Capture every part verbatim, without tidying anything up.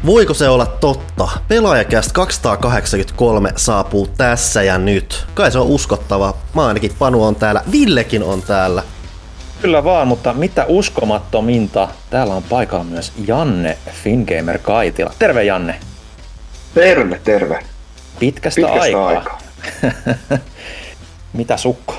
Voiko se olla totta? Pelaajakäst kaksisataakahdeksankymmentäkolme saapuu tässä ja nyt. Kai se on uskottava. Mä ainakin, Panu on täällä, Villekin on täällä. Kyllä vaan, mutta mitä uskomattominta. Täällä on paikalla myös Janne Fingamer Kaitila. Terve Janne. Terve, terve. Pitkästä, Pitkästä aikaa. aikaa. Mitä sukko?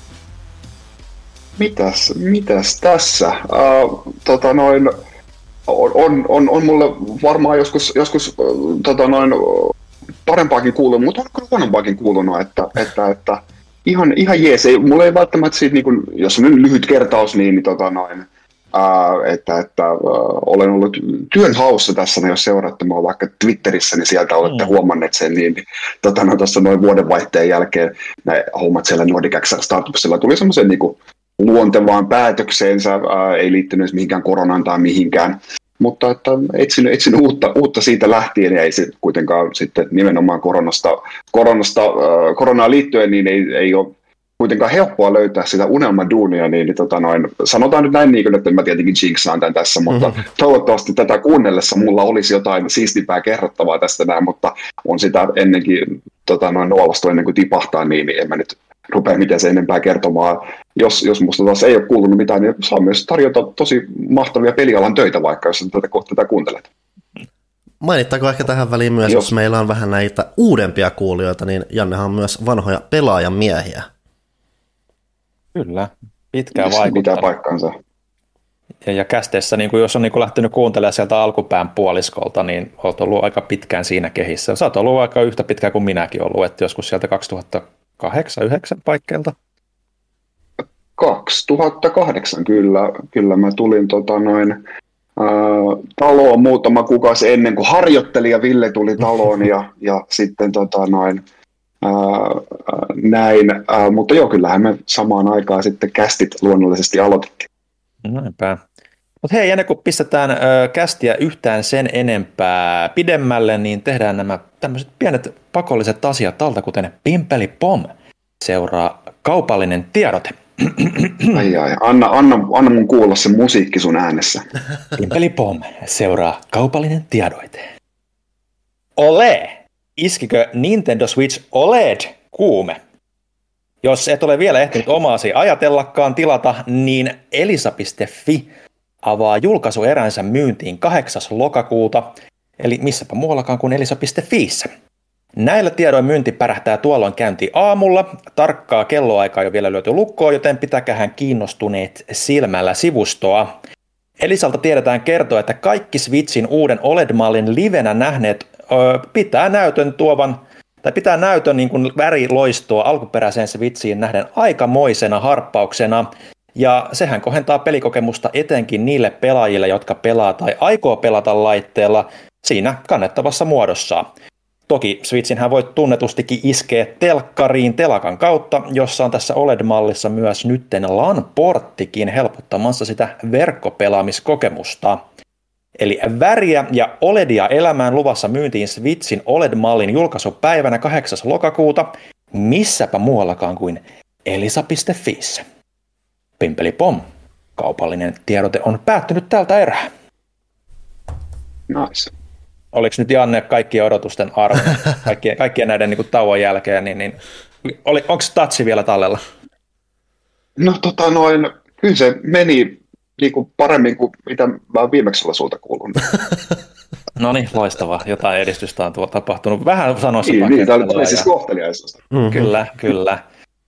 Mitäs, mitäs tässä? Uh, tota noin, on, on, on mulle varmaan joskus, joskus uh, tota noin, parempaakin kuulunut, mutta on kyllä huonompaakin kuulunut, että, että, että ihan, ihan jees. Ei, mulla ei välttämättä siitä, niin kun, jos on lyhyt kertaus, niin, niin tota noin, uh, että, että uh, olen ollut työnhaussa tässä, jos seuraatte mua vaikka Twitterissä, niin sieltä olette mm. huomanneet sen, niin tota, no, tuossa noin vuodenvaihteen jälkeen nämä hommat siellä Nordic X Startupsilla tuli semmoisen niin kuin luontevaan päätökseensä, ää, ei liittynyt mihinkään koronaan tai mihinkään, mutta että etsin, etsin uutta, uutta siitä lähtien, ja ei se kuitenkaan sitten nimenomaan koronasta, koronasta ää, koronaan liittyen, niin ei, ei ole kuitenkaan helppoa löytää sitä unelmaduunia, niin, niin tota noin, sanotaan nyt näin, niin kuin, että mä tietenkin jinxaan tämän tässä, mutta mm-hmm. toivottavasti tätä kuunnellessa mulla olisi jotain siistipää kerrottavaa tästä näin, mutta on sitä ennenkin tota noin, nuolastu ennen kuin tipahtaa, niin, niin en mä nyt rupea miten se enempää kertomaan. Jos, jos musta taas ei ole kuulunut mitään, niin saa myös tarjota tosi mahtavia pelialan töitä vaikka, jos tätä, tätä kuuntelet. Mainittaako ehkä tähän väliin myös, jos, jos meillä on vähän näitä uudempia kuulijoita, niin Jannehan on myös vanhoja pelaajan miehiä. Kyllä, pitkään vaikuttanut. Pitää paikkaansa. Ja, ja kästeessä, niin jos on niin lähtenyt kuuntelemaan sieltä alkupään puoliskolta, niin olet ollut aika pitkään siinä kehissä. Sä oot ollut aika yhtä pitkään kuin minäkin ollut, että joskus sieltä kaksituhattakahdeksan yhdeksän paikkeilta. kaksituhattakahdeksan kyllä, kyllä mä tulin tota noin, ää, taloon muutama kuukausi ennen kuin harjoittelin ja Ville tuli taloon ja, ja sitten tota noin, ää, näin, ää, mutta joo, kyllähän me samaan aikaan sitten kästit luonnollisesti aloitettiin. Näinpä. Mutta hei, ennen kuin pistetään ö, kästiä yhtään sen enempää pidemmälle, niin tehdään nämä tämmöiset pienet pakolliset asiat talta, kuten Pimpeli Pom seuraa kaupallinen tiedote. Ai ai, anna, anna, anna mun kuulla se musiikki sun äänessä. Pimpeli Pom seuraa kaupallinen tiedote. Ole! Iskikö Nintendo Switch O L E D-kuume? Jos et ole vielä ehtinyt omaasi ajatellakaan tilata, niin elisa piste fi avaa julkaisueränsä myyntiin kahdeksas lokakuuta, eli missäpä muuallakaan kuin elisa piste fiissä. Näillä tiedoin myynti pärähtää tuolloin käyntiin aamulla. Tarkkaa kelloaikaa ei ole vielä lyöty lukkoon, joten pitäkähän kiinnostuneet silmällä sivustoa. Elisalta tiedetään kertoa, että kaikki Switchin uuden O L E D-mallin livenä nähneet ö, pitää näytön tuovan tai pitää näytön niin kuin väriloistoa alkuperäiseen Switchiin nähden aikamoisena harppauksena, ja sehän kohentaa pelikokemusta etenkin niille pelaajille, jotka pelaa tai aikoo pelata laitteella siinä kannettavassa muodossa. Toki Switchinhän voi tunnetustikin iskeä telkkariin telakan kautta, jossa on tässä O L E D-mallissa myös nytten LAN-porttikin helpottamassa sitä verkkopelaamiskokemusta. Eli väriä ja O L E Dia elämään luvassa myyntiin Switchin O L E D-mallin julkaisupäivänä kahdeksas lokakuuta, missäpä muuallakaan kuin elisa piste fiissä. Pimpeli Pom, kaupallinen tiedote on päättynyt tältä erää. Nice. Oliko nyt Janne kaikkien odotusten arvo, kaikkien, kaikkien näiden niin kuin tauon jälkeen, niin, niin oli, onko touchi vielä tallella? No tota noin, kyllä se meni niin kuin paremmin kuin mitä mä viimeksi olla sulta kuullut. No niin, loistavaa. Jotain edistystä on tuo tapahtunut. Vähän sanoissa niin, niin, tämä oli siis kohteliaisuus. Mm-hmm. Kyllä, kyllä.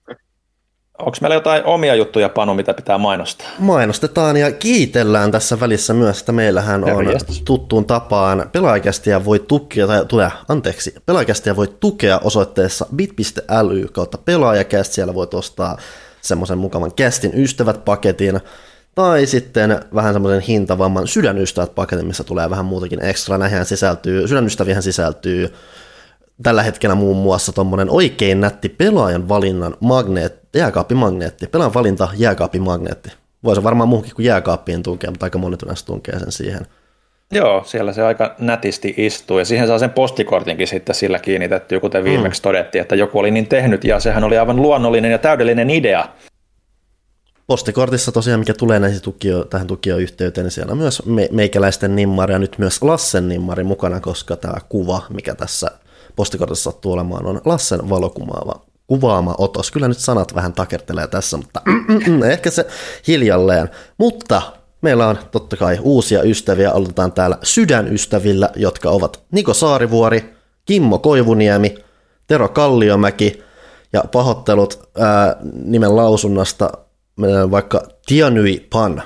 Onko meillä jotain omia juttuja, Panu, mitä pitää mainostaa? Mainostetaan ja kiitellään tässä välissä myös, että meillähän on Järjestös. tuttuun tapaan pelaajakästiä voi tukea, tai tulee, anteeksi, pelaajakästiä voi tukea osoitteessa bit piste ly kautta pelaajakäst. Siellä voit ostaa semmoisen mukavan kästin ystävät-paketin, tai sitten vähän semmoisen hintavamman sydänystävät-paketin, missä tulee vähän muutakin ekstra. Näihin sisältyy, sydänystävihän sisältyy tällä hetkellä muun muassa tommonen oikein nätti pelaajan valinnan magneetti, jääkaappimagneetti, pelaajan valinta jääkaappimagneetti. Voisi varmaan muuhunkin kuin jääkaappiin tunkea, mutta aika moni tunkee sen siihen. Joo, siellä se aika nätisti istuu ja siihen saa sen postikortinkin sitten sillä kiinnitettyä, kuten viimeksi mm. todettiin, että joku oli niin tehnyt ja sehän oli aivan luonnollinen ja täydellinen idea. Postikortissa tosiaan, mikä tulee näihin tukio, tähän tukioyhteyteen, niin siellä on myös me, meikäläisten nimmari ja nyt myös Lassen nimmari mukana, koska tämä kuva, mikä tässä postikortissa sattuu olemaan, on Lassen valokuvaava kuvaama otos. Kyllä nyt sanat vähän takertelee tässä, mutta ehkä se hiljalleen. Mutta meillä on totta kai uusia ystäviä, aloitetaan täällä sydänystävillä, jotka ovat Niko Saarivuori, Kimmo Koivuniemi, Tero Kalliomäki ja pahoittelut ää, nimen lausunnasta vaikka Tianui Pan.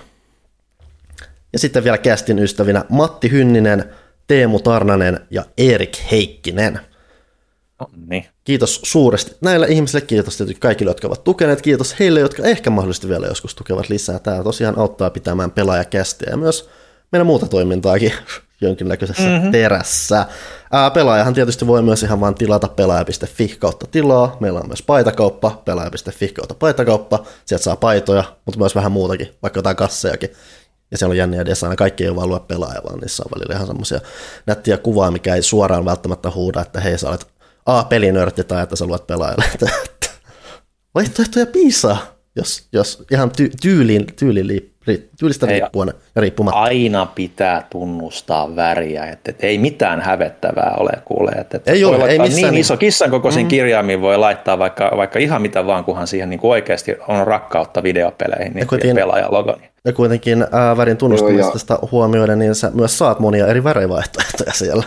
Ja sitten vielä kästin ystävinä Matti Hynninen, Teemu Tarnanen ja Erik Heikkinen. Niin. Kiitos suuresti näille ihmisille, kiitos tietysti kaikille, jotka ovat tukeneet, kiitos heille, jotka ehkä mahdollisesti vielä joskus tukevat lisää. Tämä tosiaan auttaa pitämään pelaajakästiä ja myös meidän muuta toimintaakin jonkinnäköisessä mm-hmm. terässä. Ää, pelaajahan tietysti voi myös ihan vaan tilata pelaaja piste fi kautta tilaa. Meillä on myös paitakauppa, pelaaja piste fi kautta paitakauppa. Sieltä saa paitoja, mutta myös vähän muutakin, vaikka jotain kassejakin. Ja siellä on jänniä designa. Kaikki ei ole vaan lue pelaaja, vaan niissä on välillä ihan semmoisia nättiä kuvaa, mikä ei suoraan välttämättä huuda, että hei, sä olet A, pelinörtti tai että sä luet pelaajalle. Vaihtoehtoja piisaa, jos, jos ihan ty- tyylin, tyylin tyylistä riippuen ja riippumatta. Aina pitää tunnustaa väriä, että, että ei mitään hävettävää ole, kuule. Että, että ei ole, ei missään. Niin iso kissan kokoisin mm. kirjaimin voi laittaa vaikka, vaikka ihan mitä vaan, kunhan siihen niin kuin oikeasti on rakkautta videopeleihin niin ja, ja pelaajalogon. Ja kuitenkin ää, värin tunnustamisesta huomioiden, niin sä myös saat monia eri värivaihtoehtoja siellä.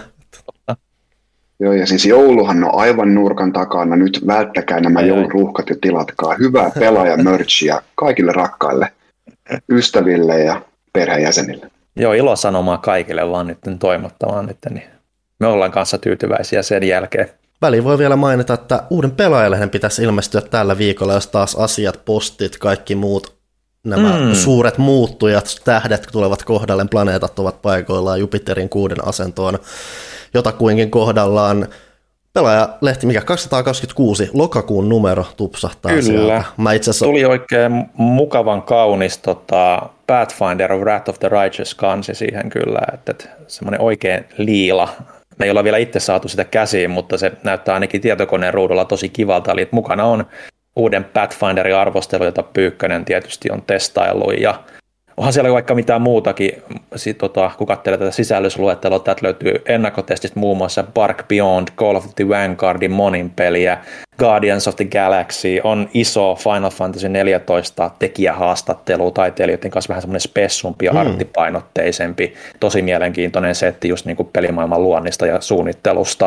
Joo, ja siis jouluhan on aivan nurkan takana. Nyt välttäkää nämä ei, jouluruuhkat ja tilatkaa hyvää pelaajamerchia kaikille rakkaille ystäville ja perheenjäsenille. Joo, ilosanomaa kaikille vaan nyt toimittamaan nyt, niin me ollaan kanssa tyytyväisiä sen jälkeen. Väliin voi vielä mainita, että uuden pelaajalehden pitäisi ilmestyä tällä viikolla, jos taas asiat, postit, kaikki muut, nämä mm. suuret muuttujat, tähdet tulevat kohdalleen, planeetat ovat paikoillaan Jupiterin kuuden asentoon, jotakuinkin kohdallaan. Pelaajalehti, mikä kaksisataakaksikymmentäkuusi, lokakuun numero tupsahtaa Kyllä. sieltä. Mä itse asiassa... Tuli oikein mukavan kaunis tota, Pathfinder of Wrath of the Righteous kansi siihen kyllä, että, että semmoinen oikein liila. Me ei olla vielä itse saatu sitä käsiin, mutta se näyttää ainakin tietokoneen ruudulla tosi kivalta, eli että mukana on uuden Pathfinderin arvostelu, jota Pyykkönen tietysti on testaillut, ja onhan siellä vaikka mitään muutakin, sit, tota, kun katselee tätä sisällysluettelua, täältä löytyy ennakkotestistä muun muassa Bark Beyond, Call of the Vanguardin monin peliä, Guardians of the Galaxy, on iso Final Fantasy neljätoista tekijähaastattelu, taiteilijoiden kanssa vähän semmoinen spessumpi ja hmm. arttipainotteisempi, tosi mielenkiintoinen setti just niin kuin pelimaailman luonnista ja suunnittelusta.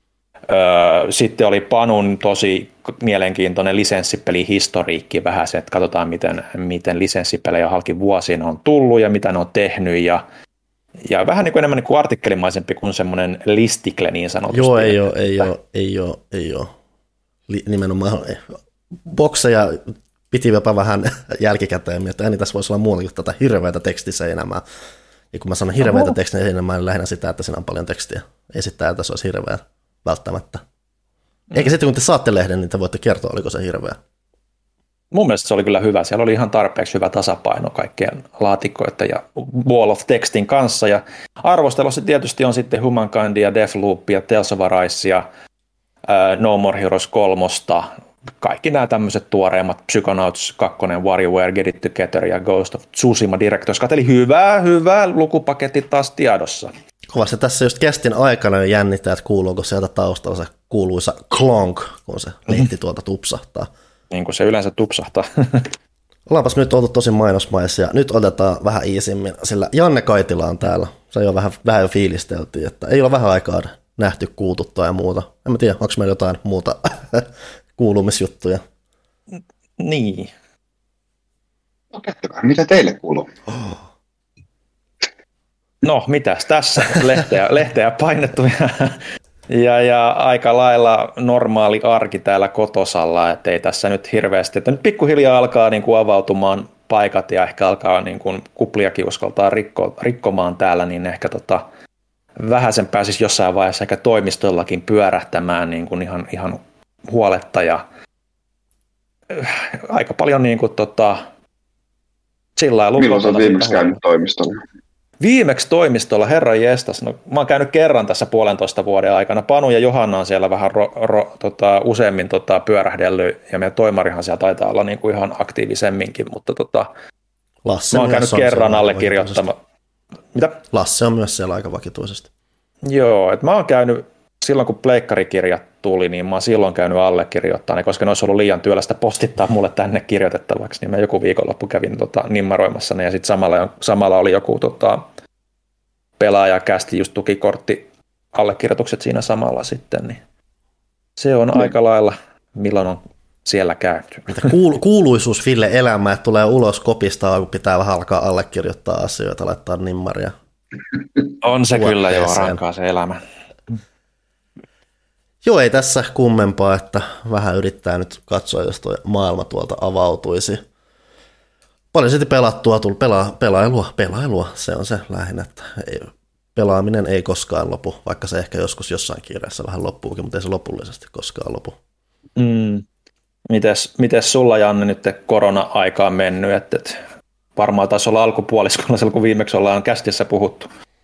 Öö, sitten oli Panun tosi mielenkiintoinen lisenssipelihistoriikki vähän se, että katsotaan miten, miten lisenssipelejä halki vuosina on tullut ja mitä ne on tehnyt ja, ja vähän niin kuin enemmän niin kuin artikkelimaisempi kuin semmoinen listikle niin sanotusti. Joo, ei ole, ei ole, ei ole, ei ole. Nimenomaan bokseja piti jopa vähän jälkikäteen miettiä, että tässä voisi olla muuta kuin tätä hirveätä tekstiseinämää. Ja kun mä sanon hirveätä tekstiseinämää, niin lähinnä sitä, että siinä on paljon tekstiä. Ei sitä, että se olisi hirveä. Välttämättä. Eikä sitten kun te saatte lehden, niin te voitte kertoa, oliko se hirveä. Mun mielestä se oli kyllä hyvä. Siellä oli ihan tarpeeksi hyvä tasapaino kaikkien laatikkoiden ja wall of textin kanssa. Ja arvostelussa tietysti on sitten Humankind ja Deathloop ja Tales of Arise ja uh, No More Heroes kolme. Kaikki nämä tämmöiset tuoreimmat Psychonauts kaksi, WarioWare, Get It Together ja Ghost of Tsushima Director's Cut. Eli hyvä, hyvä lukupaketti taas tiedossa. Kovasti tässä just kästin aikana jo jännittää, että kuuluuko sieltä taustalla se kuuluisa klonk, kun se lehti tuolta tupsahtaa. Niin kuin se yleensä tupsahtaa. Ollaanpas nyt oltu tosi mainosmaisia. Nyt otetaan vähän iisimmin, sillä Janne Kaitila on täällä. Se jo vähän, vähän jo fiilisteltiin, että ei ole vähän aikaa nähty, kuututtua ja muuta. En mä tiedä, onko meillä jotain muuta kuulumisjuttuja. Niin. Mitä teille kuuluu? Oh. No, mitäs tässä? Lehteä, lehteä painettu ja, ja, ja aika lailla normaali arki täällä kotosalla, että ei tässä nyt hirveästi, että nyt pikkuhiljaa alkaa niin kuin avautumaan paikat ja ehkä alkaa niin kuin kupliakin uskaltaa rikko, rikkomaan täällä, niin ehkä tota, vähän sen pääsisi jossain vaiheessa ehkä toimistollakin pyörähtämään niin kuin ihan, ihan huoletta ja aika paljon niin kuin tota, sillä lailla. Milloin sä oot viimeksi käynyt toimistolla? Viimeksi toimistolla, herran jestas, no mä oon käynyt kerran tässä puolentoista vuoden aikana. Panu ja Johanna on siellä vähän ro, ro, tota, useammin tota, pyörähdellyt, ja meidän toimarihan siellä taitaa olla niinku ihan aktiivisemminkin, mutta tota, Lasse mä oon käynyt kerran allekirjoittamaan. Mitä? Lasse on myös siellä aika vakituisesti. Joo, että mä oon käynyt, silloin kun pleikkarikirjat tuli, niin mä oon silloin käynyt allekirjoittamaan, koska ne olisi ollut liian työlästä postittaa mulle tänne kirjoitettavaksi, niin mä joku viikonloppu kävin tota, nimmaroimassa ne, ja sitten samalla, samalla oli joku tota, pelaajakästi just tukikortti allekirjoitukset siinä samalla sitten, niin se on no. aika lailla, milloin on siellä käyty. Kuul- kuuluisuus Ville elämään, että tulee ulos kopista, kun pitää vähän alkaa allekirjoittaa asioita, laittaa nimmaria. On se kyllä jo rankaa se elämä. Joo, ei tässä kummempaa, että vähän yrittää nyt katsoa, jos tuo maailma tuolta avautuisi. Paljon sitten pelattua, tuli pela, pelailua, pelailua, se on se lähinnä, että ei, pelaaminen ei koskaan lopu, vaikka se ehkä joskus jossain kiireessä vähän loppuukin, mutta ei se lopullisesti koskaan lopu. Mm. Mites, mites sulla, Janne, nyt korona-aika on mennyt, että et varmaan taisi olla alkupuoliskolla silloin, kun viimeksi ollaan kästissä puhuttu.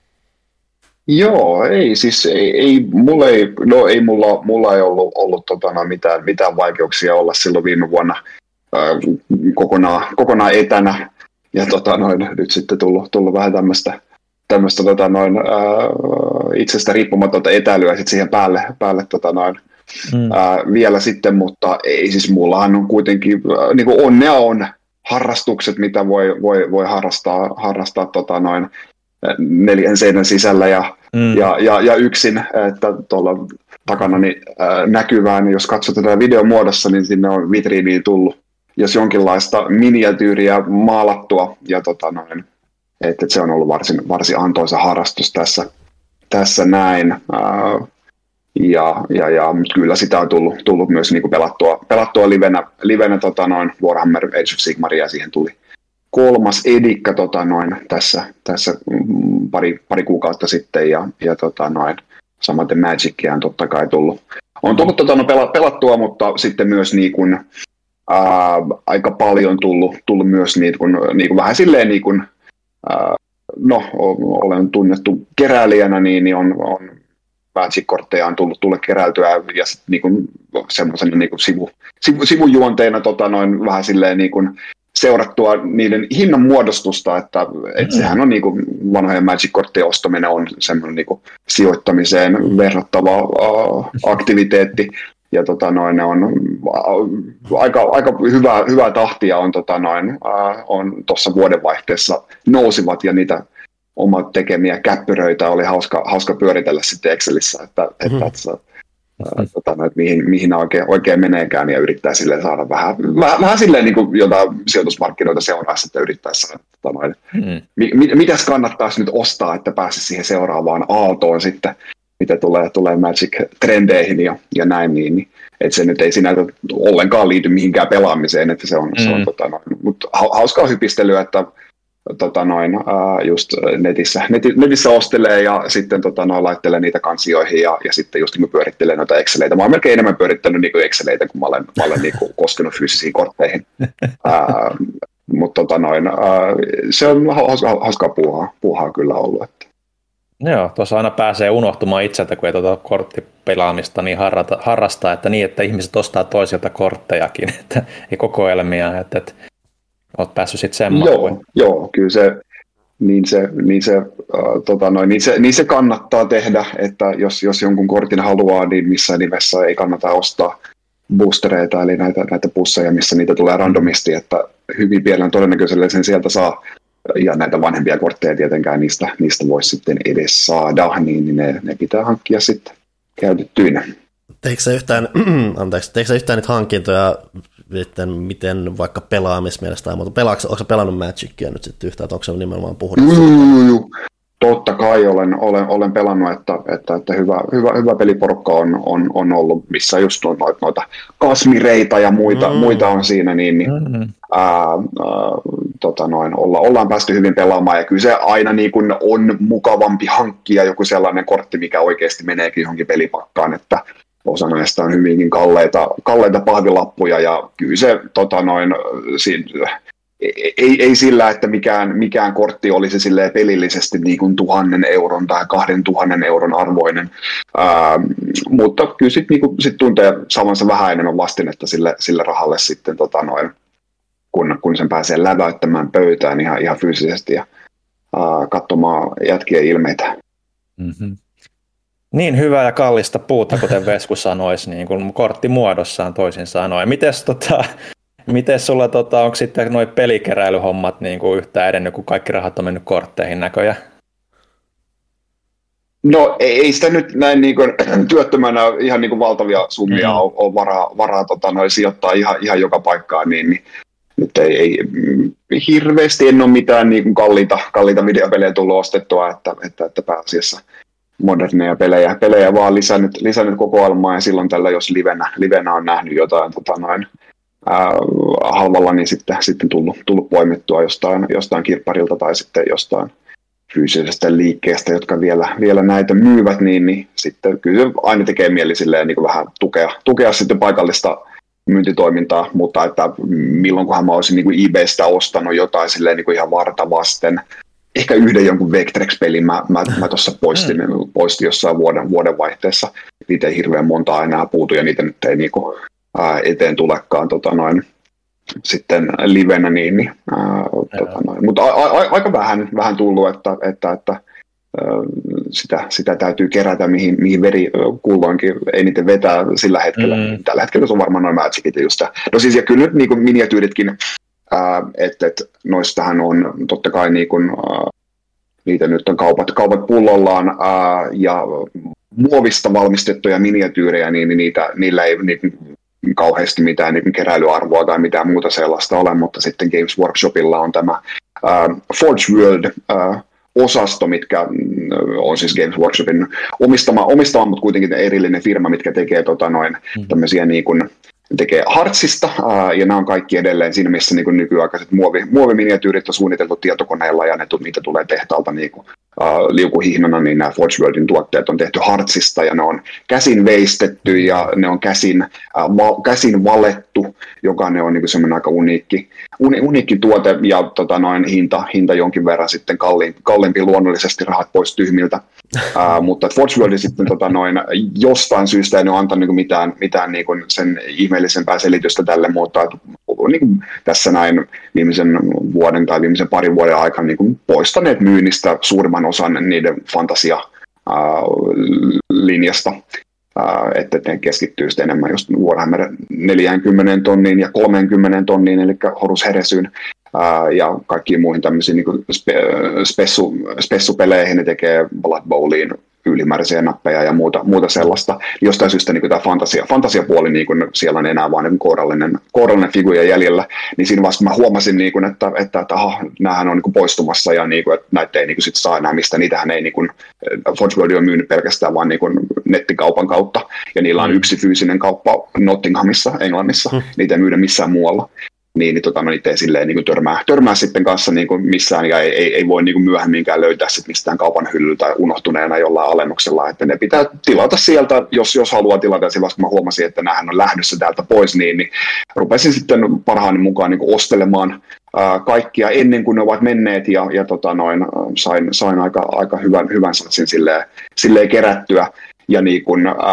Joo, ei siis ei, ei, mulla ei, no ei mulla, mulla ei ollut, ollut totana, mitään, mitään vaikeuksia olla silloin viime vuonna ää, kokonaan, kokonaan etänä ja tota, noin, nyt sitten tullut, tullut vähän tämmöistä tämmöistä tota, noin, ää, itsestä riippumatonta etäilyä sit siihen päälle, päälle tota, noin, mm. ää, vielä sitten, mutta ei siis mullahan on kuitenkin, ää, niin kuin onnea on harrastukset, mitä voi, voi, voi harrastaa, harrastaa tota, noin, neljän seinän sisällä ja, mm. ja, ja, ja yksin, että tuolla takana niin, ää, näkyvää, niin jos katsot tätä videon muodossa, niin sinne on vitriiniin tullut, jos jonkinlaista miniatyyriä maalattua, ja tota noin, että se on ollut varsin, varsin antoisa harrastus tässä, tässä näin, ää, ja, ja, ja kyllä sitä on tullut, tullut myös niin kuin pelattua, pelattua livenä, livenä tota noin, Warhammer Age of Sigmaria, siihen tuli kolmas edikka tota noin, tässä, tässä pari, pari kuukautta sitten, ja, ja tota noin, samaten Magicia on totta kai tullut. On tullut tota, no, pelattua, mutta sitten myös niin kuin, ää, aika paljon tullut, tullut myös niin kuin, niin kuin, vähän silleen, niin kuin, ää, no, olen tunnettu keräilijänä, niin, niin on, on Magic-kortteja on tullut, tullut keräiltyä, ja sitten niin kuin, semmoisena niin kuin sivu, sivu, sivujuonteena tota, noin, vähän silleen niin kuin, seurattua niiden hinnan muodostusta, että mm-hmm. et sehän on niinku vanhojen Magic-korttien ostaminen on semmoinen niinku sijoittamiseen verrattava uh, aktiviteetti, ja tota noin, ne on uh, aika, aika hyvää, hyvää tahtia on, tota noin, uh, on tuossa vuodenvaihteessa nousivat, ja niitä omat tekemiä käppyröitä oli hauska, hauska pyöritellä sitten Excelissä, että, mm-hmm. että, että Ää, tota, että mihin, mihin oikein, oikein meneekään, ja yrittää silleen saada vähän, vähän, vähän silleen niin kuin jotain sijoitusmarkkinoita seuraessa, että yrittää saada, tota, noin, mm. mi, mi, mitäs kannattaisi nyt ostaa, että pääsisi siihen seuraavaan aaltoon sitten, mitä tulee, tulee Magic-trendeihin ja, ja näin, niin, niin että se nyt ei sinänsä ollenkaan liity mihinkään pelaamiseen, että se on, mm. se on tota, noin, mutta hauskaa hypistelyä, että Tota noin, uh, just netissä, neti, netissä ostelee ja sitten tota noin, laittelee niitä kansioihin ja, ja sitten just niin pyörittelee noita Exceleitä. Mä oon melkein enemmän pyörittänyt niin Exceleitä, kun mä olen, mä olen niin koskenut fyysisiin kortteihin. Uh, mutta tota noin, uh, se on hauskaa, hauskaa puuhaa, puuhaa kyllä ollut. Että. Joo, tuossa aina pääsee unohtumaan itseltä, kun ei tuota korttipelaamista niin harrata, harrastaa, että niin, että ihmiset ostaa toisilta korttejakin, että ei kokoelmia, että, että olet päässyt sitten sen makuun. Joo, joo, kyllä se, niin se, niin se, äh, tota noin, niin se, niin se kannattaa tehdä, että jos, jos jonkun kortin haluaa, niin missään nimessä ei kannata ostaa boostereita, eli näitä, näitä pusseja, missä niitä tulee randomisti, että hyvin pienen todennäköisellä sen sieltä saa, ja näitä vanhempia kortteja tietenkään niistä, niistä voisi sitten edes saada, niin, niin ne, ne pitää hankkia sitten käytettyinä. Teikö sä yhtään, anteeksi, teikö sä yhtään niitä hankintoja, miten, miten vaikka pelaamismielestä tai muuta, pelaatko, onko sä pelannut Magicia nyt sitten yhtään, että onko se nimenomaan puhunut? Mm, totta kai olen, olen, olen pelannut, että, että, että hyvä, hyvä, hyvä peliporukka on, on, on ollut, missä just noita, noita kasmireita ja muita, mm. muita on siinä, niin, niin mm-hmm. ää, ää, tota noin, olla, ollaan päästy hyvin pelaamaan, ja kyllä se aina niin kuin on mukavampi hankkia joku sellainen kortti, mikä oikeasti meneekin johonkin pelipakkaan, että osa näistä on hyvinkin kalleita, kalleita pahvilappuja, ja kyllä se tota noin, siinä, ei, ei sillä, että mikään, mikään kortti olisi silleen pelillisesti niin kuin tuhannen euron tai kahden tuhannen euron arvoinen, ää, mutta kyllä sitten niin sit tuntee saavansa vähän enemmän vastinetta sille, sille rahalle sitten, tota noin, kun, kun sen pääsee läväyttämään pöytään ihan, ihan fyysisesti ja ää, katsomaan jätkien ilmeitä. Mm-hmm. Niin hyvää ja kallista puuta, kuten Vesku sanoisi, niin kuin korttimuodossaan toisin sanoen. Mites, tota, mites sulla, tota, onko sitten nuo pelikeräilyhommat niin kuin yhtään edennyt, kun kaikki rahat on mennyt kortteihin näköjään? No ei sitä nyt näin niin kuin, työttömänä ihan niin kuin valtavia summia mm. on, on varaa, varaa tota, noin, sijoittaa ihan, ihan joka paikkaan, niin, niin nyt ei, ei hirveästi en ole mitään niin kuin kalliita, kalliita videopelejä tullut ostettua, että, että, että pääasiassa moderneja pelejä, pelejä vaan lisännyt, lisännyt kokoelmaa ja silloin tällä, jos livenä, livenä on nähnyt jotain tota noin, ää, halvalla, niin sitten, sitten tullut, tullut poimittua jostain, jostain kirpparilta tai sitten jostain fyysisestä liikkeestä, jotka vielä, vielä näitä myyvät, niin, niin sitten kyllä aina tekee mieli silleen, niin kuin vähän tukea, tukea sitten paikallista myyntitoimintaa, mutta että milloinkohan mä olisin niin kuin eBaystä ostanut jotain silleen niin kuin ihan varta vasten. Ehkä yhden jonkun Vectrex-pelin mä, mä, mä tuossa poistin, poistin jossain vuoden, vuoden vaihteessa. Niitä ei hirveän montaa enää puutu ja niitä nyt ei niinku, ää, eteen tulekaan tota noin, sitten livenä. Niin, niin, ää, tota noin. Mutta a, a, aika vähän, vähän tullut, että, että, että ää, sitä, sitä täytyy kerätä, mihin, mihin veri kulloinkin eniten vetää sillä hetkellä. Mm. Tällä hetkellä se on varmaan noin Magicit just sitä. No siis ja kyllä nyt niin miniatyyritkin, että et, noistahan on totta kai niin kun, ää, niitä nyt on kaupat, kaupat pullollaan ää, ja muovista valmistettuja miniatyyrejä, niin, niin niitä, niillä ei niin, kauheasti mitään niin keräilyarvoa tai mitään muuta sellaista ole, mutta sitten Games Workshopilla on tämä ää, Forge World ää, osasto, mitkä on siis Games Workshopin omistama, omistama mutta kuitenkin erillinen firma, mitkä tekee tota, noin, mm. tämmöisiä niin kuin tekee Heartsista, ää, ja nämä on kaikki edelleen siinä, missä niin kuin nykyaikaiset muovi, muoviminiatyyrit on suunniteltu tietokoneella, ja ne, niitä tulee tehtaalta niin kuin, ää, liukuhihnana, niin nämä Forge Worldin tuotteet on tehty Heartsista, ja ne on käsin veistetty, ja ne on käsin, ää, va, käsin valettu, joka ne on niin kuin semmoinen aika uniikki, uni, uniikki tuote, ja tota, noin hinta, hinta jonkin verran sitten kalliimpi, kalliimpi luonnollisesti, rahat pois tyhmiltä, ää, mutta Forge World sitten tota, noin, jostain syystä ei ne ole antanut niin kuin mitään, mitään niin kuin sen ihmeellisempää selitystä tälle, mutta niin kuin tässä näin viimeisen vuoden tai viimeisen parin vuoden aikana niin kuin poistaneet myynnistä suurimman osan niiden fantasia-linjasta, että ne keskittyy sitten enemmän just Warhammer neljäkymmentä tonniin ja kolmekymmentä tonniin, eli Horus Heresyyn ja kaikkiin muihin tämmöisiin niin kuin spe- spessu, spessupeleihin, ne tekee Blood Bowliin ylimääräisiä nappeja ja muuta, muuta sellaista. Jostain syystä niin tämä fantasia, fantasiapuoli, niin kun siellä on enää vain niin kourallinen, kourallinen figuja jäljellä, niin siinä vaiheessa kun mä huomasin, niin kun, että, että, että aha, näähän on niin poistumassa ja niin kun, että näitä ei niin sit saa enää mistä, niitähän ei, niin kun, Forge World on myynyt pelkästään vain niin kun nettikaupan kautta, ja niillä on yksi fyysinen kauppa Nottinghamissa, Englannissa, hmm. niitä ei myydä missään muualla. Niin, niin tota, no, niitä ei silleen niin kuin törmää, törmää sitten kanssa niin kuin missään, ja ei, ei, ei voi niin kuin myöhemminkään löytää sit mistään kaupan hyllyltä unohtuneena jollain alennuksella, että ne pitää tilata sieltä, jos, jos haluaa tilata, ja silloin kun mä huomasin, että näähän on lähdössä täältä pois, niin, niin rupesin sitten parhaani mukaan niin kuin ostelemaan ää, kaikkia ennen kuin ne ovat menneet, ja, ja tota, noin, sain, sain aika, aika hyvän, hyvän satsin silleen, silleen kerättyä. Ja niin kun, ää,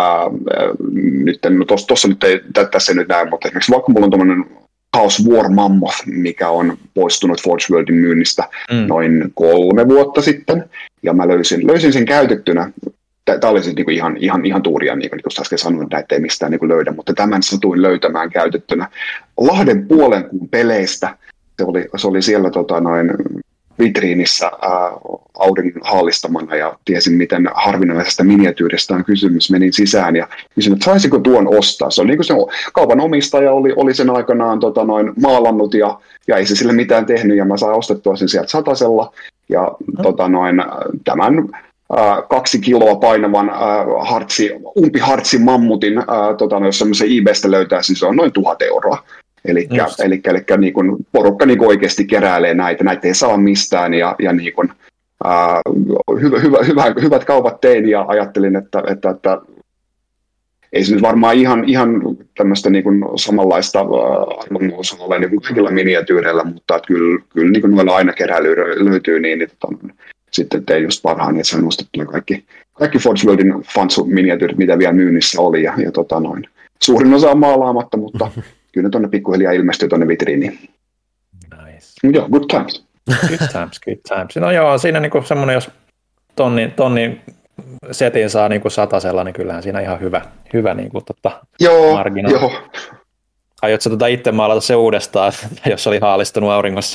nyt, no tuossa nyt ei, tässä ei nyt näe, mutta esimerkiksi vaikka mulla on tuommoinen Chaos War Mammoth, mikä on poistunut Forge Worldin myynnistä mm. noin kolme vuotta sitten, ja mä löysin, löysin sen käytettynä. Tämä oli siis niinku ihan, ihan, ihan tuuria, niin kuin äsken sanoin, että näitä ei mistään niinku löydä, mutta tämän satuin löytämään käytettynä Lahden puolenkuun peleistä. Se oli, se oli siellä tota, noin vitriinissä ää, Audin haalistamana ja tiesin, miten harvinaisesta miniatyyristä on kysymys. Menin sisään ja kysyin, että saisiko tuon ostaa. Se oli niin kuin se kaupan omistaja oli, oli sen aikanaan tota, noin, maalannut ja, ja ei se sille mitään tehnyt ja mä sain ostettua sen sieltä satasella. Ja mm. tota, noin, tämän ää, kaksi kiloa painavan ää, hartsi, umpihartsi mammutin, ää, tota, jos semmoisen eBaystä löytää, niin se on noin tuhat euroa. Eli niin porukka niin oikeasti keräilee näitä, näitä ei saa mistään ja, ja niin kun, ää, hyvä, hyvä, hyvä, hyvät kaupat tein ja ajattelin, että, että, että ei se nyt varmaan ihan, ihan tämmöistä niin kuin samanlaista arvonnousua ole niin kuin kaikilla miniatyyreillä, mutta kyllä, kyllä niin kuin noilla aina keräilyillä löytyy niin, niin tota, sitten tein just parhaan, että sain nostettua kaikki, kaikki Forge Worldin Fansu-miniatyyrit, mitä vielä myynnissä oli, ja, ja tota, noin. Suurin osa on maalaamatta, mutta kyllä ne tuonne pikkuhiljaa ilmestyy tuonne vitriiniin. Nice. Joo, good times. Good times, good times. No joo, siinä niinku semmoinen, jos tonnin, tonnin setin saa niinku satasella, niin kyllähän siinä ihan hyvä, hyvä niinku tota joo, marginaali. Joo, Aiotko tota itse maalata se uudestaan, jos oli haalistunut auringossa?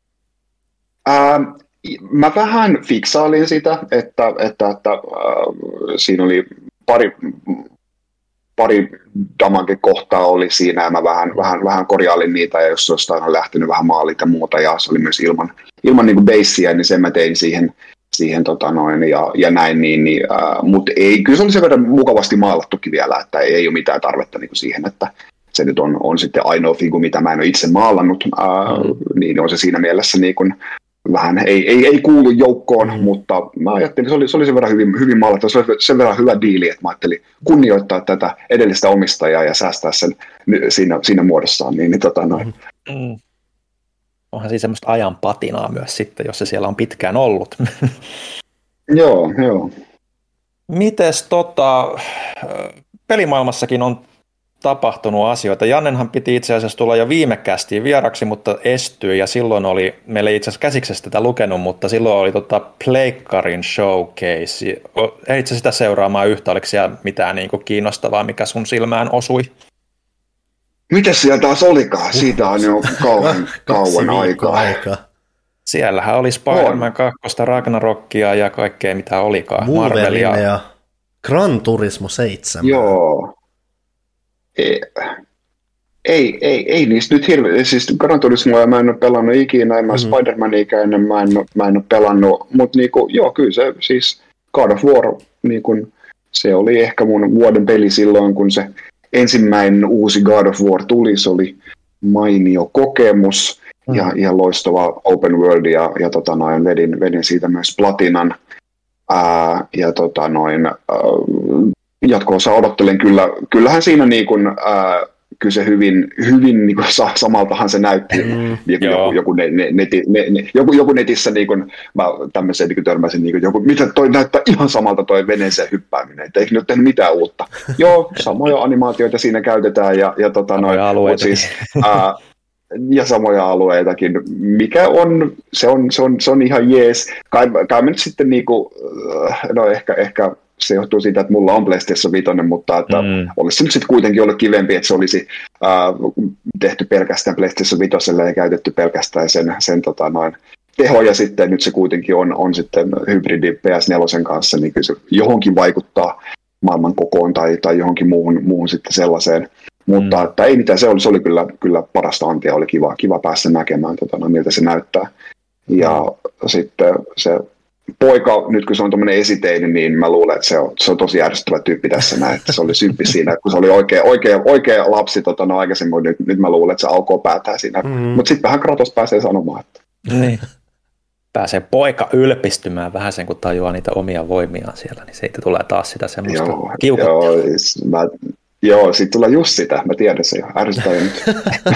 Ähm, mä vähän fiksailin sitä, että, että, että äh, siinä oli pari, pari damage-kohtaa oli siinä, ja mä vähän, vähän, vähän korjailin niitä, ja jos jostain on lähtenyt vähän maalit ja muuta, ja se oli myös ilman, ilman niin kuin basea, niin sen mä tein siihen, siihen tota noin, ja, ja näin, niin, niin, äh, mutta ei, kyllä se oli sen verran mukavasti maalattukin vielä, että ei, ei ole mitään tarvetta niin kuin siihen, että se nyt on, on sitten ainoa figu, mitä mä en ole itse maalannut, äh, mm. niin on se siinä mielessä niin kuin, vähän ei, ei, ei kuulu joukkoon, mm. mutta mä ajattelin, se oli, se oli sen verran hyvin, hyvin maalattu, se oli sen verran hyvä diili, että mä ajattelin kunnioittaa tätä edellistä omistajaa ja säästää sen siinä, siinä muodossaan. Niin, niin, tota, noin. Mm. Onhan siis semmoista ajan patinaa myös sitten, jos se siellä on pitkään ollut. Joo, joo. Mites tota, pelimaailmassakin on tapahtunut asioita. Jannenhan piti itse asiassa tulla jo viime kästiin vieraksi, mutta estyi, ja silloin oli, meillä ei itse asiassa käsiksestä tätä lukenut, mutta silloin oli tota Pleikkarin showcase. Eikö sitä seuraamaan yhtä, oliko siellä mitään niin kuin kiinnostavaa, mikä sun silmään osui? Mitäs siellä taas olikaan? Siitä on jo kauan, kauan aikaa. aikaa. Siellähän oli Spider-Man kaksi, Ragnarokia ja kaikkea mitä olikaan. Marvelia ja Gran Turismo seitsemän. Joo. Ei, ei, ei, ei niistä nyt hirveän, siis Gran Turismoja mä en ole pelannut ikinä, en mä mm-hmm. Spider-Maniä en, mä en, mä en ole pelannut, mutta niinku, joo, kyllä se siis God of War, niinku, se oli ehkä mun vuoden peli silloin, kun se ensimmäinen uusi God of War tuli, se oli mainio kokemus mm-hmm. ja, ja loistava open world, ja, ja tota noin, vedin, vedin siitä myös platinan, ää, ja tota noin, ää, jatko-osa odottelen kyllä, kyllähän siinä niin kuin, ää, kyllä se hyvin, hyvin niin kuin, samaltahan se näytti, mm, joku, joku, ne, ne, neti, ne, ne, joku, joku netissä niin kuin, mä tämmöiseen niin törmäsin, niin kuin, joku, mitä toi näyttää ihan samalta toi veneeseen hyppääminen, että eikö nyt tehnyt mitään uutta. Joo, samoja animaatioita siinä käytetään, ja, ja tota noin, siis, ää, ja samoja alueitakin, mikä on, se on, se on, se on ihan jees. Kai, kai me nyt sitten niinku, no ehkä, ehkä se johtuu siitä, että mulla on PlayStation viisi, mutta että mm. olisi se nyt sitten kuitenkin ollut kivempi, että se olisi äh, tehty pelkästään PlayStation viisi ja käytetty pelkästään sen, sen tota noin tehoja sitten, nyt se kuitenkin on, on sitten hybridi P S neljä kanssa, niin kyllä se johonkin vaikuttaa maailman kokoon tai, tai johonkin muuhun, muuhun sitten sellaiseen. Mutta mm. että ei mitään, se oli, se oli kyllä, kyllä parasta antia, oli kiva, kiva päästä näkemään, tota, no, miltä se näyttää. Ja mm. sitten se poika, nyt kun se on tuommoinen esiteinen, niin mä luulen, että se on, se on tosi järjestävä tyyppi tässä näin, että se oli symppi siinä, kun se oli oikea, oikea, oikea lapsi tota, no, aikaisemmin, nyt, nyt mä luulen, että se aukoo päätään siinä. Mm. Mutta sitten vähän Kratos pääsee sanomaan. Että. Niin. Pääsee poika ylpistymään vähän sen, kun tajuaa niitä omia voimiaan siellä, niin siitä tulee taas sitä semmoista kiukuttelua. Joo, mä, joo siitä tulee just sitä, mä tiedän se jo, ärsyttää jo nyt.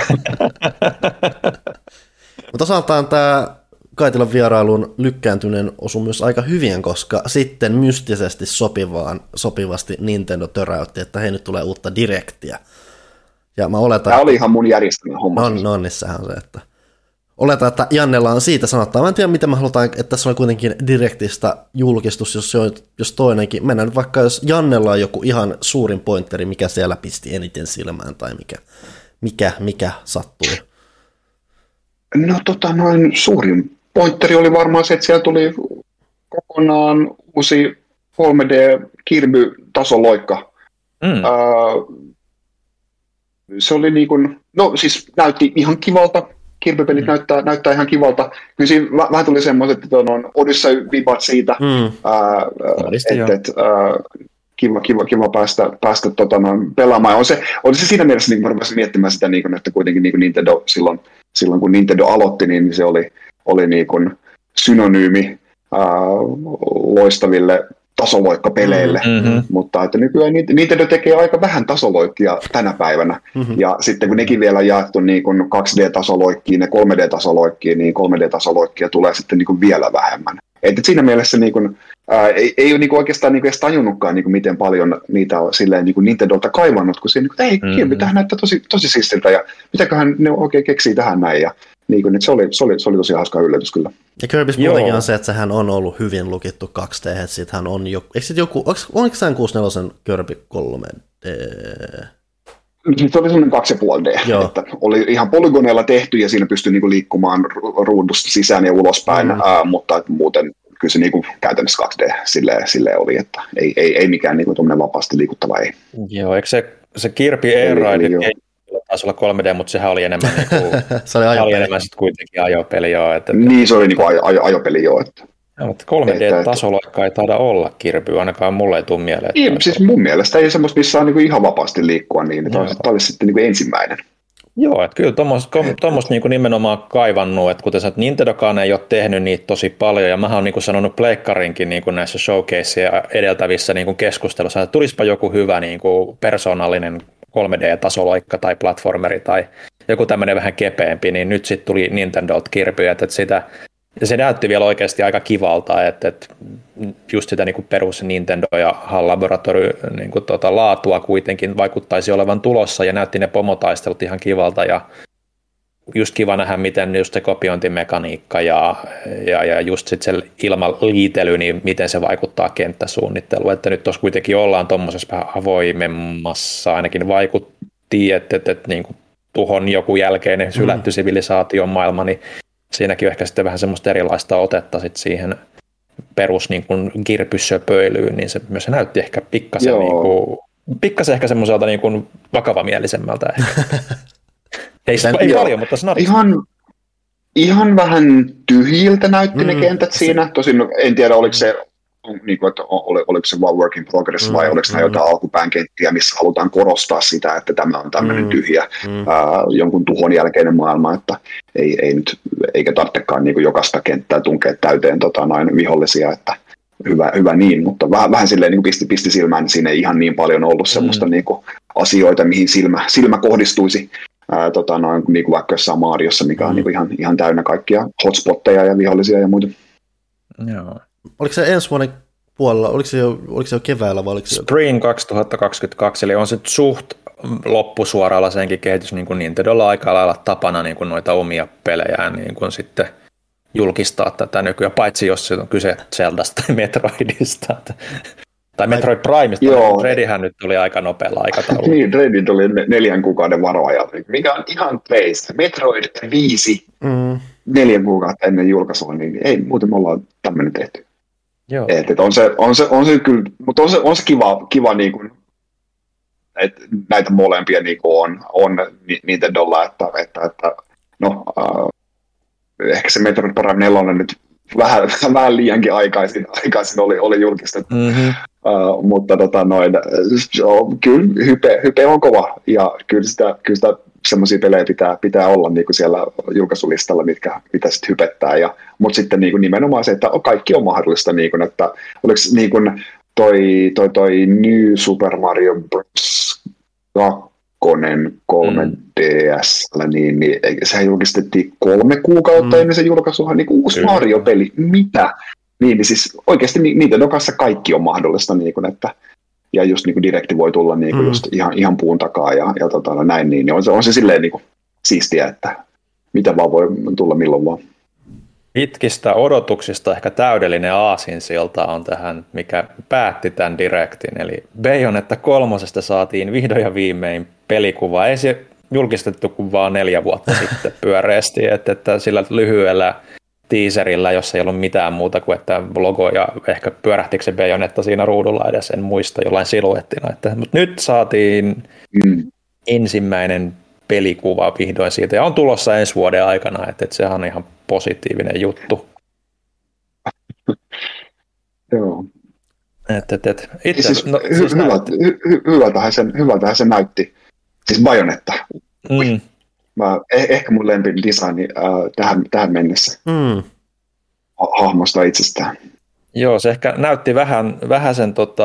Mutta osaltaan tämä Kaitilan vierailun lykkääntyneen osui myös aika hyvin, koska sitten mystisesti sopivaan, sopivasti Nintendo töräytti, että hei, nyt tulee uutta Directia. Ja mä oletan, tämä oli ihan mun järjestelmä homma. No, no niin, sehän se, että oletan, että Jannella on siitä sanottavaa. Mä en tiedä, miten mä halutaan, että tässä on kuitenkin Directistä julkistus, jos, on, jos toinenkin. Mennään nyt vaikka, jos Jannella on joku ihan suurin pointeri, mikä siellä pisti eniten silmään, tai mikä, mikä, mikä sattuu. No tota, noin suurin pointteri oli varmaan se, että siellä tuli kokonaan uusi kolme D-Kirby-tasoloikka. Mm. Uh, se oli niin kuin, no siis näytti ihan kivalta. Kirby-pelit mm. näyttää, näyttää ihan kivalta. Kyllä siinä vähän tuli semmoiset, että on Odyssey-vibat siitä, mm. uh, että et, uh, kiva, kiva, kiva päästä, päästä tota, no, pelaamaan. On se, on se siinä mielessä niin varmaan miettimään sitä, niin kuin, että kuitenkin niin kuin Nintendo silloin, silloin, kun Nintendo aloitti, niin se oli, oli niin kuin synonyymi uh, loistaville tasoloikkapeleille, mm-hmm. mutta että nykyään Nintendo tekee aika vähän tasoloikkia tänä päivänä, mm-hmm. ja sitten kun nekin vielä on jaettu niin kuin kaksi D-tasoloikkiin ja kolme D-tasoloikkiin, niin kolme D-tasoloikkia tulee sitten niin kuin vielä vähemmän. Että siinä mielessä niin kuin, ää, ei, ei ole niin kuin oikeastaan niin kuin edes tajunnutkaan, niin kuin miten paljon niitä on silleen, niin kuin Nintendolta kaivannut, kun siinä, niin kuin, ei, mm-hmm. tähän näyttää tosi, tosi siistiltä, ja mitäköhän ne oikein keksii tähän näin, ja niin kuin, se, oli, se, oli, se oli tosi hauska yllätys kyllä. Ja Kirby's muutenkin on se, että sehän on ollut hyvin lukittu kaksi D, että siitähän on joku, eikö sit joku, onko se kuusikymmentäneljä Kirby kolme D? Se oli sellainen kaksi pilkku viisi D, että oli ihan polygoneilla tehty ja siinä pystyi niinku liikkumaan ruudusta sisään ja ulospäin, mm. ää, mutta et muuten kyllä se niinku käytännössä kaksi D silleen, silleen oli, että ei, ei, ei mikään niinku vapaasti liikuttava, ei. Joo, eikö se, se Kirby Air Ride taisi olla kolme D, mutta sehän oli enemmän, niinku, se oli ajopeli. Oli enemmän sit kuitenkin ajopeli, joo. Että, niin, se oli niinku ajo, ajo, ajopeli, joo. Että. Ja, mutta kolme D-tasoloikka ei taida olla Kirby, ainakaan mulle ei tule mieleen. Ei, siis mun mielestä ei semmoista, missä saa niinku ihan vapaasti liikkua, niin tämä olisi sitten niinku ensimmäinen. Joo, että kyllä tuommoista niinku nimenomaan kaivannut, että kuten sä, että Nintendokaan ei ole tehnyt niitä tosi paljon, ja mä oon niinku sanonut pleikkarinkin niinku näissä showcaseja edeltävissä niinku keskustelussa, että tulispa joku hyvä niinku persoonallinen kolme D-tasoloikka tai platformeri tai joku tämmöinen vähän kepeämpi, niin nyt sitten tuli Nintendolta Kirby, että sitä, ja se näytti vielä oikeasti aika kivalta, että, että just sitä niin kuin perus Nintendo ja HAL Laboratory niin kuin tota, laatua kuitenkin vaikuttaisi olevan tulossa, ja näytti ne pomotaistelut ihan kivalta, ja just kiva nähdä, miten just se kopiointimekaniikka ja, ja, ja just sitten se ilmaliitely, niin miten se vaikuttaa kenttäsuunnitteluun, että nyt tuossa kuitenkin ollaan tuommoisessa vähän avoimemmassa, ainakin vaikutti, että, että, että niin kuin tuhon joku jälkeinen sylätty mm. sivilisaation maailma, niin siinäkin on ehkä sitten vähän semmoista erilaista otetta sit siihen perus niin kuin kirpyssöpöilyyn, niin se myös se näytti ehkä pikkasen, niin kuin, pikkasen ehkä semmoiselta niin kuin vakavamielisemmältä ehkä. Ei, ei paljon, mutta snarista. Ihan, ihan vähän tyhjiltä näytti mm, ne kentät siinä. Tosin en tiedä, oliko se, niin kuin, että oliko se vaan work in progress mm, vai oliko mm. nämä jotain alkupään kenttiä, missä halutaan korostaa sitä, että tämä on tämmöinen mm, tyhjä mm. ää, jonkun tuhon jälkeinen maailma, että ei, ei nyt, eikä tarvitsekaan niin kuin jokaista kenttää tunkea täyteen tota, noin vihollisia, että hyvä, hyvä niin, mutta vähän, vähän silleen niin kuin pisti, pisti silmään, niin siinä ei ihan niin paljon ollut semmoista mm. niin kuin asioita, mihin silmä, silmä kohdistuisi. Ää, tota, noin, niin kuin vaikka jossain Mariossa, mikä on mm. niin kuin ihan, ihan täynnä kaikkia hotspotteja ja vihollisia ja muita. Joo. Oliko se ensi vuoden puolella, oliko se jo, oliko se jo keväällä vai oliko se jo? Spring kaksituhattakaksikymmentäkaksi, eli on se suht loppusuoralla senkin kehitys, niin kuin Nintendolla aika lailla tapana niin kuin noita omia pelejään niin kuin sitten julkistaa tätä nykyään, paitsi jos on kyse Zeldasta tai Metroidista. Tai Metroid Primeista, mutta Dreadihän nyt tuli aika nopealla aikataululla. Niin, Dreadi tuli neljän kuukauden varoajalla, mikä on ihan crazy. Metroid viisi mm. neljän kuukautta ennen julkaisua, niin ei muuten me ollaan tämmöinen tehty. Joo. Et, et on, se, on, se, on se kyllä, mutta on se, on se kiva, kiva niin kuin, että näitä molempia niin kuin on, on Nintendolla, että, että, että no, äh, ehkä se Metroid Prime neljä nyt vähän, vähän liiankin aikaisin, aikaisin oli, oli julkistettu, mm-hmm. uh, mutta tota, noin, kyllä hype, hype on kova, ja kyllä sitä, kyllä sitä semmoisia pelejä pitää, pitää olla niin kuin siellä julkaisulistalla, mitkä, mitä sitten hypettää, ja, mutta sitten niin kuin nimenomaan se, että kaikki on mahdollista, niin kuin, että oliko niin kuin toi, toi, toi New Super Mario Bros. Kakkonen kolme D S, niin, niin sehän julkistettiin kolme kuukautta mm. ennen se julkaisuhan niin uusi Kyllä. Mario-peli. Mitä? Niin, niin siis oikeasti niiden kanssa kaikki on mahdollista, niin kuin, että, ja just niin kuin Directi voi tulla niin kuin mm. just ihan, ihan puun takaa ja, ja tota, näin, niin, niin on, se, on se silleen niin kuin siistiä, että mitä vaan voi tulla milloin vaan. Pitkistä odotuksista ehkä täydellinen aasinsilta on tähän, mikä päätti tämän Directin, eli Bayonetta kolmosesta saatiin vihdoin ja viimein pelikuva. Ei se julkistettu kuin vaan neljä vuotta sitten pyöreästi, että, että sillä lyhyellä teaserilla, jossa ei ollut mitään muuta kuin että logo ja ehkä pyörähtikö se Bayonetta siinä ruudulla edes, en muista jollain siluettina. Että, mutta nyt saatiin mm. ensimmäinen pelikuva vihdoin siitä, ja on tulossa ensi vuoden aikana, että, että sehän on ihan positiivinen juttu. Joo. Et, et, et. Itse, siis, no, hy- siis hyvältä, hy- hyvältähän, sen, hyvältähän se näytti. Siis Bayonetta. Mm. Mä, eh- ehkä mun lempin designi äh, tähän, tähän mennessä. Mm. Ha- hahmosta itsestään. Joo, se ehkä näytti vähän, vähän sen tota,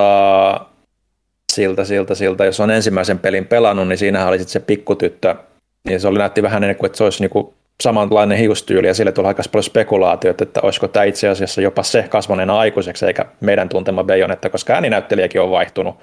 siltä, siltä, siltä, jos on ensimmäisen pelin pelannut, niin siinähän oli sitten se pikkutyttö, niin se oli näytti vähän ennen kuin, että se olisi niinku samanlainen hiustyyli, ja sille tuli aika paljon spekulaatiota, että olisiko tämä itse asiassa jopa se kasvaneena aikuiseksi, eikä meidän tuntema Bayonetta, koska ääninäyttelijäkin on vaihtunut.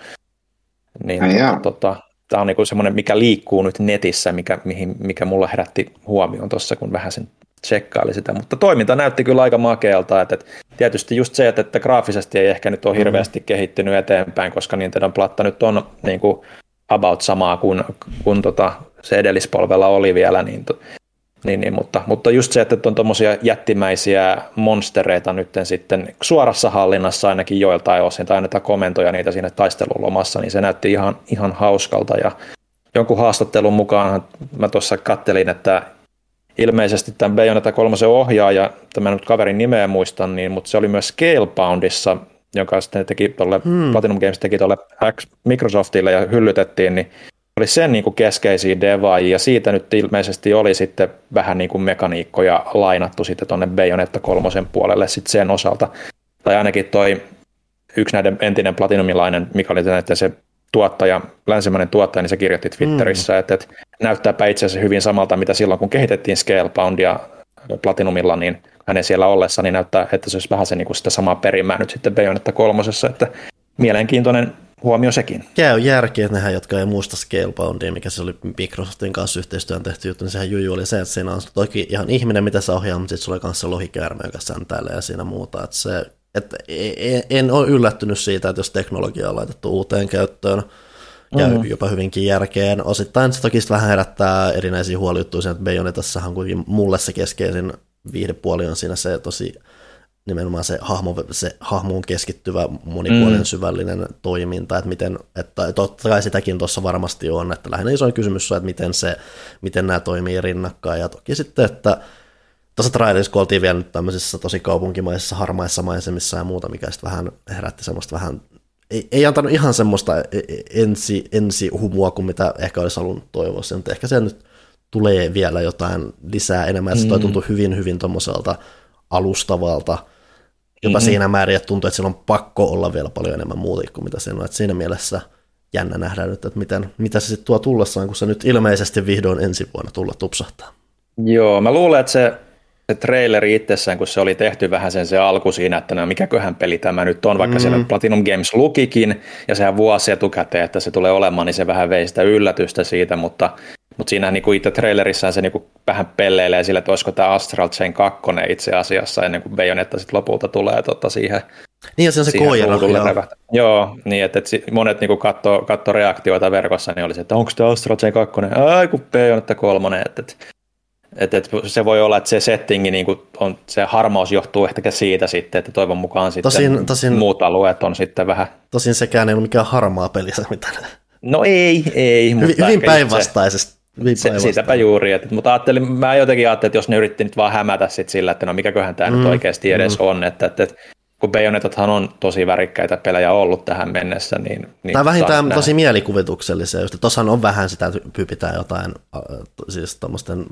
Niin, tota, tota, tämä on niinku semmoinen, mikä liikkuu nyt netissä, mikä, mihin, mikä mulla herätti huomioon tuossa, kun vähän sen tsekkaili sitä, mutta toiminta näytti kyllä aika makealta, että, että tietysti just se, että, että graafisesti ei ehkä nyt ole hirveästi mm. kehittynyt eteenpäin, koska Nintendon platta nyt on niin kuin about samaa kuin, kuin tota, se edellispolvella oli vielä, niin, niin, niin, mutta, mutta just se, että on tuommoisia jättimäisiä monstereita nyt sitten suorassa hallinnassa ainakin joiltain osin, tai annetaan komentoja niitä siinä taistelulomassa, niin se näytti ihan, ihan hauskalta, ja jonkun haastattelun mukaan mä tuossa kattelin, että ilmeisesti tämän Bayonetta kolmosen ohjaaja, tämä nyt kaverin nimeä muistan, niin, mutta se oli myös Scaleboundissa, jonka sitten teki tolle, hmm. Platinum Games teki tuolle Microsoftille ja hyllytettiin, niin oli sen niin kuin keskeisiä devaajia, ja siitä nyt ilmeisesti oli sitten vähän niin kuin mekaniikkoja lainattu sitten tuonne Bayonetta kolmosen puolelle sitten sen osalta. Tai ainakin toi yksi näiden entinen Platinumilainen, mikä oli näiden se tuottaja, länsimainen tuottaja, niin se kirjoitti Twitterissä, mm. että, että näyttääpä itse asiassa hyvin samalta, mitä silloin, kun kehitettiin Scaleboundia Platinumilla, niin hänen siellä ollessa, niin näyttää, että se olisi vähän se, niin kuin sitä samaa perimää nyt sitten Bayonetta kolmosessa, että mielenkiintoinen huomio sekin. Käy järkeä, että nehän, jotka ei muista Scaleboundia, mikä se oli Microsoftin kanssa yhteistyön tehty juttu, niin sehän juju oli se, että siinä on toki ihan ihminen, mitä se ohjaa, mutta sitten sulla oli myös se lohikäärme, joka säntäilee ja siinä muuta, että se että en ole yllättynyt siitä, että jos teknologia on laitettu uuteen käyttöön, käy mm-hmm. jopa hyvinkin järkeen. Osittain se toki vähän herättää erinäisiä huolijuttuja, että Bayonetassahan kuitenkin mulle se keskeisin viihdepuoli on siinä se tosi nimenomaan se, hahmo, se hahmoon keskittyvä monipuolinen mm. syvällinen toiminta, että miten, että totta kai sitäkin tuossa varmasti on, että lähinnä isoin kysymys on, että miten, se, miten nämä toimii rinnakkain, ja toki sitten, että tuossa trailerissa, kun oltiin vielä nyt tämmöisissä tosi kaupunkimaisissa harmaissa maisemissa ja muuta, mikä sitten vähän herätti semmoista vähän, ei, ei antanut ihan semmoista ensi, ensi humua kuin mitä ehkä olisi halunnut toivoa, mutta ehkä se nyt tulee vielä jotain lisää enemmän, se toi tuntuu hyvin, hyvin tommoselta alustavalta, jopa mm-hmm. siinä määrin, että tuntuu, että siellä on pakko olla vielä paljon enemmän muuta kuin mitä siinä on, että siinä mielessä jännä nähdä nyt, että miten, mitä se sitten tuo tullessaan, kun se nyt ilmeisesti vihdoin ensi vuonna tulla tupsahtaa. Joo, mä luulen, että se Se traileri itsessään, kun se oli tehty vähän sen se alku siinä, että no mikäköhän peli tämä nyt on, vaikka mm. siellä Platinum Games lukikin, ja sehän vuosi etukäteen, että se tulee olemaan, niin se vähän vei sitä yllätystä siitä, mutta, mutta siinä niin kuin itse trailerissaan se niin kuin vähän pelleilee sille, että olisiko tämä Astral Chain kaksi itse asiassa, ennen kuin Bayonetta sitten lopulta tulee tota siihen. Niin, ja se on se koira. Joo. joo, niin että, että monet niin katsoo katso reaktioita verkossa, niin oli se, että onko tämä Astral Chain kaksi, ai kun Bayonetta kolme, että, että Että et se voi olla, että se settingi, niin on, se harmaus johtuu ehkä siitä sitten, että toivon mukaan sitten tosin, tosin, muut alueet on sitten vähän. Tosin sekään ei ole mikään harmaa peli, se mitään. No ei, ei. Hyvin, hyvin päinvastaisesti. Se, se, siitäpä juuri. Että, mutta ajattelin, mä jotenkin ajattelin, että jos ne yritti nyt vaan hämätä sit sillä, että no mikäköhän tämä mm, nyt oikeasti edes mm. on, että, että, että kun Bayonetathan on tosi värikkäitä pelejä ollut tähän mennessä. Niin, niin tai vähintään tosi nähdä. Mielikuvituksellisia. Tuossahan on vähän sitä, että pyypitään jotain siis tuommoisten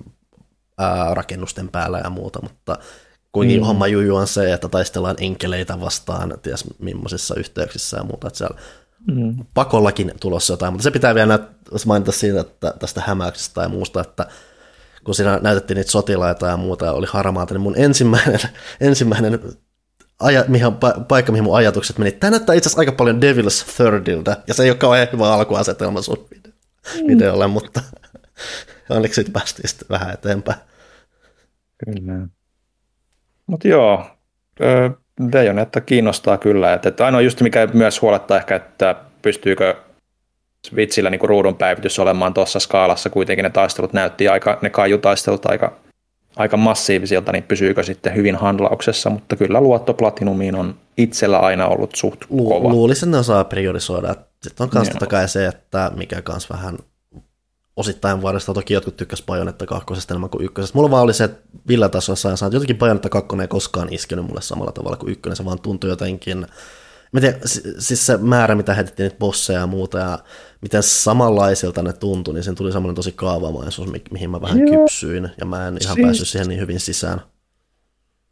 rakennusten päällä ja muuta, mutta kuitenkin mm. homma juju on se, että taistellaan enkeleitä vastaan, ties millaisissa yhteyksissä ja muuta, että siellä mm. pakollakin tulossa jotain, mutta se pitää vielä mainita siitä, että tästä hämäyksestä ja muusta, että kun siinä näytettiin niitä sotilaita ja muuta ja oli harmaata, niin mun ensimmäinen, ensimmäinen aja, mihin, paikka, mihin mun ajatukset meni, tämä näyttää itse asiassa aika paljon Devil's Thirdiltä, ja se ei ole kauhean hyvä alkuasetelma sun videolle, mm. mutta onneksi sitten päästiin sitten vähän eteenpäin. Kyllä. Mutta joo, Bayonetta kiinnostaa kyllä. Että, että ainoa just mikä myös huolettaa ehkä, että pystyykö Switchillä niin kuin ruudun päivitys olemaan tuossa skaalassa. Kuitenkin ne taistelut näytti aika, ne kaijutaistelut aika, aika massiivisilta, niin pysyykö sitten hyvin handlauksessa. Mutta kyllä luotto Platinumiin on itsellä aina ollut suht kova. Lu- luulisin, että ne osaa priorisoida. Sitten on myös totta kai se, että mikä kans vähän osittain vuodesta, toki jotkut tykkäsivät Bayonetta kakkosesta enemmän kuin ykkösestä. Mulla vaan oli se, että millä tasolla sain sanoa, että jotenkin Bayonetta kakkonen ei koskaan iskenyt mulle samalla tavalla kuin ykkönen, se vaan tuntui jotenkin, mä tiedän, siis se määrä, mitä heitettiin niitä bosseja ja muuta, ja miten samanlaisilta ne tuntui, niin sen tuli semmoinen tosi kaavamaisuus, mi- mihin mä vähän Joo. kypsyin, ja mä en ihan siis päässyt siihen niin hyvin sisään.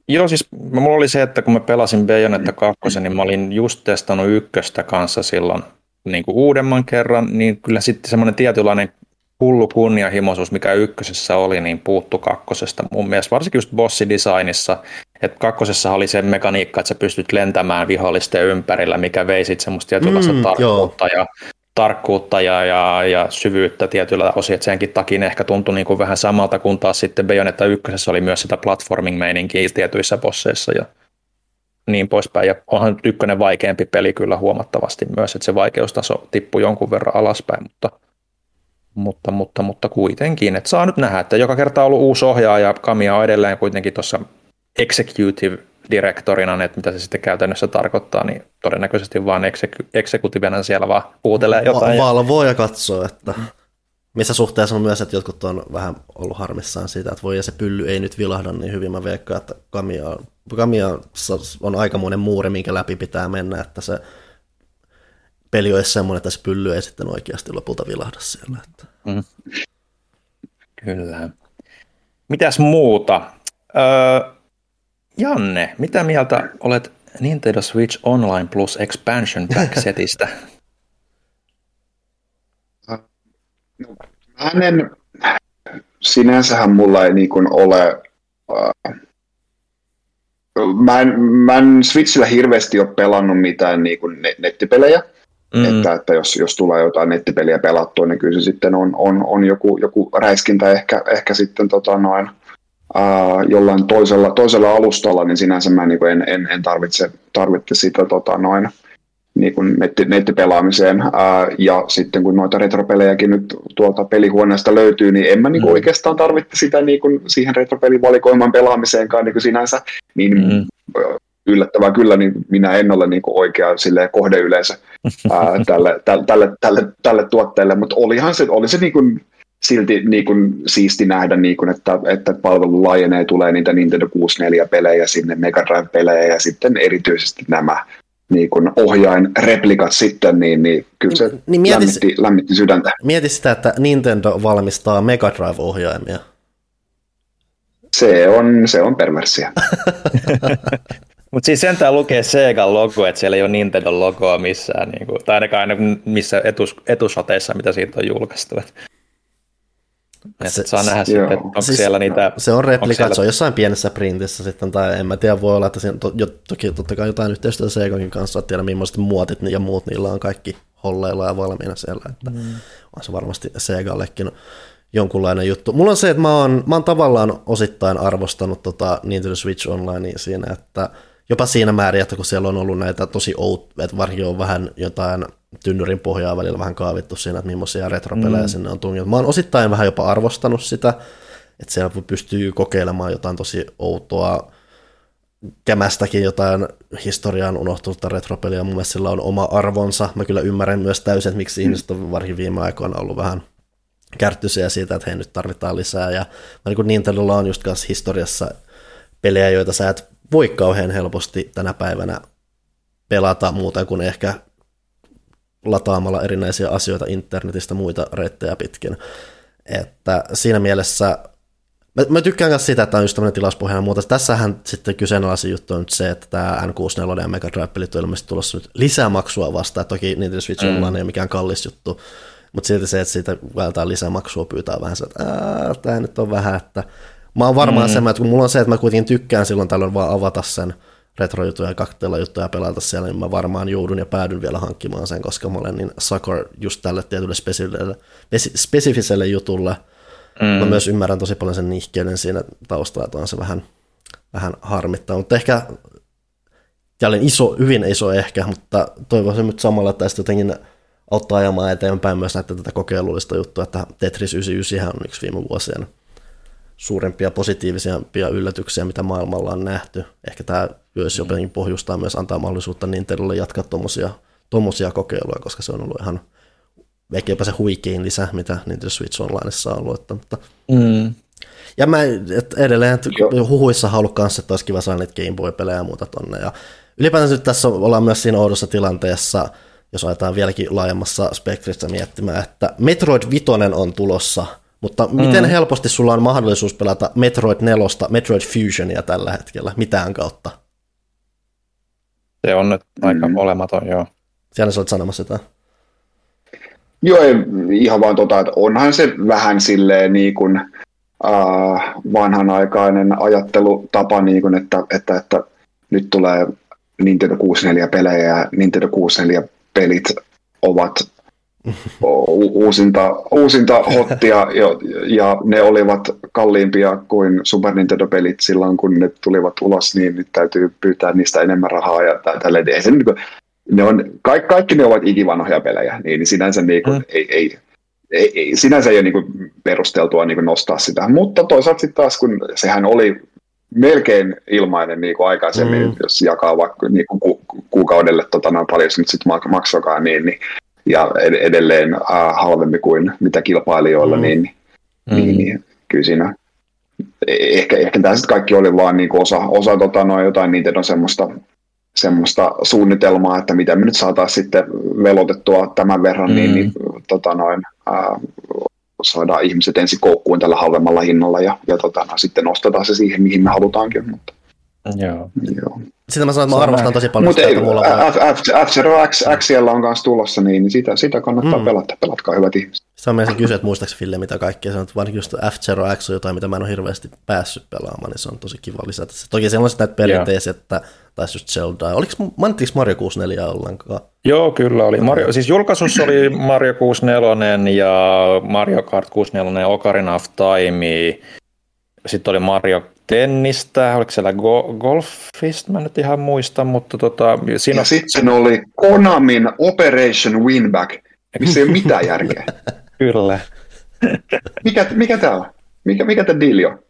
Joo, siis mulla oli se, että kun mä pelasin Bayonetta kaksi, niin mä olin just testannut ykköstä kanssa silloin niin kuin uudemman kerran, niin kyllä sitten semmoinen tietynlainen hullu kunnianhimoisuus, mikä ykkösessä oli, niin puuttu kakkosesta mun mielestä, varsinkin just bossidesignissa, että kakkosessa oli se mekaniikka, että sä pystyt lentämään vihollisten ympärillä, mikä vei sitten semmoista tietynlaista mm, tarkkuutta, ja, tarkkuutta ja, ja, ja syvyyttä tietyllä osin, että senkin takia ehkä tuntui niin kuin vähän samalta, kun taas sitten Bayonetta ykkösessä oli myös sitä platforming-meininkiä tietyissä bosseissa ja niin poispäin, ja onhan ykkönen vaikeampi peli kyllä huomattavasti myös, että se vaikeustaso tippui jonkun verran alaspäin, mutta Mutta, mutta, mutta kuitenkin, että saa nyt nähdä, että joka kerta on ollut uusi ohjaaja, Kamiya on edelleen kuitenkin tuossa executive directorina, että mitä se sitten käytännössä tarkoittaa, niin todennäköisesti vaan execu- executivena siellä vaan puutelee jotain. Valvoo ja katsoo, että missä suhteessa on myös, että jotkut on vähän ollut harmissaan siitä, että voi ja se pylly ei nyt vilahda niin hyvin, mä veikkaan, että Kamiya, Kamiya on aikamoinen muuri, minkä läpi pitää mennä, että se peli olisi semmoinen, että se pylly ei sitten oikeasti lopulta vilahda siellä. Että. Mm. Kyllä. Mitäs muuta? Öö, Janne, mitä mieltä olet Nintendo Switch Online Plus Expansion Pack-setistä? No, hänen sinänsähän mulla ei niin kuin ole... Uh, mä, en, mä en Switchillä hirveästi ole pelannut mitään niin kuin nettipelejä. Mm. Että, että jos, jos tulee jotain nettipeliä pelattua, niin kyllä se sitten on, on, on joku, joku räiskintä ehkä, ehkä sitten tota noin, ää, jollain toisella, toisella alustalla, niin sinänsä mä niin en, en, en tarvitse, tarvitse sitä tota noin, niin kuin netti, nettipelaamiseen. Ää, ja sitten kun noita retropelejäkin nyt tuolta pelihuoneesta löytyy, niin en mä niin kuin mm. oikeastaan tarvitse sitä niin kuin siihen retropelivalikoiman pelaamiseenkaan niin kuin sinänsä. Niin, mm. yllättävää kyllä, niin minä en ole niin kuin oikea kohdeyleisö ää, tälle, tälle, tälle, tälle, tälle tuotteelle, mutta olihan se, oli se niin kuin, silti niin kuin, siisti nähdä, niin kuin, että, että palvelu laajenee, tulee niitä Nintendo kuusikymmentäneljä-pelejä sinne, Mega Drive-pelejä ja sitten erityisesti nämä niin kuin ohjainreplikat sitten, niin, niin kyllä se niin mietis, lämmitti, lämmitti sydäntä. Mieti sitä, että Nintendo valmistaa Mega Drive-ohjaimia. Se on, se on perversia. Mutta siis sentään lukee Segan logo, että siellä ei ole Nintendo logoa missään, niin kuin, tai ainakaan aina missä etus, etusoteissa, mitä siitä on julkaistu. Se, saa nähdä sitten, että onko siis, siellä niitä... Se on replika, siellä... se on jossain pienessä printissä sitten, tai en mä tiedä, voi olla, että siinä to, jo, toki totta kai jotain yhteistyötä Segankin kanssa, että tiedä millaiset muotit ja muut, niillä on kaikki holleilla ja valmiina siellä, että mm. on se varmasti Segallekin jonkunlainen juttu. Mulla on se, että mä oon, mä oon tavallaan osittain arvostanut tota Nintendo Switch Online siinä, että jopa siinä määrin, että kun siellä on ollut näitä tosi out, että varsinkin on vähän jotain tynnyrin pohjaa välillä vähän kaavittu siinä, että millaisia retropelejä mm. sinne on tullut. Mä oon osittain vähän jopa arvostanut sitä, että siellä pystyy kokeilemaan jotain tosi outoa, kämästäkin jotain historiaan unohtunutta retropeliä. Mun mielestä sillä on oma arvonsa. Mä kyllä ymmärrän myös täysin, että miksi mm. ihmiset on varsinkin viime aikoina ollut vähän kärttyisiä siitä, että hei, nyt tarvitaan lisää. Ja niin kuin Nintendolla on just kanssa historiassa pelejä, joita sä et voi kauhean helposti tänä päivänä pelata muuten kuin ehkä lataamalla erinäisiä asioita internetistä muita reittejä pitkin. Että siinä mielessä, mä, mä tykkään myös sitä, että on just tämmöinen tilauspohjainen muuta. Tässähän sitten kyseenalaisin juttu on nyt se, että tämä N kuusikymmentäneljä ja Mega Drive-pelit on ilmeisesti tulossa nyt lisämaksua vastaan. Toki Nintendo Switch mm. Online ei ole mikään kallis juttu, mutta silti se, että siitä vältään lisämaksua pyytää vähän se, että tämä nyt on vähän, että mä oon varmaan mm. semmoinen, että kun mulla on se, että mä kuitenkin tykkään silloin tällöin vaan avata sen retrojuttuja ja cocktail-juttuja ja pelata siellä, niin mä varmaan joudun ja päädyn vielä hankkimaan sen, koska mä olen niin sucker just tälle tietylle spesifiselle jutulle. Mm. Mä myös ymmärrän tosi paljon sen nihkeyden siinä taustalla, että on se vähän, vähän harmittaa, mutta ehkä jälleen iso, hyvin iso ehkä, mutta toivoisin nyt samalla, että tästä jotenkin auttaa ajamaan eteenpäin myös näitä tätä kokeilullista juttua, että Tetris yhdeksänkymmentäyhdeksän on yksi viime vuosien suurempia positiivisia yllätyksiä, mitä maailmalla on nähty. Ehkä tämä myös jotenkin pohjustaa myös antaa mahdollisuutta Nintendolle jatkaa tuommoisia kokeiluja, koska se on ollut ihan ehkä jopa se huikein lisä, mitä Nintendo Switch Onlineissa on ollut. Mutta. Mm. Ja mä et edelleen että huhuissa haluan kanssa, että olisi kiva saada niitä Game Boy-pelejä ja muuta tonne. Ja ylipäätään nyt tässä ollaan myös siinä oudossa tilanteessa, jos aletaan vieläkin laajemmassa spektrissä miettimään, että Metroid Vitoinen on tulossa Mutta miten mm. helposti sulla on mahdollisuus pelata Metroid neljä, Metroid Fusionia tällä hetkellä, mitään kautta? Se on nyt aika mm. olematon, joo. Siellä sä olet sanomassa sitä. Joo, ei, ihan vaan tota, että onhan se vähän silleen niin kuin uh, vanhanaikainen ajattelutapa, niin kuin, että, että, että nyt tulee Nintendo kuusikymmentäneljä-pelejä ja Nintendo kuusikymmentäneljä-pelit ovat u- uusinta, uusinta hottia ja, ja ne olivat kalliimpia kuin Super Nintendo-pelit silloin, kun ne tulivat ulos, niin nyt täytyy pyytää niistä enemmän rahaa ja tälleen. Ne on, kaikki, kaikki ne ovat ikivanhoja pelejä, niin sinänsä, niin kuin, mm. ei, ei, ei, ei, sinänsä ei ole niin kuin perusteltua niin kuin nostaa sitä, mutta toisaalta sitten taas, kun sehän oli melkein ilmainen niin kuin aikaisemmin, mm. jos jakaa vaikka niin kuin ku, kuukaudelle tota, noin paljon, jos nyt sitten maksokaa, niin, niin, ja edelleen äh, halvemmin kuin mitä kilpailijoilla, mm. niin, mm. niin, niin kyllä siinä ehkä, ehkä tämä sitten kaikki oli vaan niin kuin osa, osa tota, noin jotain Nintendo semmoista semmoista suunnitelmaa, että mitä me nyt saataisiin sitten velotettua tämän verran, mm. niin, niin tota noin, ää, saadaan ihmiset ensin koukkuun tällä halvemmalla hinnalla ja, ja tota, no, sitten nostetaan se siihen, mihin me halutaankin. Mutta, joo. joo. Sitten mä sanon, että mä arvostan tosi paljon sitä, sitä, että mulla on... F-Zero X, X:llä on kanssa tulossa, niin sitä, sitä kannattaa mm. pelata. Pelatkaa hyvät ihmiset. Se on meidän kysyä, että muistaakseni Ville mitä kaikkea sanoo, että varsinkin just F-Zero X on jotain, mitä mä en ole hirveästi päässyt pelaamaan, niin se on tosi kiva lisätä. Toki siellä on sitten näitä perinteisiä, että taisi just Zelda. Oliko, mainittiinko Mario kuusikymmentäneljä ollenkaan? Joo, kyllä oli. Mario, siis julkaisussa oli Mario kuusikymmentäneljä ja Mario Kart kuusikymmentäneljä, Ocarina of Time, sitten oli Mario Tennistä, oliko siellä go- Golfista, mä nyt ihan muistan, mutta tota... Siinä ja on... sitten oli Konamin Operation Winback, missä ei ole mitään järkeä. Kyllä. Mikä, mikä tää on? Mikä, mikä tää deali on?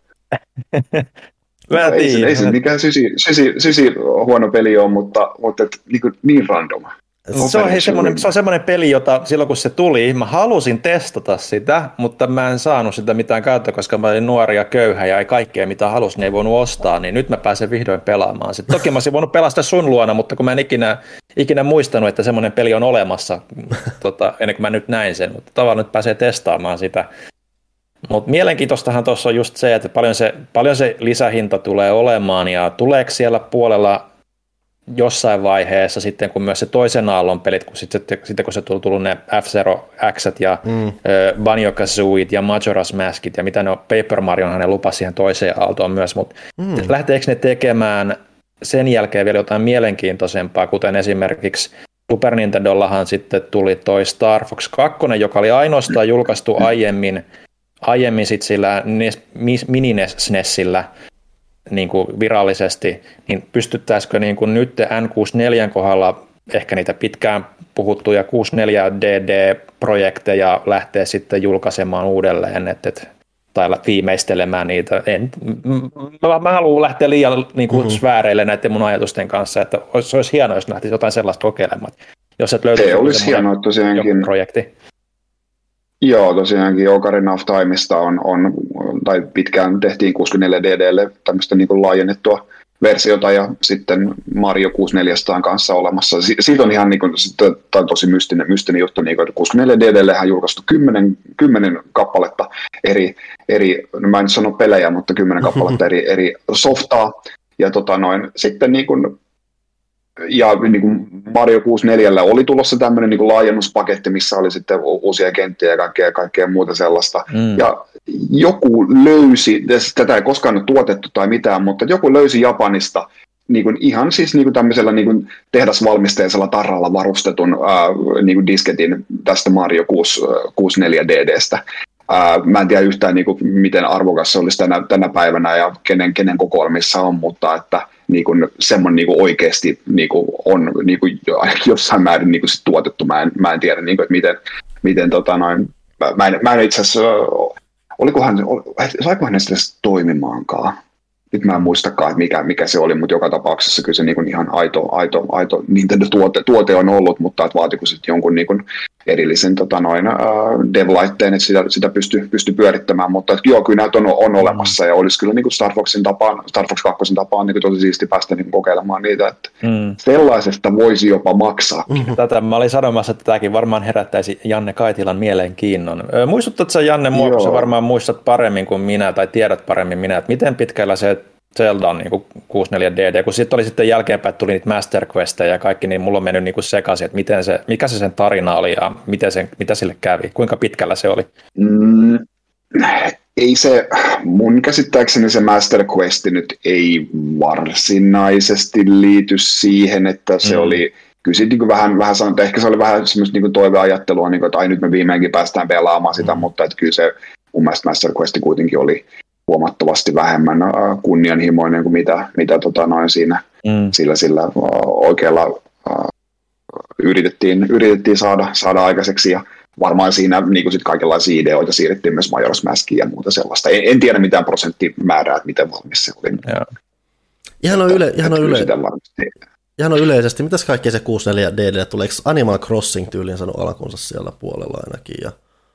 Mä no, ei, se, ei se mikään sysi, sysi, sysi huono peli on, mutta, mutta et, niin, niin random. Se on, hei, semmoinen, se on semmoinen peli, jota silloin kun se tuli, mä halusin testata sitä, mutta mä en saanut sitä mitään käyttöä, koska mä olin nuori ja köyhä ja ei kaikkea mitä halusin, niin ei voinut ostaa, niin nyt mä pääsen vihdoin pelaamaan. Sitten toki mä olisin voinut pelastaa sun luona, mutta kun mä en ikinä, ikinä muistanut, että semmoinen peli on olemassa, tota, ennen kuin mä nyt näin sen, mutta tavallaan nyt pääsee testaamaan sitä. Mutta mielenkiintoistahan tuossa on just se, että paljon se, paljon se lisähinta tulee olemaan ja tuleeko siellä puolella jossain vaiheessa sitten, kun myös se toisen aallon pelit, kun sitten, sitten kun se tuli tullut ne F-Zero X:t ja mm. Banjo-Kazooit ja Majora's Maskit ja mitä ne on, Paper Marionhan ne lupasi siihen toiseen aaltoon myös, mutta mm. lähteekö ne tekemään sen jälkeen vielä jotain mielenkiintoisempaa, kuten esimerkiksi Super Nintendollahan sitten tuli toi Star Fox kaksi, joka oli ainoastaan julkaistu aiemmin, aiemmin sitten sillä mini-S N E Sillä, niin kuin virallisesti, niin pystyttäisikö niin kuin nyt N kuusikymmentäneljä kohdalla ehkä niitä pitkään puhuttuja kuusikymmentäneljä D D-projekteja lähteä sitten julkaisemaan uudelleen, että, että, tai viimeistelemään niitä. En, mä, mä haluan lähteä liian niin kuin mm-hmm. sfääreille näiden mun ajatusten kanssa, että se olisi hienoa, jos lähtisi jotain sellaista kokeilemaan. Jos et löytäisi olisi hienoa, tosiaankin projekti. Joo, tosiaankin Ocarina of Timeista on, on, tai pitkään tehtiin kuusikymmentäneljä D D:lle tämmöistä niin kuin laajennettua versiota, ja sitten Mario kuusikymmentäneljä on kanssa olemassa. Si- siitä on ihan niin kuin, tämä on tosi mystinen, mystinen juttu, niin kuin, kuusikymmentäneljä D D:lle on julkaistu kymmenen, kymmenen kappaletta eri, eri, no mä en sano pelejä, mutta kymmenen kappaletta eri, eri softaa, ja tota noin, sitten niin kuin, ja niin kuin Mario kuusikymmentäneljä oli tulossa tämmöinen niin kuin laajennuspaketti, missä oli sitten uusia kenttiä ja kaikkea, kaikkea muuta sellaista. Mm. Ja joku löysi, tätä ei koskaan ole tuotettu tai mitään, mutta joku löysi Japanista niin kuin ihan siis niin kuin tämmöisellä niin kuin tehdasvalmisteisella tarralla varustetun ää, niin kuin disketin tästä Mario kuusikymmentäneljä D D:stä. Ää, mä en tiedä yhtään, niin kuin, miten arvokas se olisi tänä, tänä päivänä ja kenen, kenen kokoelmissa on, mutta että niin kuin, semmoinen niin kuin oikeasti niin kuin, on niin kuin, jossain määrin niin kuin, sit tuotettu. Mä en, mä en tiedä, niin kuin, että miten, miten tota, noin, mä en, mä en itse asiassa, olikohan, saikohan ne sitä toimimaankaan? nyt mä en muistakaan, että mikä, mikä se oli, mutta joka tapauksessa kyllä se niin kuin ihan aito, aito, aito Nintendo-tuote tuote on ollut, mutta että vaatiko sitten jonkun niin kuin erillisen tota noin, uh, dev-laitteen, että sitä, sitä pystyy pysty pyörittämään, mutta että joo, kyllä näitä on, on olemassa ja olisi kyllä niin kuin Star Foxin tapaan, Star Fox kaksi tapaan niin kuin tosi siisti päästä niin kuin kokeilemaan niitä, että mm. sellaisesta voisi jopa maksaa. Mm-hmm. Tätä mä olin sanomassa, että tämäkin varmaan herättäisi Janne Kaitilan mielenkiinnon. Muistutatko sä, Janne, mua, kun sä varmaan muistat paremmin kuin minä tai tiedät paremmin minä, että miten pitkällä se Zelda on niin kuusikymmentäneljä D D, kun sitten oli sitten jälkeenpäin, tuli niitä Master Questeja ja kaikki, niin mulla on mennyt niin sekaisin, että miten se, mikä se sen tarina oli ja miten se, mitä sille kävi, kuinka pitkällä se oli? Mm, ei se, mun käsittääkseni se Master Quest nyt ei varsinaisesti liity siihen, että se mm. oli, kyllä siitä niin vähän, vähän sanottu, ehkä se oli vähän semmoista niin toiveajattelua, niin kuin, että ai nyt me viimeinkin päästään pelaamaan sitä, mm. mutta että kyllä se mun mielestä Master Quest kuitenkin oli huomattavasti vähemmän uh, kunnianhimoinen kuin mitä, mitä tota, noin siinä, mm. sillä, sillä uh, oikealla uh, yritettiin, yritettiin saada, saada aikaiseksi ja varmaan siinä niin sit kaikenlaisia ideoita siirrettiin myös Majora's Maskiin ja muuta sellaista. En, en tiedä mitään prosenttimäärää, että miten valmis se oli. Ihan on, yle, ihan, on yle, ihan on yleisesti, mitäs kaikkea se kuusikymmentäneljä D D tulee? Eikö Animal Crossing tyyliin saanut alkunsa siellä puolella ainakin? Ja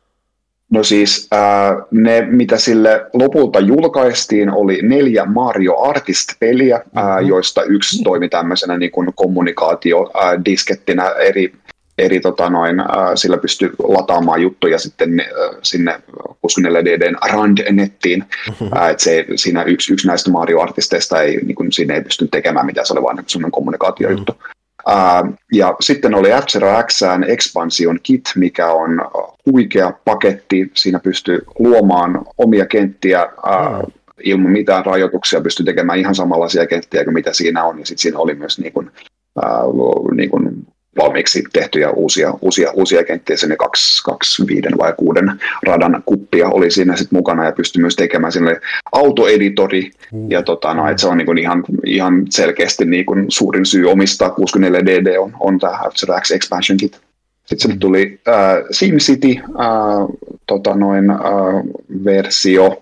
no siis äh, ne, mitä sille lopulta julkaistiin, oli neljä Mario Artist-peliä, mm-hmm. äh, joista yksi toimi tämmöisenä niin kuin kommunikaatiodiskettinä eri, eri tota noin, äh, sillä pystyi lataamaan juttuja sitten äh, sinne kuusikymmentäneljä D D:n Rand-nettiin. Mm-hmm. Äh, et se, siinä yksi, yksi näistä Mario Artisteista ei, niin kuin, siinä ei pystynyt tekemään mitään, se oli vain semmoinen kommunikaatiojuttu. Mm-hmm. Uh, ja sitten oli F-Zero X:n Expansion Kit, mikä on huikea paketti. Siinä pystyy luomaan omia kenttiä uh, mm. ilman mitään rajoituksia, pystyy tekemään ihan samanlaisia kenttiä kuin mitä siinä on. Ja sitten siinä oli myös niin kuin, uh, niin kuin valmiiksi tehtyjä uusia, uusia, uusia kenttiä, sinne kaksi, kaksi, viiden vai kuuden radan kuppia oli siinä sitten mukana ja pystyi myös tekemään sinne autoeditori mm. ja tota, no, et se on niin kuin ihan, ihan selkeästi niin kuin suurin syy omistaa kuusikymmentäneljä D D on, on tämä F-Zero X Expansion Kit. Sitten mm. tuli äh, SimCity äh, tota noin, äh, versio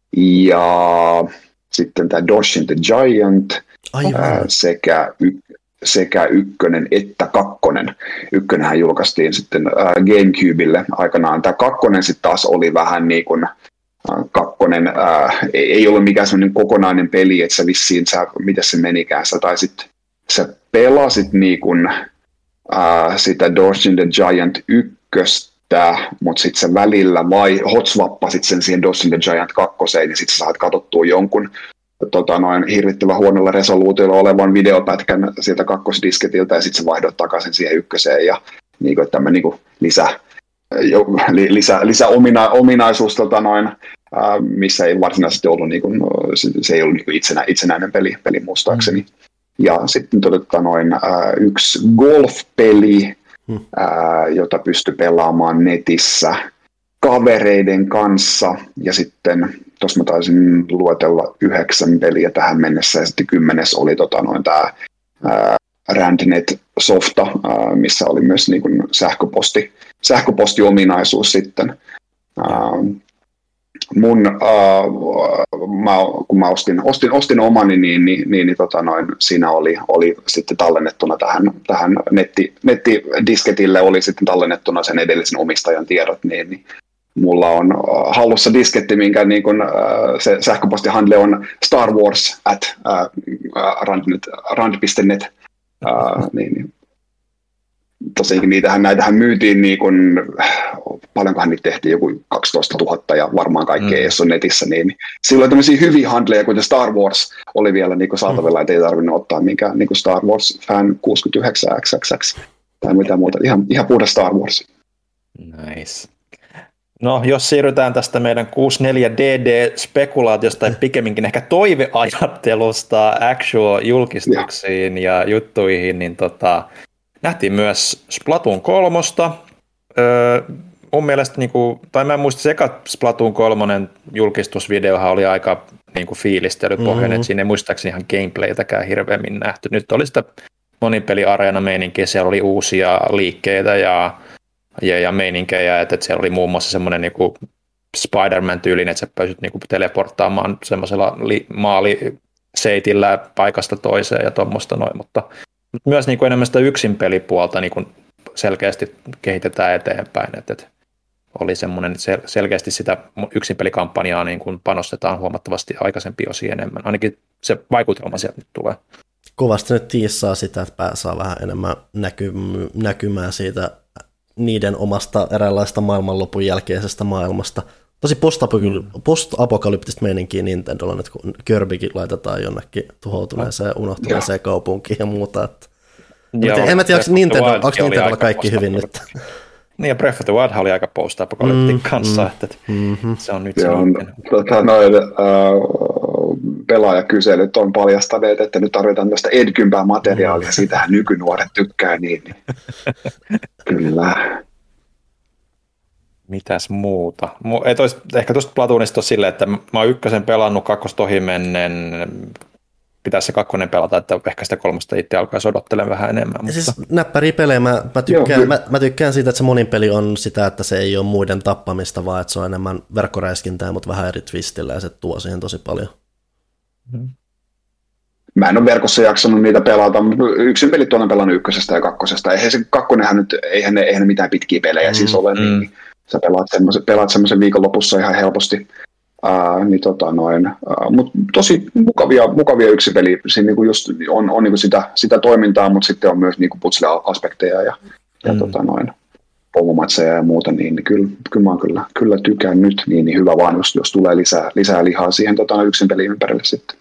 ja sitten tämä Dodge and the Giant äh, sekä y- sekä ykkönen että kakkonen. Ykkönenhän julkaistiin sitten äh, GameCubelle aikanaan. Tämä kakkonen sitten taas oli vähän niin kuin, äh, kakkonen äh, ei ollut mikään semmoinen kokonainen peli, että sä vissiin, sä, miten se menikään, sä taisit, sä pelasit niin kuin, äh, sitä Dodge and the Giant ykköstä, mutta sitten sä välillä vai hotswappasit sen siihen Dodge and the Giant kakkoseen, niin sitten sä saat katsottua jonkun Tota, noin hirvittävän huonolla resoluutiolla olevan videopätkän sieltä kakkosdisketiltä ja sitten se vaihdot takaisin siihen ykköseen ja niin kuin, tämmöinen niin kuin lisä, jo, li, lisä, lisä omina, ominaisuus, tota, noin, ää, missä ei varsinaisesti ollut, niin kuin, se, se ei ollut niin kuin itsenä, itsenäinen peli, peli muistaakseni. Mm. Ja sitten tota, noin, ää, yksi golf-peli, mm. ää, jota pystyi pelaamaan netissä kavereiden kanssa ja sitten tuossa mä taisin luetella yhdeksän peliä tähän mennessä ja sitten kymmenes oli tota, noin tämä RandNet-softa, ää, missä oli myös niin kuin sähköposti, sähköpostiominaisuus sitten. Ää, mun, ää, mä, kun mä ostin, ostin, ostin omani, niin, niin, niin, niin tota noin, siinä oli, oli sitten tallennettuna tähän, tähän netti, nettidisketille oli sitten tallennettuna sen edellisen omistajan tiedot, niin, niin mulla on hallussa disketti, minkä niin kun, se sähköpostihandle on Star Wars at rand piste net. Niin, niin. Tosiaankin niitähän, näitähän myytiin, niin kun, paljonkohan niitä tehtiin, joku kaksitoista tuhatta ja varmaan kaikki mm. ei ole netissä. Niin, silloin tämmöisiä hyviä handleja, kuten Star Wars oli vielä niin saatavilla, mm. että ei tarvinnut ottaa minkään niin Star Wars Fan kuusikymmentäyhdeksän X X X tai mitä muuta. Ihan, ihan puhdas Star Wars. Nice. No, jos siirrytään tästä meidän kuusikymmentäneljä D D-spekulaatiosta tai pikemminkin ehkä toiveajattelusta actual-julkistuksiin ja juttuihin, niin tota, nähtiin myös Splatoon kolmosta. Öö, mun mielestä, niin kuin, tai mä en muista, se eka Splatoon kolmonen julkistusvideohan oli aika niin kuin fiilistelypohjainen, mm-hmm. että siinä ei muistaakseni ihan gameplaytäkään hirveämmin nähty. Nyt oli sitä monipeli-areena-meininkiä, siellä oli uusia liikkeitä ja ja, ja meininkejä, että, että siellä oli muun muassa semmoinen niin Spider-Man-tyylinen, että sä pääsit niin teleporttaamaan semmoisella li- maali seitillä paikasta toiseen ja tuommoista noin, mutta myös niin kuin enemmän sitä yksin pelipuolta niin kuin selkeästi kehitetään eteenpäin, että, että oli semmoinen sel- selkeästi sitä yksin pelikampanjaa niin kuin panostetaan huomattavasti aikaisempi osia enemmän, ainakin se vaikutelma sieltä nyt tulee. Kovasti nyt tiissaa sitä, että saa vähän enemmän näky- näkymää siitä niiden omasta eräänlaista maailmanlopun jälkeisestä maailmasta. Tosi post-apokalyptista meininkiä Nintendolla nyt, kun Kirbykin laitetaan jonnekin tuhoutuneeseen, unohtuneeseen kaupunkiin ja muuta. Että... Ja en mä tiedä, onko Nintendo, Nintendolla kaikki hyvin nyt. Niin, ja Breath of the Wild oli aika post-apokalyptin mm, kanssa, mm, että mm-hmm. se on nyt se on, tota, noin, uh, pelaajakyselyt on paljastaneet, että nyt tarvitaan tästä edgympää materiaalia, siitähän nykynuoret tykkää niin. niin. Kyllä. Mitäs muuta? Ei tois, ehkä tuosta Platoonista ole silleen, että mä oon ykkösen pelannut, kakkosta ohi mennen, pitäisi se kakkonen pelata, että ehkä sitä kolmosta itse alkaisi odottelemaan vähän enemmän. Mutta... Siis näppäriä pelejä, mä, mä, tykkään, Joo, mä, mä tykkään siitä, että se monin peli on sitä, että se ei ole muiden tappamista, vaan että se on enemmän verkkoräiskintää, mutta vähän eri twistillä ja se tuo siihen tosi paljon. Mm. Mä en ole verkossa jaksanut niitä pelata, mutta yksin pelit olen pelannut ykkösestä ja kakkosesta. Eihän se kakkonenhan nyt, eihän ne, eihän ne mitään pitkiä pelejä mm, siis ole, mm. niin sä pelaat semmoisen, pelaat semmoisen viikonlopussa ihan helposti. Uh, niin tota noin, uh, mutta tosi mukavia, mukavia yksi peli, siinä niinku just on, on niinku sitä, sitä toimintaa, mutta sitten on myös niinku putsle-aspekteja ja, mm. ja tota noin, pomomatseja ja muuta, niin, niin kyllä, kyllä mä oon kyllä, kyllä tykännyt, niin, niin hyvä vaan, jos, jos tulee lisää, lisää lihaa siihen tota, yksin pelin ympärille sitten.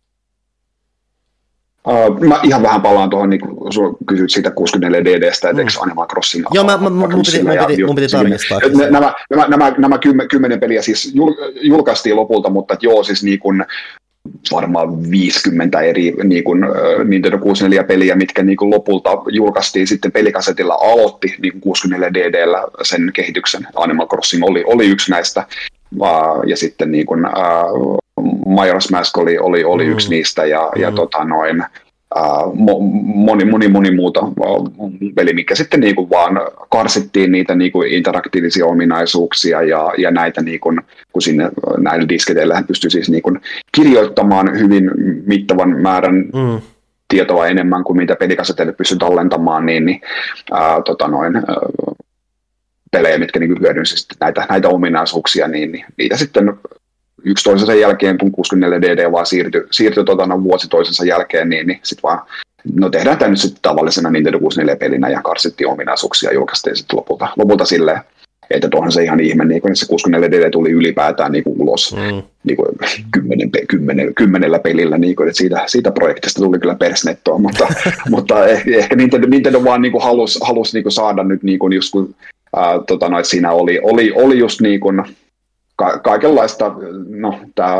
Uh, mä ihan vähän palaan tuohon, niin kun kysyt siitä kuusikymmentäneljä D D:stä, että mm. eikö Animal Crossing... Joo, mä, mä, mun, piti, mun, piti, mun piti tarkistaa. Nämä, nämä, nämä, nämä kymmenen peliä siis jul, julkaistiin lopulta, mutta että joo, siis niin kun, varmaan viisikymmentä eri niin kun, Nintendo kuusikymmentäneljä-peliä, mitkä niin kun lopulta julkaistiin sitten pelikasetilla, aloitti niin kuusikymmentäneljä D D:llä sen kehityksen. Animal Crossing oli, oli yksi näistä, uh, ja sitten niin kun, uh, Majora's Mask oli, oli, oli mm. yksi niistä, ja, mm. ja tota noin, uh, moni, moni, moni muuta peli, mikä sitten niinku vaan karsittiin niitä niinku interaktiivisia ominaisuuksia, ja, ja näitä, niinku, kun sinne näillä disketeillä pystyy siis niinku kirjoittamaan hyvin mittavan määrän mm. tietoa enemmän kuin mitä pelikaseteille pystyy tallentamaan, niin, niin uh, tota noin, uh, pelejä, mitkä niinku hyödynsivät näitä, näitä ominaisuuksia, niin, niin niitä sitten yksi toisensa jälkeen, kun kuusikymmentäneljä D D vaan siirtyi, siirtyi tota, vuosi toisensa jälkeen, niin, niin sitten vaan, no tehdään tämä nyt sitten tavallisena Nintendo kuusikymmentäneljä-pelinä ja karsittiin ominaisuuksia ja julkaistiin sitten lopulta, lopulta silleen, että onhan se ihan ihme, niin kun se kuusikymmentäneljä D D tuli ylipäätään niin kuin ulos mm. niin kuin kymmenen, kymmenen, kymmenellä pelillä, niin kuin, että siitä, siitä projektista tuli kyllä persnettoa, mutta, mutta ehkä, ehkä Nintendo, Nintendo vaan niin kuin halusi, halusi niin kuin saada nyt, niin kuin just kun ää, tota, no, että siinä oli, oli, oli just niin kuin, Ka- kaikenlaista, no tämä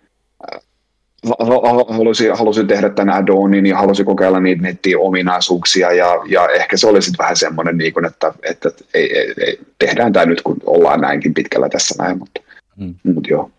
halusi, halusi tehdä tämän add-onin ja halusi kokeilla niitä netti-ominaisuuksia ja, ja ehkä se oli sitten vähän semmoinen, niin kuin, että, että, että ei, ei, ei, tehdään tämä nyt, kun ollaan näinkin pitkällä tässä näin, mutta, hmm. mutta joo.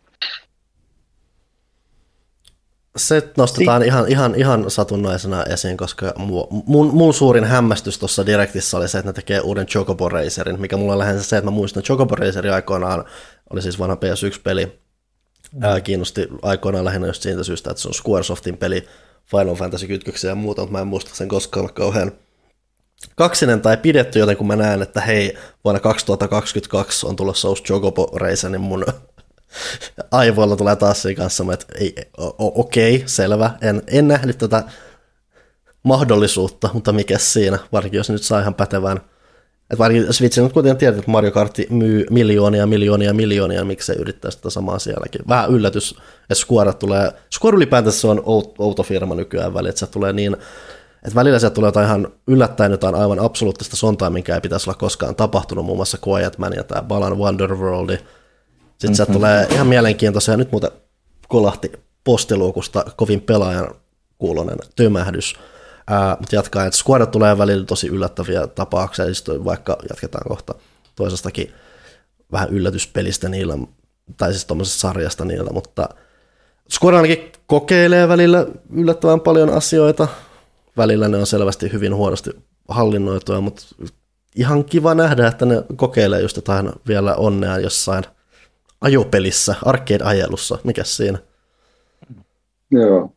Se nostetaan si- ihan, ihan, ihan satunnaisena esiin, koska mun, mun suurin hämmästys tuossa Directissa oli se, että ne tekee uuden Chocobo Racerin, mikä mulla on lähes se, että mä muistan, että Chocobo Racerin aikoinaan oli siis vanha P S yksi-peli, mm. Ää, kiinnosti aikoinaan lähinnä just siitä syystä, että se on Squaresoftin peli, Final Fantasy-kytköksiä ja muuta, mutta mä en muista sen koskaan kauhean kaksinen tai pidetty, joten kun mä näen, että hei, vuonna kaksituhattakaksikymmentäkaksi on tulossa uusi Chocobo Racer, niin mun aivoilla tulee taas siinä kanssa, että ei, okei, okay, selvä, en, en nähnyt tätä mahdollisuutta, mutta mikä siinä, varsinkin jos nyt saa ihan pätevän. Että varsinkin Switchin nyt kuitenkin tiedät, että Mario Kart myy miljoonia, miljoonia, miljoonia, miksei yrittäisi tätä samaa sielläkin. Vähän yllätys, että Square tulee, Square ylipäätänsä on outo firma nykyään väliin, että se tulee niin, että välillä sieltä tulee jotain ihan yllättäen jotain aivan absoluuttista sontaa, minkä ei pitäisi olla koskaan tapahtunut, muun muassa Quiet Man ja tämä Balan Wonderworld. Sitten sieltä mm-hmm. tulee ihan mielenkiintoisia, nyt muuten kolahti postiluukusta kovin pelaajan kuulonen tömähdys, ää, mutta jatkaa, että Square tulee välillä tosi yllättäviä tapauksia, vaikka jatketaan kohta toisestakin vähän yllätyspelistä niillä, tai siis tuommoisesta sarjasta niillä, mutta Square ainakin kokeilee välillä yllättävän paljon asioita, välillä ne on selvästi hyvin huonosti hallinnoitua, mutta ihan kiva nähdä, että ne kokeilee just jotain vielä onnea jossain ajopelissä, arcade-ajelussa, mikä siinä? Joo.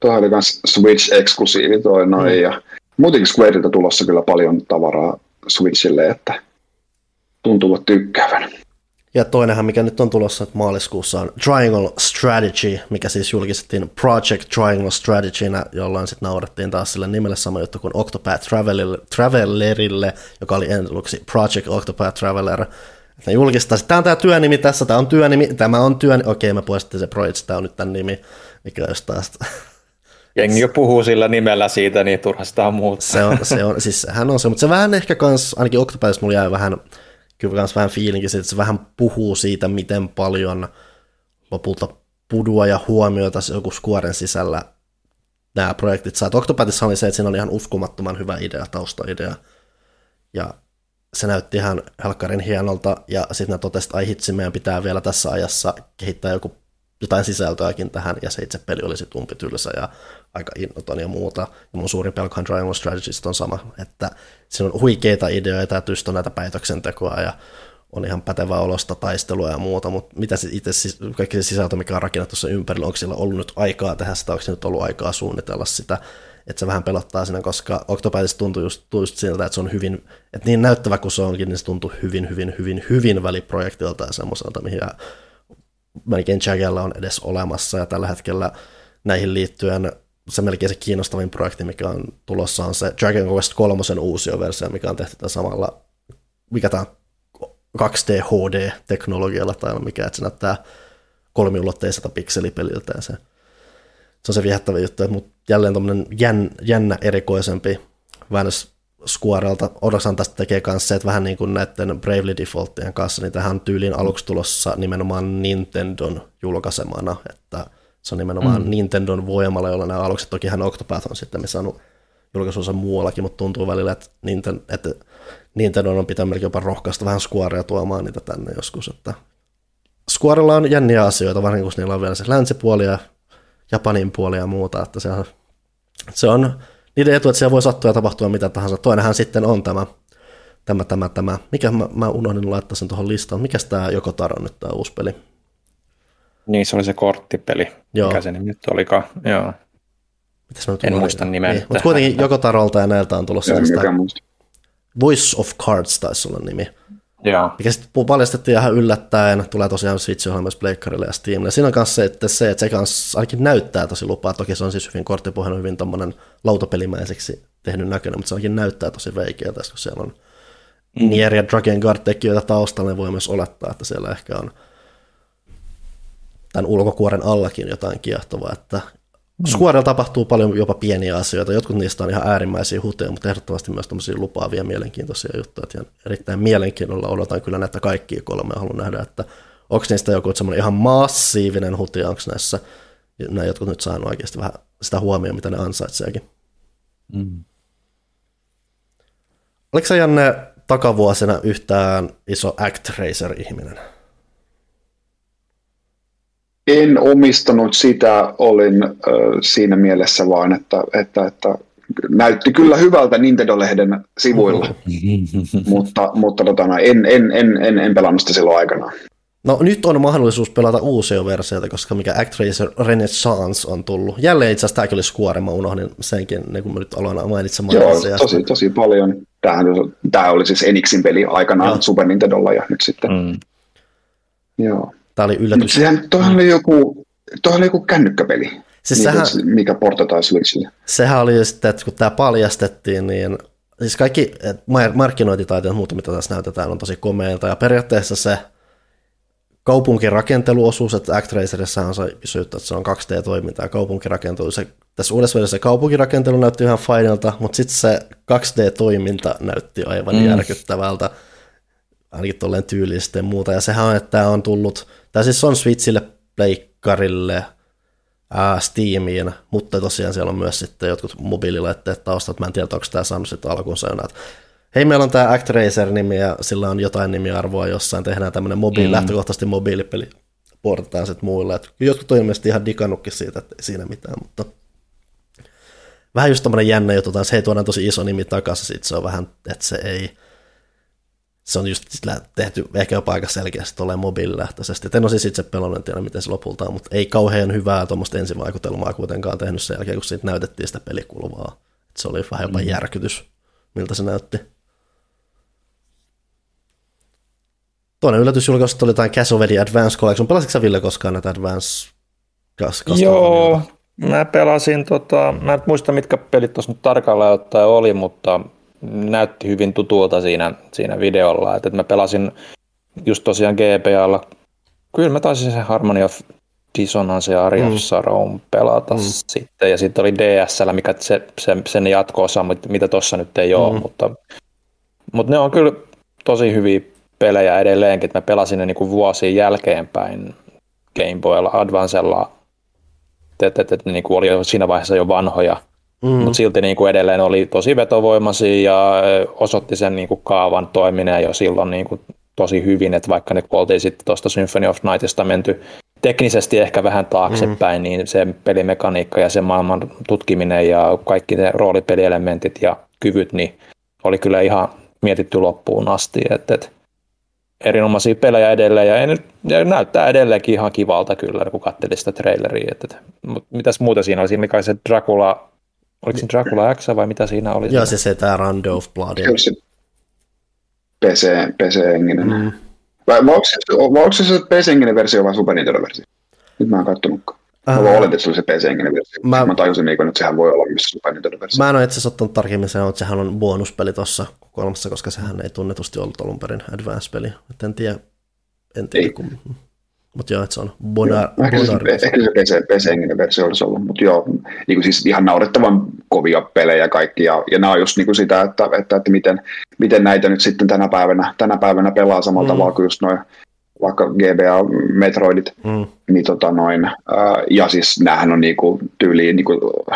Tuo oli myös Switch-eksklusiivi toi noin, mm. ja muutenkin Squareilta tulossa kyllä paljon tavaraa Switchille, että tuntuvat tykkäävän. Ja toinenhan, mikä nyt on tulossa että maaliskuussa, on Triangle Strategy, mikä siis julkistettiin Project Triangle Strategyna, jollain sitten naurattiin taas sille nimelle sama juttu kuin Octopath Travelerille, joka oli ensi Project Octopath Traveler. Ne julkistaisi, tämä on tämä työnimi tässä, tämä on työnimi, tämä on työnimi, okei mä poistin se Project, tämä on nyt tämän nimi, mikä olisi taas. Jengi jo puhuu sillä nimellä siitä, niin turha sitä on muuta. Se on, se on, siis hän on se, mutta se vähän ehkä kans, ainakin Octopathissa mulla jäi vähän, kyllä kans vähän fiilinkin siitä, että se vähän puhuu siitä, miten paljon lopulta pudua ja huomiota joku Squaren sisällä nämä projektit saa. Octopathissa oli se, että siinä oli ihan uskomattoman hyvä idea, taustaidea, ja se näytti ihan helkkarin hienolta, ja sitten ne totesi, että ai hitsi, meidän pitää vielä tässä ajassa kehittää joku, jotain sisältöäkin tähän, ja se itse peli olisi tumpitylsä ja aika innoton ja muuta. Ja mun suurin pelkohan Triangle Strategist on sama, että siinä on huikeita ideoita, ja tyst on näitä päätöksentekoa, ja on ihan pätevää olosta taistelua ja muuta, mutta mitä se itse, kaikki se sisältö, mikä on rakennettu sen ympärillä, onko sillä ollut nyt aikaa tehdä sitä, onko nyt ollut aikaa suunnitella sitä, että se vähän pelottaa siinä, koska Octopathissa tuntuu just, just siltä, että se on hyvin, että niin näyttävä kuin se onkin, niin se tuntuu hyvin, hyvin, hyvin, hyvin väliprojektilta ja semmoiselta, mihin melkein Jaggella on edes olemassa, ja tällä hetkellä näihin liittyen se melkein se kiinnostavin projekti, mikä on tulossa, on se Dragon Quest kolme uusio versio, mikä on tehty samalla, mikä tämä kaksi D H D-teknologialla tai mikä, että se näyttää kolmiulotteiselta pikselipeliltä, ja se Se on se viehättävä juttu, että mut jälleen tommonen jän, jännä erikoisempi väännös Squarelta. Odosan tästä tekee kanssa se, että vähän niin kuin näiden Bravely Defaultien kanssa, niin tähän on tyyliin aluksi tulossa nimenomaan Nintendon julkaisemana, että se on nimenomaan mm. Nintendon voimalla, jolla nämä alukset, tokihan Octopath on sitten saanut julkaisunsa muuallakin, mutta tuntuu välillä, että, Ninten, että Nintendon on pitää melkein jopa rohkaista vähän Squarea tuomaan niitä tänne joskus, että Squarella on jänniä asioita, varsinkin kun niillä on vielä se länsipuoli ja Japanin puoli ja muuta, että se on, se on niiden etu, että siellä voi sattua ja tapahtua mitä tahansa. Toinenhan sitten on tämä, tämä, tämä, tämä. Mikä mä, mä unohdin laittaa sen tuohon listaan. Mikäs tämä Yokotaro nyt tämä uusi peli? Niin, se oli se korttipeli. Joo. Mikä se nyt olikaan? Joo. Mitäs mä nyt en muista nimeä. Niin, mutta kuitenkin Yokotarolta ja näiltä on tulossa sitä Voice of Cards taisi olla nimi. Joo. Mikä sitten paljastettiin ihan yllättäen, tulee tosiaan Switch-ohjelma myös Pleikkarille ja Steamille. Siinä on myös se, että se, että se kanssa ainakin näyttää tosi lupaa. Toki se on siis hyvin korttipohjainen, hyvin tommoinen lautapelimäiseksi tehnyt näköinen, mutta se ainakin näyttää tosi veikeältä, kun siellä on mm. Nier ja Dragon Guard-tekijöitä taustalla, niin voi myös olettaa, että siellä ehkä on tämän ulkokuoren allakin jotain kiehtovaa, että Squarella tapahtuu paljon jopa pieniä asioita, jotkut niistä on ihan äärimmäisiä huteja, mutta ehdottomasti myös tämmöisiä lupaavia mielenkiintoisia juttuja, että erittäin mielenkiinnolla odotan kyllä näitä kaikkia kolmea, haluan nähdä, että onko niistä joku semmoinen ihan massiivinen hutia, onko näissä, nämä jotkut nyt saanut oikeasti vähän sitä huomioon, mitä ne ansaitseekin. Mm. Oliko sä, Janne, takavuosina yhtään iso ActRaiser-ihminen? En omistanut sitä, olin äh, siinä mielessä vaan, että, että, että näytti kyllä hyvältä Nintendo-lehden sivuilla, mutta, mutta tota, en, en, en, en, en pelannut sitä silloin aikanaan. No nyt on mahdollisuus pelata uusia versioita, koska mikä ActRaiser Renaissance on tullut. Jälleen itse asiassa tämäkin oli Square, mä unohdin senkin, niin kuin mä nyt aloin mainitsemaan. Joo, tosi, tosi paljon. Tämähän, tämä oli siis Enixin peli aikanaan Joo. Super Nintendolla ja nyt sitten. Mm. Joo. Tämä oli yllätys. Sehän, toihan oli joku, toihan oli joku kännykkäpeli, siis niin, sehän, mikä portataan Switchille. Sehän oli sitten, että kun tämä paljastettiin, niin siis kaikki markkinointitaiteet ja muuta, mitä tässä näytetään, on tosi komeilta. Ja periaatteessa se kaupunkirakenteluosuus, että ActRaiserissa on se iso juttu, että se on kaksi D-toimintaa ja kaupunkirakentelu. Se, tässä uudessa välissä se kaupunkirakentelu näytti ihan finelta, mutta sitten se kaksi D-toiminta näytti aivan mm. järkyttävältä. Ainakin tolleen tyylistä ja muuta, ja sehän on, että tämä on tullut, tämä siis on Switchille, Pleikkarille, ää, Steamiin, mutta tosiaan siellä on myös sitten jotkut mobiililaitteet taustat, mä en tiedä, onko tämä saanut sitten alkuunsa jo näitä. Hei, meillä on tämä ActRaiser-nimi, ja sillä on jotain nimiarvoa jossain, tehdään tämmöinen mobiili, mm. lähtökohtaisesti mobiilipeli, portataan sitten muille, että jotkut on ilmeisesti ihan digannutkin siitä, että ei siinä mitään, mutta vähän just tämmöinen jännä juttu, että hei, tuodaan tosi iso nimi takaisin, sitten se on vähän, että se ei se on just sillä tehty ehkä jopa aika selkeästi tuolleen mobiililähtöisesti. Et en ole siis itse pelannut, en tiedä miten se lopulta on, mutta ei kauhean hyvää tuommoista ensivaikutelmaa kuitenkaan tehnyt sen jälkeen, kun siitä näytettiin sitä pelikulmaa. Et se oli vähän jopa mm. järkytys, miltä se näytti. Toinen yllätysjulkaisu oli jotain Castlevania Advance Collection. Pelasitko sä, Ville, koskaan näitä Advance Castlevania? Joo, mä pelasin, tota, mä en muista mitkä pelit tuossa nyt tarkalleen ottaen oli, mutta näytti hyvin tutulta siinä, siinä videolla. Et, et mä pelasin just tosiaan G B A:lla. Kyllä mä taisin se Harmony of Dissonance ja Aria of mm. Sorrow pelata mm. sitten. Ja sitten oli D S:llä, mikä se, se, sen jatko-osa, mitä tuossa nyt ei ole. Mm. Mutta, mutta ne on kyllä tosi hyviä pelejä edelleenkin. Mä pelasin ne niinku vuosia jälkeenpäin Game Boylla, Advancella. Että et, et, ne niinku oli jo siinä vaiheessa jo vanhoja. Mm. Mutta silti niinku edelleen oli tosi vetovoimaisia ja osoitti sen niinku kaavan toimineen jo silloin niinku tosi hyvin, että vaikka nyt kun oltiin sitten tuosta Symphony of Nightista menty teknisesti ehkä vähän taaksepäin, mm. niin se pelimekaniikka ja se maailman tutkiminen ja kaikki ne roolipelielementit ja kyvyt, niin oli kyllä ihan mietitty loppuun asti, että et, erinomaisia pelejä edelleen ja, nyt, ja näyttää edelleenkin ihan kivalta kyllä, kun katselin sitä traileria. Et, et, mutta mitäs muuta siinä oli? Siinä oli se Dracula, oliko siinä Dracula X vai mitä siinä oli? Joo, se se tämä Round of Blood. Kyllä se P C, P C-henginen. Mm. Vai, vai, onko se, vai onko se se P C-henginen versio vai Super Nintendo-versio? Nyt mä en katsonutkaan. Mä uh, oletin, että se oli se P C-henginen versio. Mä, mä tajusin, että sehän voi olla myös Super Nintendo-versio. Mä en ole itse asiassa ottanut tarkemmin sanoa, että sehän on bonuspeli tuossa kokoelmassa, koska sehän ei tunnetusti ollut alun perin Advance-peli. Et en tiedä, en tiedä kun... Mutta joo, että se on Bonar. Ehkä se P C-henginen versio olisi ollut, mutta joo, niin kuin siis ihan naurettavan kovia pelejä kaikki, ja, ja nämä on just niin kuin sitä, että, että, että miten, miten näitä nyt sitten tänä päivänä, tänä päivänä pelaa samalla mm. tavalla kuin just noin vaikka G B A Metroidit, mm. niin tota noin, ää, ja siis näähän on niinku tyyliin niinku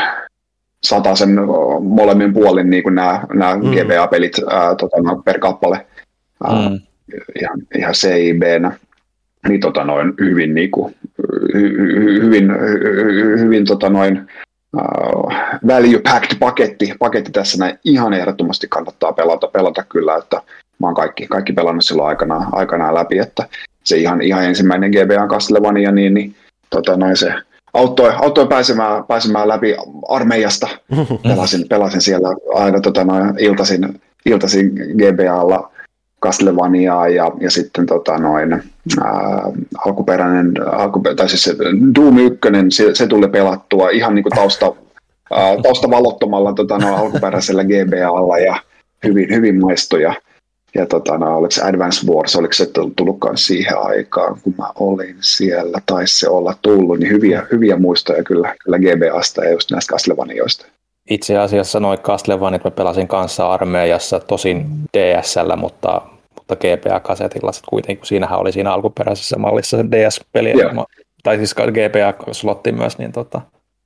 sataisen molemmin puolin niinku nämä, nämä mm. G B A-pelit ää, tota, no, per kappale, ää, mm. ihan, ihan C I B-nä. Niin tota noin hyvin niinku hy, hy, hyvin hy, hyvin tota noin uh, value packed paketti paketti tässä näin ihan ehdottomasti kannattaa pelata pelata kyllä, että mä oon kaikki kaikki pelannut silloin aikanaan aikanaan läpi, että se ihan ihan ensimmäinen G B A Castlevania niin niin tota noin se auttoi auttoi pääsemään pääsemään läpi armeijasta. Pelasin pelasin siellä aina tota noin iltaisin iltaisin G B A:lla Castlevaniaa ja, ja sitten tota noin, ää, alkuperäinen, alkuper- tai siis se Doom yksi, se, se tuli pelattua ihan niin kuin tausta, ää, taustavalottomalla tota noin, alkuperäisellä G B A:lla ja hyvin, hyvin maistui. Ja, ja tota noin, oliko se Advance Wars, oliko se tullutkaan siihen aikaan, kun mä olin siellä, taisi se olla tullut, niin hyviä, hyviä muistoja kyllä, kyllä G B A:sta ja just näistä Castlevaniaista. Itse asiassa noin Castlevaniat mä pelasin kanssa armeijassa, tosin D S:llä, mutta, mutta G B A-kasetilla sitten kuitenkin, kun siinähän oli siinä alkuperäisessä mallissa D S-peli, tai siis G B A-slotti myös, niin tota,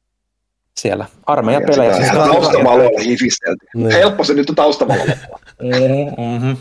siellä armeijapelejä. Siis taustavaloilla hifisteltiin. Helppo se nyt on taustavaloilla. mm-hmm.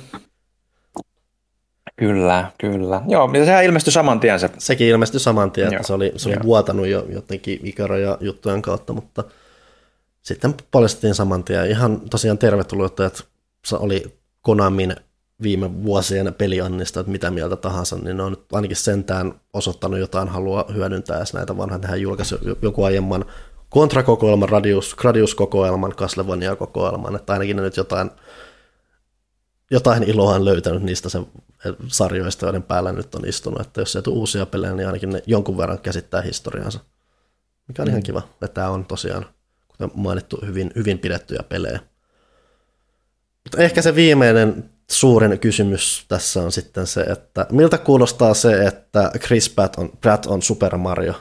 Kyllä, kyllä. Joo, ja sehän ilmestyi saman tien se. Sekin ilmestyi saman tien, että se oli, se oli vuotanut jo jotenkin Ikara juttujen kautta, mutta sitten paljastettiin saman tien. Ihan tosiaan tervetullut, että se oli Konamin viime vuosien peliannista, että mitä mieltä tahansa, niin ne on nyt ainakin sentään osoittanut jotain halua hyödyntää edes näitä vanhaa. Tähän julkaisi joku aiemman Contra-kokoelman, Gradius, Gradius-kokoelman, Castlevania-kokoelman, että ainakin ne nyt jotain, jotain iloa on löytänyt niistä sen sarjoista, joiden päällä nyt on istunut, että jos ei tule uusia pelejä, niin ainakin ne jonkun verran käsittää historiansa, mikä on mm. ihan kiva, että tämä on tosiaan mainittu hyvin, hyvin pidettyjä pelejä. Mutta ehkä se viimeinen suurin kysymys tässä on sitten se, että miltä kuulostaa se, että Chris Pratt on, Pratt on Super Mario?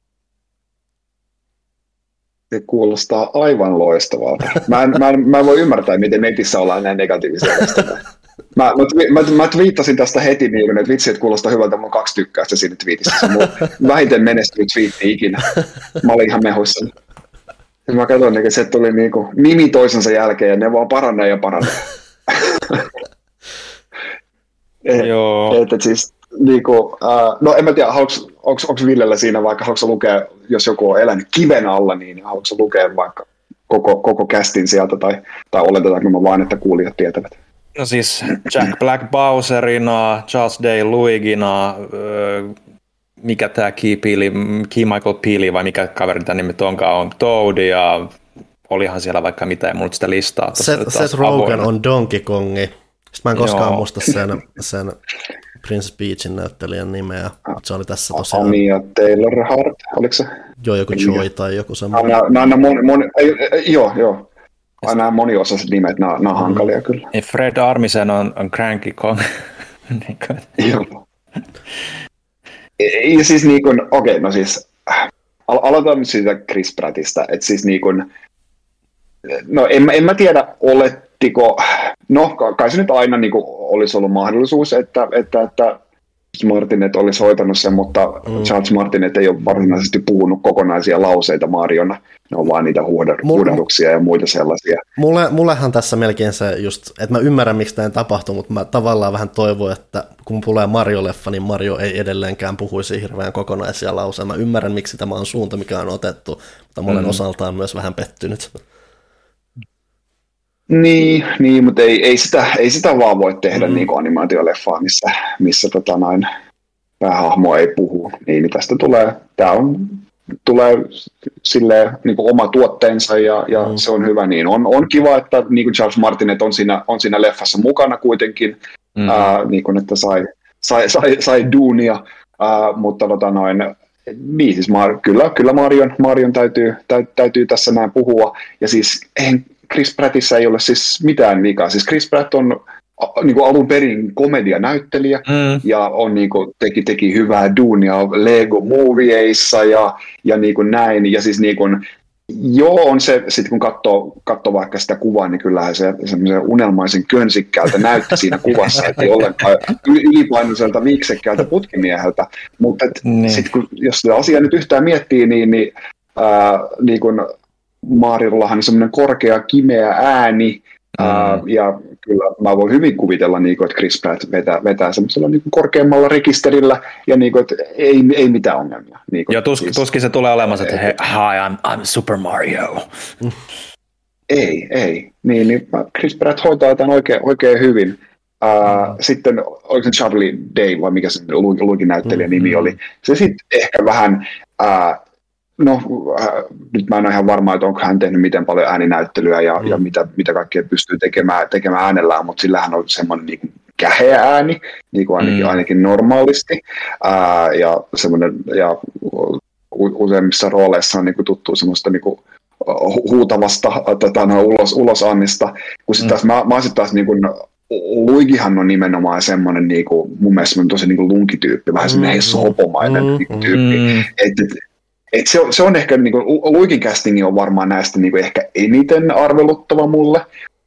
Se kuulostaa aivan loistavalta. Mä en, mä en, mä en voi ymmärtää, miten netissä ollaan näin negatiivisia tästä. Mä, mä, mä, mä twiittasin tästä heti, niin, että vitsi, että kuulostaa hyvältä, mulla on kaksi tykkäystä siinä twiitissä. Se on mun vähiten menestynyt twiitti ikinä. Mä olin ihan mehuissani. Ja mä katsoin, että se tuli niinku nimi toisensa jälkeen ja ne vaan paranee ja paranee. Joo. Että siis, niinku, äh, no en mä tiedä, onko Villellä siinä vaikka, haluatko lukea, jos joku on elänyt kiven alla, niin haluatko lukea vaikka koko, koko castin sieltä, tai, tai oletetaanko mä vaan, että kuulijat tietävät? No siis Jack Black Bowserina, Charles Day Luigina, mikä tämä Key, Peely, Key Michael Peely vai mikä kaveri tämä nimet onkaan on, Toad ja olihan siellä vaikka mitä, ei mulla sitä listaa. Seth, Seth Rogen on Donkey Kongi. Sitten mä en koskaan Joo. muista sen, sen Prince Peachin näyttelijän nimeä, mutta se oli tässä tosiaan. Anya Taylor-Hart, oliko se? Joo, joku Joy tai joku semmoinen. Nämä, nämä moni, moni, ei, joo, joo. Nämä moniosaiset nimet, nämä, nämä on mm. hankalia kyllä. Ja Fred Armisen on, on Cranky Kong. Joo. Ja siis niin kuin, okei, no siis al- aloitetaan nyt siitä Chris Prattista, että siis niin kuin, no en, en mä tiedä, olettiko, no kai se nyt aina niin kuin olisi ollut mahdollisuus, että, että, että Martinet olisi hoitanut sen, mutta mm. Charles Martinet ei ole varsinaisesti puhunut kokonaisia lauseita Mariona, ne on vaan niitä huudahduksia ja muita sellaisia. Mulle, mullehan tässä melkein se just, että mä ymmärrän miksi näin tapahtuu, mutta mä tavallaan vähän toivon, että kun tulee Mario-leffa, niin Mario ei edelleenkään puhuisi hirveän kokonaisia lauseita. Mä ymmärrän miksi tämä on suunta, mikä on otettu, mutta mä olen mm. osaltaan myös vähän pettynyt. Niin, niin mutta ei, ei, sitä, ei sitä vaan voi tehdä mm. niin kuin animaatioleffaa, missä, missä tota noin, päähahmo ei puhu. Niin, niin tästä tulee, tää on, tulee silleen, niin kuin oma tuotteensa ja, ja mm. se on hyvä. Niin on, on kiva, että niin kuin Charles Martinet on siinä, on siinä leffassa mukana kuitenkin, mm. ää, niin kuin, että sai, sai, sai, sai duunia, ää, mutta tota noin, niin siis Mar- kyllä, kyllä Marion, Marion täytyy, tä, täytyy tässä näin puhua. Ja siis eihän Chris Prattissa ei ole siis mitään vikaa. Siis Chris Pratt on niin kuin alun perin komedianäyttelijä mm. ja on, niin kuin, teki, teki hyvää duunia Lego Movieissa ja, ja niin kuin näin. Ja siis niin kuin, joo, on se, sit kun katsoo, katsoo vaikka sitä kuvaa, niin kyllähän se semmoisen unelmaisen könsikkäältä näytti siinä kuvassa, että ei ollenkaan ylipainoiselta viiksekkäältä putkimieheltä. Mutta niin. Sitten kun, jos sitä asiaa nyt yhtään miettii, niin, niin, ää, niin kun Mariollahan on semmoinen korkea, kimeä ääni, mm. ää, ja kyllä mä voin hyvin kuvitella, niin kuin, että Chris Pratt vetää, vetää semmoisella niin kuin korkeammalla rekisterillä, ja niin kuin, että ei, ei mitään ongelmia. Niin kuin, ja tus, siis, tuskin se tulee olemaan, että hei, hi, I'm, I'm Super Mario. Ei, ei. Niin, niin Chris Pratt hoitaa tämän oikein, oikein hyvin. Uh, mm. Sitten, oliko se Charlie Day, vai mikä se Luikin näyttelijän mm. nimi oli, se sitten ehkä vähän... Uh, No, äh, nyt mä en ole ihan varma, että onko hän tehnyt miten paljon ääninäyttelyä ja, mm. ja mitä, mitä kaikkea pystyy tekemään, tekemään äänellään, mutta sillähän on semmoinen niin kuin käheä ääni, niin kuin ainakin, mm. ainakin normaalisti, äh, ja, semmoinen, ja useimmissa rooleissa on niin kuin tuttu semmoista niin kuin huutavasta tota, no, ulos, ulosannista, kun sitten mm. taas mä, mä olisin taas niin kuin, Luigihan on nimenomaan semmoinen niin kuin, mun mielestä semmoinen tosi niin kuin lunkityyppi, vähän semmoinen mm. hessuhopomainen mm. niin kuin tyyppi, mm. että et, Et se, se on ehkä, niin kuin, Luikin castingi on varmaan näistä niin kuin ehkä eniten arveluttava mulle,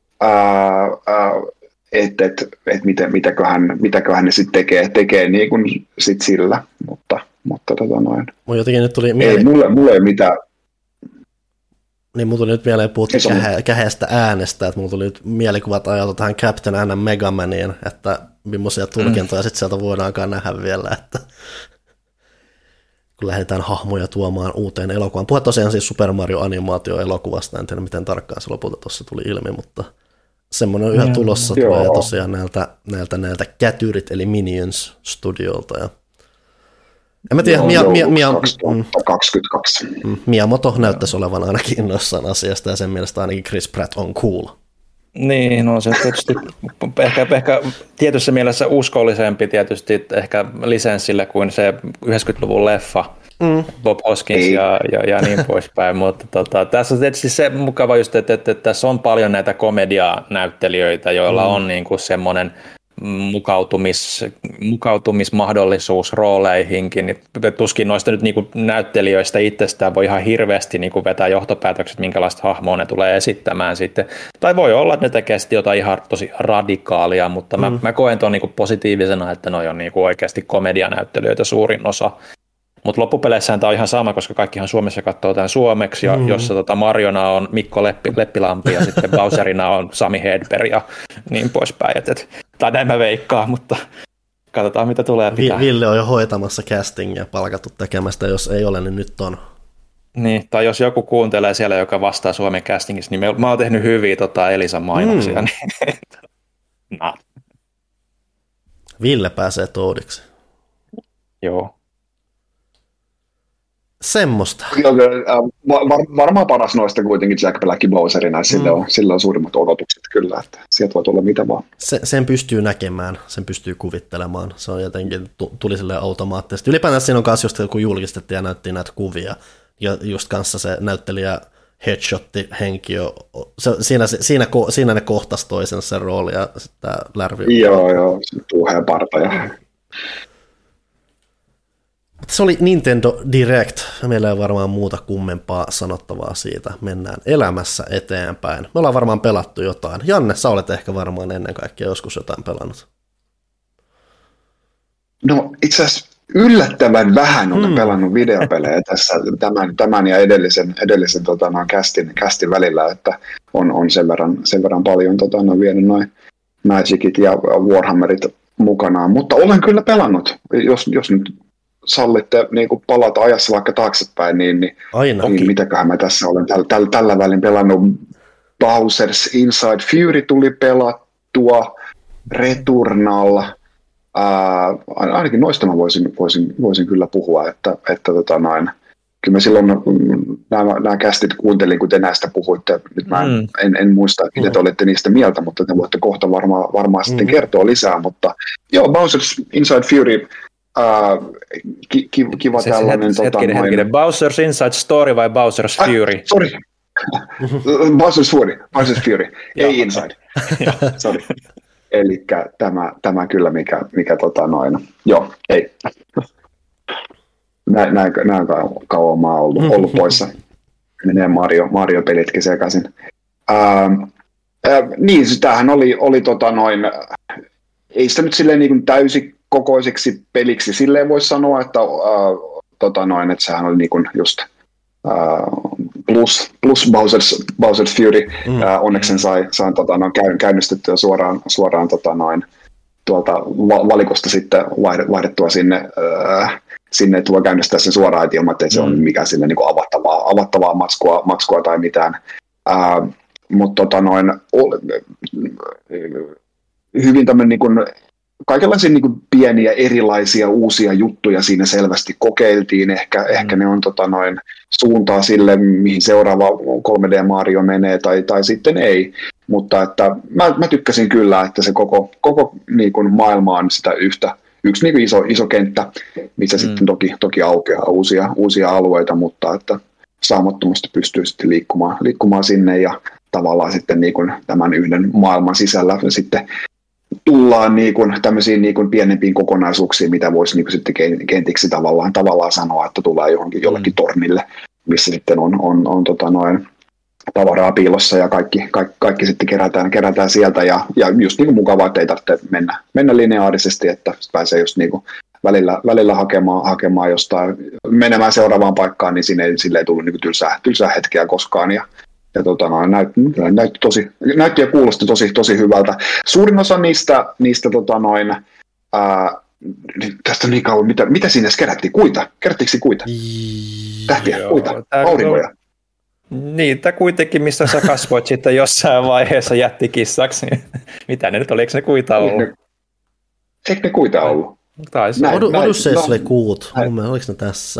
että et, et miten, mitäköhän, mitäköhän ne sitten tekee, tekee niin kuin sit sillä, mutta, mutta tota noin. Mun jotenkin nyt tuli mieleen... Ei, mulle, mulle ei mitään. Niin mun tuli nyt mieleen puhuttu kähe, käheästä äänestä, että mun tuli nyt mielikuvat ajalta tähän Captain N Megamaniin, että millaisia tulkintoja mm. sitten sieltä voidaankaan nähdä vielä, että... kun lähdetään hahmoja tuomaan uuteen elokuvaan. Puhe tosiaan siis Super Mario-animaatio-elokuvasta, en tiedä miten tarkkaan se lopulta tuossa tuli ilmi, mutta semmoinen yhä tulossa mm, tulee tosiaan näiltä, näiltä, näiltä kätyrit, eli Minions Studiolta. Ja... En mä tiedä, joo, Mia, joo, Mia, Mia, kaksituhattakaksikymmentäkaksi. Miyamoto näyttäisi olevan ainakin innoissaan asiasta, ja sen mielestä ainakin Chris Pratt on cool. Niin, no se tietysti ehkä, ehkä tietyssä mielessä uskollisempi tietysti ehkä lisenssille kuin se yhdeksänkymmentäluvun leffa, mm. Bob Hoskins ja, ja, ja niin poispäin, mutta tota, tässä on tietysti se mukava just, että, että, että tässä on paljon näitä komedianäyttelijöitä, joilla mm. on niin kuin semmoinen mukautumis, mukautumismahdollisuus rooleihinkin, niin tuskin noista nyt niinku näyttelijöistä itsestään voi ihan hirveästi niinku vetää johtopäätökset, minkälaista hahmoa ne tulee esittämään sitten. Tai voi olla, että ne tekee sitten jotain ihan tosi radikaalia, mutta mm. mä, mä koen tuon niinku positiivisena, että noi on niinku oikeasti komedianäyttelijöitä suurin osa. Mutta loppupeleissähän tämä on ihan sama, koska kaikkihan Suomessa katsoo tämän suomeksi, mm. jossa tota Mariona on Mikko Leppi, Leppilampi ja sitten Bowserina on Sami Hedberg ja niin poispäin. Et, et, tai näin mä veikkaan, mutta katsotaan mitä tulee pitää. Ville on jo hoitamassa castingia palkattu tekemästä, jos ei ole, niin nyt on. Niin, tai jos joku kuuntelee siellä, joka vastaa Suomen castingissa, niin mä oon tehnyt hyviä tota Elisan mainoksia. Mm. Niin, Ville pääsee Toadiksi. Joo. Semmosta. Var, varmaan paras noista kuitenkin Jack Black Bowserina, sillä, mm. on, sillä on suurimmat odotukset kyllä, että sieltä voi tulla mitä vaan. Se, sen pystyy näkemään, sen pystyy kuvittelemaan, se on jotenkin, tuli silleen automaattisesti. Ylipäätään siinä on kanssa just, kun julkistettiin ja näyttiin näitä kuvia, ja just kanssa se näyttelijä headshotti henki, se, siinä, siinä, siinä ne kohtas toisensa sen rooli ja sitten lärvi. Joo, joo, se tuuheen parta ja... Se oli Nintendo Direct. Meillä ei varmaan muuta kummempaa sanottavaa siitä. Mennään elämässä eteenpäin. Me ollaan varmaan pelattu jotain. Janne, sä olet ehkä varmaan ennen kaikkea joskus jotain pelannut. No itse asiassa yllättävän vähän olen hmm. pelannut videopelejä tässä tämän, tämän ja edellisen, edellisen tota, noin castin, castin välillä, että on, on sen, verran, sen verran paljon tota, noin vienyt noin Magicit ja Warhammerit mukanaan. Mutta olen kyllä pelannut, jos, jos nyt sallitte niin kuin palata ajassa vaikka taaksepäin, niin, niin, niin mitäköhän mä tässä olen täl, täl, tällä välin pelannut. Bowser's Inside Fury tuli pelattua, Returnal, ää, ainakin noista mä voisin, voisin, voisin kyllä puhua, että, että tota noin, kyllä mä silloin nämä, nämä kästit kuuntelin, kun te näistä puhuitte, nyt mä en, mm. en, en muista, mitä te olette niistä mieltä, mutta te voitte kohta varmaan, varmaan mm. sitten kertoa lisää, mutta joo, Bowser's Inside Fury, Uh, ki, ki, kiva se, tällainen... Se, tota, hetkinen, noin... hetkinen. Bowser's Inside Story vai Bowser's ah, Fury? Sorry. Bowser's Fury. Bowser's Fury. Ei Inside. Sorry. Elikkä tämä, tämä kyllä, mikä, mikä tota noin... Joo, ei. Näin, näin, näin kauan mä oon ollut, ollut poissa. Menee Mario, Mario-pelitkin sekaisin. Uh, uh, niin, tämähän oli, oli tota noin... Ei sitä nyt silleen niin kuin täysin kokoisiksi peliksi silleen voi sanoa, että, äh, tota noin, että sehän oli niin kuin just äh, plus, plus Bowser's, Bowser's Fury. Mm. Äh, onneksi sen sai, sai tota noin, käynnistettyä suoraan, suoraan tota noin, tuolta valikosta sitten vaihdettua sinne, äh, sinne että voi käynnistää sen suoraan, ilman, että se mm. on mikään sille niin kuin avattavaa, avattavaa matskua, matskua tai mitään. Äh, mutta tota noin, hyvin tämmöinen niin kuin kaikenlaisia niin kuin pieniä erilaisia uusia juttuja siinä selvästi kokeiltiin. Ehkä, mm. ehkä ne on tota, noin, suuntaa sille, mihin seuraava kolme D Mario menee tai, tai sitten ei. Mutta että mä, mä tykkäsin kyllä, että se koko, koko niin kuin maailma on sitä yhtä, yksi niin kuin iso, iso kenttä, missä mm. sitten toki, toki aukeaa uusia, uusia alueita, mutta että saamattomasti pystyy sitten liikkumaan, liikkumaan sinne ja tavallaan sitten niin kuin tämän yhden maailman sisällä sitten tullaan niin kuin tämmöisiin niin kuin pienempiin kokonaisuuksiin, mitä voisi niin kuin sitten kentiksi tavallaan, tavallaan sanoa, että tulee johonkin jollekin tornille, missä sitten on, on, on tota noin tavaraa piilossa ja kaikki, kaikki, kaikki sitten kerätään, kerätään sieltä ja, ja just niin kuin mukavaa, että ei tarvitse mennä, mennä lineaarisesti, että pääsee just niin kuin välillä, välillä hakemaan, hakemaan jostain, menemään seuraavaan paikkaan, niin sinne ei, sille ei tullut niin kuin tylsää, tylsää hetkeä koskaan ja Ja tota, no, näytti, näytti, tosi, näytti ja kuulosti tosi, tosi hyvältä. Suurin osa niistä, niistä tota noin, ää, tästä niin kauan, mitä, mitä siinä edes kerättiin? Kuita? Kerättiinkö kuita? Tähtiä, joo, kuita, aurinkoja. Niin, tämä kuitenkin, missä sä kasvoit sitten jossain vaiheessa jättikissaksi. Mitä ne nyt oli, eikö ne kuita ollut? Eikö ne, eikö ne kuita ollut? Odysseus oli kuut, oliko ne tässä?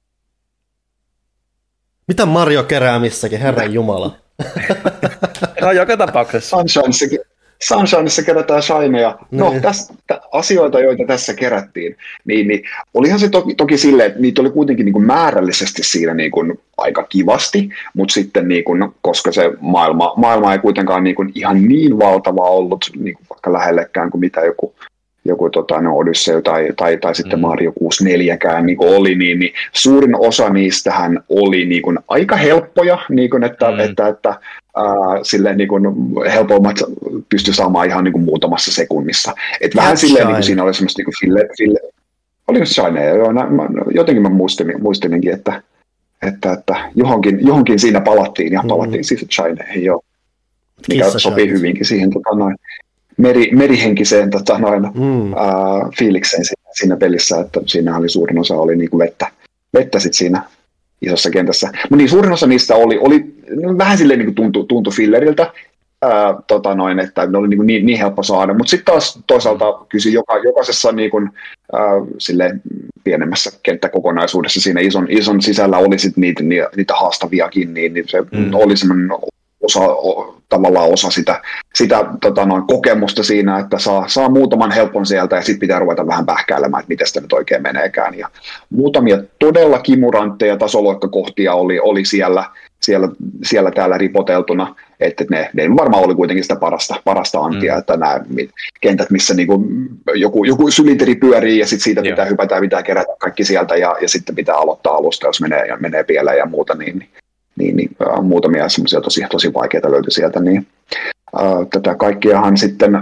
Mitä Mario kerää missäkin, herran jumala? No joka tapauksessa. Sunshineissa, Sunshineissa kerätään shineja. No niin. Tästä, asioita, joita tässä kerättiin, niin, niin olihan se toki, toki silleen, että niitä oli kuitenkin niin kuin määrällisesti siinä niin kuin aika kivasti, mutta sitten niin kuin, koska se maailma, maailma ei kuitenkaan niin kuin ihan niin valtava ollut niin kuin vaikka lähellekään kuin mitä joku joku tota, no, Odyssey tai, tai, tai sitten mm. Mario kuusikymmentäneljä niin oli, niin, niin suurin osa niistähän oli niin kuin, aika helppoja, niin kuin, että, mm. että, että ää, silleen, niin kuin, helpommat pystyi saamaan ihan niin kuin, muutamassa sekunnissa. Et vähän silleen, niin kuin, siinä oli semmoista niin kuin, fille, fille. Oliko shineja? Joo, nä, mä, jotenkin mä muistelin, muistelinkin, että, että, että johonkin, johonkin siinä palattiin ja palattiin mm. siis shineihin, joo, mikä Kissa sopii shine. Hyvinkin siihen tota, noin Meri, merihenkiseen tota, noin, mm. äh, fiilikseen siinä, siinä pelissä, että siinä oli suurin osa oli niinku vettä, vettä sit siinä isossa kentässä. Mutta niin suurin osa niistä oli, oli vähän silleen niinku tuntui, tuntui filleriltä. Ää, tota noin, että ne oli niin, niin, niin helppo saada, mutta sitten taas toisaalta kysy joka, jokaisessa niin kuin, ää, sille pienemmässä kenttäkokonaisuudessa siinä ison, ison sisällä oli sit niitä, niitä haastaviakin, niin, niin se mm. oli semmoinen osa, o, tavallaan osa sitä, sitä tota noin, kokemusta siinä, että saa, saa muutaman helpon sieltä ja sitten pitää ruveta vähän pähkäilemään, että miten sitä nyt oikein meneekään. Ja muutamia todella kimurantteja tasoloikkakohtia oli, oli siellä, siellä, siellä täällä ripoteltuna, että ne, ne varmaan oli kuitenkin sitä parasta, parasta antia, mm. että nämä kentät, missä niinku joku, joku sylinteri pyörii ja sitten siitä Joo. pitää hypätä ja pitää kerätä kaikki sieltä ja, ja sitten pitää aloittaa alusta, jos menee, ja menee pieleen ja muuta, niin, niin Niin, niin äh, muutamia semmoisia tosi, tosi vaikeita löytyi sieltä, niin äh, tätä kaikkiahan sitten äh,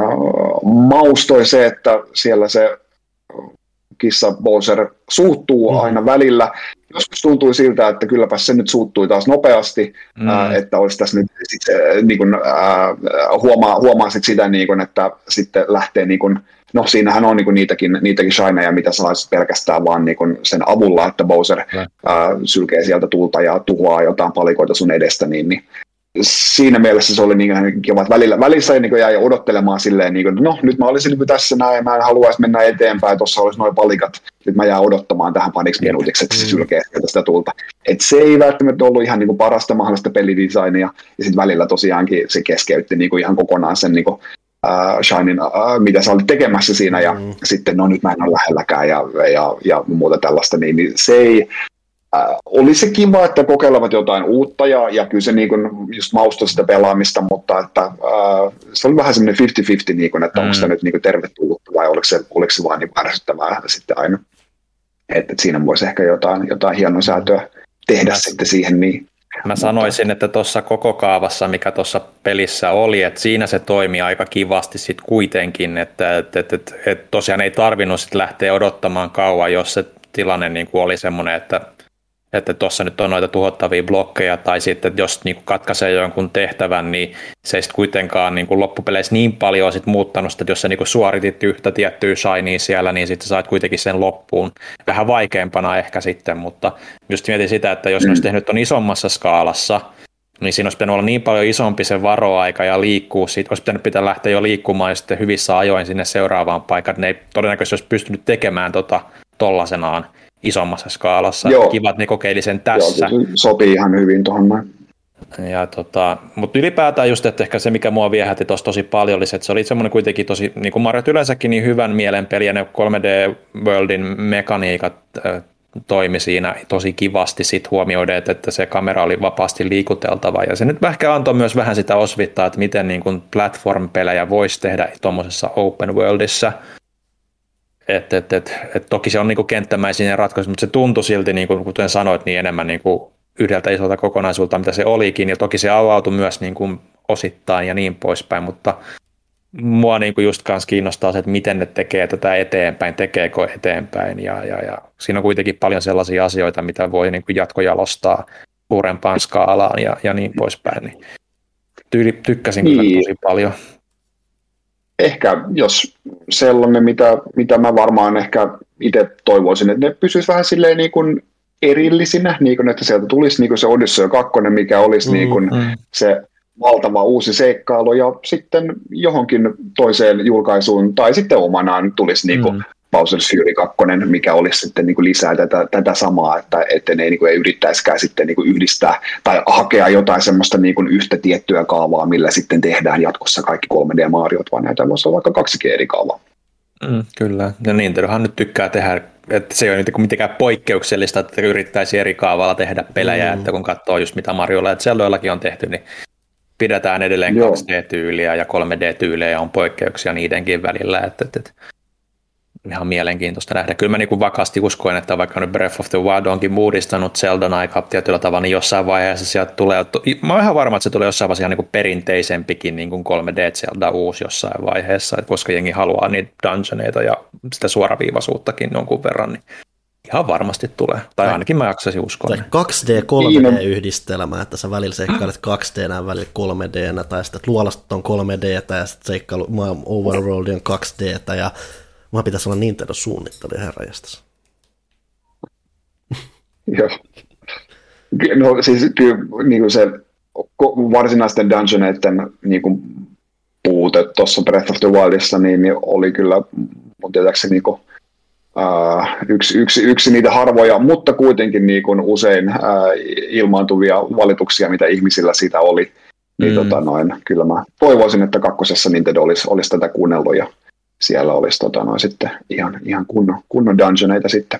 maustoi se, että siellä se kissa Bowser suuttuu mm. aina välillä. Joskus tuntui siltä, että kylläpä se nyt suuttui taas nopeasti, mm. äh, että olisi tässä nyt sit, äh, niin kuin, äh, huomaa, huomaa sit sitä, niin kuin, että sitten lähtee niin kuin, no siinähän on niinku niitäkin, niitäkin shineja, mitä saisi pelkästään vaan niinku sen avulla, että Bowser ää, sylkee sieltä tulta ja tuhoaa jotain palikoita sun edestä, niin, niin siinä mielessä se oli niin kiva, että välillä, välissä niin jäi odottelemaan silleen, niin kuin, no nyt mä olisin niin tässä näin, mä en haluaisi mennä eteenpäin, tuossa olisi noin palikat, nyt mä jään odottamaan tähän pariksi minuutiksi, että se sylkee sieltä sitä tulta. Et se ei välttämättä ollut ihan niin kuin parasta mahdollista pelidesignia, ja sitten välillä tosiaankin se keskeytti niin kuin ihan kokonaan sen niin kuin Uh, Shinin, uh, mitä sä olit tekemässä siinä, ja mm. sitten no nyt mä en ole lähelläkään, ja, ja, ja muuta tällaista, niin, niin se ei, uh, oli se kiva, että kokeilevat jotain uutta, ja, ja kyllä se niin kun, just maustoi sitä pelaamista, mutta että, uh, se oli vähän semmoinen viisikymmentä viisikymmentä, niin kun, että mm. onko sitä nyt niin kun tervetullut, vai oliko se, oliko se vaan niin ärsyttävää sitten aina, että, että siinä voisi ehkä jotain, jotain hienoa säätöä tehdä mm. sitten siihen, niin Mä sanoisin, että tuossa koko kaavassa, mikä tuossa pelissä oli, että siinä se toimii aika kivasti sitten kuitenkin, että et, et, et, et tosiaan ei tarvinnut sit lähteä odottamaan kauan, jos se tilanne niin kuin oli semmoinen, että että tuossa nyt on noita tuhottavia blokkeja, tai sitten jos niin kuin katkaisee jonkun tehtävän, niin se ei sitten kuitenkaan niin kuin loppupeleissä niin paljon sit muuttanut sitä, että jos sä niin kuin suoritit yhtä tiettyä shinia siellä, niin sitten sait kuitenkin sen loppuun. Vähän vaikeampana ehkä sitten, mutta just mietin sitä, että jos mm. olisi tehnyt ton isommassa skaalassa, niin siinä olisi pitänyt olla niin paljon isompi se varoaika ja liikkuu, siitä olisi pitänyt pitää lähteä jo liikkumaan ja sitten hyvissä ajoin sinne seuraavaan paikkaan, ne ei todennäköisesti olisi pystynyt tekemään tota tollasenaan isommassa skaalassa. Joo. Kiva, että ne kokeili sen tässä. Joo, sopii ihan hyvin tuohon. Ja tota, mutta ylipäätään just, että ehkä se, mikä mua viehätti tuossa tosi paljon, oli se, että se oli semmoinen kuitenkin tosi, niin kuin Mario yleensäkin, niin hyvän mielen peli, ja ne kolme D-worldin mekaniikat äh, toimi siinä tosi kivasti sit huomioiden, että se kamera oli vapaasti liikuteltava, ja se nyt ehkä antoi myös vähän sitä osvittaa, että miten niin kuin platform-pelejä voisi tehdä tuommoisessa open worldissa. Et, et, et, et toki se on niinku kenttämäisiä ratkaisu, mutta se tuntui silti, niinku, kuten sanoit, niin enemmän niinku yhdeltä isolta kokonaisuudelta, mitä se olikin, ja toki se avautui myös niinku osittain ja niin poispäin, mutta mua niinku just kanssa kiinnostaa se, että miten ne tekee tätä eteenpäin, tekeekö eteenpäin, ja, ja, ja siinä on kuitenkin paljon sellaisia asioita, mitä voi niinku jatkojalostaa suurempaan skaalaan ja, ja niin poispäin, niin tyyli, tykkäsin niin. Kyllä tosi paljon. Ehkä jos sellainen, mitä, mitä mä varmaan ehkä itse toivoisin, että ne pysyisi vähän silleen niin kuin erillisinä, niin kuin, että sieltä tulisi niin kuin se Odyssey kaksi, mikä olisi mm, niin kuin mm. se valtava uusi seikkailu, ja sitten johonkin toiseen julkaisuun tai sitten omanaan tulisi niin kuin mm. Bowser's Fury kaksi, mikä olisi sitten niin kuin lisää tätä, tätä samaa, että, että ne niin kuin ei yrittäisikään sitten niin kuin yhdistää tai hakea jotain semmoista niin kuin yhtä tiettyä kaavaa, millä sitten tehdään jatkossa kaikki kolme D-Mariot, vaan näitä voisi olla vaikka kaksikin eri kaavaa. Mm, kyllä, ja Nintendohan nyt tykkää tehdä, että se ei ole mitenkään poikkeuksellista, että yrittäisi eri kaavalla tehdä pelejä, mm. että kun katsoo just mitä Mariolla ja Zeldoillakin on tehty, niin pidetään edelleen Joo. kaksi D-tyyliä ja kolme D-tyylejä on poikkeuksia niidenkin välillä, että, että ihan mielenkiintoista nähdä. Kyllä mä niin kuin vakaasti uskoin, että vaikka nyt Breath of the Wild onkin muudistanut Zeldan aikaa tietyllä tavalla, niin jossain vaiheessa sieltä tulee, mä oon ihan varma, että se tulee jossain vaiheessa niin kuin perinteisempikin niin kuin kolme D-Zelda uusi jossain vaiheessa, että koska jengi haluaa niitä dungeoneita ja sitä suoraviivaisuuttakin jonkun verran, niin ihan varmasti tulee. Tai ainakin mä jaksaisin uskoa. Tai kaksi D kolme D-yhdistelmä, että sä välillä seikkailet kaksi D ja välillä kolme D, tai sitten luolastot on kolme D, ja sitten seikkailu Overworld on kaksi D, ja mä pitäisi olla Nintendo-suunnittelija herranjestas. Joo. No siis kyllä niin se varsinaisten dungeoneiden niin kuin puute tuossa Breath of the Wildissa niin, niin oli kyllä mun tietääkseni niin kuin, ää, yksi, yksi, yksi niitä harvoja, mutta kuitenkin niin kuin usein ää, ilmaantuvia valituksia, mitä ihmisillä siitä oli. Niin mm. tota noin, kyllä mä toivoisin, että kakkosessa Nintendo olisi, olisi tätä kuunnellut ja siellä olisi tota noin, sitten ihan, ihan kunnon, kunnon dungeoneita sitten.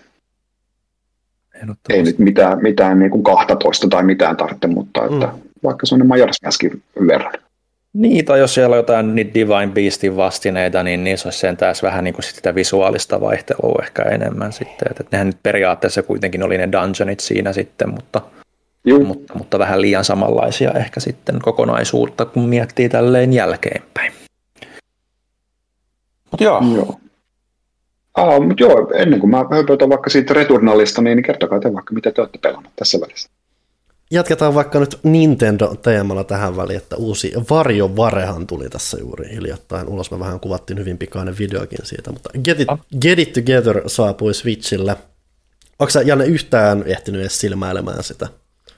Ei nyt mitään, mitään niin kuin kaksitoista tai mitään tarvitse, mutta mm. että vaikka semmoinen Majora's Maskin verran. Niin, tai jos siellä on jotain niitä Divine Beastin vastineita, niin niissä olisi sen taas vähän niin kuin sitä visuaalista vaihtelua ehkä enemmän sitten. Että nehän nyt periaatteessa kuitenkin oli ne dungeonit siinä sitten, mutta, mutta, mutta vähän liian samanlaisia ehkä sitten kokonaisuutta, kun miettii tälleen jälkeenpäin. Mutta joo. Joo. Ah, mutta joo, ennen kuin mä höpötän vaikka siitä Returnalista, niin kertokaa te vaikka, mitä te olette pelannut tässä välissä. Jatketaan vaikka nyt Nintendo-teemalla tähän väliin, että uusi WarioWarehan tuli tässä juuri hiljattain ulos. Me vähän kuvattiin hyvin pikainen videokin siitä, mutta Get It, Get It Together saapui Switchille. Onko sä, Janne, yhtään ehtinyt edes silmäilemään sitä?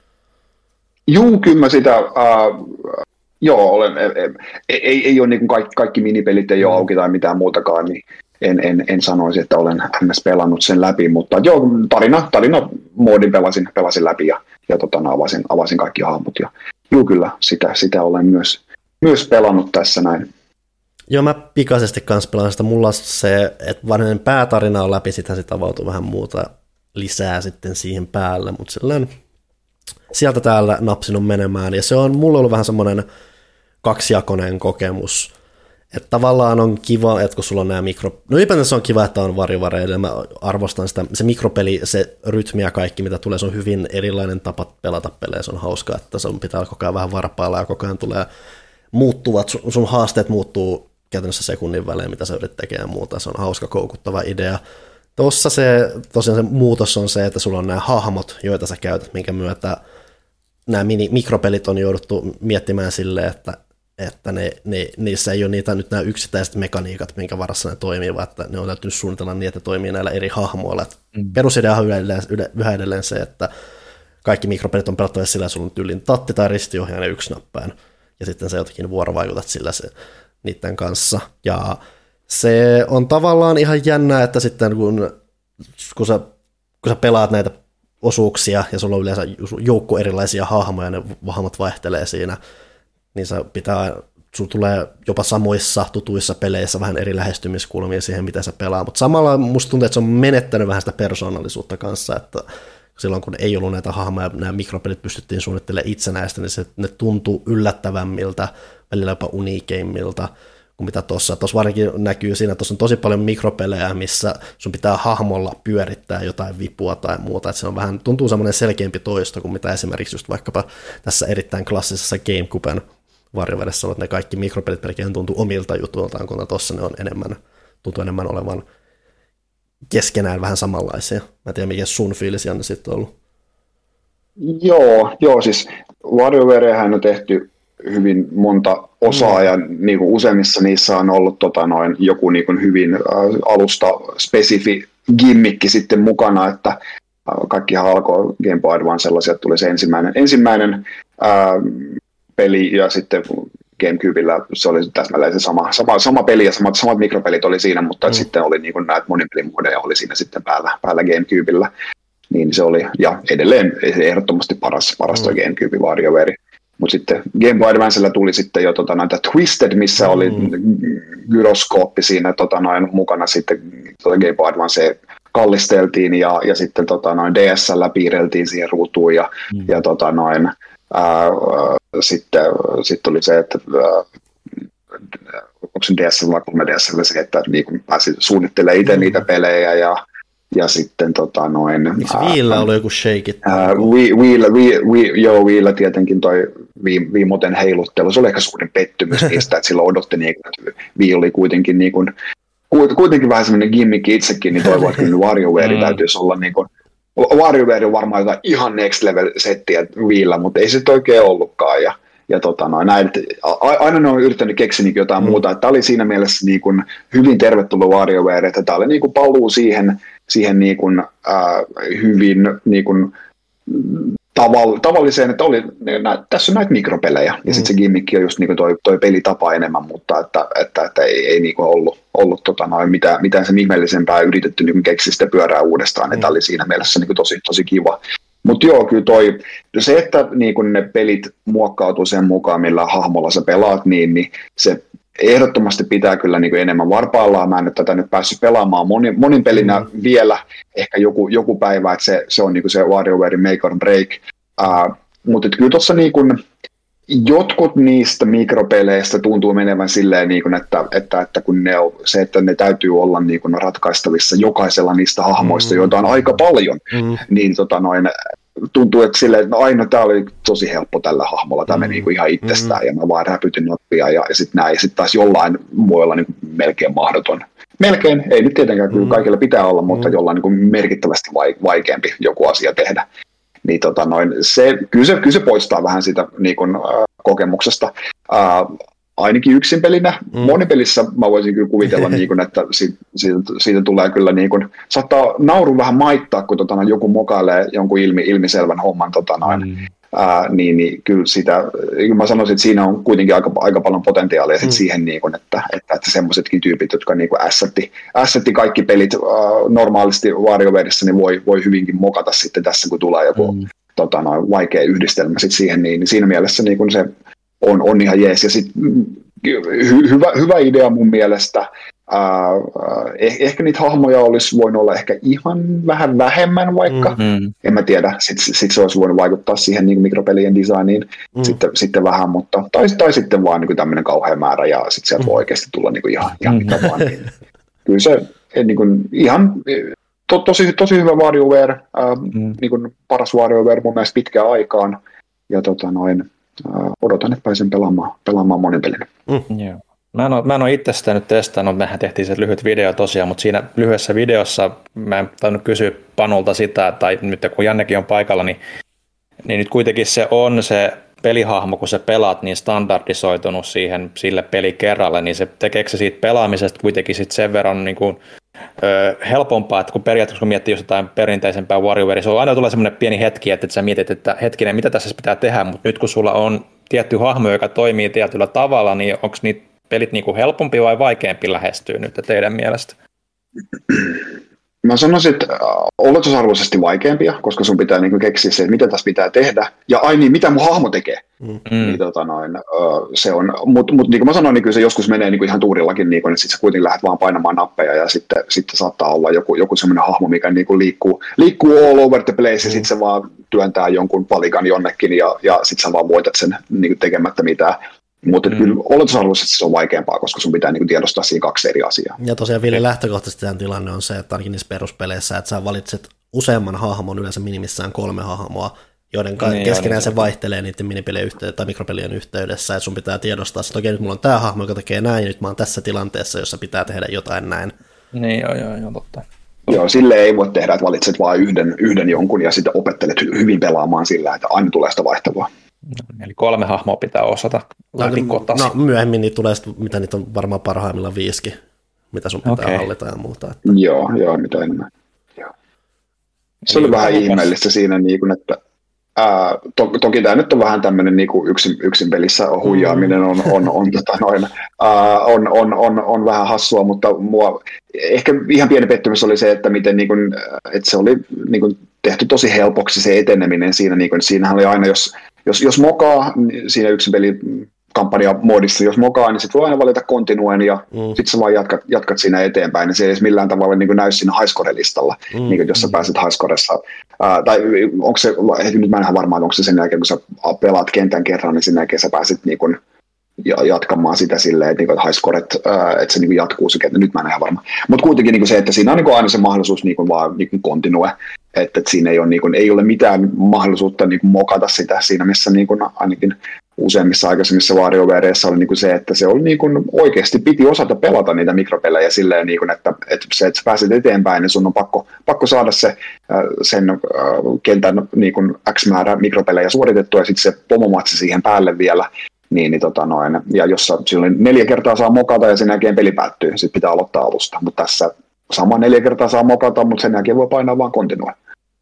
Juu, kyllä mä sitä, äh, joo, olen, ei, ei, ei ole niin kuin kaikki, kaikki minipelit ei ole auki tai mitään muutakaan, niin en, en, en sanoisi, että olen ns. Pelannut sen läpi, mutta joo, tarina, tarina moodin pelasin, pelasin läpi ja, ja tota, avasin, avasin kaikki hahmot ja joo, kyllä sitä, sitä olen myös, myös pelannut tässä näin. Joo, mä pikaisesti kanssa pelaan sitä. Mulla se, että vanhojen päätarina on läpi, sitten sitä avautuu vähän muuta lisää sitten siihen päälle, mutta silleen sieltä täällä napsinut menemään, ja se on mulla ollut vähän semmoinen kaksijakoinen kokemus, että tavallaan on kiva, että kun sulla on nämä mikro... No ylipäätään se on kiva, että on WarioWare, mä arvostan sitä, se mikropeli, se rytmi ja kaikki, mitä tulee, se on hyvin erilainen tapa pelata pelejä, se on hauska, että sun pitää koko ajan vähän varpailla, ja koko ajan tulee muuttuvat, sun, sun haasteet muuttuu käytännössä sekunnin välein, mitä sä yrität tekemään ja muuta, se on hauska, koukuttava idea. Tuossa se, tosiaan se muutos on se, että sulla on nämä hahmot, joita sä käytät, minkä myötä nämä mini, mikropelit on jouduttu miettimään silleen, että, että ne, ne, niissä ei ole niitä nyt nämä yksittäiset mekaniikat, minkä varassa ne toimii, vaan että ne on täytynyt suunnitella niin, että toimii näillä eri hahmoilla. Mm. Perusidea on yhä edelleen, yhä edelleen se, että kaikki mikropelit on pelattavissa sillä, että sulla on tyylin tatti tai ristiohjaan ja yksi näppäin, ja sitten sä jotenkin vuorovaikutat sillä se, niiden kanssa. Ja se on tavallaan ihan jännää, että sitten kun, kun, sä, kun sä pelaat näitä osuuksia ja sulla on yleensä joukko erilaisia hahmoja ja ne hahmot vaihtelee siinä, niin sä pitää, sulla tulee jopa samoissa tutuissa peleissä vähän eri lähestymiskulmia siihen, mitä sä pelaa, mutta samalla musta tuntuu, että se on menettänyt vähän sitä persoonallisuutta kanssa, että silloin kun ei ollut näitä hahmoja, nämä mikropelit pystyttiin suunnittelemaan itsenäistä, niin se, ne tuntuu yllättävämmiltä, välillä jopa uniikeimmilta, kuin mitä tuossa. Tuossa varsinkin näkyy siinä, että tuossa on tosi paljon mikropelejä, missä sun pitää hahmolla pyörittää jotain vipua tai muuta, että se on vähän, tuntuu semmoinen selkeämpi toisto kuin mitä esimerkiksi just vaikkapa tässä erittäin klassisessa GameCuben WarioWaressa, että ne kaikki mikropelit pelkään tuntuu omilta jutuiltaan, kun tuossa ne on enemmän, tuntuu enemmän olevan keskenään vähän samanlaisia. Mä en tiedä, mikä sun fiilis, Janne, sitten on ollut. Joo, joo, siis WarioWarehän on tehty hyvin monta osaa, mm. ja niin kuin useimmissa niissä on ollut tota, noin, joku niin kuin hyvin äh, alusta spesifi gimmikki sitten mukana, että äh, kaikkihan alkoi Game Boy Advancella, sieltä tuli se ensimmäinen, ensimmäinen äh, peli, ja sitten GameCubella se oli täsmälleen se sama, sama, sama peli, ja samat, samat mikropelit oli siinä, mutta mm. sitten oli niin kuin näitä monipelimuodeja oli siinä sitten päällä, päällä GameCubella, niin se oli, ja edelleen ehdottomasti paras, paras mm. GameCube WarioWare. Mutta sitten Game Boy Advancella tuli sitten jo tota, näitä Twisted, missä mm. oli gyroskooppi siinä tota, noin, mukana sitten tota, Game Boy Advance kallisteltiin ja, ja sitten tota, noin D S:llä piirreltiin siihen ruutuun ja, mm. ja tota, noin, ää, sitten sit tuli se, että ää, onko se D S vai kolme D S:llä se, että niin pääsi suunnittelemaan itse mm. niitä pelejä ja Ja sitten tota noin... Miksi Wiillä oli joku shake it? Wiillä, joo, Wiillä tietenkin toi viimoten heiluttelu, se oli ehkä suurin pettymys niistä, että silloin odotti, niin, että Wii oli kuitenkin, niin kuin, kuitenkin vähän semmoinen gimmikki itsekin, niin toivon, että kyllä WarioWare mm. täytyisi olla niin kuin, WarioWare on varmaan jotain ihan next level settiä Wiillä, mutta ei se oikein ollutkaan, ja Ja tota, no, näin, aina ne on yrittänyt keksiä niin jotain mm. muuta. Tämä oli siinä mielessä niin kuin hyvin tervetullut WarioWare, että tämä oli niin kuin paluu siihen, siihen niin kuin, äh, hyvin niin kuin, Tavall- tavalliseen, että oli, nä, tässä on näitä mikropelejä, ja mm. sitten se gimmikki on just niin toi, toi pelitapa enemmän, mutta että, että, että ei, ei niin ollut, ollut tota noin, mitään, mitään sen ihmeellisempää yritetty niin keksiä sitä pyörää uudestaan, mm. että oli siinä mielessä niin tosi, tosi kiva. Mutta joo, kyllä toi, se, että niin ne pelit muokkautuu sen mukaan, millä hahmolla sä pelaat, niin, niin se ehdottomasti pitää kyllä niin enemmän varpaillaan. Mä en nyt tätä nyt päässyt pelaamaan monin, monin pelinä mm. vielä, ehkä joku, joku päivä, että se, se on niin se WarioWare make or break. Uh, mutta kyllä tuossa niin jotkut niistä mikropeleistä tuntuu menevän silleen, niin kuin, että, että, että kun ne on, se, että ne täytyy olla niin kuin ratkaistavissa jokaisella niistä hahmoista, mm. joita on aika paljon, mm. niin tota noin, tuntuu, että silleen, että no aina tämä oli tosi helppo tällä hahmolla, tämä mm. meni niin ihan itsestään, mm. ja mä vaan räpytin nappia, ja, ja sitten näin, ja sitten taas jollain muilla niin melkein mahdoton. Melkein, ei nyt tietenkään, kyllä kaikilla pitää olla, mutta mm. jollain niin kuin merkittävästi vaikeampi joku asia tehdä. Niin tota noin, se, kyllä, se, kyllä se poistaa vähän sitä niin kun, äh, kokemuksesta. Äh, ainakin yksin pelinä. Mm. Monipelissä mä voisin kyllä kuvitella, niin kun, että siitä, siitä, siitä tulee kyllä, niin kun, saattaa nauru vähän maittaa, kun tota, joku mokailee jonkun ilmi, ilmiselvän homman. Tota, noin, mm. äh, niin, niin kyllä sitä, mä sanoisin, että siinä on kuitenkin aika, aika paljon potentiaalia sit mm. siihen, niin kun, että, että, että semmoisetkin tyypit, jotka niin assetti, assetti kaikki pelit äh, normaalisti WarioWaressa, niin voi, voi hyvinkin mokata sitten tässä, kun tulee joku mm. tota, noin, vaikea yhdistelmä sit siihen, niin, niin siinä mielessä niin kun se on, on ihan jees. Ja sit, hy, hyvä, hyvä idea mun mielestä. Uh, eh, ehkä niitä hahmoja olisi voinut olla ehkä ihan vähän vähemmän vaikka, mm-hmm. en mä tiedä, sitten sit se olisi voinut vaikuttaa siihen niin mikropelien designiin mm. sitten, sitten vähän, mutta tai, tai sitten vaan niin tämmöinen kauhea määrä ja sitten sieltä mm. voi oikeasti tulla niin ihan, ihan mm. mitä vaan. Niin. Kyllä se niin kuin, ihan to, tosi, tosi hyvä WarioWare, uh, mm. niin kuin paras WarioWare mun mielestä pitkään aikaan ja tota noin, uh, odotan, että pääsen pelaamaan, pelaamaan monin pelin. Mm. Yeah. Mä en, ole, mä en ole itse sitä nyt testannut, mehän tehtiin se lyhyt video tosiaan, mutta siinä lyhyessä videossa mä en tainnut kysyä Panulta sitä, tai nyt kun Jannekin on paikalla, niin, niin nyt kuitenkin se on se pelihahmo, kun sä pelaat, niin standardisoitunut siihen sille pelikerralle, niin se tekeekö se siitä pelaamisesta kuitenkin sit sen verran niin kuin, ö, helpompaa, että kun periaatteessa kun miettii jotain perinteisempää WarioWare, se on aina tulee semmoinen pieni hetki, että sä mietit, että hetkinen, mitä tässä pitää tehdä, mutta nyt kun sulla on tietty hahmo, joka toimii tietyllä tavalla, niin onko niitä pelit niin kuin helpompi vai vaikeampi lähestyy nyt teidän mielestä? Mä sanoisin, että oletusarvoisesti vaikeampia, koska sun pitää niin kuin keksiä se, että mitä tässä pitää tehdä. Ja ai niin, mitä mun hahmo tekee. Mm. Niin, tota noin, se on, mutta mut, niin kuin mä sanoin, niin kyllä se joskus menee niin kuin ihan tuurillakin, niin kuin, että sit sä kuitenkin lähdet vaan painamaan nappeja ja sitten, sitten saattaa olla joku, joku semmoinen hahmo, mikä niin kuin liikkuu, liikkuu all over the place ja mm. sitten se vaan työntää jonkun palikan jonnekin ja, ja sitten sä vaan voitat sen niin kuin tekemättä mitään. Mutta mm. kyllä oletusarvoisesti se on vaikeampaa, koska sun pitää niinku tiedostaa siinä kaksi eri asiaa. Ja tosiaan Ville, lähtökohtaisesti tämän tilanne on se, että ainakin niissä peruspeleissä, että sä valitset useamman hahmon, yleensä minimissään kolme hahmoa, joiden niin, keskenään se vaihtelee niiden minipelien yhteydessä tai mikropelien yhteydessä, että sun pitää tiedostaa, että okei, nyt mulla on tämä hahmo, joka tekee näin, ja nyt mä oon tässä tilanteessa, jossa pitää tehdä jotain näin. Niin, joo, joo, joo, totta. Joo, silleen ei voi tehdä, että valitset vain yhden, yhden jonkun ja sitten opettelet hyvin pelaamaan sillä, että aina tulee sitä vaihtelua. Eli kolme hahmoa pitää osata läpikottaa. No myöhemmin niitä tulee, mitä niitä on varmaan parhaimmillaan viisikin, mitä sun pitää okay. hallita ja muuta. Että... Joo, joo, mitä enemmän. Joo. Se oli vähän ihmeellistä siinä, niin kuin, että ää, to, toki tämä nyt on vähän tämmöinen niin kuin yksin, yksin pelissä huijaaminen on, on, on, tota noin, ää, on, on, on, on vähän hassua, mutta mua, ehkä ihan pieni pettymys oli se, että, miten, niin kuin, että se oli niin kuin, tehty tosi helpoksi se eteneminen siinä. Niin kuin, siinähän oli aina, jos Jos, jos mokaa siinä yksin pelikampanjamoodissa, jos mokaa, niin sitten voi aina valita kontinuen ja mm. sitten sä vaan jatkat, jatkat siinä eteenpäin. Niin se ei edes millään tavalla niin näy siinä highscore-listalla, mm. niin jos sä pääset highscoressa. Ää, tai onko se, nyt mä en ihan varmaan, onko se sen jälkeen, kun sä pelaat kentän kerran, niin sen jälkeen sä pääset niin kuin jatkamaan sitä silleen, että, että highscoret, että se niin jatkuu se kenttä. Nyt mä en ihan varma. Mutta kuitenkin niin se, että siinä on niin aina se mahdollisuus niin vaan niin kontinue. Että, että siinä ei ole, niin kuin, ei ole mitään mahdollisuutta niin kuin mokata sitä siinä, missä niin kuin, ainakin useimmissa aikaisemmissa WarioWareissa oli niin kuin se, että se oli niin kuin, oikeasti piti osata pelata niitä mikropelejä silleen, niin kuin, että, että se, että sä pääset eteenpäin, niin sun on pakko, pakko saada se, sen äh, kentän niin kuin X määrä mikropelejä suoritettua ja sitten se pomomatsi siihen päälle vielä. Niin, niin, tota noin, ja jos silloin neljä kertaa saa mokata ja sen jälkeen peli päättyy, sitten pitää aloittaa alusta, mutta tässä sama neljä kertaa saa mokata, mutta sen jälkeen voi painaa vaan continue.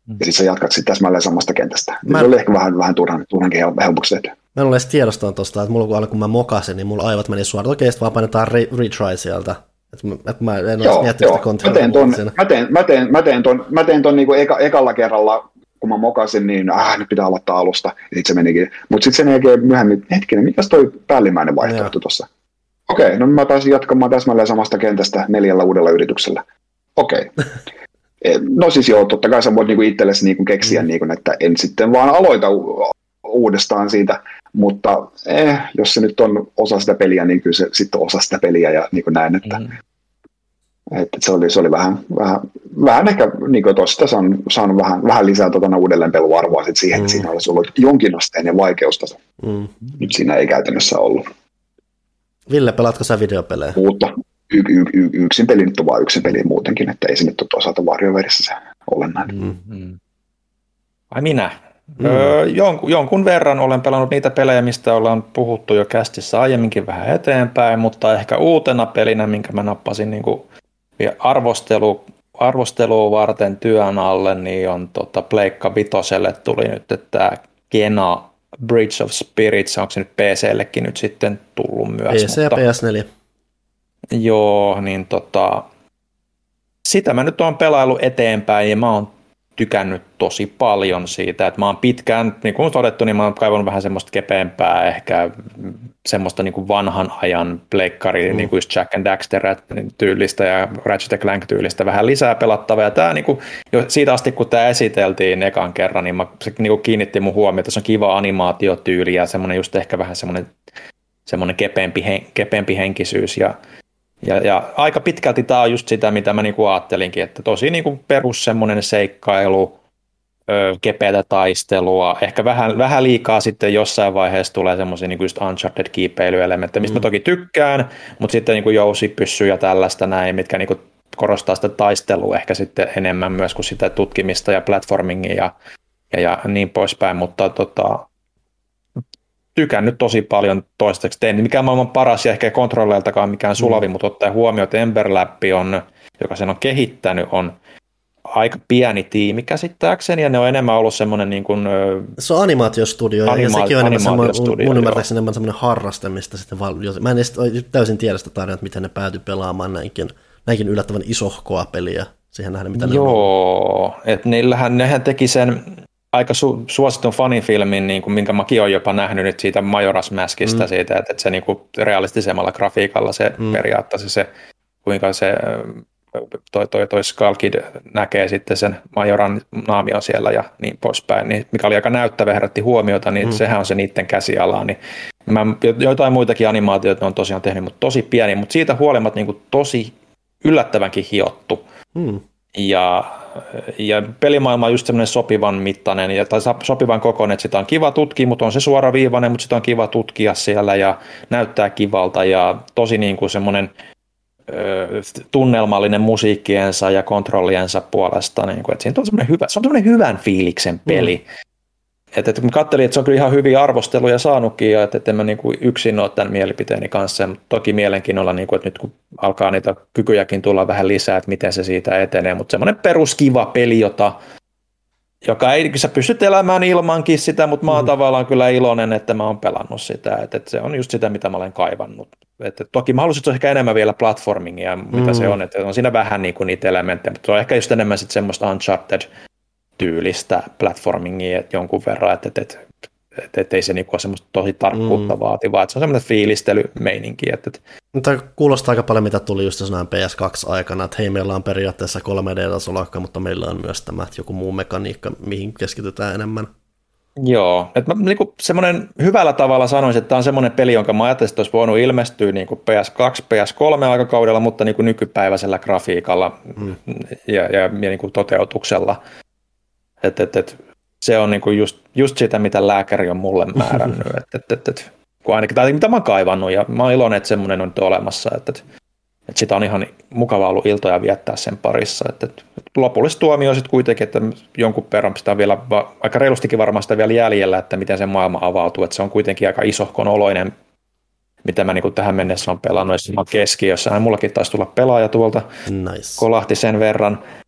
Mm. Ja sitten sä jatkat sitten täsmälleen samasta kentästä. Mä... Se oli ehkä vähän, vähän turhan, turhankin helpoksi tehty. Mä en ole edes tiedostanut tuosta, että mulla kun, aina, kun mä mokasin, niin mulla aivot meni suoraan. Okei, sitten vaan painetaan re- retry sieltä. Että mä, et mä en ole miettinyt sitä kontrollia. Mä teen, mä teen, mä teen ton, mä teen ton niinku eka, ekalla kerralla, kun mä mokasin, niin ah, nyt pitää aloittaa alusta. Ja sit se menikin. Mutta sitten sen jälkeen myöhemmin, hetkinen, mikäs toi päällimmäinen vaihtoehto tuossa? Okei, okay, no mä pääsin jatkamaan täsmälleen samasta kentästä neljällä uudella yrityksellä. Okei. Okay. No siis joo, totta kai sä voit niinku itsellesi niinku keksiä, mm. niinku, että en sitten vaan aloita u- uudestaan siitä, mutta eh, jos se nyt on osa sitä peliä, niin kyllä se sitten on osa sitä peliä ja niin kuin näin, että, mm. että se, oli, se oli vähän, vähän, vähän ehkä niin tuosta saanut, saanut vähän, vähän lisää tuota uudelleen peluarvoa sit siihen, mm. että siinä olisi ollut jonkinasteinen vaikeustaso. Mm. Nyt siinä ei käytännössä ollut. Ville, pelaatko sä videopelejä? Uutta. Y- y- y- yksin peli nyt on vaan yksin peli muutenkin, että ei se nyt ole toisaalta WarioWareissa se olennainen. Mm-hmm. Ai minä? Mm. Öö, jonkun, jonkun verran olen pelannut niitä pelejä, mistä ollaan puhuttu jo kästissä aiemminkin vähän eteenpäin, mutta ehkä uutena pelinä, minkä mä nappasin niin kuin arvostelu, arvostelua varten työn alle, niin on tota, Pleikka Vitoselle tuli nyt tämä Kena Bridge of Spirits, onko se nyt P C:llekin nyt sitten tullut myös? P C ja P S neljä. Joo, niin tota, sitä mä nyt oon pelaillut eteenpäin ja mä oon tykännyt tosi paljon siitä, että mä oon pitkään, niin kuin on todettu, niin mä oon kaivannut vähän semmoista kepeämpää, ehkä semmoista niin kuin vanhan ajan pleikkari, mm. niin kuin just Jack and Daxter tyylistä ja Ratchet Clank tyylistä vähän lisää pelattavaa. Ja tää niin kuin, jo siitä asti, kun tää esiteltiin ekan kerran, niin mä, se niin kuin kiinnitti mun huomioon, että se on kiva animaatiotyyli ja semmoinen just ehkä vähän semmoinen, semmoinen kepeämpi, hen, kepeämpi henkisyys ja Ja, ja aika pitkälti tämä on just sitä, mitä mä niinku ajattelinkin, että tosi niinku perus semmoinen seikkailu, ö, kepeätä taistelua, ehkä vähän, vähän liikaa sitten jossain vaiheessa tulee semmoisia niinku just Uncharted-kiipeilyelementtejä, mistä mm. mä toki tykkään, mutta sitten niinku jousipyssy ja tällaista näin, mitkä niinku korostaa sitä taistelua ehkä sitten enemmän myös kuin sitä tutkimista ja platformingia ja, ja, ja niin poispäin, mutta tota, tykännyt tosi paljon toistaiseksi tein. Mikä on maailman paras ja ehkä kontrolleiltakaan mikään sulavi, mm. mutta ottaen huomioon, että Ember Lab on, joka sen on kehittänyt, on aika pieni tiimi käsittääkseni, ja ne on enemmän ollut semmoinen niin kuin se on animaatiostudio, anima- ja sekin on enemmän mun ymmärtääkseni enemmän semmoinen harraste, mistä sitten val- mä en edes täysin tiedä sitä tarinaa, miten ne päätyi pelaamaan näinkin, näinkin yllättävän isohkoa peliä siihen nähden, mitä ne Joo, että niillähän, nehän teki sen aika su- suositun fanifilmin, niin kuin, minkä mäkin olen jopa nähnyt nyt siitä Majora's Maskista, mm. siitä, että, että se niin kuin realistisemmalla grafiikalla se mm. periaatteessa se, kuinka se toi, toi, toi Skull Kid näkee sitten sen Majoran naamion siellä ja niin poispäin, niin mikä oli aika näyttävä, herätti huomiota, niin mm. sehän on se niiden käsiala. Niin mä, jotain muitakin animaatioita on tosiaan tehnyt, mutta tosi pieni, mutta siitä huolimatta niin kuin tosi yllättävänkin hiottu. Mm. Ja, ja pelimaailma on just semmoinen sopivan mittainen ja, tai sopivan kokoinen, että sitä on kiva tutkia, mutta on se suoraviivainen, mutta sitä on kiva tutkia siellä ja näyttää kivalta ja tosi niin kuin semmoinen ö, tunnelmallinen musiikkiensa ja kontrolliensa puolesta. Niin kuin, että siinä on semmoinen hyvä, se on semmoinen hyvän fiiliksen peli. Mm. Että, että kun katselin, että se on kyllä ihan hyviä arvosteluja saanutkin ja että, että en mä niin kuin yksin ole tämän mielipiteeni kanssa, mutta toki mielenkiinnolla, niin kuin, että nyt kun alkaa niitä kykyjäkin tulla vähän lisää, että miten se siitä etenee, mutta semmoinen peruskiva peli, jota, joka ei, sä pystyt elämään ilmankin sitä, mutta mä oon mm. tavallaan kyllä iloinen, että mä oon pelannut sitä, että, että se on just sitä, mitä mä olen kaivannut. Että toki mä haluaisin, että se on ehkä enemmän vielä platformingia, mitä mm. se on, että on siinä vähän niin kuin niitä elementtejä, mutta se on ehkä just enemmän sitten semmoista Uncharted tyylistä platformingia jonkun verran, että et, et, et, et ei se niinku ole semmoista tosi tarkkuutta mm. vaativaa, että se on semmoinen fiilistelymeininki. Että, et. Tämä kuulostaa aika paljon, mitä tuli just jossain P S kaksi aikana, että hei, meillä on periaatteessa kolme D-tasolakka, mutta meillä on myös tämä joku muu mekaniikka, mihin keskitytään enemmän. Joo, että mä niinku semmoinen hyvällä tavalla sanoisin, että tämä on semmoinen peli, jonka mä ajattelin, että olisi voinut ilmestyä niinku P S kaksi, P S kolme aikakaudella, mutta niinku nykypäiväisellä grafiikalla mm. ja, ja, ja niinku toteutuksella. Et, et, et, se on niinku just, just sitä, mitä lääkäri on mulle määrännyt, et, et, et, et, kun ainakin, tai mitä mä oon kaivannut, ja mä oon iloinen, että semmoinen on nyt olemassa, että et, et sitä on ihan mukava ollut iltoja viettää sen parissa. Et, et, lopulliset tuomio on sitten kuitenkin, että jonkun verran sitä on vielä, aika reilustikin varmaan sitä vielä jäljellä, että miten se maailma avautuu, että se on kuitenkin aika isohkon oloinen, mitä mä niinku tähän mennessä on pelannut, ja keskiössä, mullakin taisi tulla pelaaja tuolta, nice. Kolahti sen verran.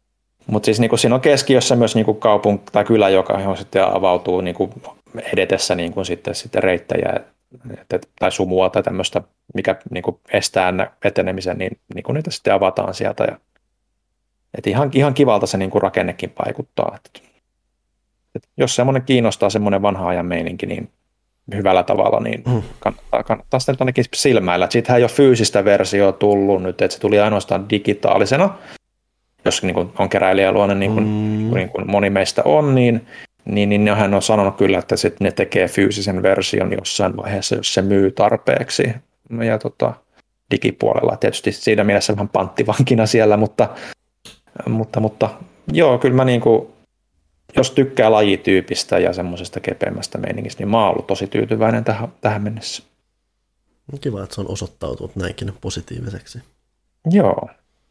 Mutta siis niinku siinä on keskiössä myös niinku kaupunki tai kylä, joka sitten avautuu niinku edetessä niinku sitten, sitten reittejä et, tai sumua tai tämmöistä, mikä niinku estää etenemisen, niin niinku niitä sitten avataan sieltä. Ja, et ihan, ihan kivalta se niinku rakennekin vaikuttaa. Et, et jos semmoinen kiinnostaa, semmoinen vanha ajan meininki, niin hyvällä tavalla, niin mm. kannattaa, kannattaa sitä nyt ainakin silmäillä. Siitähän ei ole fyysistä versiota tullut nyt, että se tuli ainoastaan digitaalisena. Jos niin kuin on keräilijäluonne, niin kuin, mm. niin kuin moni meistä on, niin, niin, niin hän on sanonut kyllä, että sit ne tekee fyysisen version jossain vaiheessa, jos se myy tarpeeksi. Ja tota, digipuolella tietysti siinä mielessä vähän panttivankina siellä, mutta, mutta, mutta joo, kyllä mä niin kuin, jos tykkää lajityypistä ja semmoisesta kepeämmästä meiningistä, niin mä oon ollut tosi tyytyväinen tähän, tähän mennessä. Kiva, että se on osoittautunut näinkin positiiviseksi. Joo.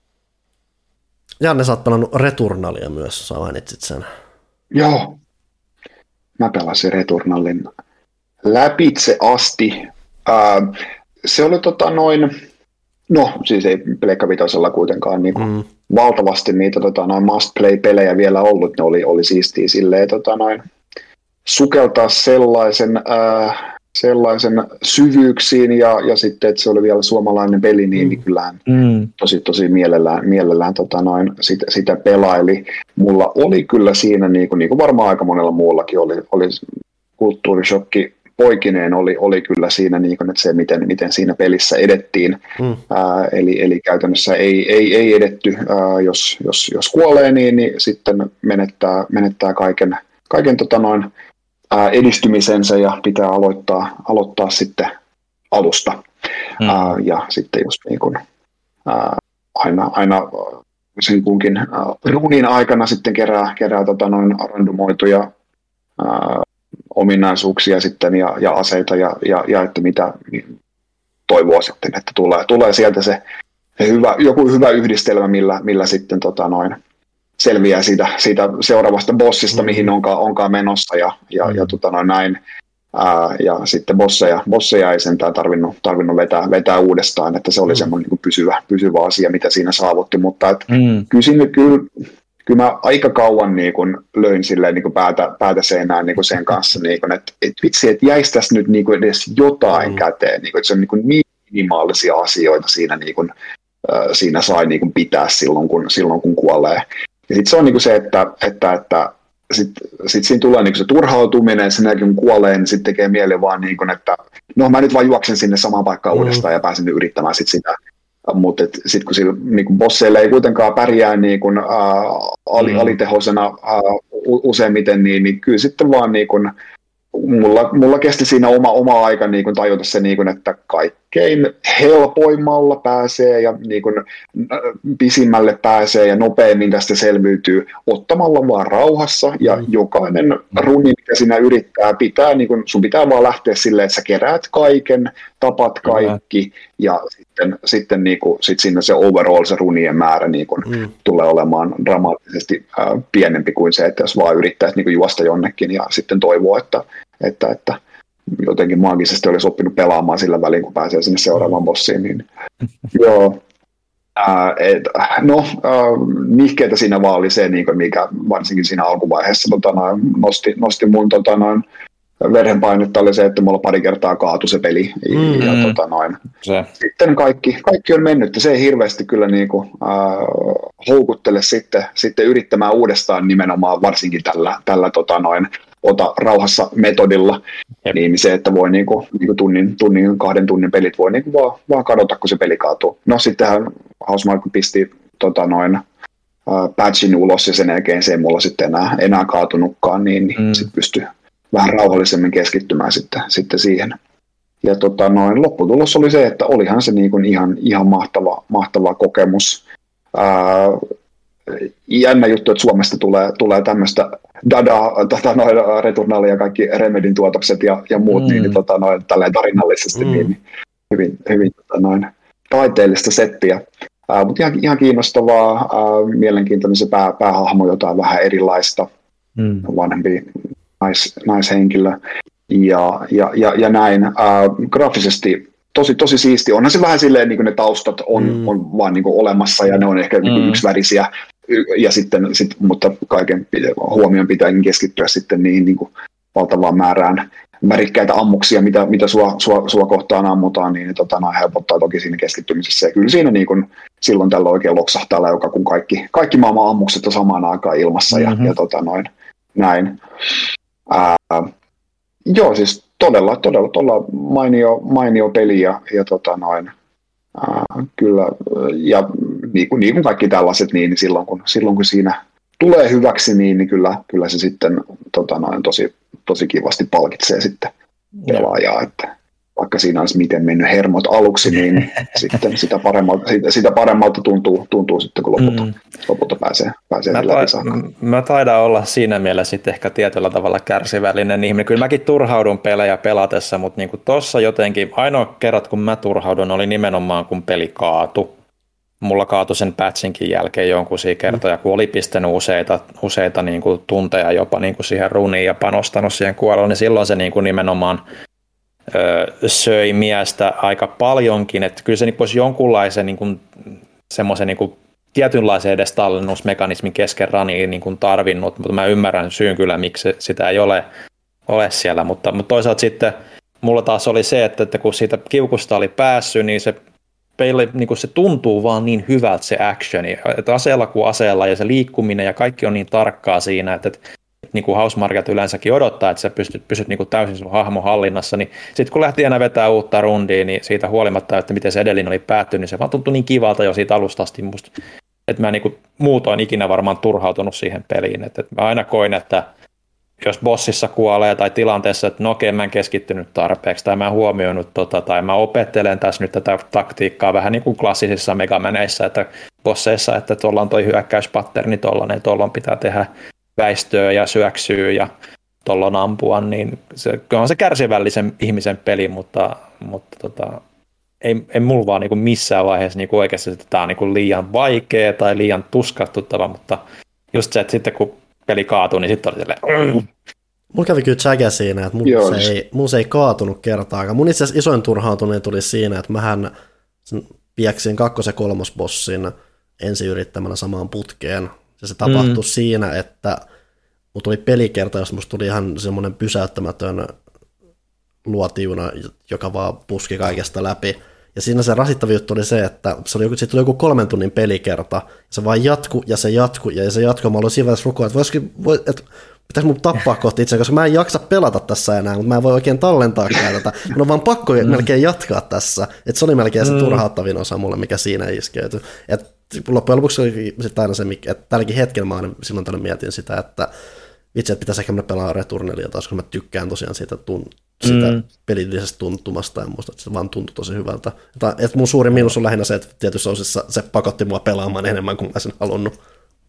Janne, sä oot pelannut Returnalia myös, sä mainitsit sen. Joo, mä pelasin Returnalin läpitse asti. Ää, se oli tota noin, no siis ei Pleikka vitosella kuitenkaan niinku mm. valtavasti niitä tota, noin must-play-pelejä vielä ollut, ne oli, oli siistiä silleen tota, noin, sukeltaa sellaisen, ää, sellaisen syvyyksiin ja, ja sitten, että se oli vielä suomalainen peli, niin, mm. niin kyllähän mm. tosi, tosi mielellään, mielellään tota, noin, sitä, sitä pelaili. Mulla oli kyllä siinä, niin kuin, niin kuin varmaan aika monella muullakin oli, oli kulttuurishokki, poikineen oli, oli kyllä siinä, niin kuin, että se miten, miten siinä pelissä edettiin. Mm. Ää, eli, eli käytännössä ei, ei, ei edetty, ää, jos, jos, jos kuolee, niin, niin sitten menettää, menettää kaiken, kaiken tota noin, ää, edistymisensä ja pitää aloittaa, aloittaa sitten alusta. Mm. Ää, ja sitten jos niin kuin, ää, aina, aina sen kunkin ää, runin aikana sitten kerää, kerää tota noin randomoituja ää, ominaisuuksia sitten ja, ja aseita ja, ja, ja että mitä toivoo sitten, että tulee, tulee sieltä se, se hyvä, joku hyvä yhdistelmä, millä, millä sitten tota noin, selviää siitä, siitä seuraavasta bossista, mm. mihin onkaan, onkaan menossa ja, ja, mm. ja tota noin, näin. Ää, ja sitten bosseja, bosseja ei sentään tarvinnut, tarvinnut vetää, vetää uudestaan, että se oli mm. semmoinen niin kuin pysyvä, pysyvä asia, mitä siinä saavutti, mutta et, mm. kyllä, siinä, kyllä Kyllä mä aika kauan niin kun löin silleen, niin kun päätä, päätä seinään niin kun sen kanssa, niin kun, että et vitsi, että jäisi tässä nyt niin kun edes jotain mm. käteen. Niin kun, että se on niin kun minimaalisia asioita siinä, niin kun, äh, siinä sai niin kun pitää silloin kun, silloin, kun kuolee. Ja sitten se on niin kun se, että, että, että sitten sit siinä tulee niin kun se turhautuminen, sen jälkeen kun kuolee, niin sitten tekee mieli vaan, niin kun, että no mä nyt vaan juoksen sinne samaan paikkaan mm. uudestaan ja pääsen yrittämään sitten sitä. Mutta sitten kun sillä niinku bosseilla ei kuitenkaan pärjää niinku, ää, ali, mm. alitehoisena ää, useimmiten, niin, niin kyllä sitten vaan niinku, mulla, mulla kesti siinä oma, oma aika niinku, tajuta se, niinku, että kaikkein helpoimmalla pääsee ja niinku, pisimmälle pääsee ja nopeimmin tästä selviytyy ottamalla vaan rauhassa ja mm. jokainen runi, mikä siinä yrittää pitää, niinku, sun pitää vaan lähteä silleen, että sä keräät kaiken, tapat kaikki mm. ja sitten, sitten niinku, sit siinä se overall, se runien määrä niinku, mm. tulee olemaan dramaattisesti äh, pienempi kuin se, että jos vaan yrittäisi niinku, juosta jonnekin ja sitten toivoo, että, että, että jotenkin maagisesti olisi oppinut pelaamaan sillä välin, kun pääsee sinne seuraavaan bossiin. Niin, joo. Äh, et, no, äh, nihkeetä siinä vaan oli se, niin kuin, mikä varsinkin siinä alkuvaiheessa tota, noin, nosti, nosti mun tota, noin, verhenpainetta oli se, että mulla pari kertaa kaatui se peli. Mm-hmm. Ja, tota, noin. Se. Sitten kaikki, kaikki on mennyt. Se ei hirveästi kyllä niin kuin, äh, houkuttele sitten, sitten yrittämään uudestaan nimenomaan varsinkin tällä, tällä tota, noin, ota rauhassa metodilla, Jep. niin se, että voi niinku, niinku tunnin, tunnin, kahden tunnin pelit voi niinku vaan, vaan kadota, kun se peli kaatuu. No sittenhän Housemarque pisti tota noin, äh, patchin ulos ja sen jälkeen se ei mulla sitten enää, enää kaatunutkaan, niin, niin mm. sitten pystyi vähän rauhallisemmin keskittymään sitten, sitten siihen. Ja tota noin, lopputulos oli se, että olihan se niinku ihan, ihan mahtava, mahtava kokemus. Äh, jännä juttu, että Suomesta tulee, tulee tämmöistä dadaa, tota, noin, Returnalia ja kaikki Remedin tuotokset ja, ja muut mm. niin, tota, noin, tälleen tarinallisesti mm. niin, hyvin, hyvin tota, noin, taiteellista settiä. Uh, mutta ihan, ihan kiinnostavaa, uh, mielenkiintoinen se pää, päähahmo, jotain vähän erilaista, mm. vanhempi nais, naishenkilö ja, ja, ja, ja näin. Uh, graafisesti tosi, tosi siisti. Onhan se vähän silleen, niin kuin ne taustat on, mm. on vaan niin kuin olemassa ja ne on ehkä mm. niin kuin yksivärisiä, ja sitten, sit, mutta kaiken huomioon pitääkin keskittyä sitten niihin niin kuin valtavaan määrään värikkäitä ammuksia, mitä, mitä sua, sua, sua kohtaan ammutaan, niin tota, no, helpottaa toki siinä keskittymisessä. Ja kyllä siinä niin kun, silloin tällä oikein loksahtaa läuka, kun kaikki, kaikki maailman ammukset on samaan aikaan ilmassa ja, mm-hmm. ja tota, noin, näin. Ää, joo, siis todella, todella, todella mainio, mainio peli ja, ja tota, noin, ää, kyllä, ja niin kuin, niin kuin kaikki tällaiset, niin silloin kun, silloin kun siinä tulee hyväksi, niin, niin kyllä, kyllä se sitten tota, noin, tosi, tosi kivasti palkitsee sitten pelaajaa, että vaikka siinä olisi miten mennyt hermot aluksi, niin sitten sitä paremmalta, sitä, sitä paremmalta tuntuu, tuntuu sitten, kun lopulta, mm. lopulta pääsee, pääsee mä, läpi ta- mä taidan olla siinä mielessä sitten ehkä tietyllä tavalla kärsivällinen ihminen. Kyllä mäkin turhaudun pelejä pelatessa, mutta niin tuossa jotenkin ainoa kerrat, kun mä turhaudun, oli nimenomaan, kun peli kaatui. Mulla kaatui sen patchinkin jälkeen jonkun kertoja, kun oli pistänyt useita, useita niin kuin tunteja jopa niin kuin siihen runiin ja panostanut siihen kuolemaan, niin silloin se niin kuin nimenomaan ö, söi miestä aika paljonkin. Että kyllä se niin olisi jonkunlaisen niin kuin, semmoisen niin kuin tietynlaisen edes tallennusmekanismin kesken runiin niin kuin tarvinnut, mutta mä ymmärrän syyn kyllä, miksi sitä ei ole, ole siellä. Mutta, mutta toisaalta sitten mulla taas oli se, että, että kun siitä kiukusta oli päässyt, niin se Peille, niin kuin se tuntuu vaan niin hyvältä se actioni, että aseella kuin aseella ja se liikkuminen ja kaikki on niin tarkkaa siinä, että, että niin kuin Housemarquet yleensäkin odottaa, että sä pystyt, pysyt niin kuin täysin sun hahmon hallinnassa, niin sitten kun lähti aina vetää uutta rundia, niin siitä huolimatta, että miten se edellinen oli päättynyt, niin se vaan tuntui niin kivalta jo siitä alusta asti musta, että mä niin kuin muutoin ikinä varmaan turhautunut siihen peliin, että, että mä aina koin, että jos bossissa kuolee tai tilanteessa, että no okei, mä en keskittynyt tarpeeksi tai mä en huomioinut tota, tai mä opettelen tässä nyt tätä taktiikkaa vähän niin kuin klassisissa Megamaneissa, että bosseissa, että tuolla on toi hyökkäyspatterni tollainen, tuolla pitää tehdä väistöä ja syöksyä ja tuolla on ampua, niin se on se kärsivällisen ihmisen peli, mutta, mutta tota, ei, ei mulla vaan niin kuin missään vaiheessa niin kuin oikeasti, että tämä on niin kuin liian vaikea tai liian tuskastuttava, mutta just se, että sitten kun peli kaatui, niin sitten oli silleen... Mulla kävi kyllä tsäkä siinä, että mun se, ei, mun se ei kaatunut kertaakaan. Mun itse asiassa isoin turhautuminen tuli siinä, että mähän pieksin kakkos- ja kolmosbossin ensi yrittämällä samaan putkeen. Ja se tapahtui mm. siinä, että mulla tuli pelikerta, josta musta tuli ihan semmoinen pysäyttämätön luotiuna, joka vaan puski kaikesta läpi. Ja siinä se rasittava juttu oli se, että se oli joku, siitä tuli joku kolmen tunnin pelikerta, ja se vaan jatkui, ja se jatkui, ja se jatkui. Mä aloin siinä vaiheessa rukoa, että, voisikin, voi, että pitäisi mun tappaa kohti itse, koska mä en jaksa pelata tässä enää, mutta mä en voi oikein tallentaa tätä. Mun on vaan pakko mm. melkein jatkaa tässä. Että se oli melkein se mm. turhauttavin osa mulle, mikä siinä iskeytyi. Et loppujen lopuksi oli sitten aina se, että tälläkin hetkellä mä silloin tällöin mietin sitä, että itse, että pitäisi ehkä mennä pelaa Returnelia taas, koska mä tykkään tosiaan siitä, tun- sitä mm. pelillisestä tuntumasta ja muista, että se vaan tuntui tosi hyvältä. Että, että mun suurin miinus on lähinnä se, että tietysti osissa se pakotti mua pelaamaan enemmän kuin mä sen halunnut.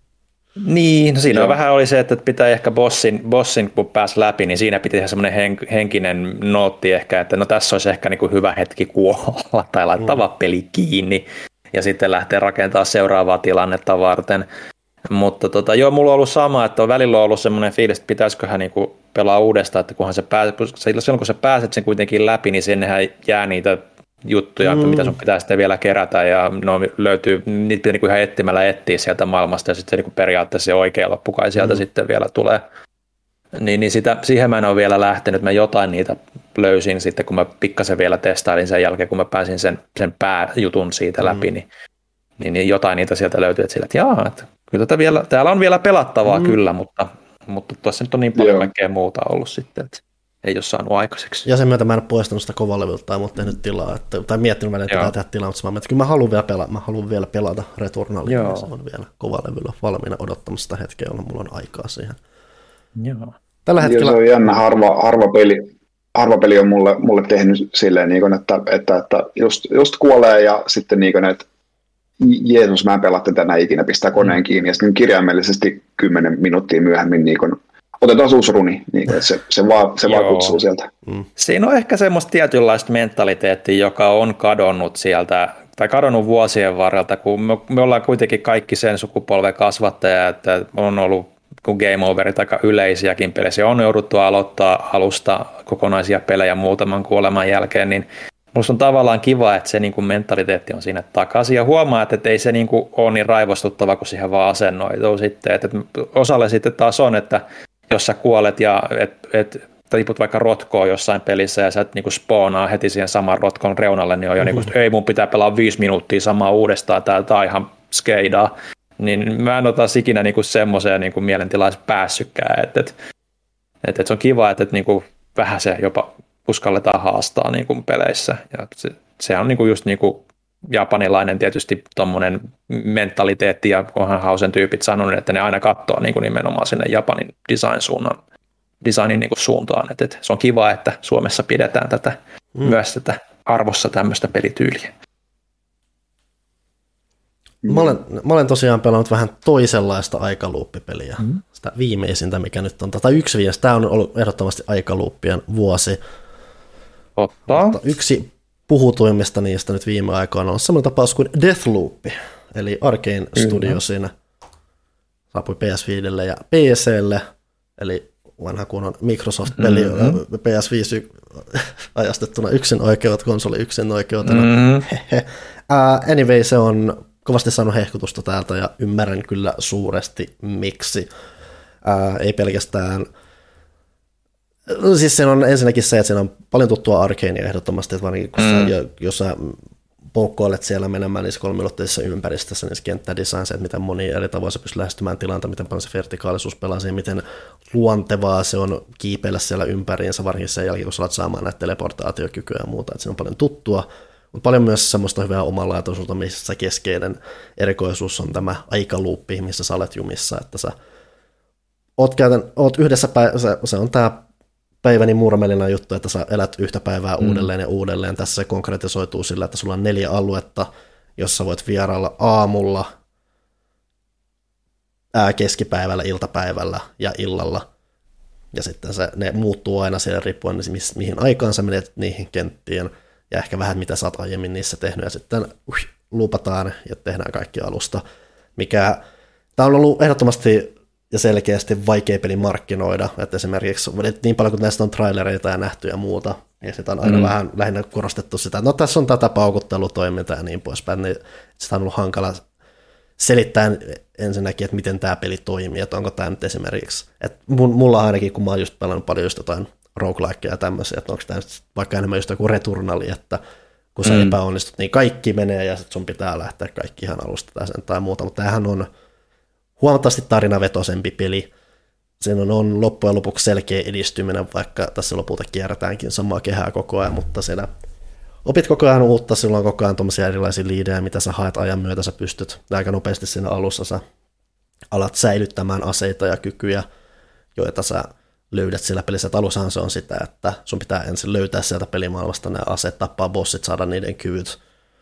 Niin, no siinä on vähän oli se, että pitää ehkä bossin, bossin kun pääsi läpi, niin siinä piti ihan semmoinen hen, henkinen nootti ehkä, että no tässä olisi ehkä niin kuin hyvä hetki kuolla tai laittaa mm. vaan peli kiinni ja sitten lähteä rakentamaan seuraavaa tilannetta varten. Mutta tota, joo, mulla on ollut sama, että on välillä ollut semmoinen fiilis, että pitäisiköhän niinku pelaa uudestaan, että kunhan se pääset, silloin kun sä pääset sen kuitenkin läpi, niin sinnehän jää niitä juttuja, mm. mitä sun pitää sitten vielä kerätä, ja no, löytyy, niitä pitää niinku ihan etsimällä etsiä sieltä maailmasta, ja sitten niinku periaatteessa se oikea loppukai sieltä mm. sitten vielä tulee. Niin, niin sitä, siihen mä en ole vielä lähtenyt, mä jotain niitä löysin sitten, kun mä pikkasen vielä testailin sen jälkeen, kun mä pääsin sen, sen pääjutun siitä läpi, mm. niin, niin, niin jotain niitä sieltä löytyy, että sillä, että jaa, että kyllä tätä vielä, täällä on vielä pelattavaa mm. kyllä, mutta, mutta tuossa nyt on niin paljon Joo. kaikkea muuta ollut sitten, että ei ole saanut aikaiseksi. Ja sen myötä mä en ole poistanut sitä kovalevyltä tai mä tehnyt tilaa, että, tai miettinyt välillä, että pitää tehdä tilaa, mutta mä että kyllä mä haluan vielä pelata, mä haluan vielä pelata Returnalia, ja se on vielä kovalevyllä valmiina odottamassa sitä hetkeä, jolloin mulla on aikaa siihen. Joo. Tällä hetkellä... Joo, se on jännä, harva, harva, peli, harva peli on mulle, mulle tehnyt silleen, niin kuin, että, että, että just, just kuolee ja sitten niin kuin, että Jeesus, mä en pelaa tätä näin ikinä, pistää koneen kiinni, ja sitten kirjaimellisesti kymmenen minuuttia myöhemmin niin kun, otetaan uusi runi, niin kun, se, se, vaan, se vaan kutsuu sieltä. Mm. Siinä on ehkä semmoista tietynlaista mentaliteettia, joka on kadonnut sieltä, tai kadonnut vuosien varrelta, kun me, me ollaan kuitenkin kaikki sen sukupolven kasvattajia, että on ollut kun game overit aika yleisiäkin pelejä, on jouduttu aloittaa alusta kokonaisia pelejä muutaman kuoleman jälkeen, niin Musta on tavallaan kiva, että se niin kuin mentaliteetti on siinä takaisin ja huomaa, että ei se niin kuin ole niin raivostuttava, kun siihen vaan asennoituu sitten. Että osalle sitten taas on, että jos sä kuolet ja et, et, tiput vaikka rotkoon jossain pelissä ja sä et niin kuin spoonaa heti siihen saman rotkon reunalle, niin on jo mm-hmm. niin kuin, ei mun pitää pelaa viisi minuuttia samaa uudestaan, tää, tää on ihan skeidaa. Niin mä en ota ikinä niin kuin semmoiseen niin kuin mielentilaan päässytkään. Että et, et, et se on kiva, että et, niin kuin vähän se jopa uskalletaan haastaa niin kuin peleissä. Ja se, se on niin kuin just niin kuin japanilainen tietysti tuommoinen mentaliteetti, ja onhan Hausen tyypit sanonut, että ne aina katsoo niin kuin nimenomaan sinne Japanin design-suunnan, designin niin kuin suuntaan. Et, et se on kiva, että Suomessa pidetään tätä, mm. myös tätä arvossa tämmöistä pelityyliä. Mä olen, mä olen tosiaan pelannut vähän toisenlaista aikaluuppipeliä. Mm. Sitä viimeisintä, mikä nyt on, tai yksi viimeistä. Tämä on ollut ehdottomasti aikaluuppien vuosi. Totta. Yksi puhutuimmista niistä nyt viime aikoina on sellainen tapaus kuin Deathloop, eli Arkane Studiosin saapui P S viidelle ja P C:lle, eli vanha kunnon Microsoft-peli, mm-hmm. P S viisi ajastettuna yksin oikeudet, konsoli yksin oikeutena. Mm-hmm. uh, anyway, se on kovasti saanut hehkutusta täältä ja ymmärrän kyllä suuresti miksi. Uh, ei pelkästään. No siis siinä on ensinnäkin se, että siinä on paljon tuttua Arkanea ehdottomasti, että varsinkin kun mm. sä, jos sä poukkoilet siellä menemään niissä kolmiulotteisessa ympäristössä, niissä kenttädesign, se, että miten moni eri tavoin se pystyy lähestymään tilanta, miten paljon se vertikaalisuus pelaa siihen, miten luontevaa se on kiipeillä siellä ympäriinsä, varsinkin sen jälkeen, kun sä alat saamaan näitä teleportaatiokykyä ja muuta, että siinä on paljon tuttua, mutta paljon myös semmoista hyvää omanlaatuisuutta, missä keskeinen erikoisuus on tämä aikaluuppi, missä sä olet jumissa, että sä oot, käytän, oot yhdessä päivässä, se, se on tämä päiväni murmelina juttu, että sä elät yhtä päivää mm. uudelleen ja uudelleen. Tässä se konkretisoituu sillä, että sulla on neljä aluetta, jossa voit vierailla aamulla, ää, keskipäivällä, iltapäivällä ja illalla. Ja sitten se, ne muuttuu aina siellä riippuen, mi- mihin aikaan sä menet niihin kenttiin ja ehkä vähän mitä sä oot aiemmin niissä tehnyt. Ja sitten uh, luupataan ja tehdään kaikki alusta. Mikä, tää on ollut ehdottomasti ja selkeästi vaikea peli markkinoida, että esimerkiksi niin paljon kuin näistä on trailereita ja nähty ja muuta, ja sitä on aina mm. vähän lähinnä korostettu sitä, että no tässä on tätä paukuttelutoimintaa ja niin poispäin, niin sitä on ollut hankala selittää ensinnäkin, että miten tämä peli toimii, että onko tämä nyt esimerkiksi, että mulla ainakin, kun mä oon just pelannut paljon just jotain roguelikeja ja tämmöisiä, että onko tämä vaikka enemmän just joku returnali, että kun sä mm. epäonnistut, niin kaikki menee ja sitten sun pitää lähteä kaikki ihan alusta tai sen tai muuta, mutta tämähän on huomattavasti tarinavetoisempi peli. Siinä on, on loppujen lopuksi selkeä edistyminen, vaikka tässä lopulta kierrätäänkin samaa kehää koko ajan, mutta siellä opit koko ajan uutta, silloin on koko ajan tuommoisia erilaisia liidejä, mitä sä haet ajan myötä, sä pystyt aika nopeasti siinä alussa, sä alat säilyttämään aseita ja kykyjä, joita sä löydät sillä pelissä. Alussahan se on sitä, että sun pitää ensin löytää sieltä pelimaailmasta ne aseet, tappaa bossit, saada niiden kyvyt.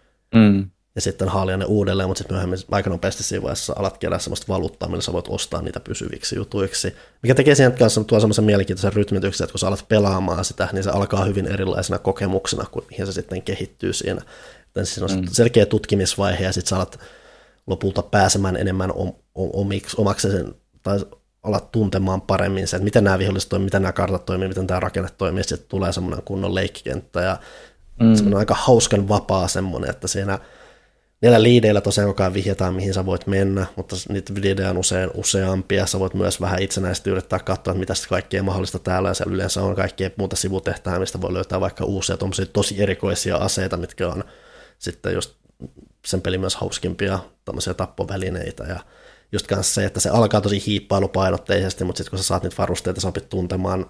Mm. Ja sitten haalia ne uudelleen, mutta sitten myöhemmin aika nopeasti siinä vaiheessa alat kerää semmoista valuuttaa, millä sä voit ostaa niitä pysyviksi jutuiksi. Mikä tekee siihen kanssa tuo semmoisen mielenkiintoisen rytmityksen, että kun sä alat pelaamaan sitä, niin se alkaa hyvin erilaisena kokemuksena, kuin mihin se sitten kehittyy siinä. Joten siinä on mm. selkeä tutkimisvaihe, ja sitten sä alat lopulta pääsemään enemmän omiksi, omaksi sen, tai alat tuntemaan paremmin sen, että miten nämä viholliset toimii, miten nämä kartat toimii, miten tämä rakenne toimii, ja sitten tulee semmoinen kunnon leikkikenttä, ja mm. semmoinen aika hauskan vapaa semmoinen, että siinä niillä liideillä tosiaan koko ajan vihjataan, mihin sä voit mennä, mutta niitä liidejä on usein useampia. Sä voit myös vähän itsenäisesti yrittää katsoa, että mitä kaikkea mahdollista täällä, ja siellä yleensä on kaikkea muuta sivutehtävää, mistä voi löytää vaikka uusia tosi erikoisia aseita, mitkä on sitten just sen pelin myös hauskimpia tämmöisiä tappovälineitä. Ja just kanssa se, että se alkaa tosi hiippailupainotteisesti, mutta sitten kun sä saat niitä varusteita, sä opit tuntemaan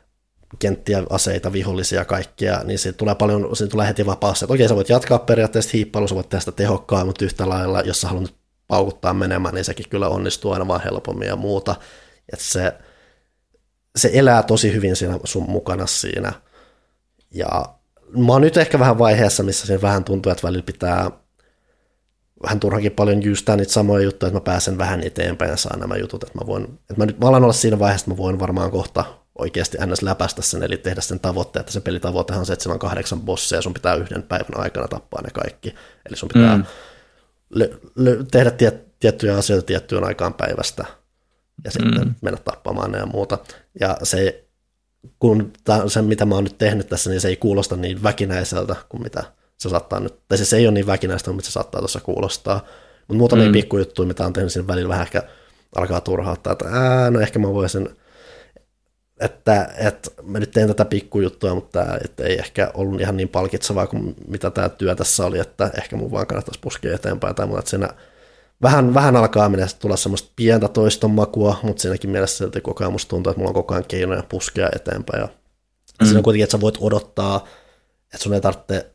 kenttiä, aseita, vihollisia ja kaikkia, niin siitä tulee paljon, siitä tulee heti vapaasti, että okei, sä voit jatkaa periaatteessa hiippailua, sä voit tehdä sitä tehokkaan, mutta yhtä lailla, jos sä haluat paukuttaa menemään, niin sekin kyllä onnistuu aina vaan helpommin ja muuta. Että se, se elää tosi hyvin siinä sun mukana siinä. Ja mä oon nyt ehkä vähän vaiheessa, missä siinä vähän tuntuu, että välillä pitää vähän turhankin paljon jyystää niitä samoja juttuja, että mä pääsen vähän eteenpäin ja saan nämä jutut, että mä voin, että mä nyt mä alan olla siinä vaiheessa, että mä voin varmaan kohta oikeasti ns. Läpästä sen, eli tehdä sen tavoitteen, että sen pelitavoitehan on se, että siellä on kahdeksan bossia ja sun pitää yhden päivän aikana tappaa ne kaikki. Eli sun pitää mm. lö, lö, tehdä tiet, tiettyjä asioita tiettyyn aikaan päivästä ja sitten mm. mennä tappamaan ne ja muuta. Ja se kun se, mitä mä oon nyt tehnyt tässä, niin se ei kuulosta niin väkinäiseltä kuin mitä se saattaa nyt, tai se ei ole niin väkinäistä, mutta se saattaa tuossa kuulostaa. Mutta muutamia mm. pikkujuttuja, mitä on tehnyt siinä välillä, vähän ehkä alkaa turhauttaa, että ää, no ehkä mä voisin, että, että mä nyt teen tätä pikkujuttua, mutta että ei ehkä ollut ihan niin palkitsevaa kuin mitä tämä työ tässä oli, että ehkä mun vaan kannattaisi puskea eteenpäin tai muuta, että siinä vähän, vähän alkaa mennä tulla semmoista pientä toiston makua, mutta siinäkin mielessä silti koko ajan musta tuntuu, että mulla on koko ajan keinoja puskea eteenpäin. Ja mm. siinä on kuitenkin, että sä voit odottaa, että sun ei tarvitse,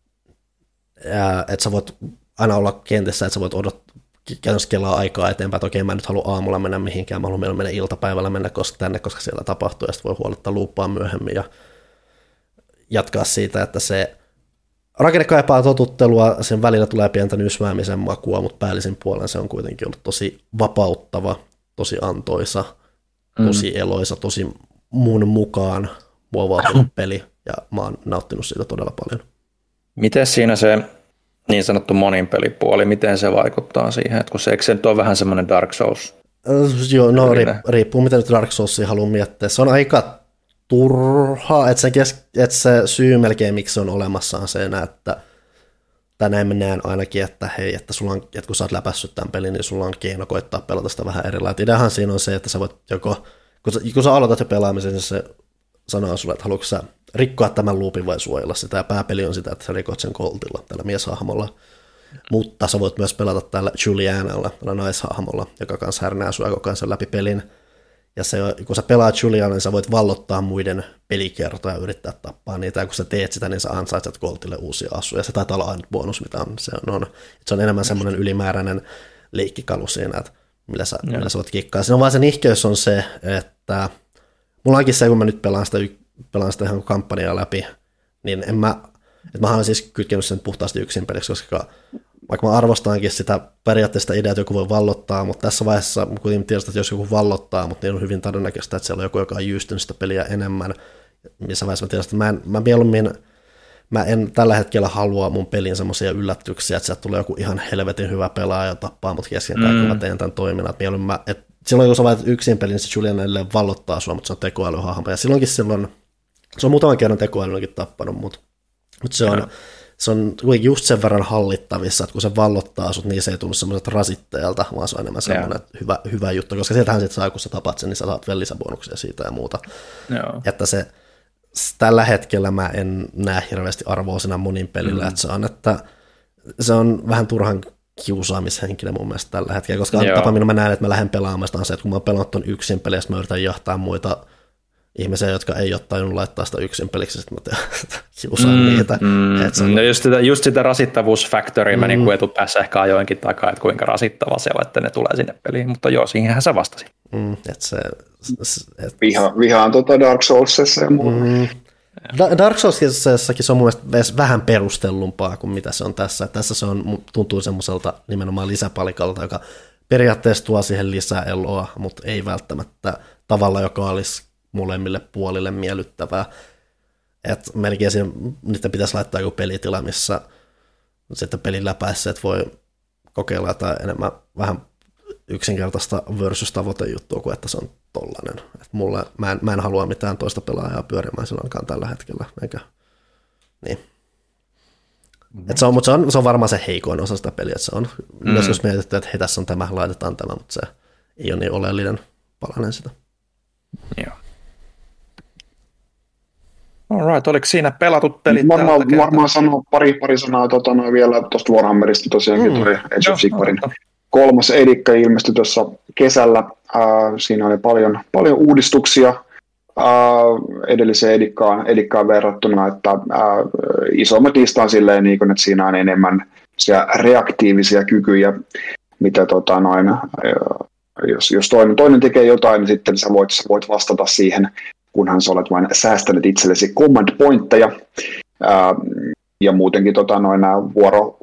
että sä voit aina olla kentissä, että sä voit odottaa, käytännössä kelaa aikaa eteenpäin, että okei, mä en nyt halua aamulla mennä mihinkään, mä haluan mennä iltapäivällä mennä koska tänne, koska siellä tapahtuu, ja sitten voi huolittaa luuppaa myöhemmin ja jatkaa siitä, että se rakenne kaipaa totuttelua, sen välillä tulee pientä nysmäämisen makua, mutta päällisin puolen se on kuitenkin ollut tosi vapauttava, tosi antoisa, tosi mm. eloisa, tosi mun mukaan muovautunut peli, ja mä oon nauttinut siitä todella paljon. Miten siinä se niin sanottu moninpelipuoli, miten se vaikuttaa siihen, että kun se, eikö se nyt ole vähän semmoinen Dark Souls? Joo, no riippuu miten nyt Dark Soulsia haluaa miettiä. Se on aika turhaa, että se, kes- että se syy melkein miksi se on olemassa on se, että tai näin mä näen ainakin, että hei, että, sulla on, että kun sä oot läpässyt tämän pelin, niin sulla on keino koittaa pelata sitä vähän erilaista. Ideahan siinä on se, että sä voit joko, kun sä, kun sä aloitat jo pelaamisen, niin se sanoo sulle, että haluatko sä rikkoa tämän loopin vai suojella sitä, ja pääpeli on sitä, että sä rikot sen koltilla, tällä mieshahmolla. Mutta sä voit myös pelata tällä Julianalla, tällä naishahmolla, joka kanssa härnää sua koko ajan sen läpi pelin. Ja se, kun sä pelaat Julianalla, niin sä voit vallottaa muiden pelikertoja ja yrittää tappaa niitä, ja kun sä teet sitä, niin sä ansaitset koltille uusia asuja. Se taitaa olla ainut bonus, mitä on. Se on, se on enemmän semmoinen ylimääräinen leikkikalu siinä, että millä sä, millä sä voit kikkaa. Siinä on vaan se nihkeys on se, että mulla onkin se, kun mä nyt pelaan sitä, pelaan sitä ihan kampanjaa läpi, niin en mä, että mä oon siis kytkenyt sen puhtaasti yksin peliksi, koska vaikka mä arvostankin sitä periaatteessa ideaa, että joku voi vallottaa, mutta tässä vaiheessa kuitenkin tiedostan, että jos joku vallottaa, mutta niin on hyvin todennäköistä, että siellä on joku, joka on jyystynyt sitä peliä enemmän, missä vaiheessa mä tiedostan, että mä, en, mä mieluummin, mä en tällä hetkellä halua mun pelin semmoisia yllätyksiä, että sieltä tulee joku ihan helvetin hyvä pelaaja ja tappaa mut kesken kaiken, kun mä teen tämän toiminnan, että mieluummin mä, että silloin kun sä vaihdat yksin pelin, niin se Julian edelleen vallottaa sua, mutta se on tekoälyhahmo, ja silloinkin silloin, se on muutaman kerran tekoälynkin tappanut, mutta, mutta se on, ja. se on just sen verran hallittavissa, että kun se vallottaa sut, niin se ei tunnu semmoiselta rasitteelta, vaan se on enemmän semmoinen hyvä, hyvä juttu, koska sieltähän sit saa, kun sä tapat sen, niin sä saat vielä lisäbonuksia siitä ja muuta. Ja. Että se, tällä hetkellä mä en näe hirveästi arvoa siinä monin pelillä, mm. että se on, että se on vähän turhan kiusaamishenkilö mun mielestä tällä hetkellä, koska Joo. tapa, minun mä näen, että mä lähden pelaamaan sitä on se, että kun mä oon pelannut ton yksin peliä, mä yritän jahtaa muita ihmisiä, jotka ei ole tajunnut laittaa sitä yksin peliksi, sitten mä kiusaan mm, niitä. Mm, on... no just, sitä, just sitä rasittavuusfaktoria mm. mä niin etupäässä ehkä ajoinkin takaa, että kuinka rasittava se on, että ne tulee sinne peliin, mutta joo, siihenhän sä vastasit. Mm, et se, et... Viha, vihaan tuota Dark Soulsissa ja muuta. Mm. Dark Soulsissakin se on mun mielestä vähän perustellumpaa kuin mitä se on tässä. Tässä se on, tuntuu semmoiselta nimenomaan lisäpalikalta, joka periaatteessa tuo siihen lisää eloa, mutta ei välttämättä tavalla, joka olisi molemmille puolille miellyttävää. Et melkein siinä, niitä pitäisi laittaa joku pelitila, missä sitten pelin läpäisseet voi kokeilla jotain enemmän vähän yksinkertaista versus-tavoitejuttua kuin että se on tollainen. Et mulle, mä, en, mä en halua mitään toista pelaajaa pyörimään silloinkaan tällä hetkellä. Eikä. Niin. Mm-hmm. Et se on, mutta se on, se on varmaan se heikoin osa sitä peliä. Se on mm-hmm. myös jos mietitään, että hei, tässä on tämä, laitetaan tämä, mutta se ei ole niin oleellinen palanen sitä. Joo. Alright, oliko siinä pelatut pelit? Varmaan, varmaan sanoa pari, pari sanaa tota, no, vielä tuosta Warhammerista tosiaankin, mm. toi Age of Sigmarin kolmas edikka ilmestyi tuossa kesällä. Äh, siinä oli paljon, paljon uudistuksia äh, edelliseen edikkaan, edikkaan verrattuna, että äh, isommat niistä on silleen, niin kuin, että siinä on enemmän reaktiivisia kykyjä, mitä tota, noin, äh, jos, jos toinen, toinen tekee jotain, niin sitten sä voit, sä voit vastata siihen, kunhan sä olet vain säästänyt itsellesi command pointteja. Ää, ja muutenkin tota, noin, nämä vuoro,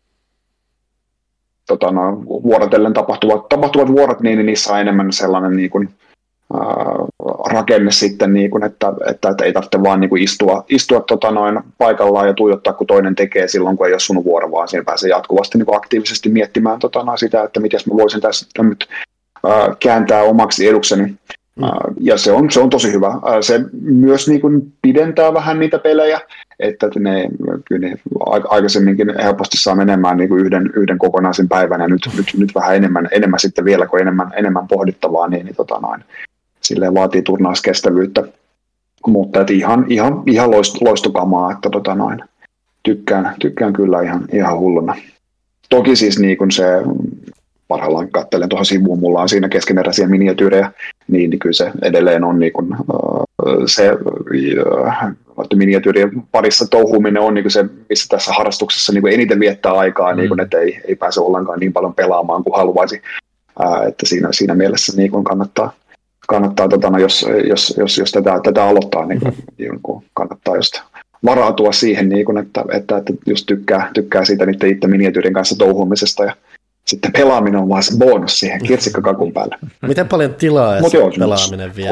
tota, noin, vuorotellen tapahtuvat, tapahtuvat vuorot, niin, niin niissä on enemmän sellainen niin kuin, ää, rakenne sitten, niin kuin, että, että, että ei tarvitse vaan niin kuin istua, istua tota, noin, paikallaan ja tuijottaa, kun toinen tekee silloin, kun ei ole sun vuoro, vaan siinä pääsee jatkuvasti niin kuin aktiivisesti miettimään tota, noin, sitä, että miten mä voisin tässä nyt ää, kääntää omaksi edukseni. Mm. Ja se on, se on tosi hyvä. Se myös niin kuin pidentää vähän niitä pelejä, että ne, kyllä ne aikaisemminkin helposti saa menemään niin kuin yhden, yhden kokonaisen päivän, ja nyt, nyt, nyt vähän enemmän, enemmän sitten vielä, kun enemmän, enemmän pohdittavaa, niin, niin tota noin, silleen vaatii turnauskestävyyttä. Mutta et ihan, ihan, ihan loist, loistokamaa, että tota noin, tykkään, tykkään kyllä ihan, ihan hulluna. Toki siis niin kuin se, parhaillaan katselen tuohon sivuun, mulla on siinä keskeneräisiä miniatyyrejä, niin, niin kyllä se edelleen on niin kuin, se miniatyyrien parissa touhuminen on niin kuin se, missä tässä harrastuksessa niin kuin eniten viettää aikaa, mm. niin kuin, että ei, ei pääse ollenkaan niin paljon pelaamaan kuin haluaisi, ää, että siinä, siinä mielessä niin kuin kannattaa, kannattaa tota, no, jos, jos, jos, jos tätä, tätä aloittaa, niin kuin, niin kuin kannattaa just varautua siihen, niin kuin, että, että, että just tykkää, tykkää siitä niiden itse miniatyyrien kanssa touhumisesta ja sitten pelaaminen on vaan se bonus siihen kirsikkakakun päälle. Miten paljon tilaa ja pelaaminen vie?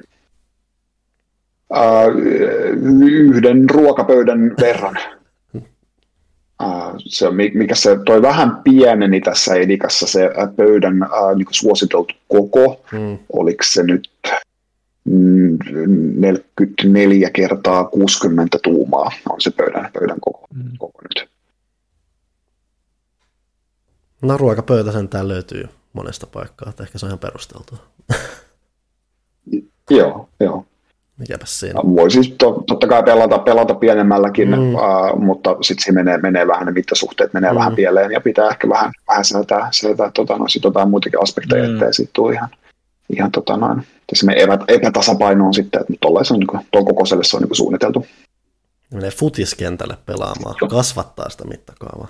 Uh, yhden ruokapöydän verran. Uh, se on, mikä se toi vähän pieneni tässä Edikassa se pöydän uh, niin suositeltu koko. Hmm. Oliko se nyt neljäkymmentäneljä kertaa kuusikymmentä tuumaa on se pöydän, pöydän koko, hmm. koko nyt. No ruokapöytä sentään löytyy monesta paikkaa, että ehkä se on ihan perusteltua. Joo, joo. Mikäpäs siinä? Voi siis to, totta kai pelata, pelata pienemmälläkin, mm. uh, mutta sitten se menee, menee vähän, ne mittasuhteet menee mm. vähän pieleen ja pitää ehkä vähän, vähän sieltä, sieltä tota, no, sit jotain muitakin aspekteja, mm. ettei siitä tule ihan, ihan tota, no, se menee epä, epätasapainoon sitten, että tollaisen on niin tuon kokoiselle se on niin suunniteltu. Menee futiskentälle pelaamaan, Joo. kasvattaa sitä mittakaavaa.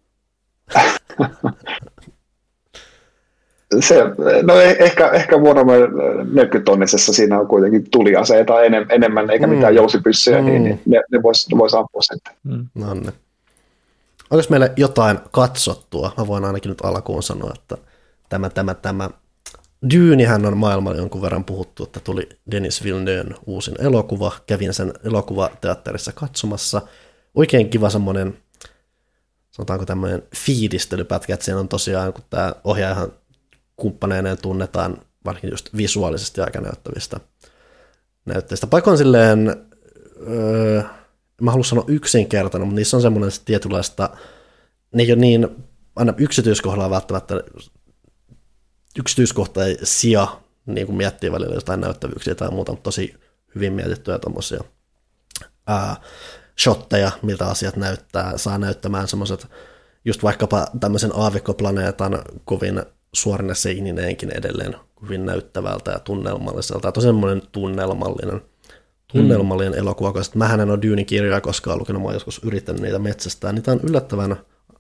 Se, no ehkä, ehkä Warhammer neljäkymmentä-tonnisessa siinä on kuitenkin tuliaseita enem, enemmän eikä mm. mitään jousipyssyjä, mm. niin, niin ne, ne voisi vois ampua sitten. Mm. No ne. Onko meille jotain katsottua? Mä voin ainakin nyt alkuun sanoa, että tämä, tämä, tämä Dunehän on maailmalla jonkun verran puhuttu, että tuli Denis Villeneuven uusin elokuva. Kävin sen elokuvateatterissa katsomassa. Oikein kiva semmoinen, sanotaanko tämmöinen fiidistelypätkä, että siinä on tosiaan, kun tämä ohjaajahan kumppaneineen tunnetaan varsinkin just visuaalisesti aika näyttävistä näytteistä. Paikoin silleen, öö, mä haluan sanoa yksinkertainen, mutta niissä on semmoinen tietynlaista, ne ei ole niin aina yksityiskohdalla välttämättä yksityiskohtaisia, niin kuin miettii välillä jotain näyttävyyksiä tai muuta, mutta tosi hyvin mietittyjä tommosia ää, shotteja, miltä asiat näyttää, saa näyttämään semmoiset, just vaikkapa tämmöisen aavikkoplaneetan kovin suorine seinineenkin edelleen hyvin näyttävältä ja tunnelmalliselta. Tosi semmoinen tunnelmallinen, tunnelmallinen mm. elokuva, koska mähän en ole Dunen kirjoja koskaan lukenut, mä oon joskus yrittänyt niitä metsästää. Niitä on yllättävän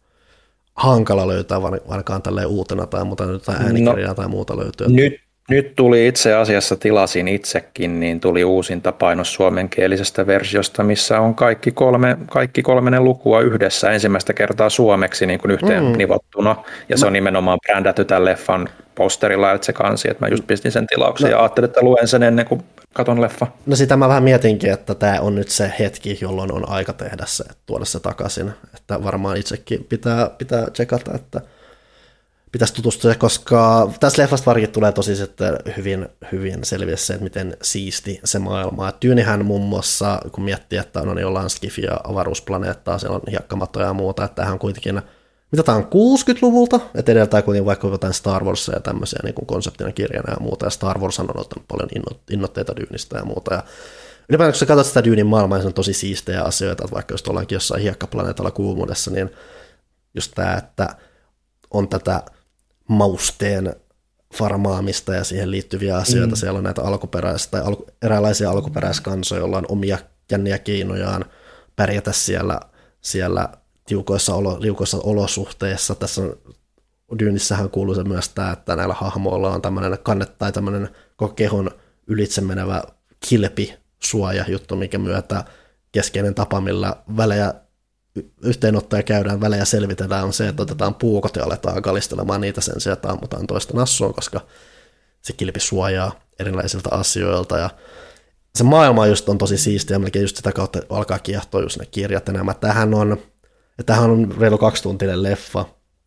hankala löytää, varmaan tälleen uutena tai muuta, jotain äänikirjaa no, tai muuta löytyy. Nyt, nyt tuli itse asiassa, tilasin itsekin, niin tuli uusinta painos suomenkielisestä versiosta, missä on kaikki kolme, kaikki kolmenen lukua yhdessä ensimmäistä kertaa suomeksi niin kuin yhteen mm. nivottuna, ja se on nimenomaan brändätty tämän leffan posterilla, että se kansi, että mä just pistin sen tilauksen no. ja ajattelin, että luen sen ennen kuin katon leffa. No sitä mä vähän mietinkin, että tämä on nyt se hetki, jolloin on aika tehdä se, tuoda se takaisin, että varmaan itsekin pitää, pitää tsekata, että pitäisi tutustua, koska tässä leffasta varsinkin tulee tosi sitten hyvin, hyvin selviä se, että miten siisti se maailma. Dunehän muun muassa, kun miettii, että on jollain skifia avaruusplaneettaa, siellä on hiekkamatoja ja muuta, että tämähän on kuitenkin, mitä tämä on kuusikymmentäluvulta, että edeltää kuitenkin vaikka jotain Star Warsia ja tämmöisiä niin kuin konseptina kirjana ja muuta, ja Star Wars on ottanut paljon innoitteita Duneista ja muuta, ja ylipäätään kun sä katsot sitä Dunen maailmaa, niin se on tosi siistejä asioita, että vaikka jos ollaankin jossain hiekkaplaneetalla kuumuudessa, niin just tämä, että on tätä mausteen farmaamista ja siihen liittyviä asioita. Mm. Siellä on näitä alkuperäisiä tai alku, eräänlaisia alkuperäiskansoja, joilla on omia jänniä keinojaan pärjätä siellä, siellä tiukoissa, olo, liukoissa olosuhteissa. Tässä on, Dunissähän kuuluu se myös tämä, että näillä hahmoilla on tämmöinen kanne tai tämmöinen koko kehon ylitse menevä kilpisuoja juttu, mikä myötä keskeinen tapa, millä välejä yhteenottoja käydään, välejä selvitellään, on se, että otetaan puukot ja aletaan kalistelemaan niitä sen sijaan, että ammutaan toista nassuun, koska se kilpi suojaa erilaisilta asioilta. Ja se maailma just on tosi siistiä, melkein just sitä kautta alkaa kiehtoa just ne kirjat enemmän. Tämähän on, tämähän on reilu kaksituntinen leffa,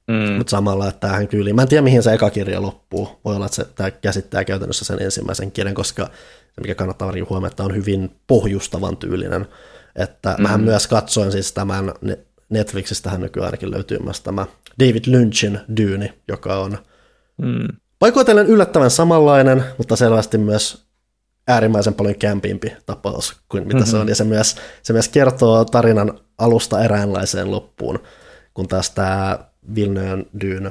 Mm. Mutta samalla, että tämähän kyllä, mä en tiedä mihin se eka kirja loppuu. Voi olla, että se, tämä käsittää käytännössä sen ensimmäisen kirjan, koska se, mikä kannattaa varmaan huomata, on hyvin pohjustavan tyylinen. Että mm. mähän myös katsoin siis tämän, Netflixistähän nykyään ainakin löytyy myös tämä David Lynchin Dune, joka on mm. paikoitellen yllättävän samanlainen, mutta selvästi myös äärimmäisen paljon kämpimpi tapaus kuin mitä mm-hmm. se on. Ja se myös, se myös kertoo tarinan alusta eräänlaiseen loppuun, kun taas tämä Villeneuven Dune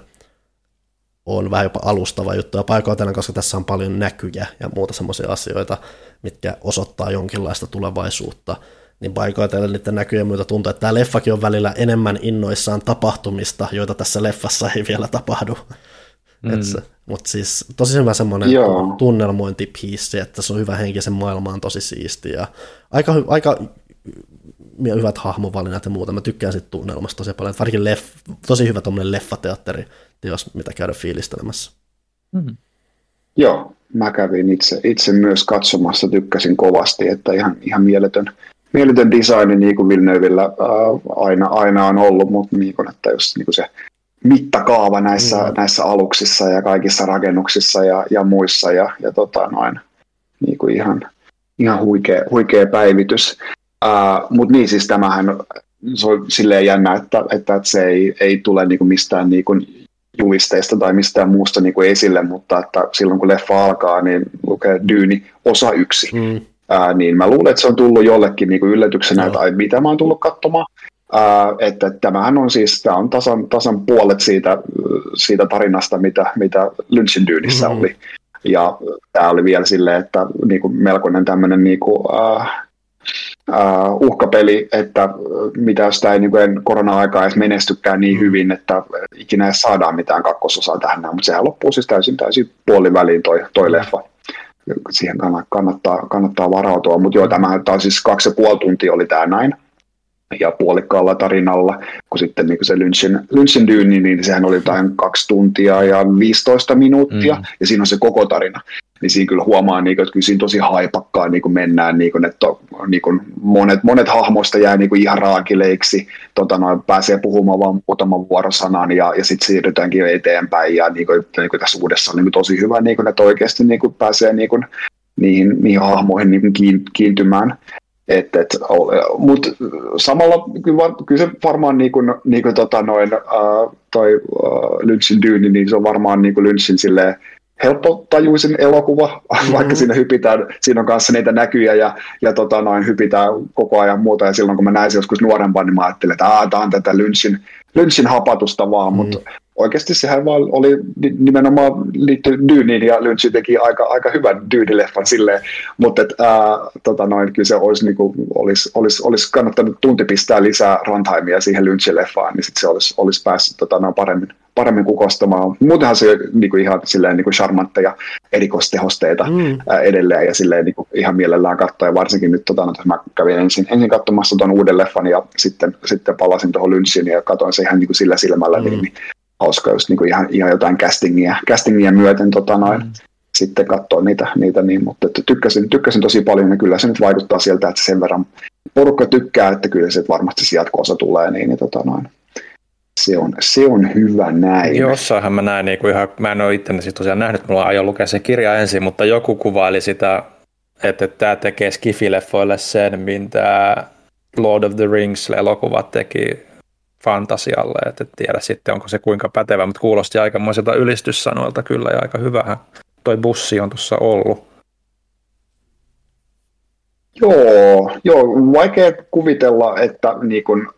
on vähän jopa alustava juttu ja paikoitellen, koska tässä on paljon näkyjä ja muuta semmoisia asioita, mitkä osoittaa jonkinlaista tulevaisuutta, niin paikoitellen niiden näkyjen myötä tuntuu, että tämä leffakin on välillä enemmän innoissaan tapahtumista, joita tässä leffassa ei vielä tapahdu. Mm. Mutta siis tosi hyvä semmoinen tunnelmointipiissi, että se on hyvä henkisen maailma on tosi siisti ja aika, aika hyvät hahmovalinnat ja muuta. Mä tykkään siitä tunnelmasta tosi paljon. Varsinkin leff, tosi hyvä tommoinen leffateatteriteos, mitä käydä fiilistelemässä. Mm. Joo, mä kävin itse, itse myös katsomassa, tykkäsin kovasti, että ihan, ihan mieletön, mieletön design niin kuin Villeneuveillä äh, aina, aina on ollut, mutta niin kuin, että jos niin kuin se mittakaava näissä, mm. näissä aluksissa ja kaikissa rakennuksissa ja, ja muissa ja, ja tota noin, niin kuin ihan, ihan huikea, huikea päivitys. Uh, mutta niin siis tämähän se on silleen jännä, että, että, että se ei, ei tule niin kuin mistään niin kuin julisteista tai mistään muusta niin kuin esille, mutta että silloin kun leffa alkaa, niin lukee Dune osa yksi. Mm. Uh, niin mä luulen, että se on tullut jollekin niin kuin yllätyksenä, no. tai mitä mä oon tullut katsomaan. Uh, että tämähän on siis, tämä on tasan, tasan puolet siitä, siitä tarinasta, mitä, mitä Lynchin Dunessa mm-hmm. oli. Ja tämä oli vielä silleen, että niin kuin melkoinen tämmöinen niin kuin, uh, uh, uhkapeli, että mitä jos tämä ei niin kuin korona-aikaa edes menestykään niin hyvin, että ikinä edes saadaan mitään kakkososaa tähän, mutta sehän loppuu siis täysin, täysin puoliväliin toi, toi leffa. Siihen kannattaa, kannattaa varautua, mutta joo, tämähän taas siis kaksi ja puoli tuntia oli tämä näin. Ja puolikkaalla tarinalla, kun sitten niin kun se Lynchin, Lynchin Dune, niin sehän oli jotain kaksi tuntia ja viisitoista minuuttia, mm. ja siinä on se koko tarina. Niin siinä kyllä huomaa, niin kun, että kyllä siinä tosi haipakkaan niin mennään, niin kun, että niin kun monet, monet hahmoista jää niin ihan raakileiksi, tota, noin, pääsee puhumaan vain muutaman vuorosanan, ja, ja sitten siirrytäänkin eteenpäin, ja niin kun, niin kun tässä uudessa on niin tosi hyvä, niin kun, että oikeasti niin kun pääsee niin kun, niihin, niihin hahmoihin niin kiintymään. Et, et, mutta samalla kyllä, kyllä se varmaan niin kuin, niin kuin tota noin, uh, toi uh, Lynchin Dune, niin se on varmaan niin kuin Lynchin silleen helppotajuisin elokuva, mm-hmm. vaikka siinä hypitään, siinä on kanssa niitä näkyjä ja, ja tota noin, hypitään koko ajan muuta, ja silloin kun mä näin se joskus nuorempaan, niin mä ajattelin, että aah, tää on tätä Lynchin, Lynchin hapatusta vaan, mm-hmm. mutta oikeasti sehän vaan oli nimenomaan liittyy Dyneen, ja Lynch teki aika, aika hyvän Dune-leffan silleen, mutta et, ää, tota noin, kyllä se olisi, niinku, olisi, olisi, olisi kannattanut tunti pistää lisää runtimea siihen Lynch-leffaan, niin sit se olisi, olisi päässyt tota, noin paremmin, paremmin kukostamaan. Muutenhan se niinku, ihan silleen niinku charmantteja erikoistehosteita mm. ää, edelleen, ja silleen niinku, ihan mielellään katsoa, ja varsinkin nyt tota, no, mä kävin ensin, ensin katsomassa tuon uuden leffan, ja sitten, sitten palasin tuohon Lynchin, ja katsoin se ihan niinku, sillä silmällä, mm. niin, niin hauska just niin kuin ihan, ihan jotain castingia, castingia myöten tota noin, mm. sitten katsoa niitä, niitä niin, mutta että tykkäsin, tykkäsin tosi paljon, ja kyllä se nyt vaikuttaa siltä, että sen verran porukka tykkää, että kyllä se varmasti se jatko-osa tulee, niin, niin tota noin, se on, se on hyvä näin. Jossainhan mä näin, niin kuin ihan, mä en ole itse siis tosiaan nähnyt, mulla aion lukea sen kirja ensin, mutta joku kuvaili sitä, että tämä tekee skifileffoille sen, mitä Lord of the Rings-elokuvat teki fantasialle, että et tiedä sitten, onko se kuinka pätevä, mutta kuulosti aikamoiselta ylistyssanoilta kyllä, ja aika hyvähän toi bussi on tuossa ollut. Joo, joo, vaikea kuvitella, että niin kun,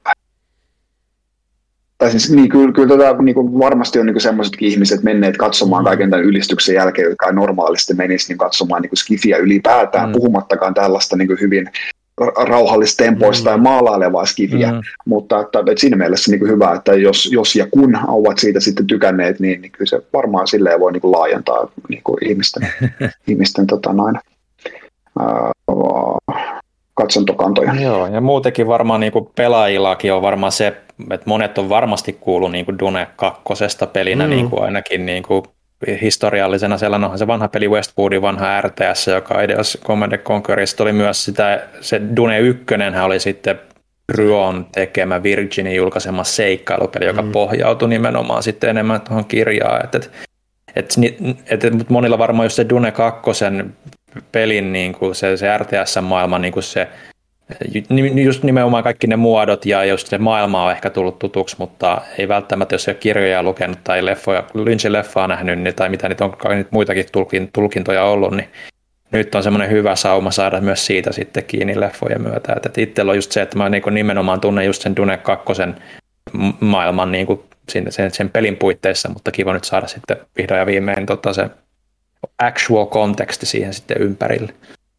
tai siis niin, kyllä, kyllä tätä, niin kun varmasti on niin sellaisetkin ihmiset menneet katsomaan kaiken tämän ylistyksen jälkeen, jotka normaalisti menisi niin katsomaan niin skifiä ylipäätään, mm. puhumattakaan tällaista niin hyvin rauhallistempoista mm. ja maalailevaa skifiä, mm. mutta että, että siinä mielessä niin kuin hyvä, että jos, jos ja kun ovat siitä sitten tykänneet, niin, niin kyllä se varmaan silleen voi niin kuin laajentaa niin kuin ihmisten, ihmisten tota noin, ää, katsontokantoja. Joo, ja muutenkin varmaan niin kuin pelaajillakin on varmaan se, että monet on varmasti kuullut niin kuin Dune kakkosesta pelinä mm. niin kuin ainakin niin kuin historiallisena sellainen onhan se vanha peli Westwoodin vanha R T S, joka edes Command and Conquerista oli myös sitä, se Dune ykkönen oli sitten Ryon tekemä Virginin julkaisema seikkailupeli, joka mm. pohjautui nimenomaan sitten enemmän tuohon kirjaan. Et, et, et, et, et monilla varmaan just se Dune kaksi pelin niin kuin se, se R T S-maailma, niin kuin se, just nimenomaan kaikki ne muodot ja just se maailma on ehkä tullut tutuksi, mutta ei välttämättä, jos ei ole kirjoja lukenut tai leffoja, Lynchin leffaa nähnyt niin, tai mitä niitä on niitä muitakin tulkin, tulkintoja ollut, niin nyt on semmoinen hyvä sauma saada myös siitä sitten kiinni leffojen myötä. Et itsellä on just se, että mä niin nimenomaan tunnen just sen Dune kaksi maailman niin kuin sen, sen pelin puitteissa, mutta kiva nyt saada sitten vihdoin ja viimein tota se actual konteksti siihen sitten ympärille.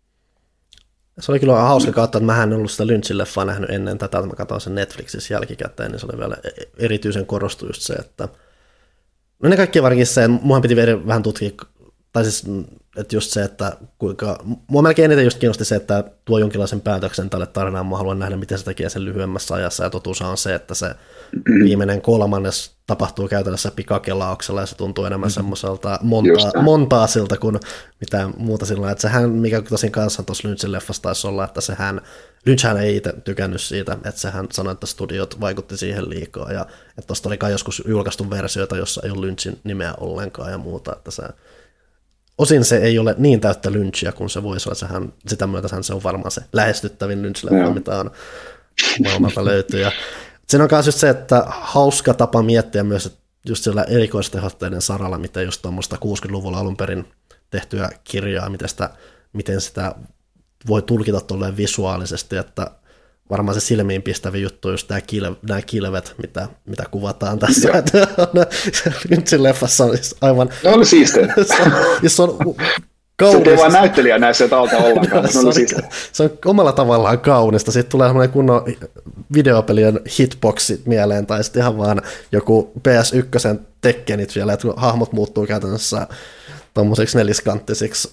Se oli kyllä hauska kautta, että mä en ollut sitä Lynchin leffaa nähnyt ennen tätä, että mä katsoin sen Netflixissä jälkikäteen, niin se oli vielä erityisen korostu just se, että no ne kaikki varsinkin se, että muhan piti vähän tutkia, tai siis että just se, että kuinka, mua melkein eniten just kiinnosti se, että tuo jonkinlaisen päätöksen tälle tarinaan, mä haluan nähdä, miten se tekee sen lyhyemmässä ajassa, ja totuus on se, että se viimeinen kolmannes tapahtuu käytännössä pikakelauksella, ja se tuntuu enemmän semmoiselta monta, montaasilta kuin mitään muuta sillä, että sehän, mikä tosin kanssa tuossa Lynchin leffassa taisi olla, että sehän, Lynchhän ei itse tykännyt siitä, että sehän sanoi, että studiot vaikutti siihen liikaa, ja että tuosta oli kai joskus julkaistu versioita, jossa ei ole Lynchin nimeä ollenkaan ja muuta, että se osin se ei ole niin täyttä Lynchia kuin se voisi olla, sehän, sitä myötä se on varmaan se lähestyttävin Lynch-leffa, mitä on maailmalta löytyy. Ja siinä on myös just se, että hauska tapa miettiä myös, että just sillä erikoistehotteiden saralla, miten just tuommoista kuusikymmentäluvulla alun perin tehtyä kirjaa, miten sitä, miten sitä voi tulkita tolleen visuaalisesti, että varmaan se silmiin pistävä juttu on just nämä, kilve, nämä kilvet, mitä, mitä kuvataan tässä. Lynchin leffassa on aivan... Ne oli siistejä. se on kaunis. Se ei vaan näyttelijä näe sieltä alta ollenkaan, se, on, se on omalla tavallaan kaunista. Sitten tulee semmoinen kunnon videopelien hitboxi mieleen, tai sitten ihan vaan joku P S yksi tekkenit vielä, että hahmot muuttuu käytännössä tommoseksi neliskanttisiksi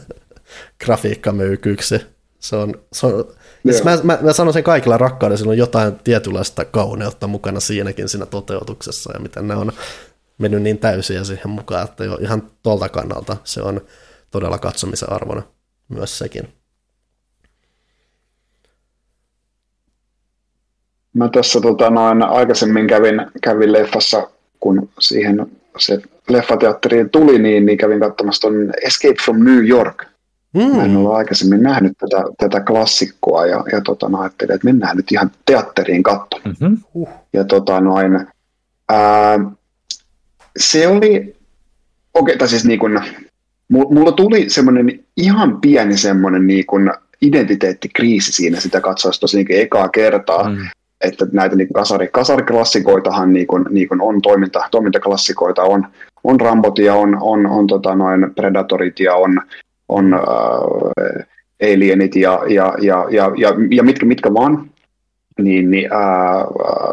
grafiikkamöykyksi. Se on... Se on Siis mä, mä, mä sanon sen kaikilla rakkaudella, sillä on jotain tietynlaista kauneutta mukana siinäkin siinä toteutuksessa, ja miten ne on mennyt niin täysiä siihen mukaan, että jo ihan tuolta kannalta se on todella katsomisen arvona myös sekin. Mä tässä tota, noin, aikaisemmin kävin, kävin leffassa, kun siihen se leffateatteriin tuli, niin, niin kävin katsomassa ton Escape from New York. Mm. Mä en ole aikaisemmin nähnyt tätä, tätä klassikkoa ja, ja tota, no, ajattelin, että mennään nyt ihan teatteriin katsomaan. Mm-hmm. Uh. Ja tota, noin, ää, se oli, okei, tai siis niin kun, mulla tuli semmoinen ihan pieni semmoinen niin kun identiteettikriisi siinä sitä katsoessa tosi niin ekaa kertaa, mm. että näitä niin kasari, kasariklassikoitahan niin kun, niin kun on toiminta, toimintaklassikoita, on, on Rambot ja on, on, on tota, noin Predatorit ja on on äh, alienit ja, ja, ja, ja, ja, ja mitkä, mitkä vaan, niin, niin äh,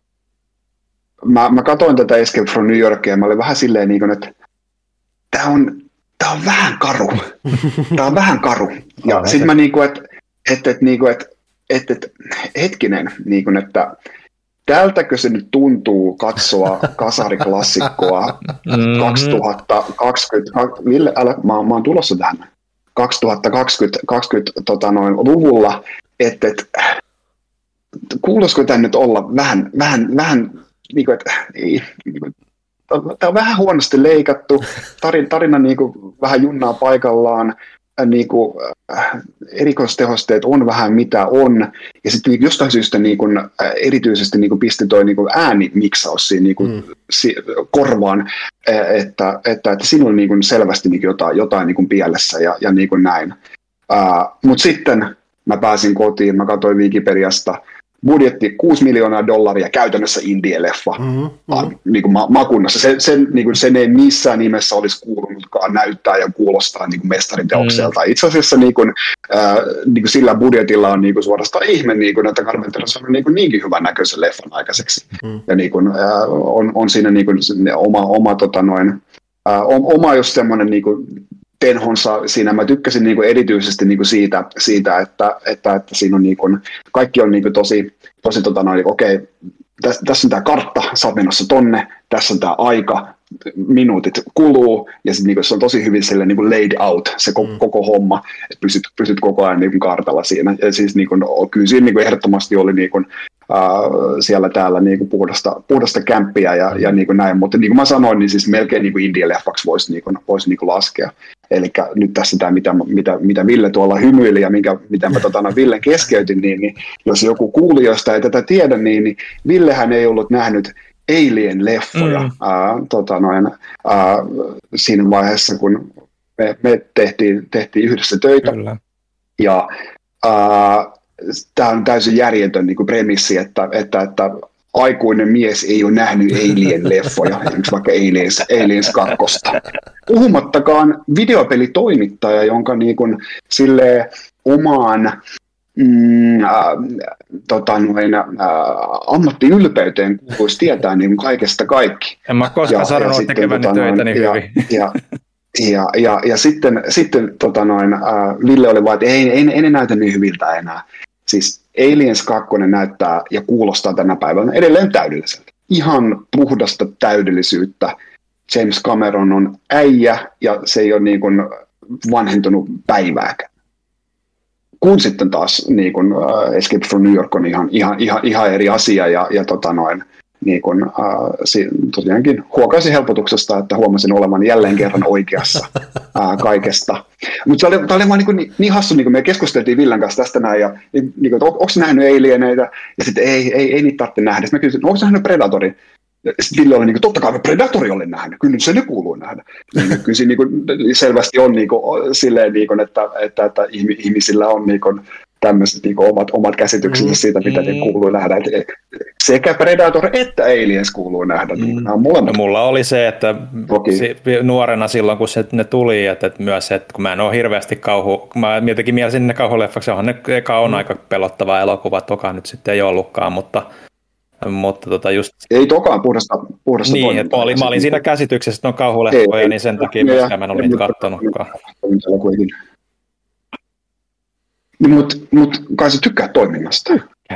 mä, mä katsoin tätä Escape from New Yorkia ja mä olin vähän silleen, niin kuin, että tää on, tää on vähän karu, tää on vähän karu. Ja oh, sit mä niin kuin, että et, et, niin et, et, et, hetkinen, niin kuin, että tältäkö se nyt tuntuu katsoa kasariklassikkoa kaksituhattakaksikymmentä, Ville, älä, mä, mä oon tulossa tähän. kaksituhattakaksikymmentä, kaksikymmentä tota noin, luvulla, että et, kuuluisiko tämä nyt olla vähän, vähän, vähän niin kuin, että ei, tämä on vähän huonosti leikattu, tarina, tarina niin kuin, vähän junnaa paikallaan, niin kuin, erikoistehosteet on vähän mitä on, ja sitten niin jostain syystä niin kuin, erityisesti niin kuin pisti toi niin kuin äänimiksaus siinä niin kuin, mm. si, korvaan, että, että, että siinä on niin kuin selvästi niin kuin jotain, jotain niin kuin pielessä ja, ja niin kuin näin. Uh, mutta sitten mä pääsin kotiin, mä katsoin Wikipediasta, budjetti kuusi miljoonaa dollaria, käytännössä indie-leffa mm-hmm, mm-hmm. Niin kuin ma- makunnassa. Se, sen, niin kuin sen ei missään nimessä olisi kuulunutkaan näyttää ja kuulostaa niin kuin mestariteokselta. Mm-hmm. Itse asiassa niin kuin, äh, niin kuin sillä budjetilla on niin kuin suorastaan ihme, niin kuin, että Carpenter on saanut niin kuin niinkin hyvän näköisen leffan aikaiseksi. Mm-hmm. Ja niin kuin, äh, on, on siinä niin kuin oma, oma, tota noin, äh, oma just semmoinen niin kuin tenhonsa siinä. Mä tykkäsin niinku erityisesti niinku siitä, siitä että, että, että siinä on niinku, kaikki on niinku tosi, tosi tota noin, okei, tässä, tässä on tämä kartta, sä oot menossa tonne, tässä on tämä aika, minuutit kuluu, ja sitten niinku, se on tosi hyvin sille, niinku laid out, se koko, mm. koko homma, että pystyt, pystyt koko ajan niinku kartalla siinä. Ja siis niinku, kyllä siinä niinku, ehdottomasti oli niinku, Uh, siellä täällä niin kuin puhdasta, puhdasta kämppiä ja, ja niin kuin näin, mutta niin kuin mä sanoin, niin siis melkein niin kuin indie-leffaksi voisi, niin kuin, voisi niin kuin laskea. Eli nyt tässä tämä, mitä, mitä, mitä Ville tuolla hymyili ja minkä, mitä mä tota, Villen keskeytin, niin, niin jos joku kuulijoista ei tätä tiedä, niin, niin Villehän ei ollut nähnyt Alien-leffoja mm. uh, tota, noin, uh, siinä vaiheessa, kun me, me tehtiin, tehtiin yhdessä töitä. Kyllä. Ja uh, tämä on täysin järjetön niin kuin premissi, että, että, että aikuinen mies ei ole nähnyt Alien-leffoja, esimerkiksi vaikka Aliens, Aliens kaksi. Puhumattakaan videopelitoimittaja, jonka niin kuin, silleen, omaan mm, äh, tota, noin, äh, ammattiylpeyteen kuuluisi tietää niin kaikesta kaikki. En mä koskaan sanonut tekeväni tota, töitäni ja, hyvin. Ja, ja, ja, ja sitten, sitten tota, noin, äh, Ville oli vaan, että ei, ei, ei ne näytä niin hyviltä enää. Siis Aliens kaksi näyttää ja kuulostaa tänä päivänä edelleen täydelliseltä. Ihan puhdasta täydellisyyttä. James Cameron on äijä ja se ei ole niin kuin vanhentunut päivääkään. Kun sitten taas niin kuin, uh, Escape from New York on ihan, ihan, ihan, ihan eri asia ja, ja tota noin, niin kuin, uh, si, tosiaankin huokaisin helpotuksesta, että huomasin olevan jälleen kerran oikeassa uh, kaikesta. Mutta tämä oli vaan niin, niin, niin hassu, niin kuin me keskusteltiin Villan kanssa tästä näin, ja niin, niin kuin, että onko nähnyt Alieneitä, ja sitten ei, ei, ei niitä tarvitse nähdä. Sitten mä kysyin, onko nähnyt Predatorin? Sitten Ville oli niin kuin, totta kai me Predatorin olen nähnyt, kyllä se ne kuuluu nähdä. Niin, kyllä siinä niin kuin, selvästi on niin kuin, silleen, niin kuin, että, että, että ihmisillä on niin kuin, tämmöiset niin kuin, omat, omat käsityksensä siitä, mitä mm. ne kuuluu nähdä. Et sekä Predator että Aliens kuuluu nähdä. Mm. Niin, nämä molemmat. No, mulla oli se, että si- nuorena silloin, kun se, ne tuli, että, että myös, että kun mä en ole hirveästi kauhu, kun mä jotenkin mielisin ne kauhuleffaksi, onhan ne eka on mm. aika pelottava elokuva, toka nyt sitten ei ollutkaan, mutta Mutta tota just... Ei tokaan puhdasta, puhdasta niin, toimintaa. Oli, mä olin siinä käsityksessä, että ne on kauhuleffoja, ei, niin sen takia myöskään mä en ole niitä kattonutkaan. Niin, Mutta mut, kai sä tykkää toiminnasta.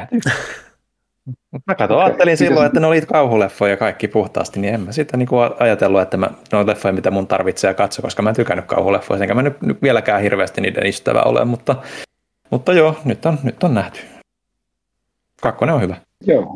Mä katson, okay. Ajattelin silloin, että ne oli kauhuleffoja kaikki puhtaasti, niin en mä sitä niinku ajatellut, että mä, ne on leffoja, mitä mun tarvitsee katsoa, koska mä en tykännyt kauhuleffoja, enkä mä nyt, nyt vieläkään hirveästi niiden ystävä ole, mutta, mutta joo, nyt on, nyt on nähty. Kakkonen on hyvä. Joo.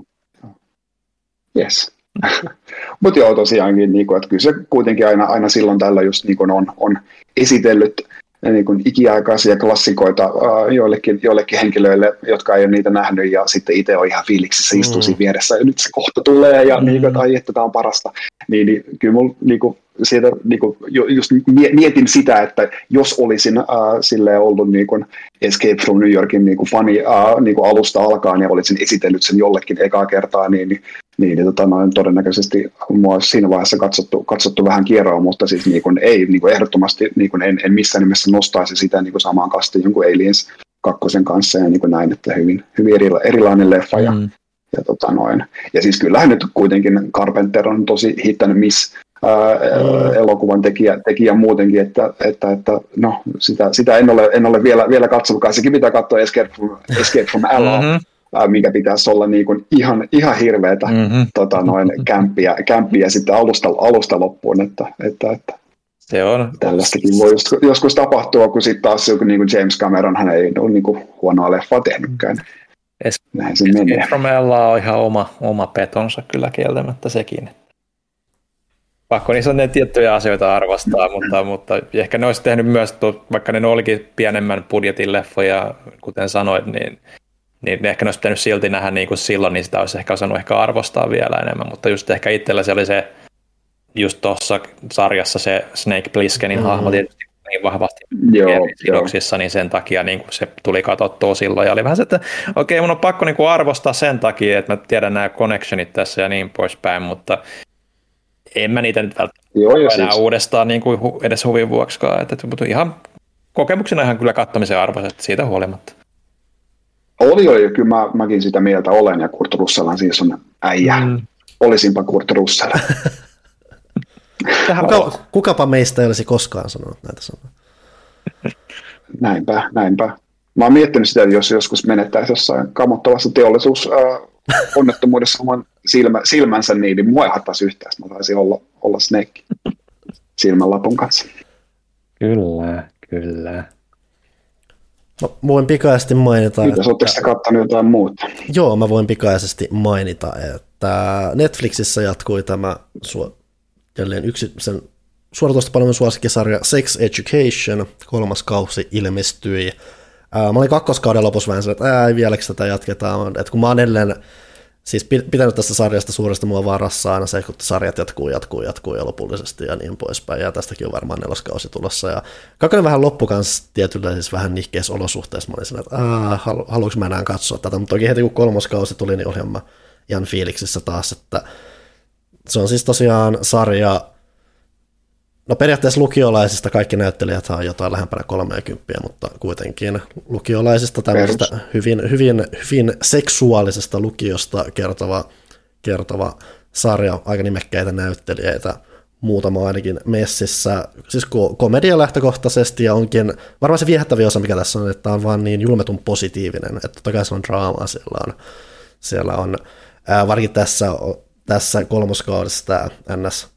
Yes. Mutta joo, tosiaankin, niin kun, että kyllä se kuitenkin aina, aina silloin tällä just niin kun on, on esitellyt niin kun ikiaikaisia klassikoita uh, joillekin, joillekin henkilöille, jotka ei ole niitä nähnyt, ja sitten itse on ihan fiiliksissä, istuu siinä vieressä, ja nyt se kohta tulee, ja mm. niin kun, että ai, että tämä on parasta. Niin, niin kyllä mulla niin kun, siitä, niin kun, just mietin sitä, että jos olisin uh, silleen ollut niin kun Escape from New Yorkin niin kun fani uh, niin kun alusta alkaen, ja olisin esitellyt sen jollekin ekaa kertaa, niin, niin Niin, niin tota, noin, todennäköisesti mua olisi siinä vaiheessa katsottu, katsottu vähän kierroa, mutta siis niin kuin, ei niin kuin ehdottomasti niin kuin en, en missään nimessä nostaisi sitä niin kuin samaan kastiin jonkun Aliens kakkosen kanssa ja niin kuin näin, että hyvin, hyvin eri, erilainen leffa. Ja, mm. ja, tota, noin. Ja siis kyllähän nyt kuitenkin Carpenter on tosi hittänyt miss ää, mm. elokuvan tekijä, tekijä muutenkin, että, että, että no, sitä, sitä en ole, en ole vielä, vielä katsonutkaan. Sekin pitää katsoa Escape from, Escape from L A. Mm-hmm. Mikä pitäisi olla niin kuin ihan, ihan hirveätä mm-hmm. tota, noin, kämppiä, kämppiä sitten alusta, alusta loppuun, että, että, että se on. Tällaistakin voi joskus, joskus tapahtua, kun sitten taas joku niin kuin James Cameron, hän ei ole niin kuin huonoa leffaa tehnytkään. Es- Näin se menee. Romella on ihan oma, oma petonsa kyllä kieltämättä sekin. Pakko niissä on ne tiettyjä asioita arvostaa, mutta, mutta ehkä ne olisi tehnyt myös, vaikka ne olikin pienemmän budjetin leffoja, kuten sanoit, niin niin ehkä ne olisi pitänyt silti nähdä niin kuin silloin, niin sitä olisi ehkä osannut ehkä arvostaa vielä enemmän, mutta just ehkä itsellä se oli se, just tuossa sarjassa se Snake Plisskenin mm-hmm. hahmo tietysti niin vahvasti sidoksissa, niin sen takia niin kuin se tuli katsottua silloin, ja oli vähän se, että okei, mun on pakko niin kuin arvostaa sen takia, että mä tiedän nämä connectionit tässä ja niin poispäin, mutta en mä niitä nyt välttämättä Joo, enää siis. uudestaan niin kuin edes huvin vuoksikaan, että, mutta ihan kokemuksena ihan kyllä katsomisen arvoisesti siitä huolimatta. Oli, oli. Kyllä mä, mäkin sitä mieltä olen, ja Kurt Russellhan siis on äijä. Mm. Olisinpa Kurt Russell. Kuka, kukapa meistä ei olisi koskaan sanonut näitä sanoja? Näinpä, näinpä. Mä oon miettinyt sitä, että jos joskus menettäisi jossain kamottavassa teollisuus äh, onnettomuudessa oman silmä, silmänsä, niin, niin mua ei hattaisi yhtään, mä taisin olla, olla Snake silmänlapun kanssa. Kyllä, kyllä. No, voin pikaisesti mainita, Mitä, että... Oletteko kattanut jotain muuta? Joo, mä voin pikaisesti mainita, että Netflixissä jatkui tämä su... jälleen yksi sen suoratoistopalvelun suosikkisarja Sex Education, kolmas kausi ilmestyi. Ää, mä olin kakkoskauden lopussa vähän että ei vieläkö tätä jatketaan, että kun mä oon edelleen siis pitänyt tästä sarjasta suuresta mua varassa aina se, kun sarjat jatkuu, jatkuu, jatkuu ja lopullisesti ja niin poispäin, ja tästäkin on varmaan neloskausi tulossa, ja kakkonen vähän loppu kanssa tietyllä siis vähän nihkeissä olosuhteissa, mä olin siinä, että halu, haluanko mä enää katsoa tätä, mutta toki heti kun kolmoskausi tuli, niin olin mä ihan fiiliksissä taas, että se on siis tosiaan sarja, no periaatteessa lukiolaisista kaikki näyttelijät on jotain lähempänä kolmekymmentä, mutta kuitenkin lukiolaisista tämmöistä hyvin, hyvin, hyvin seksuaalisesta lukiosta kertova, kertova sarja, aika nimekkäitä näyttelijöitä, muutama ainakin messissä, siis komedia lähtökohtaisesti ja onkin, varmaan se viehättävä osa mikä tässä on, että on vaan niin julmetun positiivinen, että totta kai se on draamaa, siellä on, siellä on ää, varsinkin tässä, tässä kolmoskaudessa tämä N S,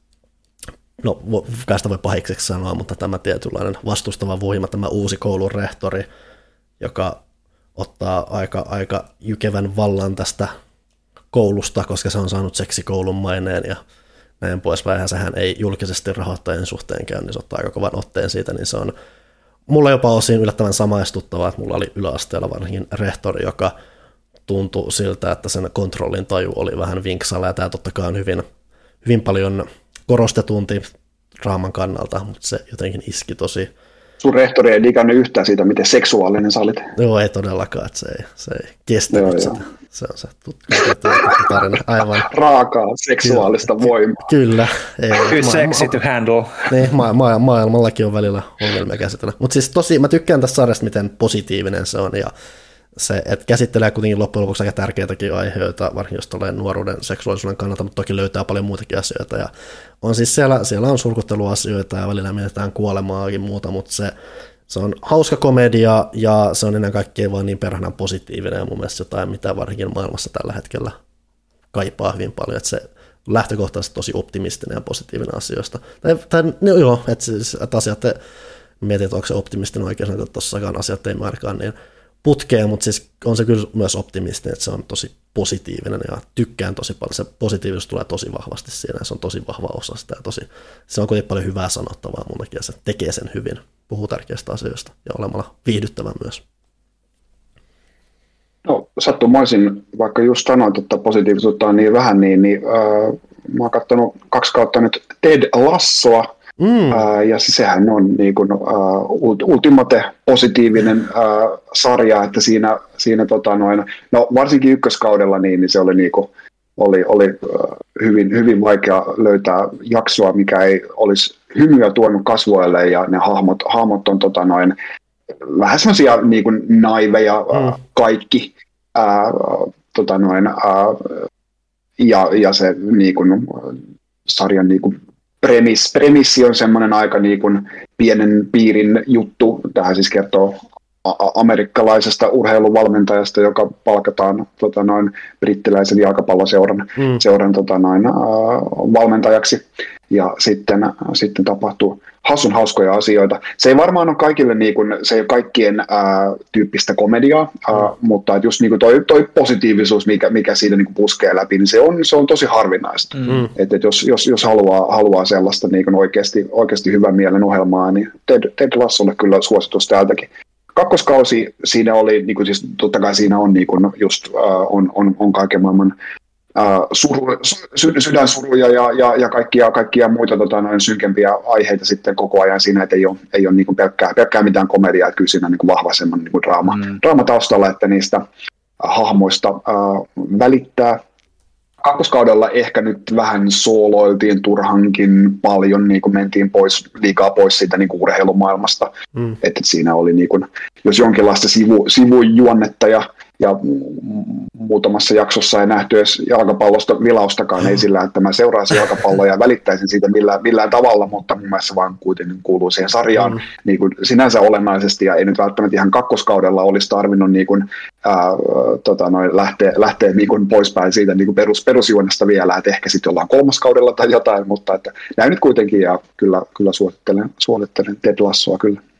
no sitä voi pahikseksi sanoa, mutta tämä tietynlainen vastustava voima, tämä uusi koulun rehtori, joka ottaa aika, aika jykevän vallan tästä koulusta, koska se on saanut seksikoulun maineen ja näin poispäin, ja sehän ei julkisesti rahoittajien suhteen käy, niin se ottaa aika kovan otteen siitä, niin se on mulla jopa osin yllättävän samaistuttavaa, että mulla oli yläasteella varsinkin rehtori, joka tuntui siltä, että sen kontrollin taju oli vähän vinksalla, ja tämä totta kai on hyvin, hyvin paljon korostetunti draaman kannalta, mutta se jotenkin iski tosi. Sun rehtori ei digannut yhtään siitä, miten seksuaalinen sä olit. Joo, ei todellakaan, että se ei, se ei kestänyt joo, sitä. Joo. Se on se tarina, aivan. Raakaa seksuaalista kyllä, voimaa. Kyllä. Too sexy to handle. Niin, ma- ma- maailmallakin on välillä ongelmia käsitellä. Mutta siis tosi, mä tykkään tästä sarjasta, miten positiivinen se on, ja se, että käsittelee kuitenkin loppujen lopuksi aika tärkeitäkin aiheita, varsinkin jos tulee nuoruuden seksuaalisuuden kannalta, mutta toki löytää paljon muitakin asioita. Ja on siis siellä, siellä on surkutteluasioita ja välillä mietitään kuolemaakin muuta, mutta se, se on hauska komedia ja se on ennen kaikkea vaan niin perhana positiivinen ja mun mielestä jotain, mitä varsinkin maailmassa tällä hetkellä kaipaa hyvin paljon, että se lähtökohtaisesti tosi optimistinen ja positiivinen asioista. Tai, tai no joo, että, siis, että asiat, mietin, että onko se optimistinen oikein, että tossakaan asiat ei ainakaan niin putkeen, mutta siis on se kyllä myös optimistinen, että se on tosi positiivinen ja tykkään tosi paljon. Se positiivisuus tulee tosi vahvasti siinä ja se on tosi vahva osa sitä ja tosi, se on kuitenkin paljon hyvää sanottavaa mun mielestä, se tekee sen hyvin, puhuu tärkeistä asioista ja olemalla viihdyttävä myös. No sattumoisin, vaikka just sanoit, että positiivisuutta on niin vähän, niin, niin äh, mä oon katsonut kaksi kautta nyt Ted Lassoa, Mm. Uh, ja sehän on niin kuin, uh, ultimate positiivinen uh, sarja, että siinä, siinä tota noin, no varsinkin ykköskaudella niin, niin se oli, niin kuin, oli, oli uh, hyvin, hyvin vaikea löytää jaksoa, mikä ei olisi hymyä tuonut kasvoille ja ne hahmot, hahmot on tota noin, vähän semmoisia niin kuin naiveja mm. uh, kaikki uh, tota noin, uh, ja, ja se niin kuin, sarjan niin kuin, Premis, premissi on semmoinen aika niin kuin pienen piirin juttu. Tähän siis kertoo amerikkalaisesta urheiluvalmentajasta, joka palkataan tota noin, brittiläisen jalkapalloseuran mm. seuran, tota noin, äh, valmentajaksi. Ja sitten, sitten tapahtuu hassun hauskoja asioita. Se ei varmaan ole kaikille niin kuin, se ei ole kaikkien ää, tyyppistä komediaa, ää, mm. mutta et just niin kuin toi, toi positiivisuus, mikä, mikä siitä niin kuin puskee läpi, niin se on, se on tosi harvinaista. Mm. Et, et jos, jos, jos haluaa, haluaa sellaista niin kuin oikeasti, oikeasti hyvän mielen ohjelmaa, niin Ted, Ted Lassolle kyllä suositus täältäkin. Kakkoskausi siinä oli, niin kuin siis totta kai siinä on, niin kuin just, ää, on, on, on kaiken maailman Uh, suru, sy, sydänsuruja ja, ja, ja kaikkia, kaikkia muita tota, noin synkempiä aiheita sitten koko ajan siinä, että ei ole, ei ole niin kuin pelkkää, pelkkää mitään komediaa, että kyllä siinä on niin kuin vahva semmoinen niin kuin draama, mm. draama taustalla, että niistä hahmoista uh, välittää. Kakkoskaudella ehkä nyt vähän sooloiltiin turhankin paljon, niin kuin mentiin pois, liikaa pois siitä niin kuin urheilumaailmasta, mm. että siinä oli niin kuin, jos jonkinlaista sivu, sivujuonnetta ja Ja muutamassa jaksossa ei nähty edes jalkapallosta vilaustakaan, ei sillä, että mä seuraisin jalkapalloa ja välittäisin siitä millään, millään tavalla, mutta mun mielestä vaan kuitenkin kuuluu siihen sarjaan mm. niin kuin sinänsä olennaisesti, ja ei nyt välttämättä ihan kakkoskaudella olisi tarvinnut niin kuin, ää, tota noin, lähteä, lähteä niin kuin poispäin siitä niin kuin perus, perusjuonesta vielä, että ehkä sitten ollaan kolmoskaudella tai jotain, mutta että näin nyt kuitenkin, ja kyllä, kyllä suosittelen, suosittelen Ted Lassoa kyllä.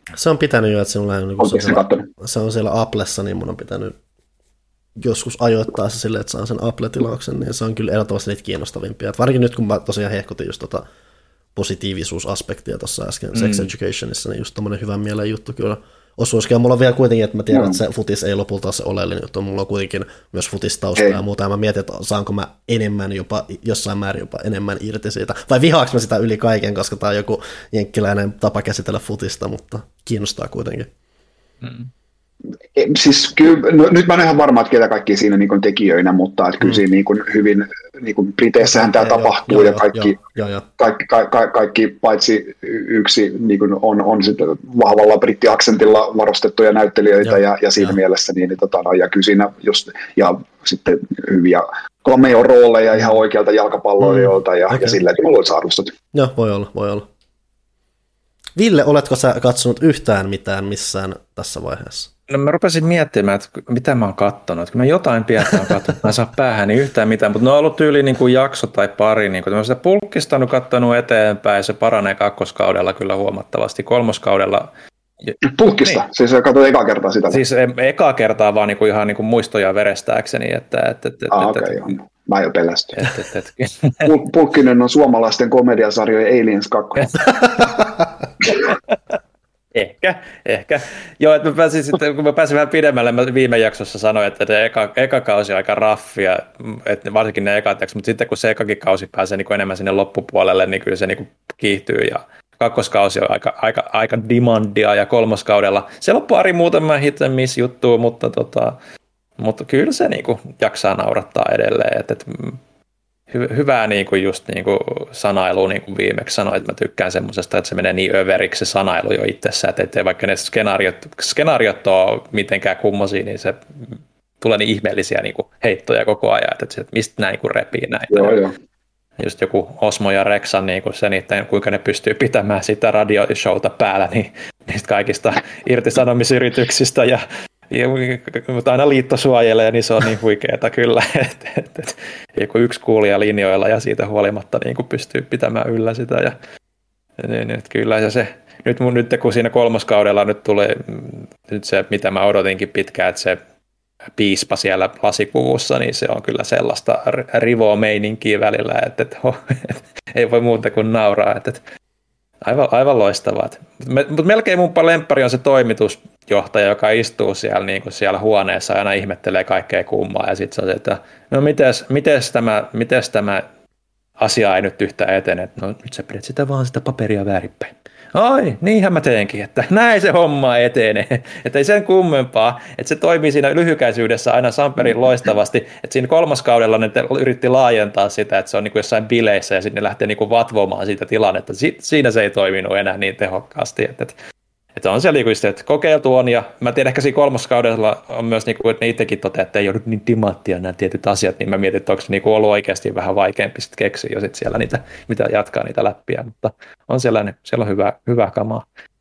Se on pitänyt jo, että se on, niin se, on siellä, se on siellä Applessa, niin mun on pitänyt joskus ajoittaa se silleen, että saa sen Apple-tilauksen, niin se on kyllä ehdottomasti niitä kiinnostavimpia. Et varsinkin nyt, kun mä tosiaan hehkutin just tota positiivisuusaspektia tuossa äsken mm. Sex Educationissa, niin just tommonen hyvän mielen juttu kyllä osuisikin. Ja mulla on vielä kuitenkin, että mä tiedän, mm. että se futis ei lopulta ole se oleellinen juttu. Mulla on kuitenkin myös futistaustaa ja muuta, ja mä mietin, että saanko mä enemmän jopa, jossain määrin jopa enemmän irti siitä. Vai vihaaks mä sitä yli kaiken, koska tää on joku jenkkiläinen tapa käsitellä futista, mutta kiinnostaa kuitenkin. Mm. Siis kyllä, no, nyt mä en ole ihan varma, että ketä kaikki siinä niin tekijöinä, mutta että kyllä mm. siinä niin kuin hyvin, niin kuin Briteissähän tämä tapahtuu, jo, ja kaikki, jo, jo, jo. Kaikki, ka, ka, kaikki paitsi yksi niin kuin on, on sitten vahvalla brittiaksentilla varustettuja näyttelijöitä, jo, ja, ja siinä jo. mielessä, niin, niin tota, no, ja kyllä siinä just, ja sitten hyviä cameo-rooleja ihan oikealta jalkapalloilijoilta, mm. ja, okay. ja sillä että mulla olisi arvostettu. Joo, voi olla, voi olla. Ville, oletko sä katsonut yhtään mitään missään tässä vaiheessa? No mä rupesin miettimään, että mitä mä oon kattonut. Kun mä jotain pientä oon kattonut, mä en saa päähän niin yhtään mitään, mutta ne on ollut tyyli niin kuin jakso tai pari. Niin kuin, mä oon sitä pulkkistanut, kattonut eteenpäin, se paranee kakkoskaudella kyllä huomattavasti. Kolmoskaudella... Pulkkista? Niin. Siis katsoin eka kertaa sitä? Siis eka kertaa vaan niin kuin ihan niin kuin muistoja verestääkseni. Että, että, että, ah, että, okei, okay, joo. Mä jo pelästyn. Pulkkinen on suomalaisten komediasarjojen Aliens kaksi. Ehkä, ehkä. Joo, että mä pääsin sitten, kun mä pääsin vähän pidemmälle, mä viime jaksossa sanoin, että se eka, eka kausi on aika raffia, että varsinkin ne ekat jaksot, mutta sitten kun se ekakin kausi pääsee niin enemmän sinne loppupuolelle, niin kyllä se niin kiihtyy ja kakkoskausi on aika, aika, aika demandia ja kolmoskaudella siellä on pari muutama hit and miss juttua, mutta, tota, mutta kyllä se niin kuin jaksaa naurattaa edelleen, että, että hy, hyvää niin kuin just niin kuin sanailu, niin kuin viimeksi sanoin, että mä tykkään semmoisesta, että se menee niin överiksi se sanailu jo itsessään, että ettei vaikka ne skenaariot, skenaariot ole mitenkään kummosia, niin se tulee niin ihmeellisiä niin kuin heittoja koko ajan, että, että mistä nämä niin kuin repii näitä. Joo, joo. Just joku Osmo ja Rexan, niin kuin se niiden, kuinka ne pystyy pitämään sitä radioshowta päällä, niin niistä kaikista irtisanomisyrityksistä ja Ja, mutta aina liitto suojelee, niin se on niin huikeeta kyllä, että et, et, joku yksi kuulija linjoilla ja siitä huolimatta niin kuin pystyy pitämään yllä sitä. Ja, niin, et kyllä, ja se, nyt, nyt kun siinä kolmoskaudella nyt tulee nyt se, mitä mä odotinkin pitkään, että se piispa siellä lasikuvussa, niin se on kyllä sellaista rivoa meininkiä välillä, että, että, että ei voi muuta kuin nauraa, että, että Aivan, aivan loistavaa. Mutta melkein mun lemppari on se toimitusjohtaja, joka istuu siellä, niin kuin siellä huoneessa ja aina ihmettelee kaikkea kummaa. Ja sitten se on se, että no mites, mites, tämä, mites tämä asia ei nyt yhtään etene. No nyt sä pidät sitä vaan sitä paperia väärinpäin. Ai, niinhän mä teenkin, että näin se homma etenee. Että ei sen kummempaa, että se toimii siinä lyhykäisyydessä aina Samperin loistavasti. Että siinä kolmoskaudella ne yritti laajentaa sitä, että se on niin kuin jossain bileissä ja sitten ne lähtee niin kuin vatvomaan siitä tilannetta. Si- siinä se ei toiminut enää niin tehokkaasti. Että, että, että on siellä niin että kokeiltu on, ja mä tiedän ehkä siinä kolmoskaudella on myös, niin kuin, että ne itsekin toteaa, että ei ole niin timanttia nämä tietyt asiat, niin mä mietin, että onko se niin kuin ollut oikeasti vähän vaikeampi sitten keksiä jo sit siellä niitä, mitä jatkaa niitä läppiä, mutta on siellä, siellä on hyvä, hyvä kamaa.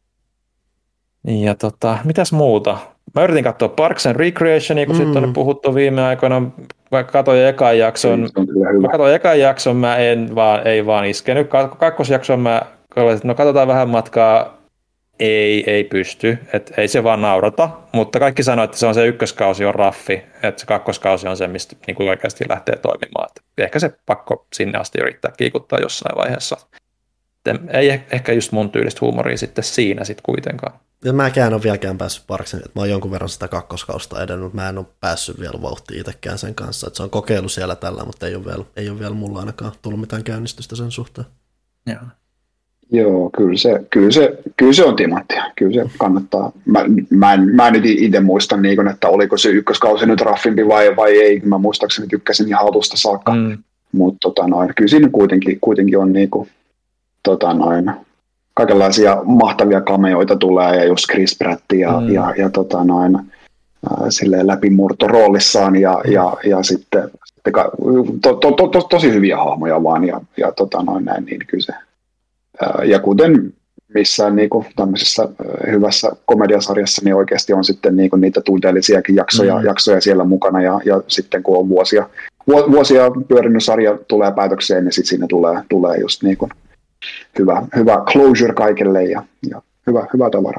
Ja tota, mitäs muuta? Mä yritin katsoa Parks and Recreationia, kun mm. sitten on puhuttu viime aikoina, mä katsoin ekan jakson, mä katsoin ekan jakson, mä en vaan, ei vaan iskenyt, kakkosjakson mä, no katsotaan vähän matkaa, Ei, ei pysty, että ei se vaan naurata, mutta kaikki sanoo, että se on se ykköskausi on raffi, että se kakkoskausi on se, mistä niin kuin oikeasti lähtee toimimaan. Että ehkä se pakko sinne asti yrittää kiikuttaa jossain vaiheessa. Että ei ehkä just mun tyylistä huumoria sitten siinä sitten kuitenkaan. Ja mäkään ole vieläkään päässyt Parksen, että mä oon jonkun verran sitä kakkoskausta edennyt, mutta mä en ole päässyt vielä vauhtiin itsekään sen kanssa. Että se on kokeilu siellä tällä, mutta ei ole vielä, ei ole vielä mulla ainakaan tullut mitään käynnistystä sen suhteen. Joo. Joo, kyllä se, kyllä se, kyllä se on timanttia. Kyllä se kannattaa. Mä, mä, en, mä en nyt itse muista, niin kun, että oliko se ykköskausi nyt raffimpi vai, vai ei. Mä muistaakseni tykkäsin ihan alusta saakka. Mm. Mutta tota, kyllä siinä kuitenkin, kuitenkin on niin kuin, tota, noin, kaikenlaisia mahtavia cameoita tulee. Ja just Chris Pratt ja, mm. ja, ja tota, noin, silleen läpimurto roolissaan. Ja, mm. ja, ja sitten, sitten to, to, to, to, tosi hyviä hahmoja vaan. Ja, ja tota, noin, näin, niin kyllä se. Ja kuten missään niin kuin tämmöisessä hyvässä komediasarjassa, niin oikeasti on sitten niin kuin niitä tunteellisiakin jaksoja, mm. jaksoja siellä mukana. Ja, ja sitten kun on vuosia, vuosia pyörinyt sarja tulee päätökseen, niin sitten siinä tulee, tulee just niin kuin hyvä, hyvä closure kaikille ja, ja hyvä, hyvä tavara.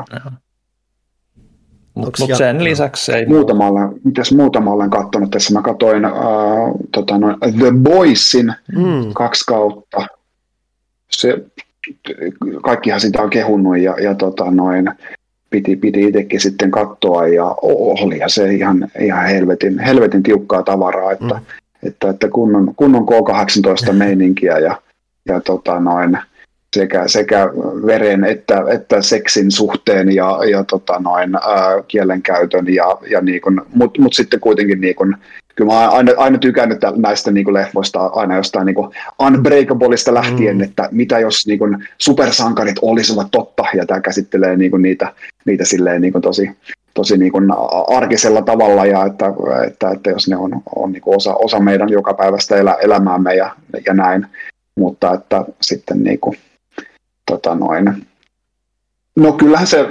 Mutta mut sen lisäksi ei... Muutama olen, mitäs muutama olen katsonut tässä? Mä katsoin äh, tota, no, The Boysin mm. kaksi kautta. Se, kaikkihan sitä on kehunnut ja, ja tota, noin, piti, piti itsekin sitten katsoa ja oli ja se ihan, ihan helvetin, helvetin tiukkaa tavaraa, että, mm. että, että kunnon, kunnon K kahdeksantoista meininkiä ja, ja tota, noin, sekä, sekä veren että, että seksin suhteen ja, ja tota, noin, ää, kielenkäytön, ja, ja niin kun, mut, mut sitten kuitenkin niin kun, kyllä mä oon aina, aina tykännyt näistä niin kun leffoista aina jostain niin kun Unbreakableista lähtien, mm. että mitä jos niin kun supersankarit olisivat totta, ja tämä käsittelee niin kun niitä, niitä silleen niin kun tosi, tosi niin kun arkisella tavalla, ja että, että, että jos ne on, on niin kun osa, osa meidän jokapäiväistä elä, elämäämme ja, ja näin, mutta että sitten niin kun, tota noin. No kyllähän se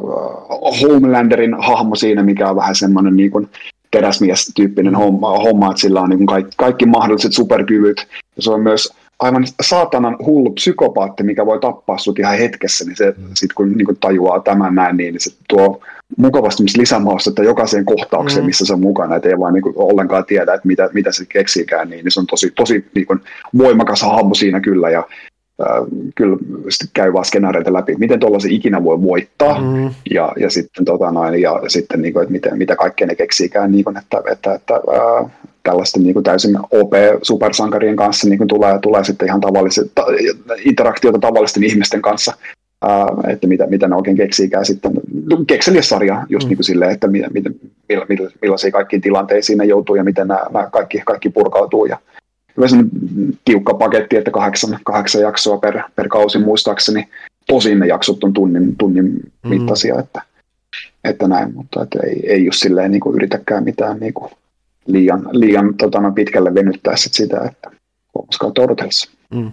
äh, Homelanderin hahmo siinä, mikä on vähän semmoinen niin kuin teräsmies-tyyppinen homma, homma, että sillä on niin kuin kaikki, kaikki mahdolliset superkyvyt. Ja se on myös aivan saatanan hullu psykopaatti, mikä voi tappaa sut ihan hetkessä, niin se mm. sit kun niin kuin tajuaa tämän näin, niin se tuo mukavasti lisämaustetta jokaiseen kohtaukseen, missä se on mukana, että ei vaan niin kuin ollenkaan tiedä, että mitä, mitä se keksiikään, niin se on tosi, tosi niin kuin voimakas hahmo siinä kyllä, ja Äh, kyllä sitten käy vaan skenaareita läpi, miten tuollaisen ikinä voi voittaa, mm. ja, ja sitten, tota noin, ja sitten niin kuin, että miten, mitä kaikkea ne keksiikään, niin kuin, että, että, että äh, tällaisten niin kuin täysin O P-supersankarien kanssa niin kuin tulee, tulee sitten ihan tavalliset, ta, interaktiota tavallisten ihmisten kanssa, äh, että mitä, mitä ne oikein keksiikään sitten. Kekseliäs-sarja just mm. niin kuin silleen, että millä, millä, millä, millaisiin kaikkiin tilanteisiin ne joutuu ja miten nämä, nämä kaikki, kaikki purkautuu, ja hyvä sellainen tiukka paketti, että kahdeksan, kahdeksan jaksoa per, per kausi muistaakseni. Tosin ne jaksot on tunnin, tunnin mittaisia, mm. että, että näin, mutta että ei, ei just silleen niin kuin yritäkään mitään niin kuin liian, liian tota, pitkälle venyttää sit sitä, että kolmas kautta odotellessa. Mm.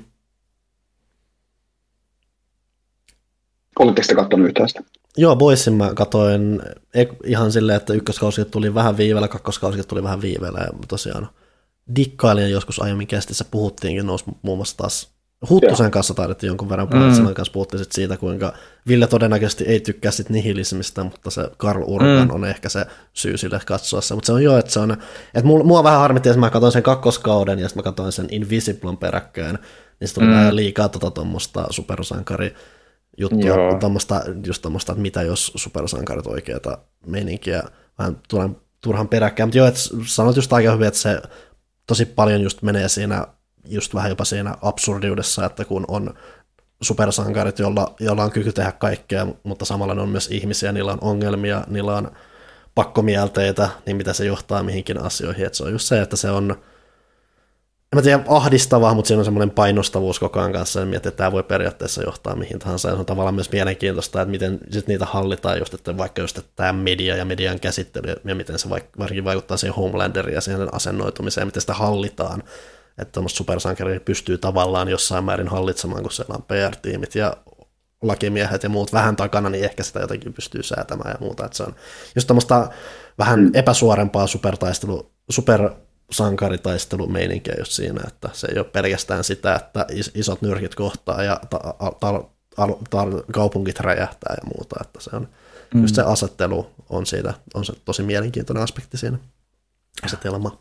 Oletteko te katsonut yhtään sitä? Joo, Boysin mä katsoin ihan silleen, että ykköskausi tuli vähän viiveellä, kakkoskausi tuli vähän viiveellä ja tosiaan dikkailin joskus aiemmin kestissä puhuttiinkin, nousi muun muassa taas Huttusen kanssa taidettiin jonkun verran puhua, mm. kanssa puhuttiin sit siitä, kuinka Ville todennäköisesti ei tykkää sit nihilismistä, mutta se Karl Urban mm. on ehkä se syy sille katsoa se, mutta se on jo, että se on, että mua vähän harmitti, että mä katsoin sen kakkoskauden ja sitten mä katsoin sen Invisiblen peräkkäin, niin se tuli mm. vähän liikaa tota tuommoista supersankari juttua, tommoista, just tuommoista, että mitä jos supersankarit oikeata meininkiä, vähän tulen turhan peräkkäin, mutta joo, että sanot just aika hyvin, että se tosi paljon just menee siinä, just vähän jopa siinä absurdiudessa, että kun on supersankarit, jolla, jolla on kyky tehdä kaikkea, mutta samalla ne on myös ihmisiä, niillä on ongelmia, niillä on pakkomielteitä, niin mitä se johtaa mihinkin asioihin, että se on just se, että se on, en mä tiedä ahdistavaa, mutta siinä on semmoinen painostavuus koko ajan kanssa, ja mietin, että tämä voi periaatteessa johtaa mihin tahansa, ja se on tavallaan myös mielenkiintoista, että miten sit niitä hallitaan just, että vaikka just että tämä media ja median käsittely, ja miten se varsinkin vaikuttaa siihen Homelanderiin ja siihen asennoitumiseen, ja miten sitä hallitaan, että tuommoista supersankaria pystyy tavallaan jossain määrin hallitsemaan, kun siellä on P R-tiimit ja lakimiehet ja muut vähän takana, niin ehkä sitä jotenkin pystyy säätämään ja muuta, että se on just tämmöistä vähän epäsuorempaa supertaistelu, super sankaritaistelumeininkiä just siinä, että se ei ole pelkästään sitä, että isot nyrkit kohtaa ja ta- ta- ta- ta- kaupungit räjähtää ja muuta, että se on mm. just se asettelu on siitä, on se tosi mielenkiintoinen aspekti siinä asetelma.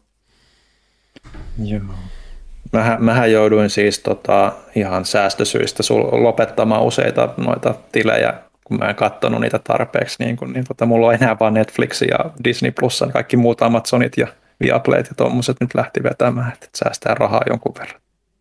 Joo. Mähän, mähän jouduin siis tota, ihan säästösyistä sul- lopettamaan useita noita tilejä, kun mä en katsonut niitä tarpeeksi, niin, kun, niin tota, mulla on enää vaan Netflix ja Disney Plus, kaikki muut Amazonit ja Viaplayt ja tuommoiset nyt lähti vetämään, että säästää rahaa jonkun verran.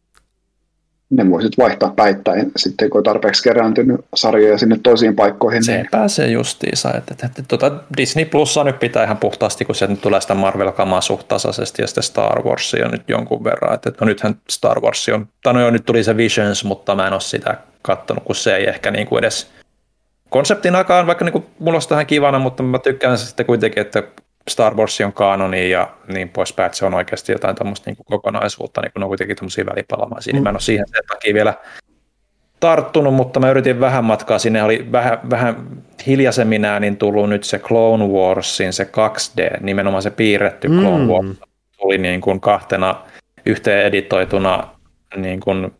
Ne voisit vaihtaa päittäin sitten, kun on tarpeeksi kerääntynyt sarjoja sinne toisiin paikkoihin. Se pääsee justiinsa. Että, että, että, tuota Disney Plussa nyt pitää ihan puhtaasti, kun sieltä nyt tulee sitä Marvel-kamaa suht tasaisesti ja sitten Star Warsia nyt jonkun verran. Että, no nythän Star Wars on, tai no joo, nyt tuli se Visions, mutta mä en ole sitä katsonut, kun se ei ehkä niin kuin edes konseptinakaan, vaikka niin kuin mulla on sitä ihan kivana, mutta mä tykkään sitten kuitenkin, että Star Wars on kanoni ja niin poispäin, että se on oikeasti jotain tuommoista niin kokonaisuutta, niin kun on kuitenkin tuommoisia välipalamaisia, mm. niin mä en ole siihen sen takia vielä tarttunut, mutta mä yritin vähän matkaa, sinne oli vähän, vähän hiljaisemmin äänin tullut nyt se Clone Warsin, se kaksi D, nimenomaan se piirretty mm. Clone Wars, tuli niin kuin kahtena yhteen editoituna niin kuin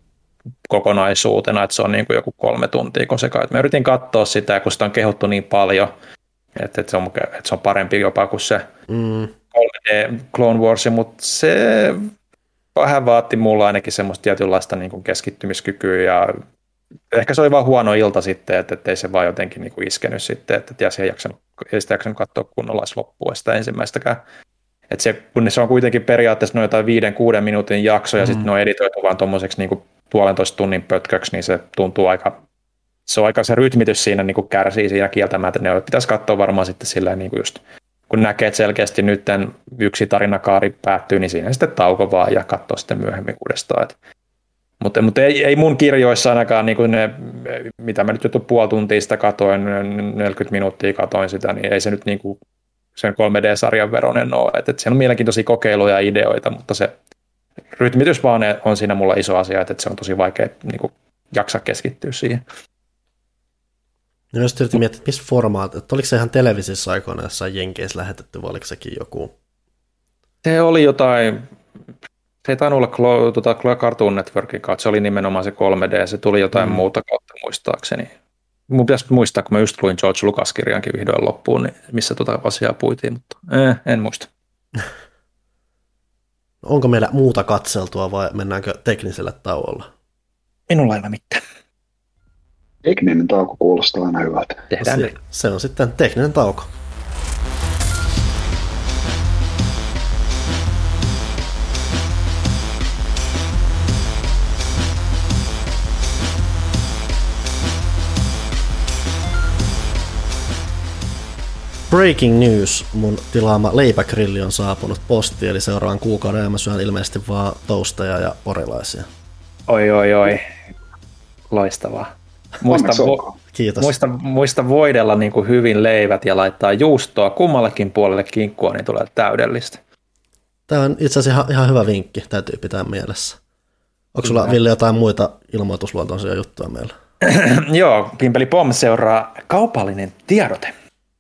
kokonaisuutena, että se on niin kuin joku kolme tuntia, kun se kai. Mä yritin katsoa sitä, kun sitä on kehuttu niin paljon, että, että, se, on, että se on parempi jopa kuin se mm. kolme D Clone Wars, mutta se vähän vaati mulla ainakin semmoista tietynlaista niin kuin keskittymiskykyä ja ehkä se oli vaan huono ilta sitten, että ettei se vaan jotenkin niin kuin iskenyt sitten, että tiedä, se ei jaksanut, ei sitä jaksanut katsoa kunnolla loppua sitä ensimmäistäkään. Että se, kun se on kuitenkin periaatteessa noin jotain viiden, kuuden minuutin jakso ja mm. sitten ne on editoitu vaan tuommoiseksi niin kuin puolentoista tunnin pötköksi, niin se tuntuu aika, se on aika se rytmitys siinä niin kuin kärsii siinä kieltämättä. Ne pitäisi katsoa varmaan sitten sillä niin kuin just, kun näkee, että selkeästi nyt yksi tarinakaari päättyy, niin siinä sitten tauko vaan ja katsoo sitten myöhemmin uudestaan. Et, mutta, mutta ei, ei mun kirjoissa ainakaan, niin kuin ne, mitä mä nyt jo puoli tuntia sitä katoin, neljäkymmentä minuuttia katoin sitä, niin ei se nyt niin kuin sen kolme D-sarjan veronen ole. Että, että siellä on mielenkiintoisia kokeiluja ja ideoita, mutta se rytmitys vaan on siinä mulla iso asia, että se on tosi vaikea niin kuin, jaksaa keskittyä siihen. No jos yritin miettiä, että missä formaat, että oliko se ihan televisiossa aikoina jossain Jenkeissä lähetetty, vai oliko sekin joku? Se oli jotain, se ei tainnut olla tuota, Cartoon Networkin kautta, se oli nimenomaan se kolme D, se tuli jotain mm. muuta kautta muistaakseni. Mun pitäisi muistaa, kun mä just luin George Lucas-kirjankin vihdoin loppuun, niin missä tuota asiaa puitiin, mutta eh, en muista. Onko meillä muuta katseltua vai mennäänkö tekniselle tauolla? Minulla ei ole mitään. Tekninen tauko kuulostaa aina hyvältä. Tehdään se, se on sitten tekninen tauko. Breaking news, mun tilaama leipägrilli on saapunut postiin, eli seuraavan kuukauden mä syön ilmeisesti vaan toasteja ja porilaisia. Oi oi oi, loistavaa. Muista, vo- Kiitos. Muista, muista voidella niin kuin hyvin leivät ja laittaa juustoa kummallekin puolelle kinkkua, niin tulee täydellistä. Tämä on itse asiassa ihan, ihan hyvä vinkki, täytyy pitää mielessä. Onko sulla, Ville, jotain muita ilmoitusluontoisia juttuja meillä? Joo, Pimpeli Pom seuraa kaupallinen tiedote.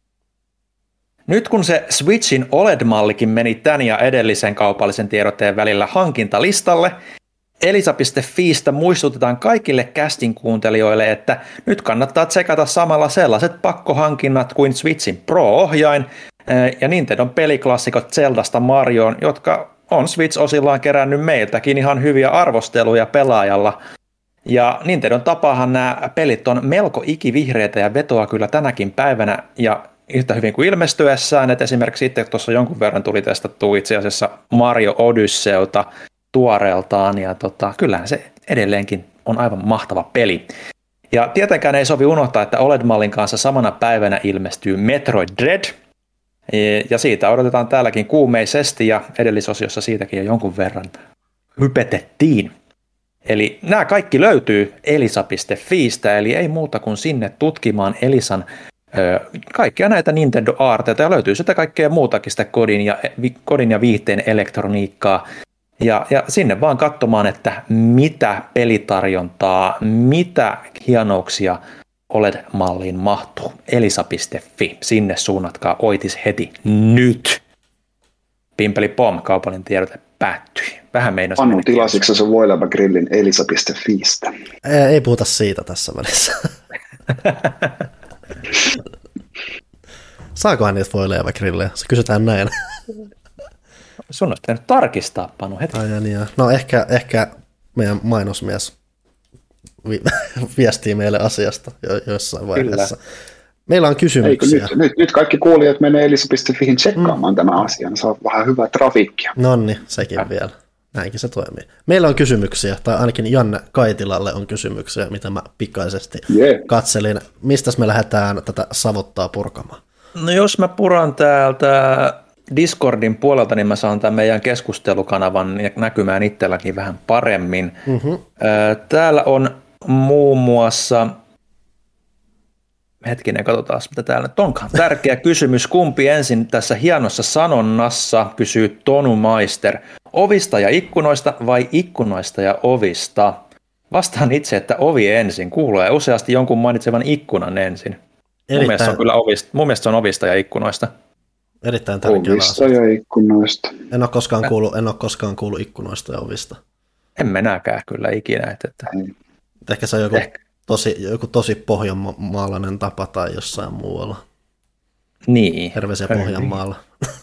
Nyt kun se Switchin O L E D-mallikin meni tän ja edellisen kaupallisen tiedotteen välillä hankintalistalle, Elisa piste fiistä muistutetaan kaikille castin kuuntelijoille, että nyt kannattaa tsekata samalla sellaiset pakkohankinnat kuin Switchin Pro-ohjain ja Nintendon peliklassikot Zeldasta Marioon, jotka on Switch-osillaan kerännyt meiltäkin ihan hyviä arvosteluja pelaajalla. Ja Nintendon tapaahan nämä pelit on melko ikivihreitä ja vetoa kyllä tänäkin päivänä ja yhtä hyvin kuin ilmestyessään, että esimerkiksi itse tuossa jonkun verran tuli testattua itse asiassa Mario Odysseyta tuoreeltaan, ja tota, kyllähän se edelleenkin on aivan mahtava peli. Ja tietenkään ei sovi unohtaa, että O L E D-mallin kanssa samana päivänä ilmestyy Metroid Dread, ja siitä odotetaan täälläkin kuumeisesti, ja edellisosiossa siitäkin jo jonkun verran hypetettiin. Eli nämä kaikki löytyy elisa piste fiistä, eli ei muuta kuin sinne tutkimaan Elisan kaikkia näitä Nintendo-aarteita, ja löytyy sitä kaikkea muutakin, sitä kodin ja, kodin ja viihteen elektroniikkaa, ja, ja sinne vaan katsomaan, että mitä pelitarjontaa, mitä hienouksia O L E D-malliin mahtuu. elisa piste fi, sinne suunnatkaa oitis heti nyt. Pimpeli Pom, kaupallinen tiedote päättyi. Vähän meinas. Panu, tilasitko se voileipägrillin elisa piste fiistä? Ei, ei puhuta siitä tässä välissä. Saakohan niitä voileipägrillejä? Se kysytään näin. Sun olisi pitänyt tarkistaa, Panu, heti. Ai, niin, no ehkä, ehkä meidän mainosmies vi- viestii meille asiasta jo- jossain vaiheessa. Kyllä. Meillä on kysymyksiä. Nyt, nyt, nyt kaikki kuulijat menee elisa piste fiin tsekkaamaan mm. tämä asia, niin saa vähän hyvää trafiikkia. Nonni, sekin ja. vielä. Näinkin se toimii. Meillä on kysymyksiä, tai ainakin Janne Kaitilalle on kysymyksiä, mitä mä pikaisesti yeah. katselin. Mistäs me lähdetään tätä savottaa purkamaan? No jos mä puran täältä Discordin puolelta, niin mä saan tämän meidän keskustelukanavan näkymään itselläkin vähän paremmin. Mm-hmm. Täällä on muun muassa, hetkinen, katsotaan mitä täällä nyt onkaan. Tärkeä kysymys, kumpi ensin tässä hienossa sanonnassa, kysyy Tonu Maister. Ovista ja ikkunoista vai ikkunoista ja ovista? Vastaan itse, että ovi ensin. Kuulee useasti jonkun mainitsevan ikkunan ensin. Erittäin... Mun mielestä se on kyllä ovista, mun mielestä se on ovista ja ikkunoista. Erittäin tärkeä ovista ja ikkunoista. En ole koskaan kuullut, en ole koskaan kuullut ikkunoista ja ovista. En minäkään kyllä ikinä. Että, että... Ehkä se on joku tosi, joku tosi pohjanmaalainen tapa tai jossain muualla. Niin. Terveisiä Pohjanmaalla.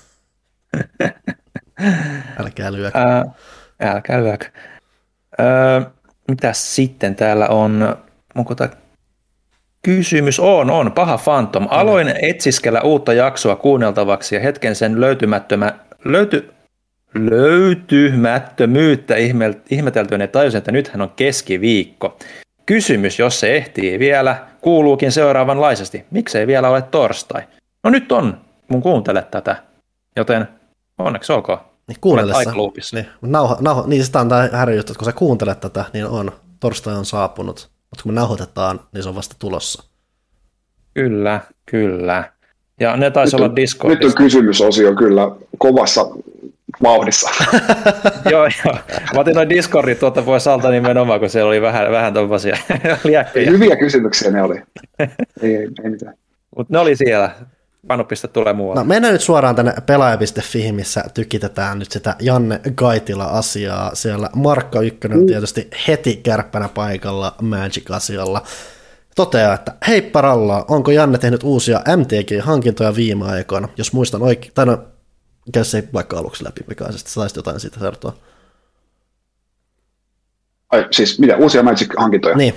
Älkää lyökö. Ää, älkää lyökö. Ää, mitäs sitten täällä on? Onko tämä kysymys? On, on. Paha Phantom. Aloin mm. etsiskellä uutta jaksoa kuunneltavaksi ja hetken sen löytymättömä, löyty, löytymättömyyttä ihmeteltyä ja tajusin, että nythän on keskiviikko. Kysymys, jos se ehtii vielä, kuuluukin seuraavanlaisesti. Miksei vielä ole torstai? No nyt on, mun kuuntelet tätä, joten onneksi olkoon. Niin kuunnellessa. Niin, nauho, nauho, niin sitä on tämä häiriö, että kun sä kuuntelet tätä, niin on, torstai on saapunut. Mutta kun me nauhoitetaan, niin se on vasta tulossa. Kyllä, kyllä. Ja ne taisi nyt olla Discordissa. Nyt on kysymysosio kyllä kovassa vauhdissa. Joo, joo. Mä otin noin Discordit tuolta pois alta nimenomaan, kun siellä oli vähän, vähän tommosia liäkkejä. Hyviä kysymyksiä ne oli. ei, ei, ei mitään. Mutta ne oli siellä. Painopiste tulee muualle. No mennään nyt suoraan tänne pelaaja piste fi, missä tykitetään nyt sitä Janne Gaitila-asiaa. Siellä Markka Ykkönen on tietysti heti kärppänä paikalla Magic-asialla. Toteaa, että heippa rallaa, onko Janne tehnyt uusia M T G-hankintoja viime aikoina? Jos muistan oikein, tai no, käy se vaikka aluksi läpi pikaisesti, saisit jotain siitä kertoa. Ai, siis mitä, uusia Magic-hankintoja? Niin.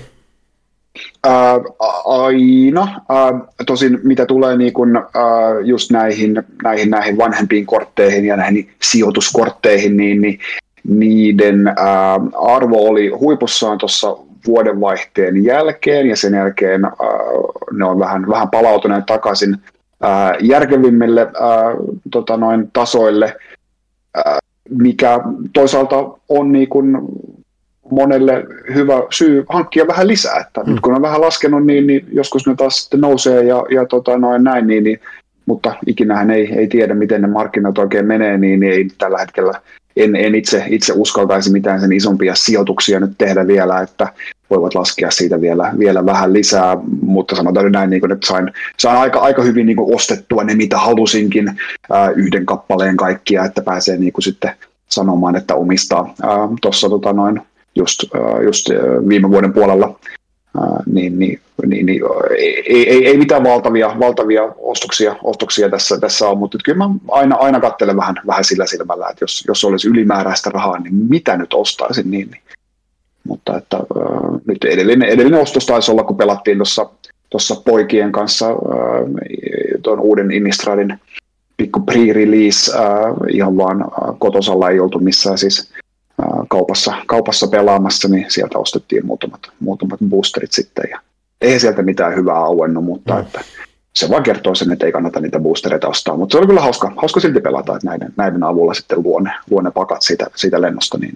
Ää, aina. Ää, tosin mitä tulee niin kun, ää, just näihin, näihin, näihin vanhempiin kortteihin ja näihin sijoituskortteihin, niin, niin niiden ää, arvo oli huipussaan tuossa vuodenvaihteen jälkeen, ja sen jälkeen ää, ne on vähän, vähän palautuneet takaisin ää, järkevimmille ää, tota noin, tasoille, ää, mikä toisaalta on niin kun monelle hyvä syy hankkia vähän lisää, että mm. nyt kun on vähän laskenut, niin, niin joskus ne taas sitten nousee ja, ja tota noin näin, niin, niin, mutta ikinähän ei, ei tiedä, miten ne markkinat oikein menee, niin, niin ei tällä hetkellä, en, en itse, itse uskaltaisi mitään sen isompia sijoituksia nyt tehdä vielä, että voivat laskea siitä vielä, vielä vähän lisää, mutta sanotaan näin, niin kuin, että sain, sain aika, aika hyvin niin kuin ostettua ne, mitä halusinkin, ää, yhden kappaleen kaikkia, että pääsee niin kuin sitten sanomaan, että omistaa tuossa tota noin just, just viime vuoden puolella, niin, niin, niin, niin ei, ei, ei mitään valtavia, valtavia ostoksia, ostoksia tässä, tässä on, mutta kyllä mä aina, aina katselen vähän, vähän sillä silmällä, että jos, jos olisi ylimääräistä rahaa, niin mitä nyt ostaisin, niin, niin. Mutta että, äh, nyt edellinen, edellinen ostos taisi olla, kun pelattiin tuossa poikien kanssa äh, tuon uuden Innistradin pikku pre-release, äh, ihan vaan äh, kotosalla ei oltu missään siis Kaupassa, kaupassa pelaamassa, niin sieltä ostettiin muutamat, muutamat boosterit sitten, ja ei sieltä mitään hyvää auennut, mutta mm. että se vaan kertoo sen, että ei kannata niitä boostereita ostaa, mutta se oli kyllä hauska, hauska silti pelata, että näiden, näiden avulla sitten luo ne, luo ne pakat siitä, siitä lennosta, niin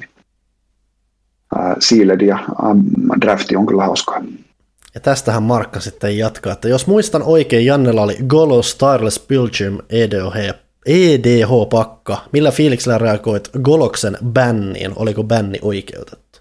ää, Sealed ja ää, Drafti on kyllä hauskaa. Ja tästähän Markka sitten jatkaa, että jos muistan oikein, Jannella oli Golos Starless Belgium E D H E D H-pakka. Millä fiiliksellä reagoit Goloksen bänniin? Oliko bänni oikeutettu?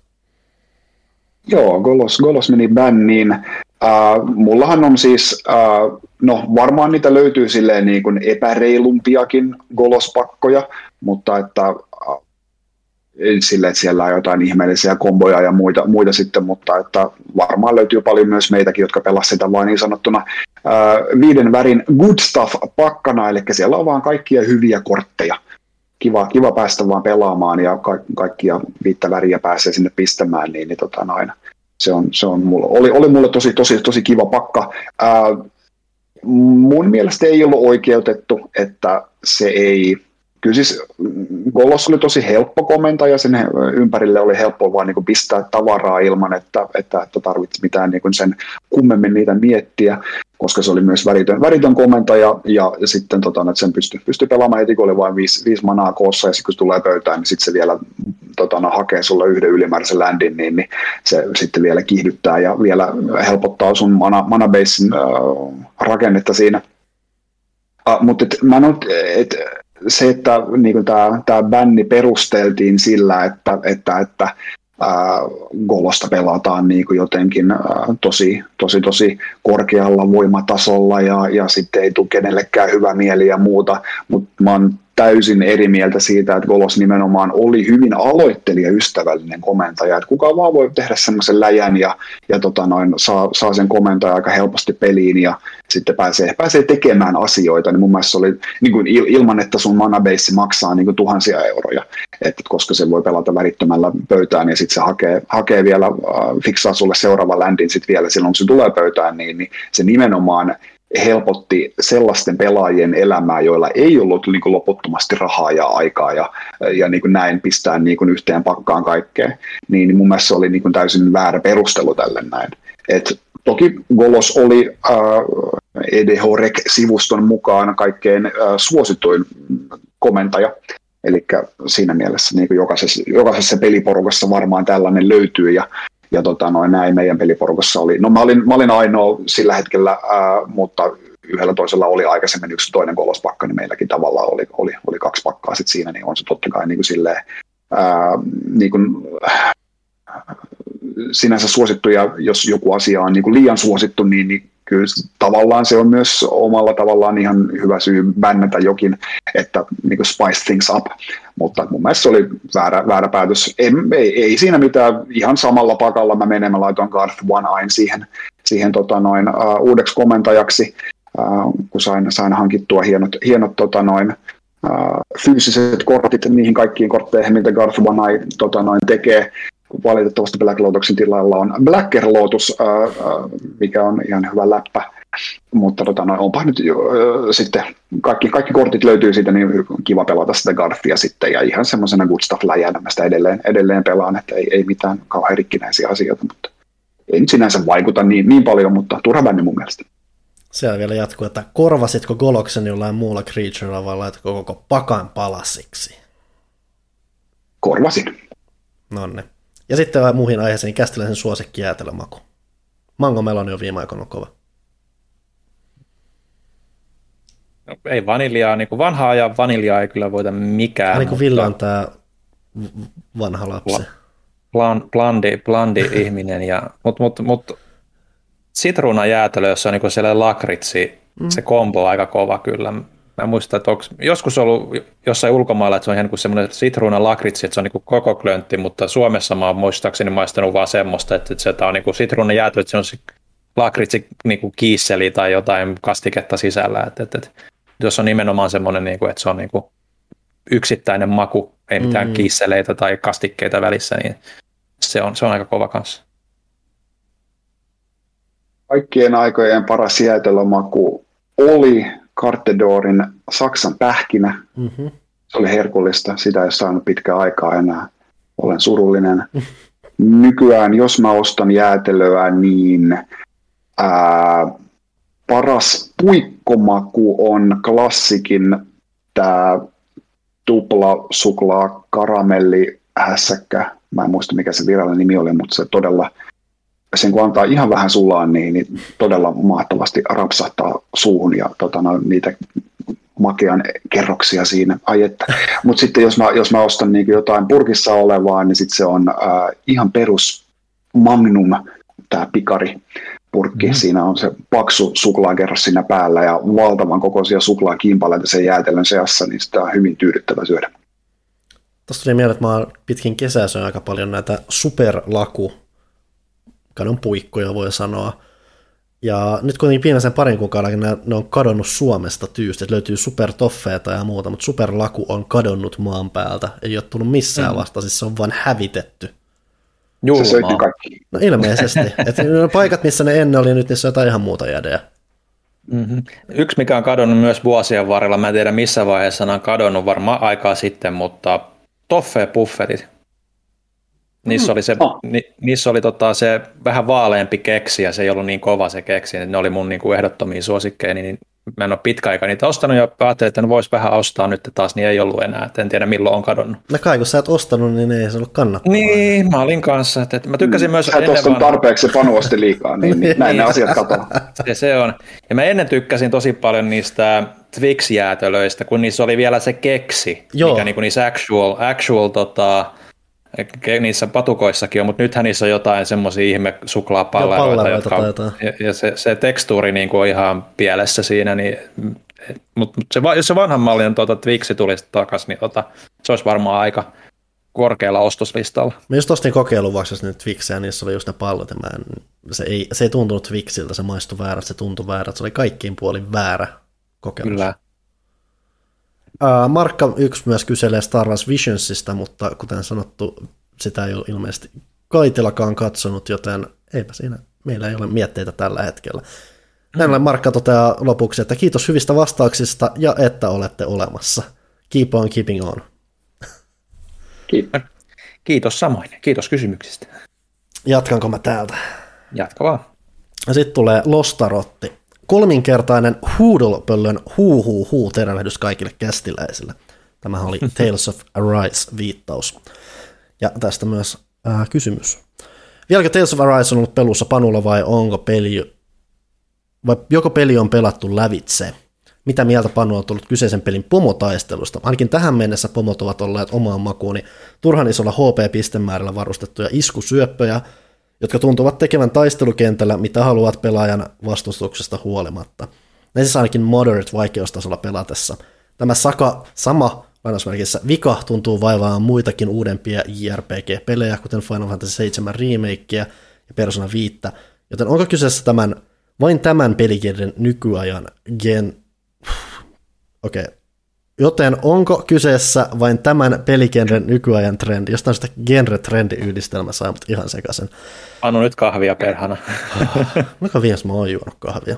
Joo, Golos, Golos meni bänniin. Uh, mullahan on siis, uh, no varmaan niitä löytyy silleen niin kuin epäreilumpiakin Golos-pakkoja, mutta että uh, silleen, että siellä on jotain ihmeellisiä komboja ja muita, muita sitten, mutta että varmaan löytyy paljon myös meitäkin, jotka pelasivat sitä vain niin sanottuna uh, viiden värin good stuff-pakkana, eli siellä on vaan kaikkia hyviä kortteja. Kiva, kiva päästä vaan pelaamaan ja ka- kaikkia viittä väriä pääsee sinne pistämään, niin, niin tota noin. Se, on, se on mulla, oli, oli mulle tosi, tosi, tosi kiva pakka. Uh, mun mielestä ei ollut oikeutettu, että se ei... Kyllä siis Golos oli tosi helppo komenta ja sen ympärille oli helppo vaan niin kuin pistää tavaraa ilman, että, että, että tarvitsi mitään niin kuin sen kummemmin niitä miettiä, koska se oli myös väritön, väritön komentaja ja, ja sitten tota, että sen pystyi pysty pelaamaan heti, kun oli vain viisi, viisi manaa koossa ja sitten kun se tulee pöytään, niin sitten se vielä tota, no, hakee sulle yhden ylimääräisen landin, niin, niin se sitten vielä kiihdyttää ja vielä helpottaa sun mana, manabasen äh, rakennetta siinä. Uh, mutta et, mä en et, se, että niin tämä, tämä bänni perusteltiin sillä, että, että, että ää, Golosta pelataan niin kuin jotenkin ää, tosi, tosi, tosi korkealla voimatasolla ja, ja sitten ei tule kenellekään hyvä mieli ja muuta, mutta mä oon täysin eri mieltä siitä, että Golos nimenomaan oli hyvin aloittelijaystävällinen komentaja, että kuka vaan voi tehdä semmoisen läjän ja, ja tota noin, saa, saa sen komentaja aika helposti peliin ja sitten pääsee, pääsee tekemään asioita, niin mun mielestä se oli niin kuin ilman, että sun manabase maksaa niin kuin tuhansia euroja, että koska se voi pelata värittömällä pöytään ja sitten se hakee, hakee vielä, äh, fiksaa sulle seuraava landin sitten vielä silloin, kun se tulee pöytään, niin, niin se nimenomaan helpotti sellaisten pelaajien elämää, joilla ei ollut niin kuin loputtomasti rahaa ja aikaa ja, ja niin kuin näin pistää niin kuin yhteen pakkaan kaikkea, niin mun mielestä se oli niin kuin täysin väärä perustelu tälle näin. Et toki Golos oli äh, E D H Rec-sivuston mukaan kaikkein äh, suosituin komentaja, eli siinä mielessä niin kuin jokaisessa, jokaisessa peliporukassa varmaan tällainen löytyy ja Ja tota, noin, näin meidän peliporukassa oli. No mä olin, mä olin ainoa sillä hetkellä, ää, mutta yhdellä toisella oli aikaisemmin yksi toinen kolospakka, niin meilläkin tavallaan oli, oli, oli kaksi pakkaa sit siinä, niin on se totta kai niin kuin silleen, ää, niin kuin, sinänsä suosittu, ja jos joku asia on niin kuin liian suosittu, niin, niin kyllä tavallaan se on myös omalla tavallaan ihan hyvä syy bännätä jokin, että niin kuin spice things up, mutta mun mielestä se oli väärä, väärä päätös. Ei, ei, ei siinä mitään, ihan samalla pakalla mä menen, mä laitoin Garth One-Eyen siihen, siihen tota noin, uh, uudeksi komentajaksi, uh, kun sain, sain hankittua hienot, hienot tota noin, uh, fyysiset kortit niihin kaikkiin kortteihin, mitä Garth One-Eye tota noin, tekee. Valitettavasti Black Lotusin tilalla on Blacker Lotus, äh, äh, mikä on ihan hyvä läppä, mutta tota, no, onpa nyt jo, äh, sitten kaikki, kaikki kortit löytyy siitä, niin kiva pelata sitä Garthia sitten, ja ihan semmoisena good stuff läjänä mä sitä edelleen, edelleen pelaan, että ei, ei mitään kauhean rikkinäisiä asioita, mutta ei nyt sinänsä vaikuta niin, niin paljon, mutta turha bänni mun mielestä. Siellä vielä jatkuu, että korvasitko Goloksen jollain muulla creaturella vai laitko koko pakan palasiksi? Korvasin. Nonne. Ja sitten muihin aiheisiin käsitellen sen suosikkijäätelömaku. Mango meloni on viime aikoina kova. No, ei vaniljaa, niin kuin vanhaa ajan vaniljaa ei kyllä voita mikään. Ja niin kuin Ville on tämä vanha lapsi. Plan, blandi, blandi ihminen. Ja, mutta mut, mut, sitruunajäätelö, jossa on niin siellä lakritsi, mm. se kombo on aika kova kyllä. Mä muistan, että onko joskus ollut jossain ulkomailla, että se on ihan niin semmoinen sitruunan lakritsi, että se on niin koko klöntti, mutta Suomessa mä oon muistaakseni maistanut vaan semmoista, että se on niin sitruunan jäätelö, että se on se lakritsi niin kiisseli tai jotain kastiketta sisällä. Että, että, että, jos on nimenomaan semmoinen, niin kuin, että se on niin yksittäinen maku, ei mitään mm. kiisseleitä tai kastikkeita välissä, niin se on, se on aika kova kanssa. Kaikkien aikojen paras jäätelömaku oli Cartedorin Saksan pähkinä. Mm-hmm. Se oli herkullista. Sitä ei ole saanut pitkään aikaa enää. Olen surullinen. Nykyään, jos mä ostan jäätelöä, niin ää, paras puikkomaku on klassikin tämä tupla suklaa karamelli hässäkkä. Mä en muista mikä se virallinen nimi oli, mutta se todella, sen kun antaa ihan vähän sulaa, niin, niin todella mahtavasti rapsahtaa suuhun ja tota, no, niitä makean kerroksia siinä. Mutta sitten jos mä, jos mä ostan niin jotain purkissa olevaa, niin sitten se on äh, ihan perus Magnum, tämä pikari purkki. Mm. Siinä on se paksu suklaakerros siinä päällä ja valtavan kokoisia suklaakimpaleita sen jäätelön seassa, niin sitä on hyvin tyydyttävä syödä. Tuosta tuli mieleen, että mä oon pitkin kesää syön aika paljon näitä superlaku kadon puikkoja, voi sanoa. Ja nyt kuitenkin viimeisen parin kuukauden ne, ne on kadonnut Suomesta tyysti, että löytyy supertoffeita ja muuta, mutta superlaku on kadonnut maan päältä. Ei ole tullut missään mm. vasta, siis se on vain hävitetty. Se söitti kaikki. No ilmeisesti. Että paikat, missä ne ennen oli, nyt niissä on jotain ihan muuta jädejä. Mm-hmm. Yksi, mikä on kadonnut myös vuosien varrella, mä en tiedä missä vaiheessa ne on kadonnut varmaan aikaa sitten, mutta toffee-buffetit. Niissä oli, se, oh. ni, niissä oli tota se vähän vaaleampi keksi ja se ei ollut niin kova se keksi, ne oli mun niinku ehdottomia suosikkeja, niin mä en ole pitkä aika niitä ostanut ja ajattelin, että ne vois vähän ostaa nyt taas, niin ei ollut enää, et en tiedä milloin on kadonnut. No kai kun sä et ostanut, niin ei se ollut kannattavaa. Niin, mä olin kanssa, että, että mä tykkäsin mm, myös sä et ostanut tarpeeksi, se Panu osti liikaa, niin, niin näin ne asiat katoaa. Se, se on, ja mä ennen tykkäsin tosi paljon niistä Twix-jäätelöistä, kun niissä oli vielä se keksi, Joo. mikä niinku niissä actual, actual tota, niissä patukoissakin on, mutta nythän niissä on jotain semmoisia ihme suklaapalleroita, jotka on, ja, ja se, se tekstuuri niin kuin on ihan pielessä siinä, niin Mutta mut se, jos se vanhan mallin tuota, Twixi tulisi takaisin, niin tota, se olisi varmaan aika korkealla ostoslistalla. Mä just ostin kokeiluvaksessa nyt Twixejä, niissä oli just ne pallot, ja mä en, se, ei, se ei tuntunut Twixiltä, se maistui väärät, se tuntui väärät, se oli kaikkiin puolin väärä kokemus. Kyllä. Uh, Markka yksi myös kyselee Star Wars Visionsista, mutta kuten sanottu, sitä ei ole ilmeisesti Kaitilakaan katsonut, joten eipä siinä, meillä ei ole mietteitä tällä hetkellä. Näin ollen Markka toteaa lopuksi, että kiitos hyvistä vastauksista ja että olette olemassa. Keep on keeping on. Kiitos samoin. Kiitos kysymyksistä. Jatkanko mä täältä? Jatka vaan. Sitten tulee Lostarotti. Kolminkertainen huudolpöllön huu huu huu tervehdys kaikille kästiläisille. Tämä oli Tales of Arise viittaus. Ja tästä myös äh, kysymys. Vieläkö Tales of Arise on ollut pelussa Panulla vai onko peli, vai joko peli on pelattu lävitse? Mitä mieltä Panu on tullut kyseisen pelin pomotaistelusta? Ainakin tähän mennessä pomot ovat olleet omaan makuuni turhan isolla H P-pistemäärällä varustettuja iskusyöppöjä, jotka tuntuvat tekevän taistelukentällä, mitä haluat pelaajan vastustuksesta huolimatta. Ne siis ainakin moderate vaikeustasolla pelatessa. Tämä saka, sama lainausmerkissä vika tuntuu vaivaamaan muitakin uudempia J R P G-pelejä, kuten Final Fantasy seitsemän remakea ja Persona viisi, joten onko kyseessä tämän, vain tämän pelikirjan nykyajan gen... Okei. Okay. Joten onko kyseessä vain tämän peligenren nykyajan trendi? Jostain sitä genre-trendi-yhdistelmä saa mut ihan sekaisin. Annu nyt kahvia perhana. Mikä viimeis mä oon juonut kahvia?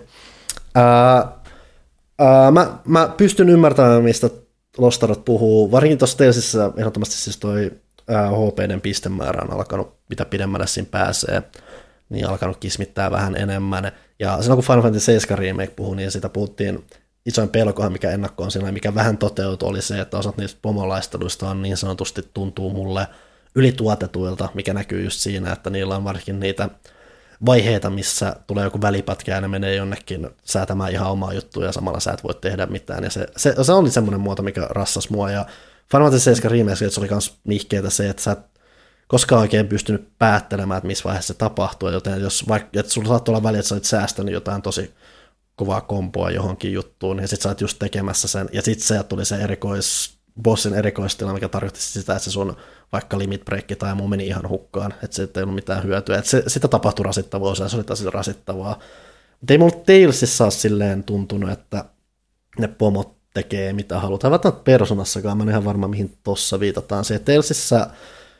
Ää, ää, mä, mä pystyn ymmärtämään, mistä Lostarot puhuu. Varsinkin tuossa Talesissa ehdottomasti siis toi ää, H P:den pistemäärä on alkanut, mitä pidemmälle siinä pääsee, niin alkanut kismittää vähän enemmän. Ja silloin kun Final Fantasy seitsemän remake puhui, niin sitä puhuttiin isoin pelkohan, mikä ennakkoon siinä, mikä vähän toteutui, oli se, että osat niistä pomolaisteluista on niin sanotusti tuntuu mulle ylituotetuilta, mikä näkyy just siinä, että niillä on varsinkin niitä vaiheita, missä tulee joku välipätkä ja ne menee jonnekin säätämään ihan omaa juttua ja samalla sä et voi tehdä mitään. Ja se, se, se oli semmoinen muoto, mikä rassasi mua. Ja Final Fantasy seitsemän remake, että se oli myös nihkeetä se, että sä et koskaan oikein pystynyt päättelemään, että missä vaiheessa se tapahtuu, joten jos vaikka, että sulla saattoi olla väliä, että sä olit säästänyt jotain tosi kovaa kompoa johonkin juttuun, ja sit sä oot just tekemässä sen, ja sit se tuli se erikois, bossin erikoistila, mikä tarkoitti sitä, että se sun vaikka limit break tai muu meni ihan hukkaan, että se ei ollut mitään hyötyä, että se, sitä tapahtui rasittavaa osaa, se oli tosi rasittavaa. Mutta ei mulla Talesissa ole silleen tuntunut, että ne pomot tekee mitä halutaan, välttämättä Personassakaan, mä en ihan varma mihin tossa viitataan. Se Talesissa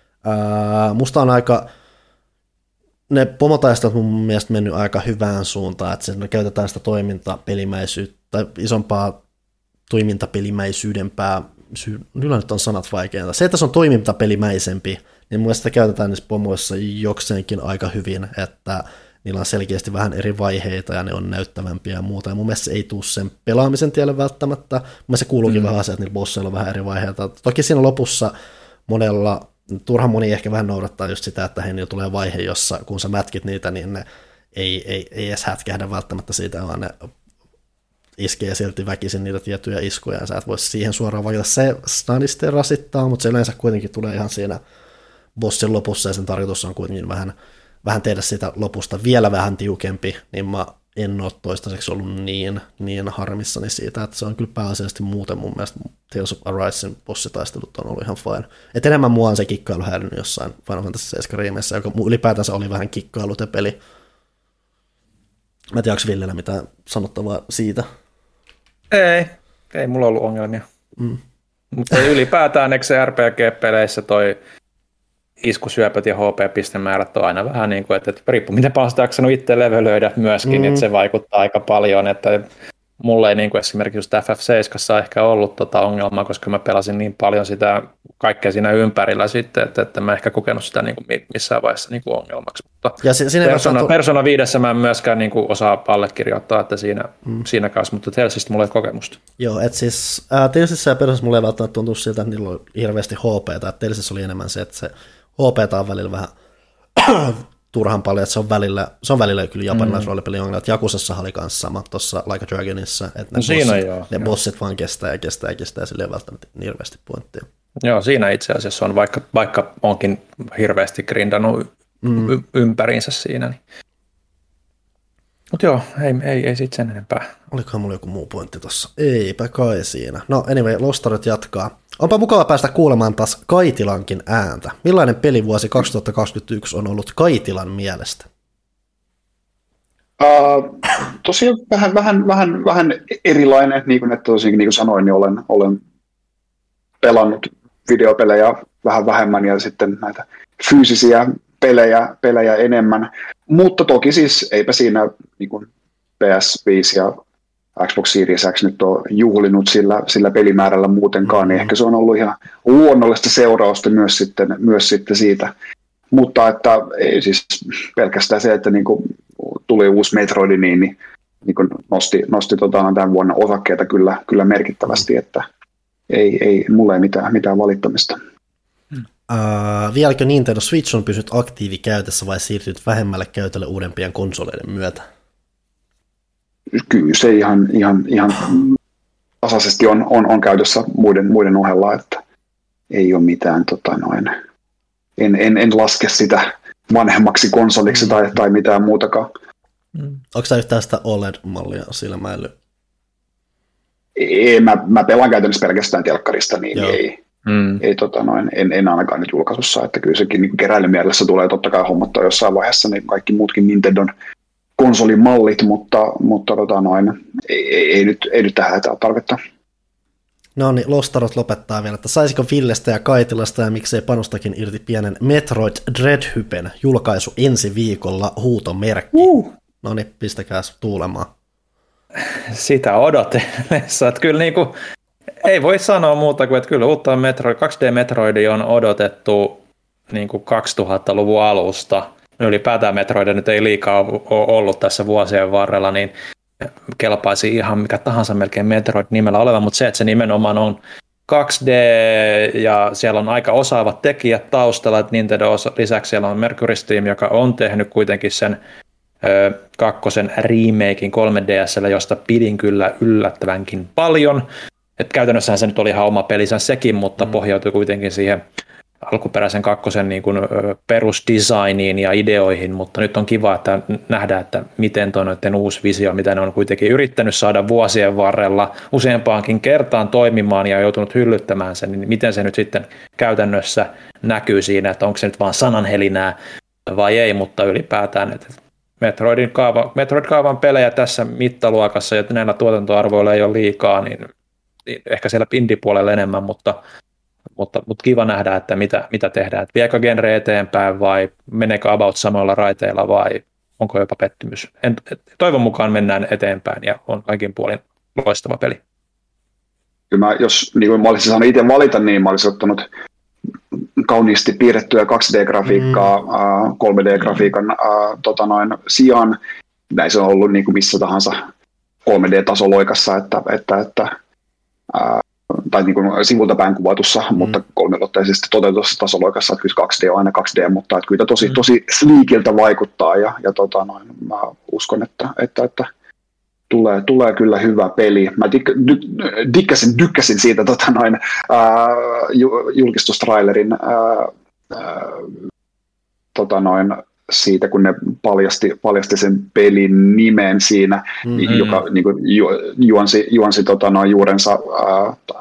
ää, musta on aika ne pomotaistelut on mun mielestä mennyt aika hyvään suuntaan, että me käytetään sitä toimintapelimäisyyttä, tai isompaa toimintapelimäisyydempää, syy, kyllä nyt on sanat vaikeita. Se, että se on toimintapelimäisempi, niin mun mielestä sitä käytetään niissä pomoissa jokseenkin aika hyvin, että niillä on selkeästi vähän eri vaiheita ja ne on näyttävämpiä ja muuta, ja mun mielestä se ei tule sen pelaamisen tielle välttämättä. Mun mielestä se kuuluukin mm. vähän se, että niillä bosseilla on vähän eri vaiheita. Toki siinä lopussa monella turhan moni ehkä vähän noudattaa just sitä, että heillä tulee vaihe, jossa kun sä mätkit niitä, niin ne ei, ei, ei edes hätkähdä välttämättä siitä, vaan ne iskee silti väkisin niitä tiettyjä iskuja, ja sä et voi siihen suoraan vaikata. Se stanisti rasittaa, mutta se yleensä kuitenkin tulee ihan siinä bossin lopussa, ja sen tarkoitus on kuitenkin vähän, vähän tehdä sitä lopusta vielä vähän tiukempi, niin mä en ole toistaiseksi ollut niin, niin harmissani siitä, että se on kyllä pääasiallisesti muuten mun mielestä Tales of Arisein bossitaistelut on ollut ihan fine. Et enemmän mua on se kikkailu häirinyt jossain Final Fantasy seitsemän remakessa, joka ylipäätänsä oli vähän kikkailut ja peli. Mä en tiedä, onko Villellä mitään sanottavaa siitä? Ei, ei mulla ollut ongelmia. Mm. Mutta ylipäätään eikö se R P G-peleissä toi iskusyöpöt ja H P-pistemäärät on aina vähän niin kuin, että, että riippuu miten paljon sitä jaksanut itse levelöidä myöskin, mm. että se vaikuttaa aika paljon, että mulla ei niin kuin esimerkiksi just F F seitsemän ehkä ollut tota ongelmaa, koska mä pelasin niin paljon sitä kaikkea siinä ympärillä sitten, että, että mä ehkä kokenut sitä niin kuin missään vaiheessa niin kuin ongelmaksi. Mutta ja se, Persona, tu- Persona viidessä mä en myöskään niin kuin osaa allekirjoittaa, että siinä, mm. siinä kanssa, mutta Talesista mulla ei kokemusta. Joo, että siis äh, Talesissa ja Personassa mulla ei välttämättä tuntuu siltä, että niillä on hirveästi H P:tä, että Talesissa oli enemmän se, että se H P:tä on välillä vähän turhan paljon, että se on välillä, se on välillä kyllä japanilaisroolipelin ongelma, että Jakusassa oli kanssa sama tuossa Like a Dragonissa, että ne, no bossit, on, joo, ne joo. bossit vaan kestää ja kestää ja kestää, ja sillä ei ole välttämättä niin hirveästi pointtia. Joo, siinä itse asiassa on, vaikka, vaikka onkin hirveästi grindannut mm. y- ympäriinsä siinä. Niin. Mutta joo, ei, ei, ei sit sen enempää. Olikohan mulla joku muu pointti tossa? Eipä kai siinä. No anyway, Lostarit jatkaa. Onpa mukava päästä kuulemaan taas Kaitilankin ääntä. Millainen pelivuosi kaksituhattakaksikymmentäyksi on ollut Kaitilan mielestä? Uh, tosiaan vähän, vähän, vähän, vähän erilainen, niin kuin, että tosiaan, niin kuin sanoin, niin olen, olen pelannut videopelejä vähän vähemmän ja sitten näitä fyysisiä pelejä, pelejä enemmän, mutta toki siis eipä siinä niin kuin P S viisi ja Xbox Series X nyt on juhlinut sillä, sillä pelimäärällä muutenkaan, niin ehkä se on ollut ihan luonnollista seurausta myös sitten, myös sitten siitä. Mutta että ei siis pelkästään se, että niin kuin tuli uusi Metroid, niin, niin, niin kuin nosti, nosti tota, tämän vuonna osakkeita kyllä, kyllä merkittävästi, että ei, ei mulla ei mitään, mitään valittamista. Uh, vieläkö Nintendo Switch on pysynyt aktiivikäytössä vai siirtynyt vähemmälle käytölle uudempien konsoleiden myötä? Kyllä se ihan, ihan, ihan tasaisesti on, on, on käytössä muiden, muiden ohella, että ei ole mitään, tota noin, en, en, en laske sitä vanhemmaksi konsoliksi mm. tai, tai mitään muutakaan. Mm. Onko sä yhtään sitä O L E D-mallia silmäily? Ei, mä, mä pelaan käytännössä pelkästään telkkarista, niin Joo. ei, mm. ei tota noin, en, en ainakaan nyt julkaisussa, että kyllä sekin niin keräilymielessä tulee totta kai hommattua jossain vaiheessa, niin kaikki muutkin Nintendon konsolimallit, mutta, mutta tota noin, ei, ei, ei, nyt, ei nyt tähän hätää tarvetta. No niin, Lostarot lopettaa vielä, että saisiko Villestä ja Kaitilasta ja miksei panostakin irti pienen Metroid Dread-hypen julkaisu ensi viikolla huutomerkki. Uh. No niin, pistäkääs tuulemaan. Sitä odotellessa, että kyllä niinku, ei voi sanoa muuta kuin, että kyllä uutta Metroid, kaksi D-Metroidia on odotettu niinku kaksituhattaluvun alusta. Ylipäätään Metroid nyt ei liikaa ole ollut tässä vuosien varrella, niin kelpaisi ihan mikä tahansa melkein Metroid-nimellä oleva, mutta se, että se nimenomaan on kaksi D ja siellä on aika osaavat tekijät taustalla, että Nintendo lisäksi siellä on Mercury Steam, joka on tehnyt kuitenkin sen ö, kakkosen remakein kolme D S:llä, josta pidin kyllä yllättävänkin paljon. Et käytännössähän se nyt oli ihan oma pelisä sekin, mutta mm. pohjautui kuitenkin siihen alkuperäisen kakkosen niin kuin perusdesigniin ja ideoihin, mutta nyt on kiva, että nähdään, että miten tuo noiden uusi visio, mitä ne on kuitenkin yrittänyt saada vuosien varrella useampaankin kertaan toimimaan ja joutunut hyllyttämään sen, niin miten se nyt sitten käytännössä näkyy siinä, että onko se nyt vaan sananhelinää vai ei, mutta ylipäätään, että Metroidin kaava, Metroid-kaavan pelejä tässä mittaluokassa ja näillä tuotantoarvoilla ei ole liikaa, niin ehkä siellä indie-puolella enemmän, mutta Mutta, mutta kiva nähdä, että mitä, mitä tehdään. Että viekö genre eteenpäin vai meneekö about samoilla raiteilla vai onko jopa pettymys. En, toivon mukaan mennään eteenpäin ja on kaikin puolin loistava peli. Kyllä mä, jos niin kuin mä olisin saanut itse valita, niin mä olisin ottanut kauniisti piirrettyä kaksi D-grafiikkaa mm. äh, kolme D-grafiikan äh, tota noin, sijaan. Näin se on ollut niin kuin missä tahansa kolme D-tasoloikassa, että, että, että äh, tai niin kuin sivulta päin kuvatussa, mm. mutta kolmiulotteisesti toteutussa tasoloikassa, että kyllä kaksi D on aina kaksi D, mutta että kyllä tosi, mm. tosi sleekiltä vaikuttaa, ja, ja tota noin, mä uskon, että, että, että tulee, tulee kyllä hyvä peli. Mä dik, dy, dikkasin, dykkäsin siitä tota noin, ää, julkistustrailerin ää, ää, tota noin, siitä, kun ne paljasti, paljasti sen pelin nimen siinä, mm-hmm. joka niin kuin, ju, juonsi, juonsi tota, noin, juurensa ää,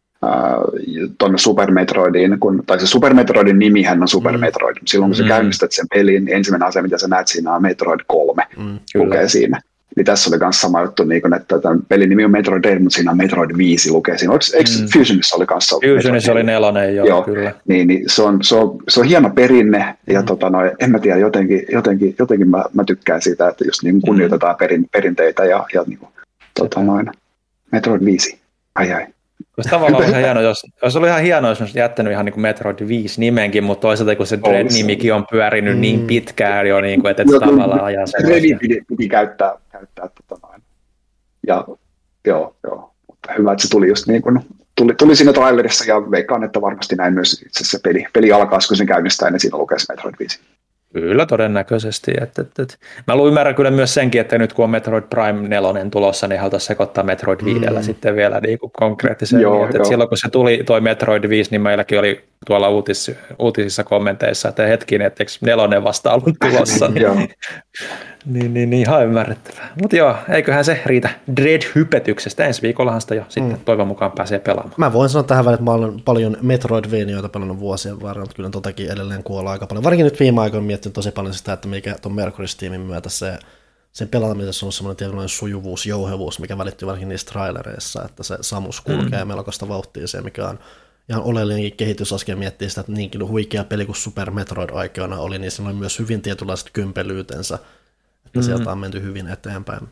tuonne Super Metroidiin, kun, tai se Super Metroidin nimihän on Super mm. Metroid. Silloin kun mm. sä käynnistät sen pelin, niin ensimmäinen asia, mitä sä näet siinä on Metroid kolme, mm, lukee siinä. Niin tässä oli myös sama juttu, niin kun, että tämän pelin nimi on Metroid Dread, mutta siinä on Metroid viisi lukee siinä. Eikö mm. Fusionissa oli kanssa? Fusionissa oli nelonen, joo, joo, kyllä. Niin, niin se, on, se, on, se on hieno perinne, ja mm. tota, no, en mä tiedä, jotenkin, jotenkin, jotenkin mä, mä tykkään siitä, että just niin kunnioitetaan mm. perin, perinteitä, ja, ja niin kuin, tota, noin, Metroid viisi, ai ai. Olisi tavallaan ihan hieno, jos, olisi ollut ihan hienoa, jos olisi jättänyt ihan niin kuin Metroid viisi nimenkin, mutta toisaalta kun se Dread-nimikin on pyörinyt mm. niin pitkään jo, niin kuin, että et se tavallaan ajaa sen. Dreadin piti, piti käyttää, käyttää tota noin. Ja joo, joo, mutta hyvä, että se tuli just niin kuin, tuli, tuli siinä trailerissa, ja veikkaan, että varmasti näin myös itse asiassa peli, peli alkaa, kun sen käynnistää, niin siinä lukee se Metroid viisi. Kyllä, todennäköisesti. Et, et, et. Mä ymmärrän kyllä myös senkin, että nyt kun on Metroid Prime neljä tulossa, niin halutaan sekoittaa Metroid viidellä mm. sitten vielä niin kuin konkreettisemmin. Joo, et, et silloin kun se tuli toi Metroid viisi, niin meilläkin oli tuolla uutis, uutisissa kommenteissa, että hetkinen, että eikö nelonen vasta ollut tulossa. niin, niin, niin, ihan ymmärrettävää. Mutta joo, eiköhän se riitä Dread-hypetyksestä. Ensi viikollahan sitä jo mm. sitten toivon mukaan pääsee pelaamaan. Mä voin sanoa tähän väliin, että mä olen paljon Metroidvaniaita pelannut vuosien varrella, mutta kyllä totakin edelleen kuolla aika paljon. Varsinkin nyt viime aikoina miettinyt tosi paljon sitä, että mikä tuon Mercury Steamin myötä se, sen pelaamisessa on semmoinen tietynlainen sujuvuus, jouhevuus, mikä välittyy varsinkin niissä trailereissa, että se Samus kulkee mm. melkoista vauhtia se, mikä on ihan oleellinenkin kehitysaskel miettiä sitä, että niinkin huikea peli kuin Super Metroid aikoina oli, niin siinä oli myös hyvin tietynlaiset kympelyytensä, että mm. sieltä on menty hyvin eteenpäin.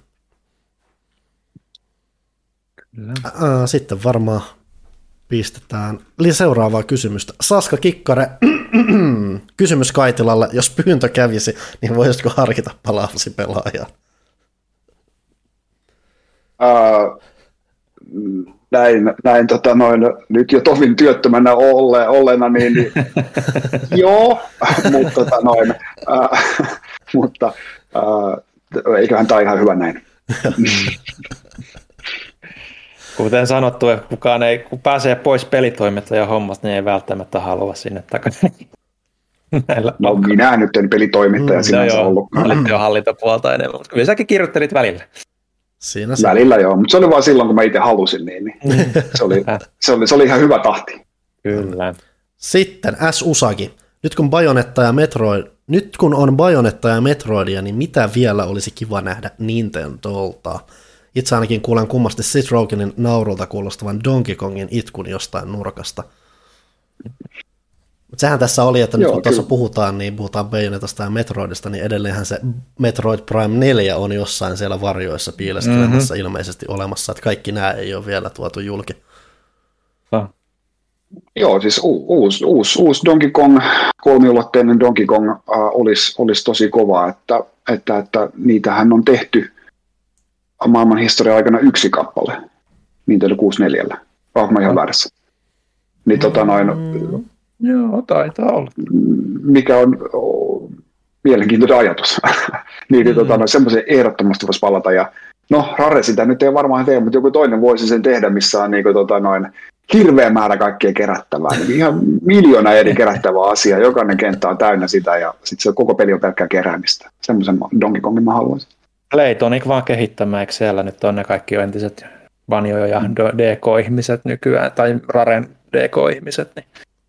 Kyllä. Sitten varmaan pistetään seuraavaa kysymystä. Saska Kikkare, kysymys Kaitilalle, jos pyyntö kävisi, niin voisitko harkita palaavasi pelaajaa? Uh, näin, näin tota noin, nyt jo tovin työttömänä olle, olleena, niin, niin joo, mutta, tota noin, uh, mutta uh, eiköhän tämä ihan hyvä näin. Kuten sanottu, että kukaan ei, kun pääsee pois pelitoimittajan hommasta, niin ei välttämättä halua sinne takaisin. No minä nyt en pelitoimittaja mm, sinänsä no ollutkaan. Olit jo hallintopuolta enemmän, mutta kyllä säkin kirjoittelit välillä. Siinä se. Välillä joo, mutta se oli vain silloin, kun mä itse halusin, niin, niin se, oli, se, oli, se oli ihan hyvä tahti. Kyllä. Sitten S. Usagi. Nyt kun, Bayonetta ja Metroid, nyt kun on Bayonetta ja Metroidia, niin mitä vielä olisi kiva nähdä Nintendolta? Itse ainakin kuulen kummasti Seth Rogenin naurulta kuulostavan Donkey Kongin itkun jostain nurkasta. Mutta sehän tässä oli, että nyt Joo, kun tuossa puhutaan, niin puhutaan Bayonetasta ja Metroidista, niin edelleenhän se Metroid Prime neljä on jossain siellä varjoissa piileskelemässä mm-hmm. ilmeisesti olemassa, että kaikki nämä ei ole vielä tuotu julki. Ah. Joo, siis u- uusi, uusi, uusi Donkey Kong, kolmiulotteinen Donkey Kong äh, olisi, olisi tosi kova, että, että, että niitähän on tehty maailman historian aikana yksi kappale, Nintendo kuusikymmentäneljä, onko mä ihan väärässä? Niin tota noin... Mm, joo, taitaa olla. Mikä on oh, mielenkiintoinen ajatus. niin mm. tota noin, semmoisen ehdottomasti voisi palata. Ja, no, Rare sitä nyt ei varmaan tee, mutta joku toinen voisi sen tehdä, missä on niin kuin, tota noin, hirveä määrä kaikkea kerättävää. Niin ihan miljoona eri kerättävää asiaa. Jokainen kenttä on täynnä sitä ja sitten se koko peli on pelkkää keräämistä. Semmoisen Donkey Kongin mä haluaisin. Playtonic vaan kehittämään, eikö siellä nyt on ne kaikki entiset Banjo ja D K-ihmiset nykyään, tai Raren D K-ihmiset, niin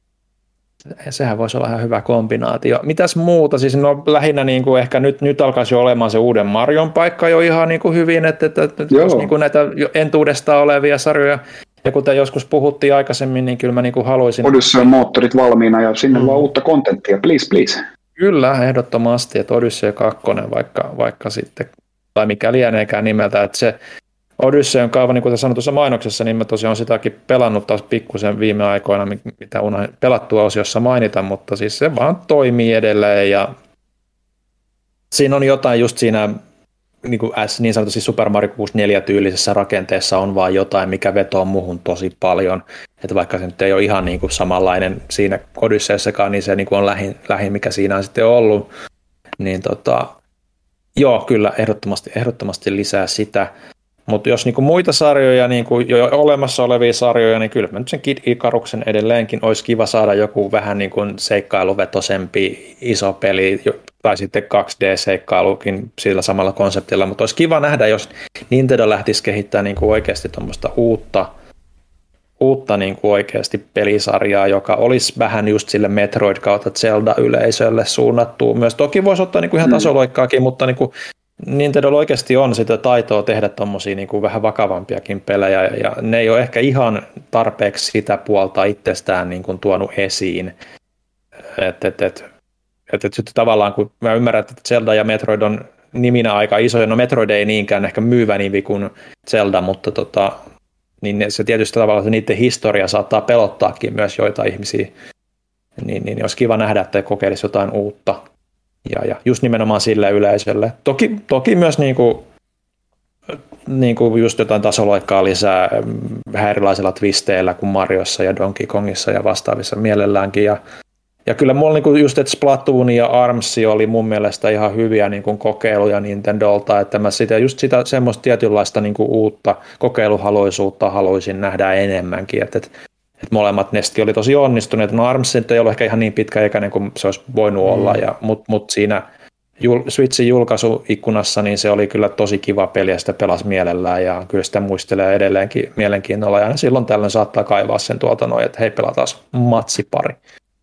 sehän voisi olla ihan hyvä kombinaatio. Mitäs muuta? Siis no lähinnä niin kuin ehkä nyt, nyt alkaisi jo olemaan se uuden Marion paikka jo ihan niin kuin hyvin, että, että, että jos niin kuin näitä entuudestaan olevia sarjoja, ja kuten joskus puhuttiin aikaisemmin, niin kyllä mä niin kuin haluaisin... Odyssey moottorit valmiina ja sinne mm. vaan uutta kontenttia, please, please. Kyllä, ehdottomasti, että Odyssey kaksi vaikka, vaikka sitten, tai mikä lieneekään nimeltä, että se Odyssey on kaava, niin kuin sanoin tuossa mainoksessa, niin mä tosiaan sitäkin pelannut taas pikkusen viime aikoina, mitä unohdin pelattua osiossa mainita, mutta siis se vaan toimii edelleen ja siinä on jotain just siinä niin kuin S, niin sanotusti Super Mario kuusikymmentäneljä tyylisessä rakenteessa on vaan jotain, mikä vetoo muuhun tosi paljon, että vaikka se nyt ei ole ihan niin kuin samanlainen siinä Odysseyassakaan, niin se niin kuin on lähin, lähin, mikä siinä on sitten ollut, niin tota, joo, kyllä ehdottomasti, ehdottomasti lisää sitä. Mutta jos niinku muita sarjoja, niinku jo olemassa olevia sarjoja, niin kyllä mä nyt sen Kid Icaruksen edelleenkin olisi kiva saada joku vähän niinku seikkailuvetosempi iso peli, tai sitten kaksi D-seikkailukin sillä samalla konseptilla, mutta olisi kiva nähdä, jos Nintendo lähtisi kehittämään niinku oikeasti tuommoista uutta, uutta niinku oikeasti pelisarjaa, joka olisi vähän just sille Metroid kautta Zelda-yleisölle suunnattua. Myös toki voisi ottaa niinku ihan tasoloikkaakin, mutta niinku Nintendo oikeasti on sitä taitoa tehdä tommosia niin kuin vähän vakavampiakin pelejä, ja ne ei ole ehkä ihan tarpeeksi sitä puolta itsestään niin kuin tuonut esiin. Et, et, et, et, et sitten tavallaan, kun mä ymmärrän, että Zelda ja Metroid on niminä aika isoja, no Metroid ei niinkään ehkä myyvä nimi kuin Zelda, mutta tota, niin se tietysti tavallaan se niiden historia saattaa pelottaakin myös joita ihmisiä, niin, niin olisi kiva nähdä, että kokeilisi jotain uutta. Ja, ja just nimenomaan sille yleisölle. Toki, toki myös niinku, niinku just jotain tasoloikkaa lisää vähän erilaisilla twisteillä kuin Mariossa ja Donkey Kongissa ja vastaavissa mielelläänkin. Ja Ja kyllä mulla niinku just, että Splatoon ja ARMS oli mun mielestä ihan hyviä niinku kokeiluja Nintendolta, että mä sitä, just sitä semmoista tietynlaista niinku uutta kokeiluhaluisuutta haluaisin nähdä enemmänkin, että, että, että molemmat Nesti oli tosi onnistuneet. No ARMS ei ollut ehkä ihan niin pitkäikäinen kuin se olisi voinut mm. olla, ja, mutta mut siinä jul, Switchin julkaisuikkunassa niin se oli kyllä tosi kiva peli ja sitä pelasi mielellään ja kyllä sitä muistelee edelleenkin mielenkiinnolla ja silloin tällöin saattaa kaivaa sen tuolta noin, että hei pelataan matsipari.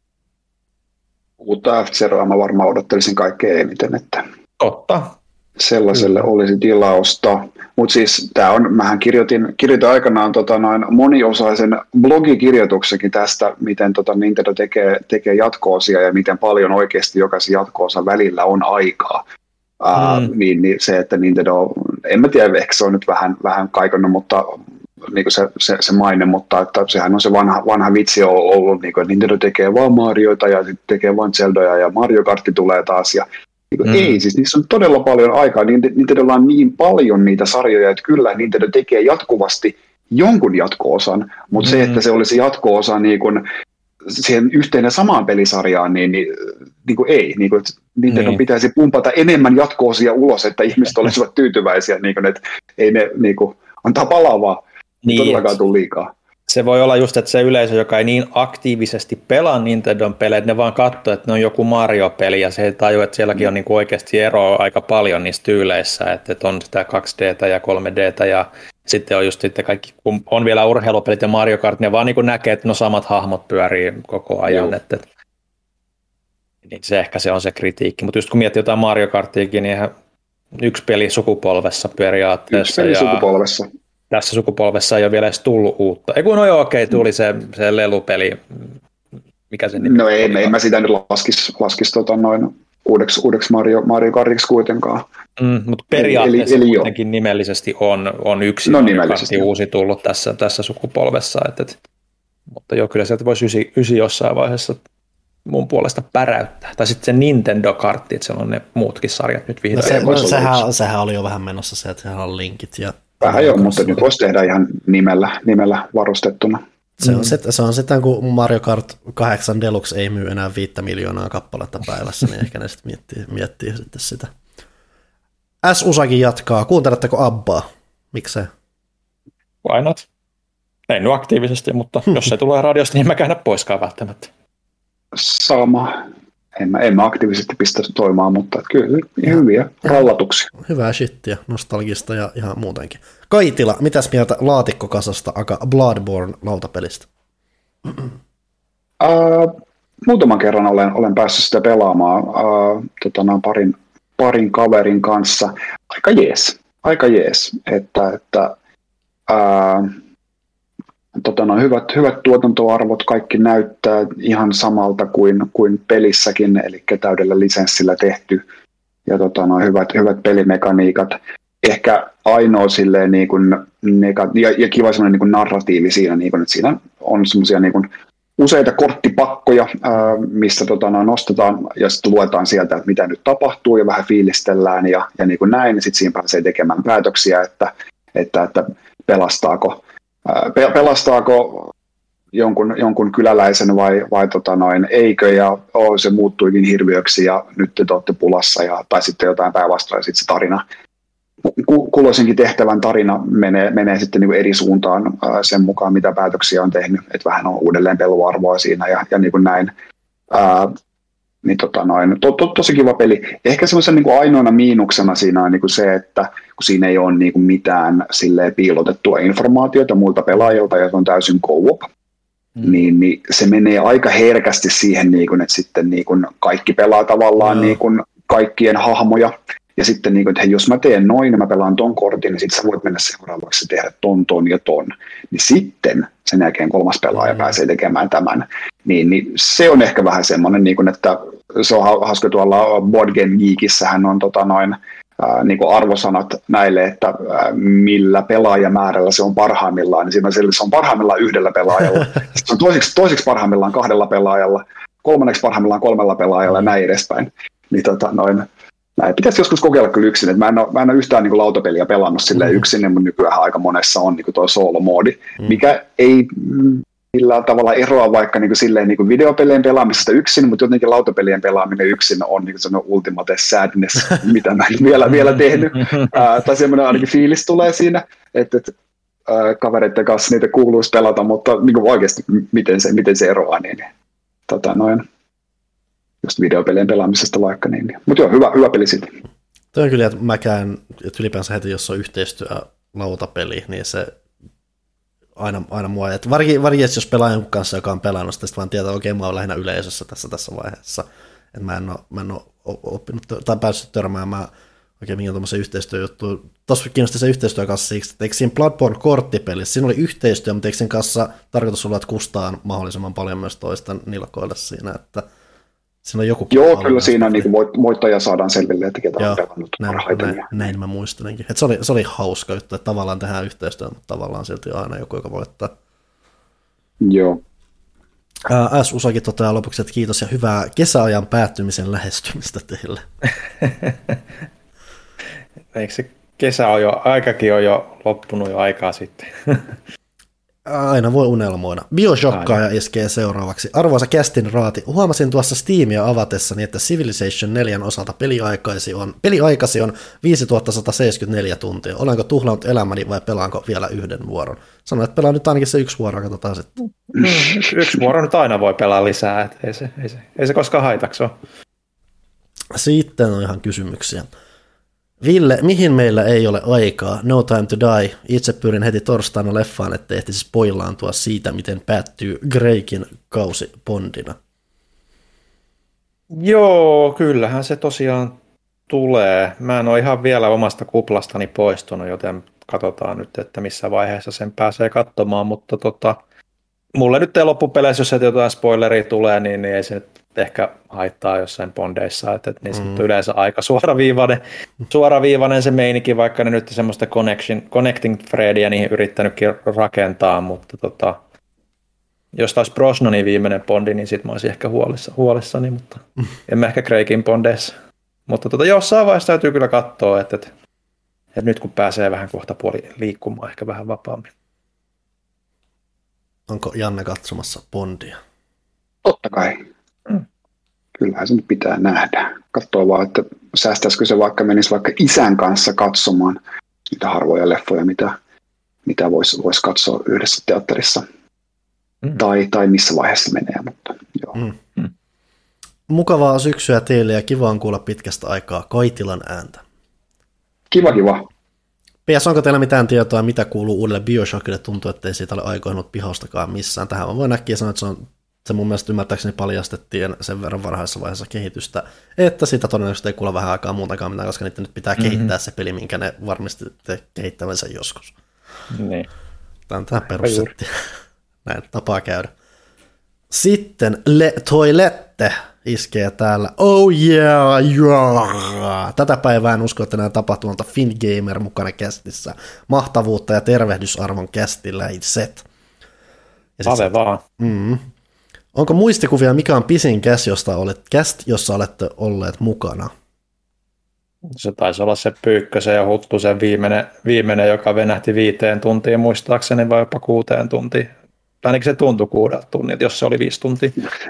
Uutta F-Zeroa mä varmaan odottelisin kaikkein eniten, että totta. Sellaiselle Kyllä. olisi tilausta. Mutta siis tää on, mähän kirjoitin, kirjoitin aikanaan tota noin moniosaisen blogikirjoituksenkin tästä, miten tota Nintendo tekee, tekee jatko-osia ja miten paljon oikeasti jokaisen jatko-osan välillä on aikaa. Mm. Uh, niin, niin se, että Nintendo, en mä tiedä, ehkä se on nyt vähän, vähän kaikonnut, mutta niin kuin se, se, se maine, mutta että sehän on se vanha, vanha vitsi ollut, niin kuin, että Nintendo tekee vaan Marioita ja sitten tekee vaan Zeldoja ja Mario Kartti tulee taas. Ja, niin kuin, mm. Ei, siis niissä on todella paljon aikaa. Nintendolla on niin paljon niitä sarjoja, että kyllä Nintendo tekee jatkuvasti jonkun jatko-osan, mutta mm. se, että se olisi jatko-osa niin kuin, siihen yhteen ja samaan pelisarjaan, niin, niin, niin kuin ei. Niin kuin, Nintendo niin. pitäisi pumpata enemmän jatko-osia ulos, että ihmiset olisivat tyytyväisiä, niin kuin, että ei ne niin kuin, antaa palavaa. Niin, todellakaan tule liikaa. Se voi olla just, että se yleisö, joka ei niin aktiivisesti pelaa Nintendon pelejä, että ne vaan katsoo, että ne on joku Mario-peli ja se tajuu, että sielläkin on niin kuin oikeasti eroa aika paljon niissä tyyleissä, että on sitä kaksi D ja kolme D ja sitten on just sitten kaikki, kun on vielä urheilupelit ja Mario Kart, ne vaan niin kuin näkee, että no samat hahmot pyörii koko ajan, että, että niin se ehkä se on se kritiikki, mutta just kun miettii jotain Mario Kartiakin, niin yksi peli sukupolvessa periaatteessa. Yksi peli ja sukupolvessa. Tässä sukupolvessa ei ole vielä edes tullut uutta. Ei kun no joo, okei, tuli se, se lelupeli. Mikä se nimi No ei, ei mä sitä nyt laskisi laskis, tota noin uudeksi, uudeksi Mario, Mario Kartiksi kuitenkaan. Mm, mutta periaatteessa eli, eli kuitenkin jo. nimellisesti on, on yksi no, Mario Kartti uusi tullut tässä, tässä sukupolvessa. Et, et, mutta joo, kyllä sieltä voisi ysi, ysi jossain vaiheessa mun puolesta päräyttää. Tai sitten se Nintendo-kartti, että siellä on ne muutkin sarjat nyt vihdoin. No se, no, sehän, sehän oli jo vähän menossa se, että sehän on linkit ja vähän joo, mutta nyt voisi tehdä ihan nimellä, nimellä varustettuna. Se on, sit, se on sitten, kun Mario Kart kahdeksan Deluxe ei myy enää viittä miljoonaa kappaletta päivässä, niin ehkä ne sitten miettii, miettii sitten sitä. S Usagi jatkaa. Kuunteletteko Abbaa? Miksei? Why not? Ei nyt aktiivisesti, mutta jos se tulee radiosta, niin mä käyn poiskaan välttämättä. Sama. En mä, en mä aktiivisesti pistä toimaan, mutta kyllä hyviä rallatuksia. Hyvää shittiä, nostalgista ja ihan muutenkin. Kaitila, mitäs mieltä laatikkokasasta aka Bloodborne lautapelistä? Uh, muutaman kerran olen, olen päässyt sitä pelaamaan uh, tota, parin, parin kaverin kanssa. Aika jees, aika jees. Että, että, uh, Tota, no, hyvät, hyvät tuotantoarvot, kaikki näyttää ihan samalta kuin, kuin pelissäkin, eli täydellä lisenssillä tehty, ja tota, no, hyvät, hyvät pelimekaniikat. Ehkä ainoa silleen, niin kuin, nega- ja, ja kiva semmoinen niin kuin narratiivi siinä, niin kuin, että siinä on semmoisia niin kuin useita korttipakkoja, ää, missä tota, no, nostetaan ja sitten luetaan sieltä, että mitä nyt tapahtuu, ja vähän fiilistellään ja, ja niin kuin näin, ja sitten siinä pääsee tekemään päätöksiä, että, että, että pelastaako Pelastaako jonkun, jonkun kyläläisen vai, vai tota noin, eikö, ja oh, se muuttuikin hirviöksi ja nyt te olette pulassa, ja, tai sitten jotain päinvastoin, ja sitten se tarina, kulloisenkin tehtävän tarina menee, menee sitten niin kuin eri suuntaan ää, sen mukaan, mitä päätöksiä on tehnyt, että vähän on uudelleen peluarvoa siinä ja, ja niin kuin näin. Ää, niin tota noin, to, to, tosi kiva peli. Ehkä semmoisen niin kuin ainoana miinuksena siinä on niin kuin se, että kun siinä ei ole niin kuin mitään silleen piilotettua informaatiota muilta pelaajilta, ja se on täysin co-op, mm. niin, niin se menee aika herkästi siihen, niin kuin, että sitten niin kuin kaikki pelaa tavallaan mm. niin kuin kaikkien hahmoja, ja sitten niin kuin, että hei, jos mä teen noin ja mä pelaan ton kortin, niin sitten sä voit mennä seuraavaksi tehdä ton, ton ja ton. Niin sitten sen jälkeen kolmas pelaaja mm. pääsee tekemään tämän. Niin, niin se on ehkä vähän semmoinen, niin kuin, että se on hauska tuolla Board Game Geekissähän on tota noin, ää, niin kuin arvosanat näille, että ää, millä pelaajamäärällä se on parhaimmillaan. Niin siinä se on parhaimmillaan yhdellä pelaajalla. Se on toiseksi, toiseksi parhaimmillaan kahdella pelaajalla, kolmanneksi parhaimmillaan kolmella pelaajalla ja näin edespäin. Niin tota noin. Näin. Pitäisi joskus kokeilla kyllä yksin. Et mä, en ole, mä en ole yhtään niin kuin lautapeliä pelannut silleen mm. yksin, mutta nykyään aika monessa on niin kuin tuo solo-moodi, mm. mikä ei millään tavalla eroa vaikka niin kuin silleen niin kuin videopelien pelaamisesta yksin, mutta jotenkin lautapelien pelaaminen yksin on niin kuin sellainen ultimate sadness, mitä mä en vielä, vielä tehnyt. Ää, tai semmoinen ainakin fiilis tulee siinä, että, että ää, kavereiden kanssa niitä kuuluisi pelata, mutta niin kuin oikeasti miten se, miten se eroaa, niin, niin tota noin, just videopelien pelaamisesta vaikka. Niin, niin. Mutta joo, hyvä, hyvä peli sitten. Toi on kyllä, että mäkään, että ylipäänsä heti, jos on yhteistyö lautapeli, niin se aina, aina mua, että varsinkin, varsinkin jos pelaa jonkun kanssa, joka on pelannut, sitten vaan tietää, että okei, mä oon lähinnä yleisössä tässä, tässä vaiheessa, että mä en ole, mä en ole oppinut tai päässyt törmäämään oikein minkä tuommoisen yhteistyöjuttuun. Tuossa kiinnosti se yhteistyö kanssa siksi, että eikö siinä Bloodborne-korttipelissä, siinä oli yhteistyö, mutta eikö sen kanssa tarkoitus olla, että kustaan mahdollisimman paljon myös toista nilkoille siinä, että siinä on joku. Joo, kyllä siinä niin voittaja saadaan selville, että ketä on pelannut parhaiten. Näin, näin mä muistelenkin. Että se, oli, se oli hauska juttu, että tavallaan tehdään yhteistyötä, mutta tavallaan silti aina joku, joka voittaa. Joo. S. Usakin toteaa lopuksi, että kiitos ja hyvää kesäajan päättymisen lähestymistä teille. Eikö se kesä on jo, aikakin on jo loppunut jo aikaa sitten? Aina voi unelmoida. Bioshockkaaja iskee seuraavaksi. Arvoisa kästin raati. Huomasin tuossa Steamia avatessani, että Civilization neljä osalta peliaikasi on, peliaikasi on viisituhatta sata seitsemänkymmentäneljä tuntia. Olenko tuhlannut elämäni vai pelaanko vielä yhden vuoron? Sanoin, että pelaan nyt ainakin se yksi vuoro, katsotaan sitten. Mm, yksi vuoro nyt aina voi pelaa lisää, että ei se, ei se, ei se koskaan haitaksi ole. Sitten on ihan kysymyksiä. Ville, mihin meillä ei ole aikaa? No Time to Die. Itse pyrin heti torstaina leffaan, ettei ehtisi spoilaantua siitä, miten päättyy Greikin kausi Bondina. Joo, kyllähän se tosiaan tulee. Mä en ole ihan vielä omasta kuplastani poistunut, joten katsotaan nyt, että missä vaiheessa sen pääsee katsomaan, mutta tota, mulle nyt ei loppupeleissä, jos jotain spoileria tulee, niin, niin ei se nyt ehkä haittaa jossain bondeissa, että, että niissä mm. on yleensä aika suoraviivainen, suoraviivainen se meininki, vaikka ne nyt semmoista connection, connecting threadia niihin yrittänytkin rakentaa, mutta tota, jos taas Brosnanin viimeinen bondi, niin sit mä olisin ehkä huolissa, huolissani, mutta mm. en mä ehkä Craigin bondeissa. Mutta tota, jossain vaiheessa täytyy kyllä katsoa, että, että, että nyt kun pääsee vähän kohta puoli liikkumaan ehkä vähän vapaammin. Onko Janne katsomassa bondia? Totta kai. Mm. Kyllähän se nyt pitää nähdä. Katsoa vaan, että säästäisikö se vaikka menisi vaikka isän kanssa katsomaan niitä harvoja leffoja, mitä, mitä voisi vois katsoa yhdessä teatterissa. Mm. Tai, tai missä vaiheessa menee. Mutta, joo. Mm. Mm. Mukavaa syksyä teille ja kiva on kuulla pitkästä aikaa Kaitilan ääntä. Kiva, kiva. P S, onko teillä mitään tietoa, mitä kuuluu uudelle Bioshockille? Tuntuu, että ei siitä ole aikoinut pihaustakaan missään. Tähän mä voin äkkiä sanoa, että se, on, se mun mielestä ymmärtääkseni paljastettiin sen verran varhaisessa vaiheessa kehitystä, että sitä todennäköisesti ei kuule vähän aikaa muutakaan mitään, koska niitä nyt pitää mm-hmm. kehittää se peli, minkä ne varmasti kehittävänsä joskus. Niin. Tämä on tähän perussetti. Näin tapaa käydä. Sitten Le Toilette iskee täällä. Oh yeah, yeah. Tätä päivää en usko, että näin tapahtumalta Fingamer mukana kästissä. Mahtavuutta ja tervehdysarvon kästillä set. Ave vaan. Mm, onko muistikuvia, mikä on pisin käst, josta olet, käst, jossa olette olleet mukana? Se taisi olla se Pyykkösen ja Huttusen viimeinen, viimeinen, joka venähti viiteen tuntiin muistaakseni vai jopa kuuteen tuntiin. Ainakin se tuntui kuudelta tunnilta, jos se oli viisi tuntia.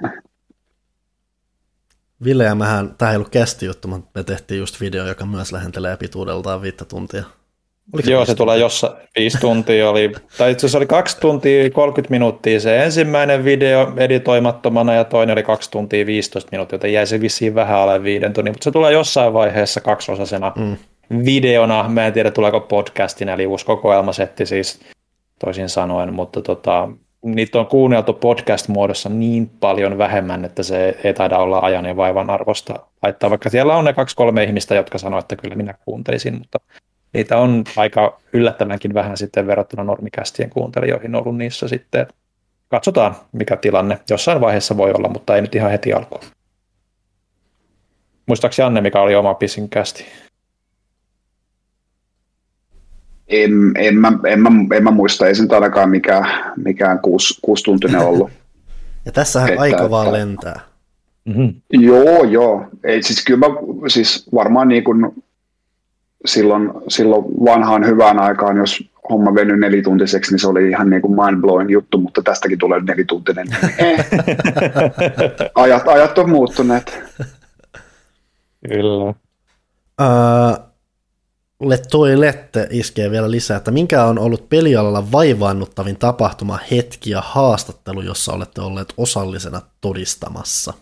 Ville ja mähän, tämä ei ollut kästi juttu, mutta me tehtiin just video, joka myös lähentelee pituudeltaan viittä tuntia. Oliko Joo, se tulee jossain viisi tuntia, oli, tai itse asiassa oli kaksi tuntia kolmekymmentä minuuttia se ensimmäinen video editoimattomana ja toinen oli kaksi tuntia viisitoista minuuttia, joten jäi se vissiin vähän alle viiden tunnin, mutta se tulee jossain vaiheessa kaksiosaisena mm. videona, mä en tiedä tuleeko podcastina, eli uusi kokoelmasetti siis toisin sanoen, mutta tota, niitä on kuunneltu podcast-muodossa niin paljon vähemmän, että se ei taida olla ajan ja vaivan arvosta laittaa, vaikka siellä on ne kaksi kolme ihmistä, jotka sanoo, että kyllä minä kuuntelisin, mutta niitä on aika yllättävänkin vähän sitten verrattuna normikästien kuuntelijoihin ollut niissä sitten. Katsotaan, mikä tilanne jossain vaiheessa voi olla, mutta ei nyt ihan heti alkuun. Muistaakseni Janne, mikä oli oma pisin kästi? En, en, mä, en, mä, en mä muista, ei sen ainakaan mikään, mikään kuusi, kuusituntinen ollut. Ja tässähän että, aika vaan lentää. Mm-hmm. Joo, joo. Ei, siis kyllä mä, siis varmaan niin kuin silloin, silloin vanhaan hyvään aikaan, jos homma venyi nelituntiseksi, niin se oli ihan niin kuin mind-blowing juttu, mutta tästäkin tulee nelituntinen. ajat, ajat on muuttuneet. Kyllä. Uh, toi Lette iskee vielä lisää, että minkä on ollut pelialalla vaivaannuttavin tapahtuma, hetki ja haastattelu, jossa olette olleet osallisena todistamassa?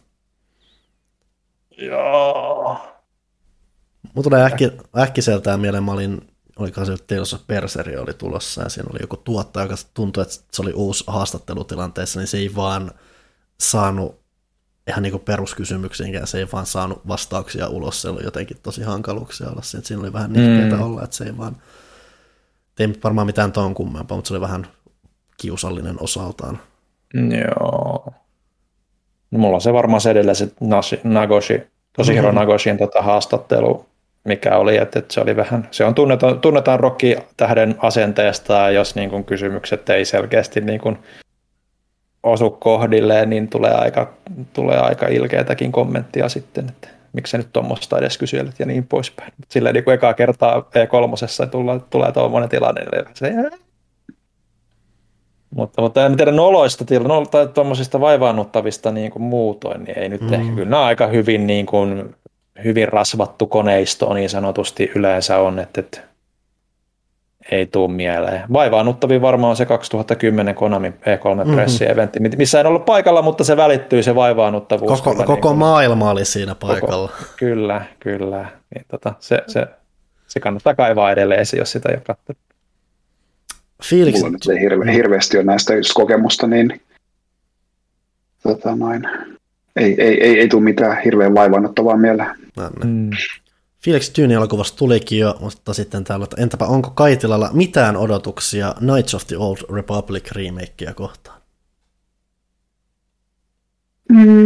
Joo. Mun tulee äkki, äkkiseltään mieleen, mä olin, olikohan se Tales of Berseria oli tulossa, ja siinä oli joku tuottaja, joka tuntui, että se oli uusi haastattelutilanteessa, niin se ei vaan saanut ihan niin kuin peruskysymyksiinkään, se ei vaan saanut vastauksia ulos, se oli jotenkin tosi hankaluuksia olla siinä, että siinä oli vähän nihkeitä mm. olla, että se ei vaan, ei varmaan mitään ton kummempaa, mutta se oli vähän kiusallinen osaltaan. Joo. No, mulla on se varmaan se edellä se Nagoshi, Toshihiro mm-hmm. Nagoshin tota haastattelu, mikä oli, että, että se oli vähän, se on tunnetaan, tunnetaan Rocky-tähden asenteesta, ja jos niin kuin kysymykset ei selkeästi niin kuin osu kohdilleen, niin tulee aika, tulee aika ilkeätäkin kommenttia sitten, että miksi sä nyt tuommoista edes kyselet ja niin poispäin. Mutta silleen niin kuin ekaa kertaa E kolme tulee, tulee tuommoinen tilanne, niin se Mutta, mutta en tiedä noloista no, tai tuommoisista vaivaannuttavista niin kuin muutoin, niin ei nyt mm. ehkä. Kyllä nämä aika hyvin, niin kuin, hyvin rasvattu koneisto niin sanotusti yleensä on, että, että ei tule mieleen. Vaivaannuttavin varmaan on se kaksituhattakymmenen Konami E kolme pressi-eventti, mm-hmm. missä en ollut paikalla, mutta se välittyy se vaivaannuttavuus. Koko, koko niin maailma oli siinä paikalla. Koko, kyllä, kyllä. Niin, tota, se, se, se kannattaa kaivaa edelleen esiin, jos sitä ei ole katsonut. Fiilikset. Mulla nyt ei hirve, hirveästi ole näistä just kokemusta, niin tota noin, ei, ei, ei, ei tule mitään hirveän vaivaannuttavaa mieleen. Mm. Felix Tyyni-elokuvasta tulikin jo, mutta sitten täällä, että entäpä onko Kaitilalla mitään odotuksia Knights of the Old Republic remakea kohtaan? Mm.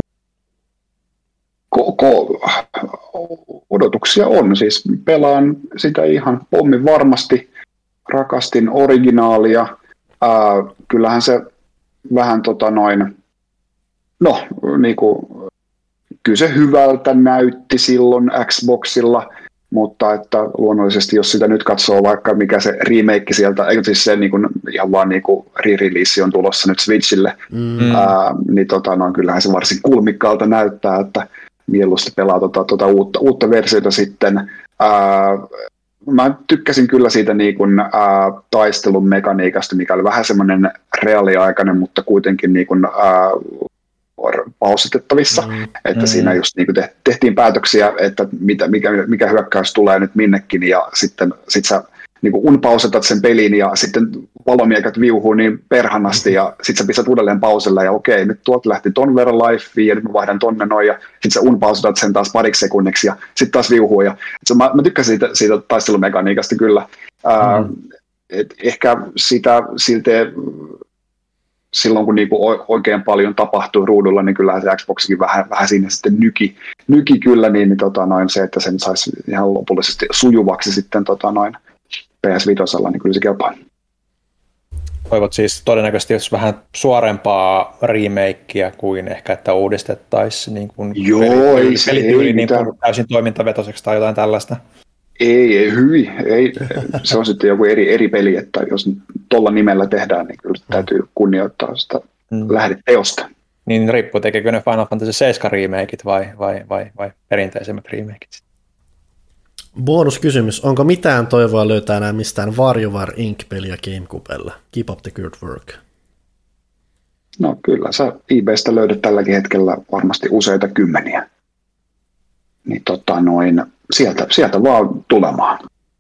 Ko- ko- odotuksia on, siis pelaan sitä ihan pommin varmasti. Rakastin originaalia. Ää, kyllähän se vähän tota noin, no niinku, kyllä se hyvältä näytti silloin Xboxilla, mutta että luonnollisesti jos sitä nyt katsoo vaikka mikä se remake sieltä, eikö siis se niinku, ihan vaan niinku re-release on tulossa nyt Switchille, mm. ää, niin tota noin, kyllähän se varsin kulmikkaalta näyttää, että mieluusti pelaa tota, tota uutta, uutta versiota sitten. Ää, Mä tykkäsin kyllä siitä niin kuin, ää, taistelun mekaniikasta, mikä oli vähän semmoinen reaaliaikainen, mutta kuitenkin niin kuin, ää, pausitettavissa, mm. että mm. siinä just niin kuin tehtiin päätöksiä, että mitä, mikä, mikä hyökkäys tulee nyt minnekin, ja sitten sit sä niin kuin unpausetat sen pelin, ja sitten valomiekat viuhuu niin perhanasti, ja sitten sä pistät uudelleen pauselle, ja okei, nyt tuolta lähti ton verran lifea, ja nyt mä vaihdan tonne noin, ja sitten sä unpausetat sen taas pariksi sekunniksi, ja sitten taas viuhuu, ja se, mä, mä tykkäsin siitä, siitä taistelumekaniikasta kyllä. Mm. Ää, et ehkä sitä silti silloin, kun niinku oikein paljon tapahtui ruudulla, niin kyllä se Xboxikin vähän, vähän siinä sitten nyki, nyki kyllä, niin, niin tota noin, se, että sen saisi ihan lopullisesti sujuvaksi sitten tota noin P S viisi, niin kyllä se kelpaa. Toivot siis todennäköisesti jos vähän suorempaa remakea kuin ehkä, että uudistettaisiin niin kuin Joo, peli, ei se pelityyli ei niin kuin täysin toimintavetoiseksi tai jotain tällaista. Ei, ei hyvin. Ei. Se on sitten joku eri, eri peli, että jos tuolla nimellä tehdään, niin kyllä täytyy kunnioittaa sitä mm. lähdeteosta. Niin riippuu, tekeekö ne Final Fantasy seitsemän remakeit vai, vai, vai, vai perinteisemmät remakeit? Bonuskysymys. Onko mitään toivoa löytää enää mistään WarioWare Inc-peliä GameCubella? Keep up the good work. No kyllä, sä eBaystä löydät tälläkin hetkellä varmasti useita kymmeniä. Niin tota noin, sieltä, sieltä vaan tulemaan.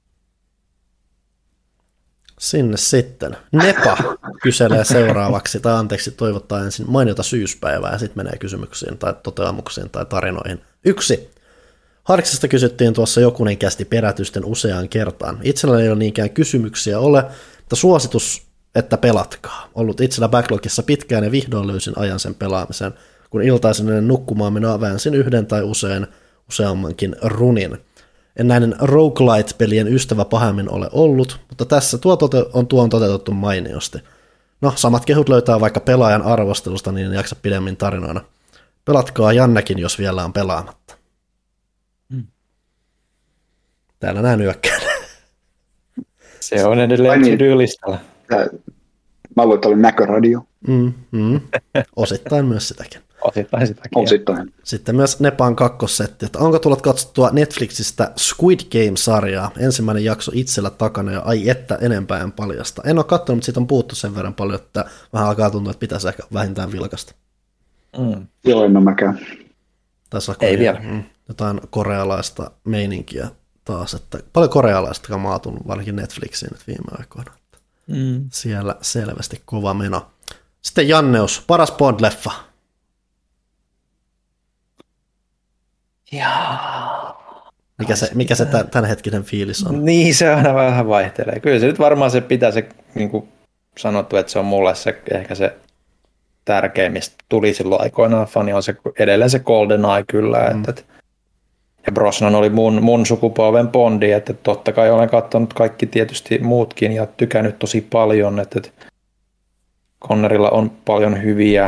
Sinne sitten. Nepa kyselee seuraavaksi, tai anteeksi toivottaa ensin mainiota syyspäivää, ja sitten menee kysymyksiin tai toteamuksiin tai tarinoihin. Yksi. Harksesta kysyttiin tuossa jokunen kästi perätysten useaan kertaan. Itsellä ei ole niinkään kysymyksiä ole, mutta suositus, että pelatkaa. Ollut itsellä backlogissa pitkään ja vihdoin löysin ajan sen pelaamisen. Kun iltaisin ennen nukkumaan minä väänsin yhden tai usein useammankin runin. En näiden roguelite-pelien ystävä pahemmin ole ollut, mutta tässä tuo tote- on tuon toteutettu mainiosti. No, samat kehut löytää vaikka pelaajan arvostelusta, niin en jaksa pidemmin tarinoina. Pelatkaa Jannekin, jos vielä on pelaamatta. Hmm. Täällä näin yökkään. Se on edelleen niin, to-do-listalla. Mä luulen, että oli näköradio. Mm, mm. Osittain myös sitäkin. Osittain sitäkin. Osittain. Sitten myös Nepan kakkossetti, että onko tullut katsottua Netflixistä Squid Game-sarjaa? Ensimmäinen jakso itsellä takana ja ai että enempää en paljasta. En ole katsonut, mutta siitä on puhuttu sen verran paljon, että vähän alkaa tuntua, että pitäisi ehkä vähintään vilkasta. Mm. Joo, en ole mäkään. Tässä ei vielä. Jotain korealaista meininkiä taas, että paljon korealaista kamaa on tullut varsinkin Netflixiin nyt viime aikoina. Mm. Siellä selvästi kova meno. Sitten Janneus, paras Bond-leffa. Jaa. Mikä se, mikä se tämänhetkinen fiilis on? Niin, se aina vähän vaihtelee. Kyllä se nyt varmaan se pitää se, niin kuin sanottu, että se on mulle se, ehkä se tärkein, mistä tuli silloin aikoinaan fani, on se, edelleen se GoldenEye kyllä. Mm. Että, että, ja Brosnan oli mun, mun sukupolven Bondi, että totta kai olen katsonut kaikki tietysti muutkin ja tykännyt tosi paljon, että, että Connerilla on paljon hyviä,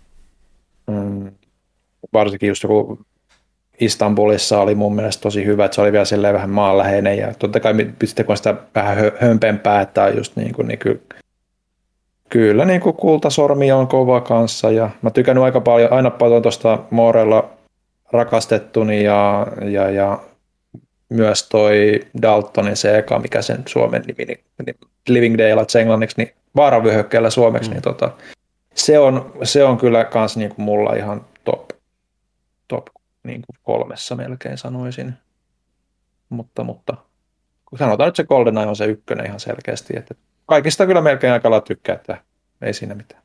mm, varsinkin just joku Istanbulissa oli mun mielestä tosi hyvä, että se oli vielä silleen vähän maanläheinen ja totta kai sitten kun sitä vähän hömpempää, että on just niin kuin, niin kyllä, kyllä niin kuin Kultasormi on kova kanssa ja mä tykännyt aika paljon, aina paljon tuosta Moorella rakastettuni ja, ja, ja myös toi Daltonin se eka, mikä sen suomen nimi, niin Living Daylights englanniksi, niin vaaravyöhykkeellä suomeksi, mm. niin tota, se, on, se on kyllä kans niin kuin mulla ihan top, top niin kuin kolmessa melkein sanoisin, mutta, mutta kun sanotaan nyt se GoldenEye on se ykkönen ihan selkeästi, että kaikista kyllä melkein aika lailla tykkää, että ei siinä mitään.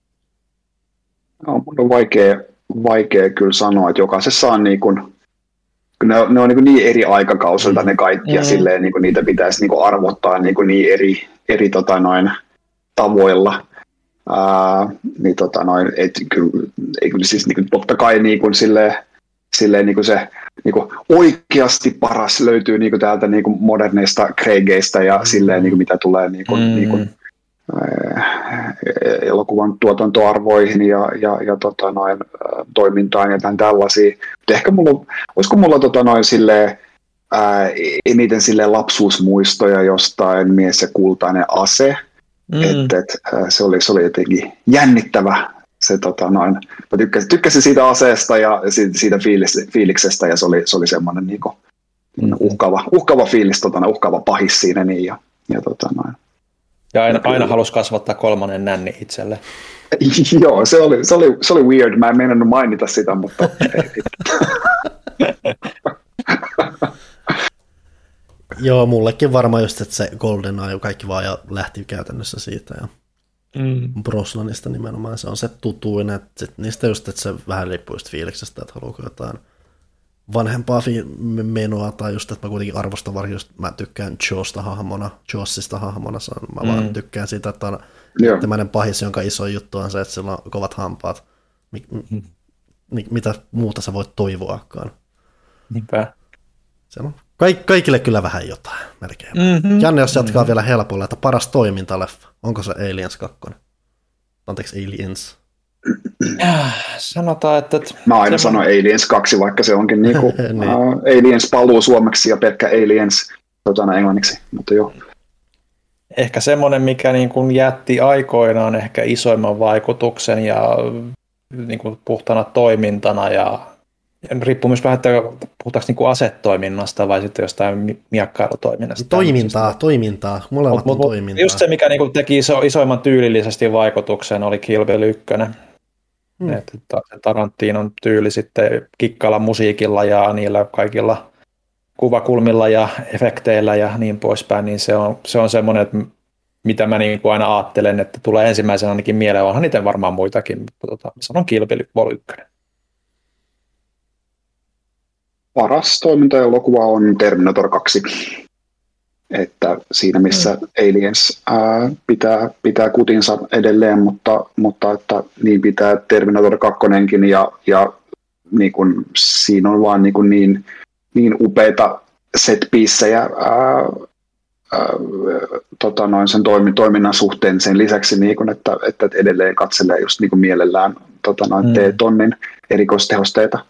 No, mun on vaikea, vaikea kyllä sanoa, että jokaisessa on niin kuin, ne on, ne on niin, niin eri aikakausilta mm. ne kaikki, ja mm. silleen niin kuin niitä pitäisi niin kuin arvottaa niin, kuin niin eri, eri tota noin, tavoilla. Ää, niin tota noin, et kyllä, ei kyllä siis niin kuin, totta kai niin kuin silleen, silleen niin kuin se niin kuin oikeasti paras löytyy niin kuin täältä niin kuin moderneista Craigeista ja mm. silleen niin kuin mitä tulee niin kuin, mm. niin kuin, ää, elokuvan tuotantoarvoihin ja, ja, ja tota noin, toimintaan ja tämän tällaisia. Mutta ehkä mulla, olisiko mulla tota noin silleen, ää, eniten silleen lapsuusmuistoja jostain Mies ja kultainen ase. Mm. Et, et, se, oli, se oli jotenkin jännittävä. Se, tota, noin, mä tykkäsin, tykkäsin siitä aseesta ja siitä, siitä fiilis, fiiliksestä ja se oli, se oli semmoinen niinku, mm. uhkaava, uhkaava fiilis, tota, uhkaava pahis siinä. Niin, ja, ja, tota, noin. ja aina, aina halusi kasvattaa kolmannen nänni itselle. Joo, se oli, se, oli, se oli weird. Mä en meinannut mainita sitä, mutta joo, mullekin varmaan just, että se GoldenEye kaikki vaan ja lähti käytännössä siitä ja mm. Brosnanista nimenomaan se on se tutuin, että niistä just, että se vähän riippuu just fiiliksestä, että haluuko jotain vanhempaa fi- menoa tai just, että mä kuitenkin arvostan varsinkin, just mä tykkään Jawsista hahmona, Jawsista hahmona, mä mm. vaan tykkään siitä, että on tämmöinen pahis, jonka iso juttu on se, että sillä on kovat hampaat. Mi- mm. mi- mitä muuta sä voit toivoakaan. Niinpä. Se on Kaik- kaikille kyllä vähän jotain, melkein. Mm-hmm. Janne, jos jatkaa mm-hmm. vielä helpolla, että paras toimintaleffa, onko se Aliens kaksi? Anteeksi, Aliens. Sanotaan, että... Mä aina se... sanon Aliens kaksi, vaikka se onkin niinku, niin. uh, Aliens paluu suomeksi ja pelkkä Aliens totana englanniksi, mutta joo. Ehkä semmoinen, mikä niin kuin jätti aikoinaan ehkä isoimman vaikutuksen ja niin kuin puhtana toimintana ja riippuu myös vähän, että puhutaanko niin kuin asetoiminnasta vai sitten jostain miakkailutoiminnasta. Toimintaa, toimintaa. Molemmat on toimintaa. Just se, mikä niin kuin teki iso, isoimman tyylillisesti vaikutuksen, oli Kill Bill yksi. Hmm. Että Tarantinon tyyli sitten kikkailla musiikilla ja niillä kaikilla kuvakulmilla ja efekteillä ja niin poispäin, niin se on, se on semmoinen, että mitä mä niin kuin aina ajattelen, että tulee ensimmäisenä ainakin mieleen, onhan niitä varmaan muitakin, mutta tota, sanon Kill Bill yksi. Paras toimintaelokuva on Terminator kaksi, että siinä missä mm. Aliens ää, pitää, pitää kutinsa edelleen, mutta, mutta että niin pitää Terminator kakkonenkin ja, ja niin kun, siinä on vaan niin, kun niin, niin upeita set-piecejä ää, ää, tota noin sen toimi, toiminnan suhteen sen lisäksi, niin kun, että, että edelleen katselee just niin kun mielellään tota noin mm. T-tonnin erikoistehosteita.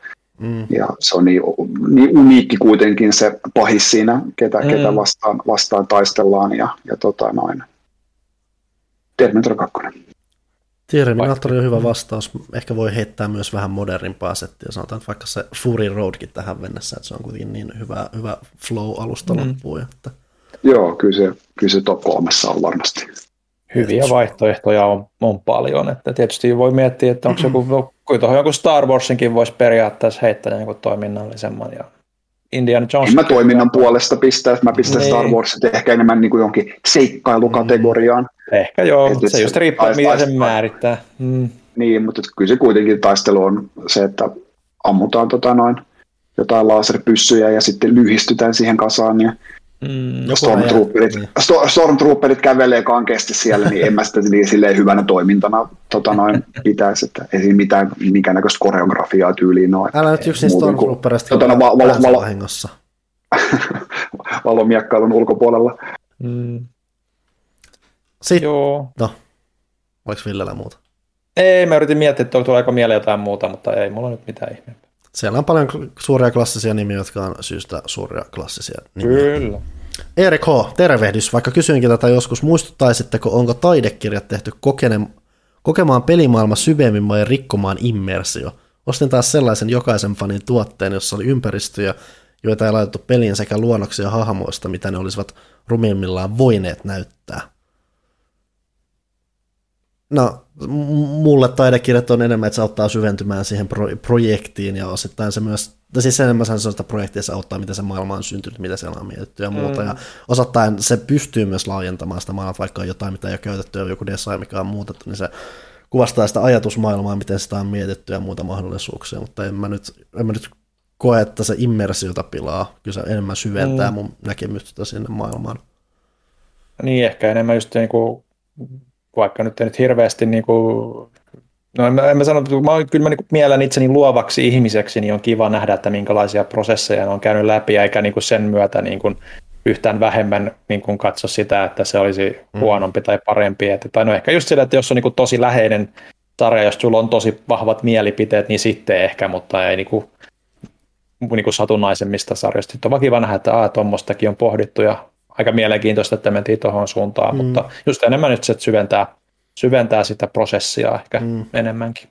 Mm. Ja se on niin, niin uniikki kuitenkin se pahis siinä, ketä, mm. ketä vastaan, vastaan taistellaan. Ja, ja tota noin. Terminator kaksi. Terminator on hyvä vastaus. Ehkä voi heittää myös vähän modernimpaa settiä. Sanotaan, että vaikka se Fury Roadkin tähän mennessä, että se on kuitenkin niin hyvä, hyvä flow alusta mm. loppuun. Että... Joo, kyllä se, kyllä se top kolmessa on varmasti. Hyviä vaihtoehtoja on, on paljon. Että tietysti voi miettiä, että onko mm-hmm. joku, kun tuohon joku Star Warsinkin voisi periaatteessa heittää jonkun toiminnallisemman. Ja Indiana Jones. En mä toiminnan puolesta pistää, mä pistän niin. Star Warsit ehkä enemmän niin kuin jonkin seikkailukategoriaan. Mm. Ehkä joo, mutta se just riippuu, miten sen määrittää. Mm. Niin, mutta kyllä se kuitenkin taistelu on se, että ammutaan tota noin, jotain laserpyssyjä ja sitten lyhistytään siihen kasaan ja mm, Stormtrooperit, niin. Stormtrooperit kävelee kankeasti siellä, niin en mä sitä niin silleen hyvänä toimintana tota noin pitäisi, että ei siinä mitään mikään näköistä koreografiaa tyyliin ole. Älä nyt yksin Stormtrooperista tota, no, valo, valo, vahingossa. Valomiekkailun ulkopuolella. Mm. Sitten, Joo. no, oliko Villellä muuta? Ei, mä yritin miettiä, että tulee aika mieleen jotain muuta, mutta ei mulla nyt mitään ihmeä. Siellä on paljon suuria klassisia nimiä, jotka on syystä suuria klassisia nimiä. Kyllä. Erik H., tervehdys. Vaikka kysyinkin tätä joskus, muistuttaisitteko, onko taidekirjat tehty kokene- kokemaan pelimaailma syvemmin vai rikkomaan immersio? Ostin taas sellaisen jokaisen fanin tuotteen, jossa oli ympäristöjä, joita ei laitettu peliin sekä luonnoksia hahmoista, mitä ne olisivat rumimmillaan voineet näyttää. No, mulle taidekirjat on enemmän, että se auttaa syventymään siihen pro- projektiin, ja osittain se myös, siis enemmän se on sitä projektia, se auttaa, miten se maailma on syntynyt, mitä siellä on mietitty ja muuta, mm. ja osittain se pystyy myös laajentamaan sitä maailmaa, vaikka on jotain, mitä ei ole käytetty, ja joku design, mikä on muutettu, niin se kuvastaa sitä ajatusmaailmaa, miten sitä on mietitty ja muuta mahdollisuuksia, mutta en mä nyt, en mä nyt koe, että se immersiota pilaa, kyllä se enemmän syventää mm. mun näkemystä sinne maailmaan. Niin, ehkä enemmän just niin kuin vaikka nyt ei nyt hirveästi, niin kuin, no en mä, en mä sano, että mä, kyllä mä niin mielen itseni luovaksi ihmiseksi, niin on kiva nähdä, että minkälaisia prosesseja ne on käynyt läpi, eikä niin kuin sen myötä niin kuin yhtään vähemmän niin kuin katso sitä, että se olisi huonompi tai parempi. Että, tai no ehkä just sillä, että jos on niin kuin tosi läheinen sarja, jos sulla on tosi vahvat mielipiteet, niin sitten ehkä, mutta ei niin kuin, niin kuin satunnaisemmista sarjoista. Sitten on vaan kiva nähdä, että tuommoistakin on pohdittu ja aika mielenkiintoista, että mentiin tuohon suuntaan, mm. mutta just enemmän nyt se, että syventää, syventää sitä prosessia ehkä mm. enemmänkin.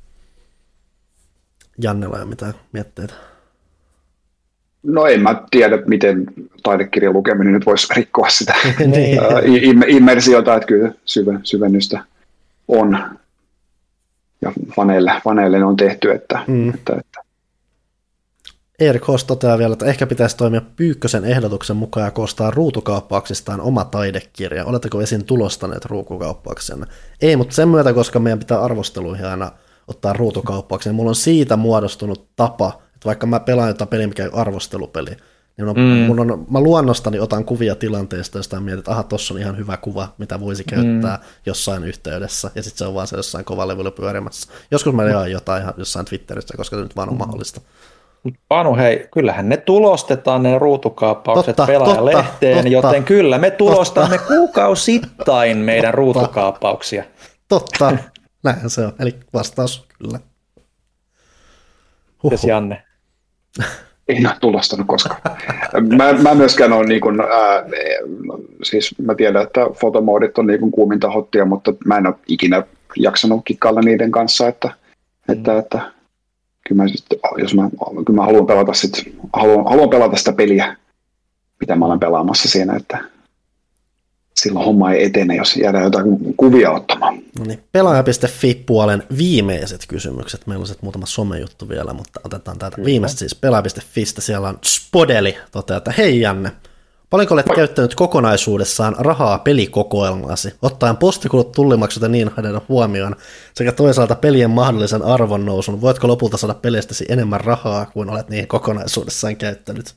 Jannella ei ole mitään mietteitä. No en mä tiedä, miten taidekirjan lukeminen nyt voisi rikkoa sitä niin. immersiota, että kyllä syve, syvennystä on ja faneille, faneille on tehty, että, mm. että, että Erik Hoss toteaa vielä, että ehkä pitäisi toimia Pyykkösen ehdotuksen mukaan ja koostaa ruutukauppauksistaan oma taidekirja. Oletteko esiin tulostaneet ruukukauppauksenne? Ei, mutta sen myötä, koska meidän pitää arvosteluihin aina ottaa ruutukauppauksia, niin mulla on siitä muodostunut tapa, että vaikka mä pelaan jotain peliä, mikä ei ole arvostelupeli, niin on, mm. mun on, mä luonnostani otan kuvia tilanteesta, josta mietin, että aha, tossa on ihan hyvä kuva, mitä voisi käyttää mm. jossain yhteydessä, ja sitten se on vaan se jossain kovalevyllä pyörimässä. Joskus mä jaan jotain ihan jossain Twitterissä, koska se nyt vaan on mahdollista. Panu, hei, kyllähän ne tulostetaan ne ruutukaappaukset pelaajalehteen, totta, joten kyllä me tulostamme totta. kuukausittain meidän totta. ruutukaappauksia. Totta, näinhän se on, eli vastaus kyllä. Huhhuh. Ja Janne? En ole tulostanut koskaan. Mä, mä myöskään ole, niin kuin, ää, siis mä tiedän, että fotomoodit on niin kuin kuuminta hottia, mutta mä en ole ikinä jaksanut kikkailla niiden kanssa, että, mm. että, että Kyllä mä, sit, jos mä, kyllä mä haluan, pelata sit, haluan, haluan pelata sitä peliä, mitä mä olen pelaamassa siinä, että silloin homma ei etene, jos jäädään jotain kuvia ottamaan. No niin, pelaaja piste fi-puolen viimeiset kysymykset. Meillä on sitten muutama somejuttu vielä, mutta otetaan täältä viimeiset siis pelaaja piste fistä. Siellä on Spodeli, toteaa, että hei Janne, paljonko olet käyttänyt kokonaisuudessaan rahaa pelikokoelmaasi, ottaen postikulut, tullimaksut ja niin edelleen huomioon, sekä toisaalta pelien mahdollisen arvon nousun? Voitko lopulta saada pelistäsi enemmän rahaa, kuin olet niihin kokonaisuudessaan käyttänyt?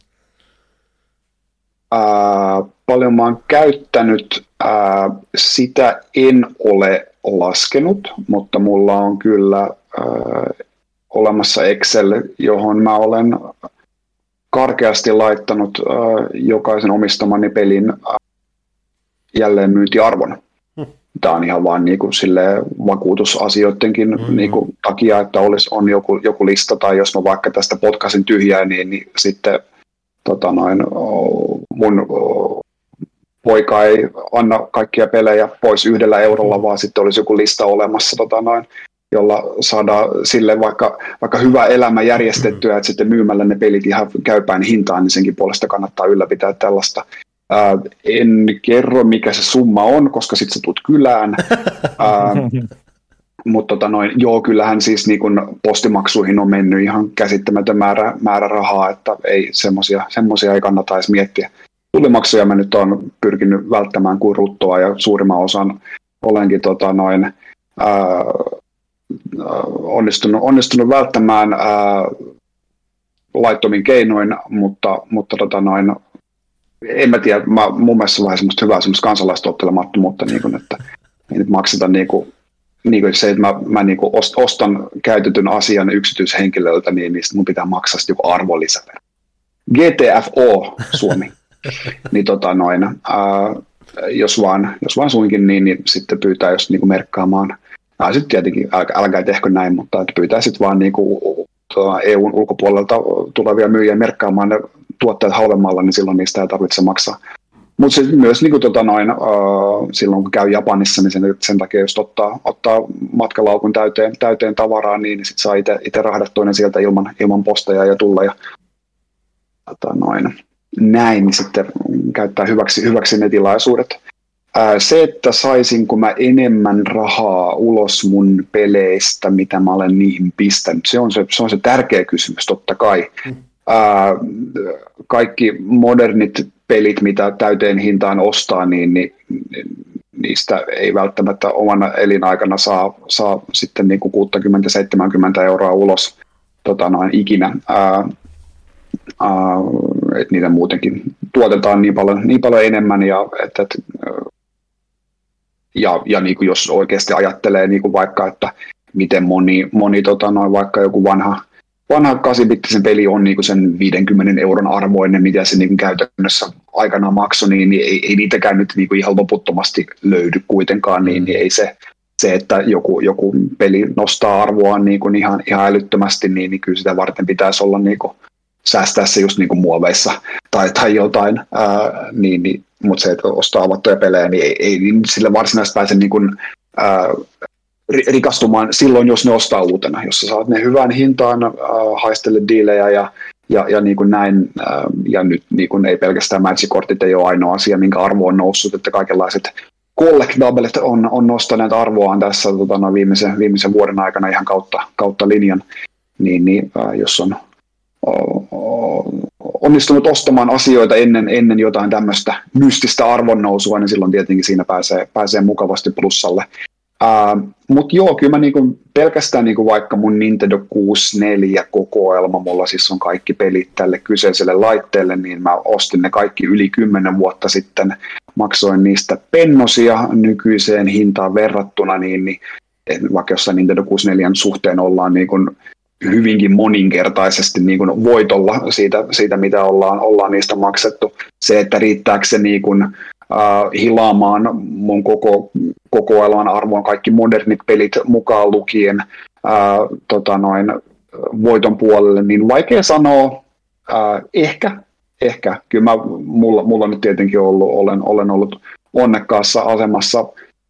Ää, paljon mä oon käyttänyt, ää, sitä en ole laskenut, mutta mulla on kyllä ää, olemassa Excel, johon mä olen karkeasti laittanut äh, jokaisen omistamani pelin äh, jälleenmyyntiarvon. Hmm. Tämä on ihan vaan niin kuin vakuutusasioidenkin mm-hmm. niin kuin takia, että olisi, on joku, joku lista, tai jos mä vaikka tästä potkasin tyhjää, niin, niin sitten tota noin, mun poika ei anna kaikkia pelejä pois yhdellä eurolla, vaan sitten olisi joku lista olemassa, tota noin, jolla saadaan sille vaikka, vaikka hyvä elämä järjestettyä, että sitten myymällä ne pelit ihan käypään hintaan, niin senkin puolesta kannattaa ylläpitää tällaista. Ää, en kerro, mikä se summa on, koska sitten sä tulet kylään. Ää, mutta tota noin, joo, kyllähän siis niin kun postimaksuihin on mennyt ihan käsittämätön määrä, määrä rahaa, että ei semmoisia, semmoisia ei kannata edes miettiä. Tullimaksuja mä nyt olen pyrkinyt välttämään kuin ruttoa, ja suurimman osan olenkin tota noin, ää, onnistunut, onnistunut välttämään ää, laittomin keinoin, mutta, mutta tota noin, en mä tiedä, mä, mun mielestä se on vähän semmoista hyvää semmoista kansalaistottelemattomuutta, niin kuin, että ei nyt makseta niin kuin, niin kuin se, että mä, mä niin kuin ostan käytetyn asian yksityishenkilöltä, niin niistä mun pitää maksaa joku arvonlisävero. G T F O Suomi. niin tota noin, ää, jos, vaan, jos vaan suinkin, niin, niin sitten pyytää jos niin kuin merkkaamaan. Ja sitten tietenkin, älkää, älkää tehkö näin, mutta että pyytää sitten vaan niin kuin, E U:n ulkopuolelta tulevia myyjiä merkkaamaan ne tuotteet halvemmalla, niin silloin niistä ei tarvitse maksaa. Mutta myös niin kuin, tota, noin, uh, silloin kun käy Japanissa, niin sen, sen takia jos ottaa, ottaa matkalaukun täyteen, täyteen tavaraa, niin sit saa itse rahdattua ne sieltä ilman, ilman posteja ja tulla. Ja, tota, noin, näin, niin sitten käyttää hyväksi, hyväksi ne tilaisuudet. Uh, se, että saisinko mä enemmän rahaa ulos mun peleistä, mitä mä olen niihin pistänyt, se on se, se, on se tärkeä kysymys totta kai. Mm. Uh, kaikki modernit pelit, mitä täyteen hintaan ostaa, niin, niin niistä ei välttämättä omana elinaikana saa, saa sitten niin kuin kuusikymmentä seitsemänkymmentä euroa ulos tota noin, ikinä. Uh, uh, et niitä muutenkin tuotetaan niin paljon, niin paljon enemmän, ja, et, et, ja, ja niin kuin jos oikeasti ajattelee niin kuin vaikka, että miten moni, moni tota noin, vaikka joku vanha Vanha kahdeksanbittisen peli on niinku sen viidenkymmenen euron arvoinen, mitä se niinku käytännössä aikanaan maksoi, niin, niin ei, ei niitäkään nyt niinku ihan loputtomasti löydy kuitenkaan, niin, niin ei se, se, että joku, joku peli nostaa arvoaan niinku ihan, ihan älyttömästi, niin, niin kyllä sitä varten pitäisi olla niinku, säästää se just niinku muoveissa tai, tai jotain, ää, niin, niin, mutta se, että ostaa avattuja pelejä, niin ei, ei niin sille varsinaisesti pääse niinku, ää, rikastumaan silloin, jos ne ostaa uutena. Jos sä saat ne hyvään hintaan, äh, haistele diilejä ja, ja, ja niin kuin näin. Äh, ja nyt niin kuin ei pelkästään Magic-kortit ei ole ainoa asia, minkä arvo on noussut, että kaikenlaiset collectablet on, on nostaneet arvoaan tässä tota, no, viimeisen, viimeisen vuoden aikana ihan kautta, kautta linjan. Niin, niin äh, jos on äh, onnistunut ostamaan asioita ennen, ennen jotain tämmöistä mystistä arvonnousua, niin silloin tietenkin siinä pääsee, pääsee mukavasti plussalle. Uh, Mutta joo, kyllä mä niinku pelkästään niinku vaikka mun Nintendo kuusikymmentäneljä-kokoelma, mulla siis on kaikki pelit tälle kyseiselle laitteelle, niin mä ostin ne kaikki yli kymmenen vuotta sitten, maksoin niistä pennosia nykyiseen hintaan verrattuna, niin, niin vaikka jossain Nintendo kuusikymmentäneljän suhteen ollaan niinku hyvinkin moninkertaisesti niinku voitolla siitä, siitä, mitä ollaan, ollaan niistä maksettu. Se, että riittääkö se niinku Uh, hilaamaan mun koko kokoelman arvoon kaikki modernit pelit mukaan lukien uh, tota noin, voiton puolelle, niin vaikea sanoa. Uh, ehkä, ehkä. Kyllä mä, mulla, mulla nyt tietenkin ollut, olen, olen ollut onnekkaassa asemassa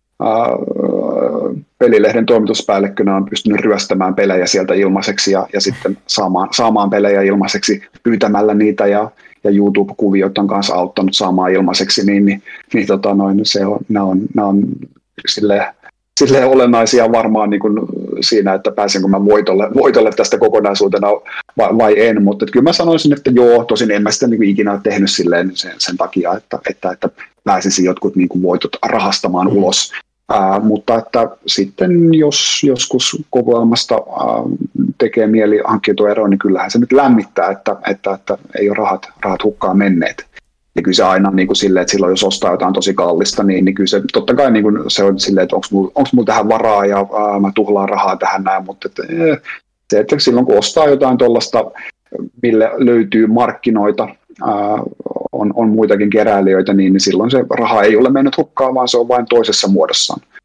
uh, pelilehden toimituspäällikkönä, on pystynyt ryöstämään pelejä sieltä ilmaiseksi ja, ja sitten saamaan, saamaan pelejä ilmaiseksi pyytämällä niitä, ja ja YouTube-kuviot on kanssa auttanut saamaan ilmaiseksi, niin, niin, niin tota noin, se on, nämä on, nämä on silleen, silleen olennaisia varmaan niin kuin siinä, että pääsenkö mä voitolle, voitolle tästä kokonaisuutena vai, vai en, mutta kyllä mä sanoisin, että joo, tosin en mä sitä niin kuin ikinä ole tehnyt silleen sen, sen takia, että, että, että pääsisi jotkut niin kuin voitot rahastamaan mm. ulos. Uh, mutta että sitten jos joskus kokoelmasta uh, tekee mieli hankkiutua eroon, niin kyllähän se nyt lämmittää, että, että, että ei ole rahat, rahat hukkaan menneet. Ja kyllä se aina niin kuin silleen, että silloin jos ostaa jotain tosi kallista, niin, niin kyllä se totta kai niin kuin se on silleen, että onko mulla, mulla tähän varaa ja uh, mä tuhlaan rahaa tähän näin, mutta että, eh, se, että silloin kun ostaa jotain tuollaista, mille löytyy markkinoita, uh, on, on muitakin keräilijöitä, niin, niin silloin se raha ei ole mennyt hukkaan, vaan se on vain toisessa muodossaan.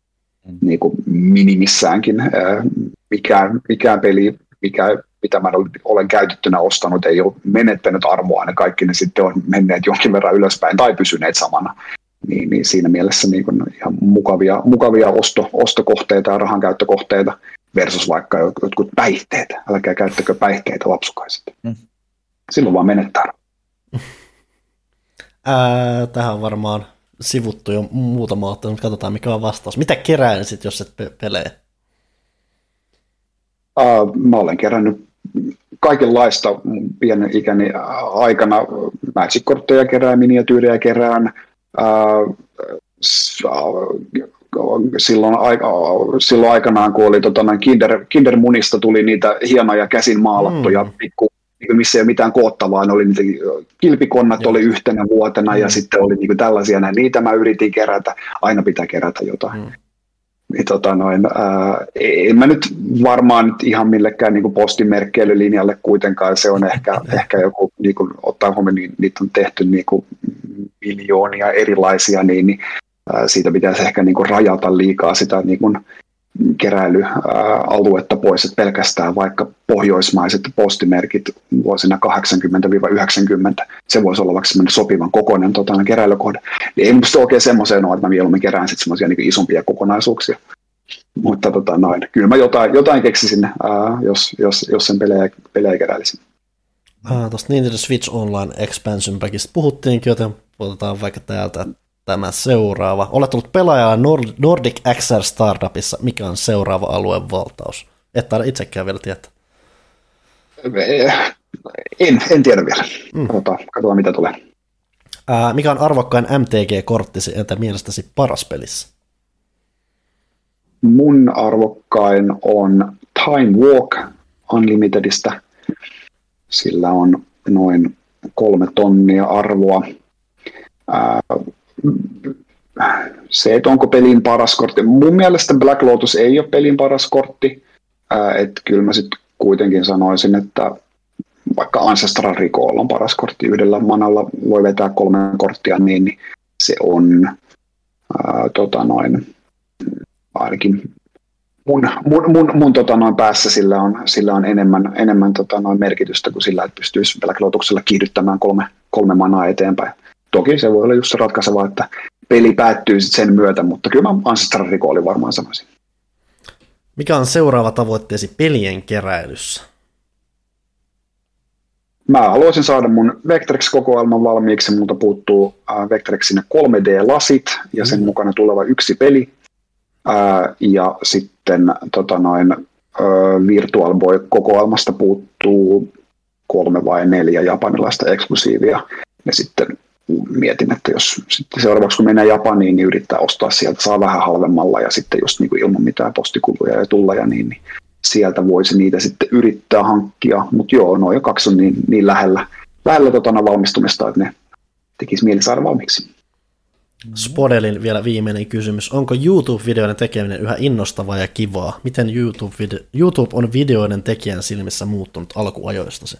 mm. niin kuin minimissäänkin. Mikään, mikään peli, mikä, mitä mä olen käytettynä ostanut, ei ole menettänyt arvoa, ne kaikki ne sitten on menneet jonkin verran ylöspäin tai pysyneet samana. Niin, niin siinä mielessä niin kuin ihan mukavia, mukavia osto, ostokohteita ja rahankäyttökohteita versus vaikka jotkut päihteet. Älkää käyttäkö päihteitä, lapsukaiset. Mm. Silloin vaan menettää. Ää, tähän on varmaan sivuttu jo muutama ottelu, mutta katsotaan mikä on vastaus. Mitä keräisit, jos et pe- pelejä? Uh, mä olen kerännyt kaikenlaista pienen ikäni aikana. Magic-kortteja kerään, miniatyyrejä kerään. Uh, silloin, aika, silloin aikanaan, kun oli tota, Kinder, Kindermunista tuli niitä hienoja käsin maalattuja mm. pikku, missä ei ole mitään koottavaa, ne oli niitä kilpikonnat Joo. oli yhtenä vuotena mm. ja sitten oli niin tällaisia, näin. Niitä mä yritin kerätä, aina pitää kerätä jotain. Mm. Niin, tota, noin, ää, en mä nyt varmaan nyt ihan millekään niin postimerkkeilylinjalle kuitenkaan, se on ehkä, ehkä joku, niin kuin, ottaa huomioon, niin niitä on tehty niin kuin miljoonia erilaisia, niin, niin ää, siitä pitäisi ehkä niin kuin rajata liikaa sitä niin kuin keräilyaluetta pois, että pelkästään vaikka pohjoismaiset postimerkit vuosina kahdeksankymmentä yhdeksänkymmentä, se voisi olla vaikka semmoinen sopivan kokoinen tota, keräilykohde. Ei musta oikein semmoiseen ole, että mä mieluummin kerään sitten semmoisia niin isompia kokonaisuuksia. Mutta tota, noin. Kyllä mä jotain, jotain keksisin, ää, jos, jos, jos sen pelejä, pelejä keräilisin. Ah, tuosta Nintendo Switch Online Expansion Packista puhuttiinkin, joten otetaan vaikka täältä tämä seuraava. Olet ollut pelaajalla Nordic X R Startupissa. Mikä on seuraava alueen valtaus? Et taida itsekään vielä tietää. En, en tiedä vielä. Mm. Katsotaan, katsotaan, mitä tulee. Ää, mikä on arvokkain M T G-korttisi, entä mielestäsi paras pelissä? Mun arvokkain on Time Walk Unlimitedistä. Sillä on noin kolme tonnia arvoa. Ää, se, että onko pelin paras kortti. Mun mielestä Black Lotus ei ole pelin paras kortti. Että kyllä mä sitten kuitenkin sanoisin, että vaikka Ancestral Recall on paras kortti, yhdellä manalla voi vetää kolme korttia, niin, niin se on ää, tota noin, ainakin mun, mun, mun, mun tota noin päässä sillä on, sillä on enemmän, enemmän tota noin merkitystä kuin sillä, että pystyisi Black Lotuksella kiihdyttämään kolme, kolme manaa eteenpäin. Toki se voi olla just ratkaiseva, että peli päättyy sit sen myötä, mutta kyllä mä Ancestral Recallin varmaan sanoisin. Mikä on seuraava tavoitteesi pelien keräilyssä? Mä haluaisin saada mun Vectrex-kokoelman valmiiksi, multa puuttuu äh, Vectrexin kolme D-lasit ja sen mm. mukana tuleva yksi peli. Äh, ja sitten tota noin, äh, Virtual Boy-kokoelmasta puuttuu kolme vai neljä japanilaista eksklusiivia. Ja sitten mietin, että jos sitten seuraavaksi kun mennään Japaniin, niin yrittää ostaa sieltä, saa vähän halvemmalla ja sitten just niin kuin ilman mitään postikuluja ja tulla ja niin, niin sieltä voisi niitä sitten yrittää hankkia, mutta joo, noin kaksi on niin, niin lähellä, lähellä totana valmistumista, että ne tekisi mieli saada valmiiksi. Spodelin vielä viimeinen kysymys. Onko YouTube-videoiden tekeminen yhä innostavaa ja kivaa? Miten YouTube, video- YouTube on videoiden tekijän silmissä muuttunut alkuajoistasi?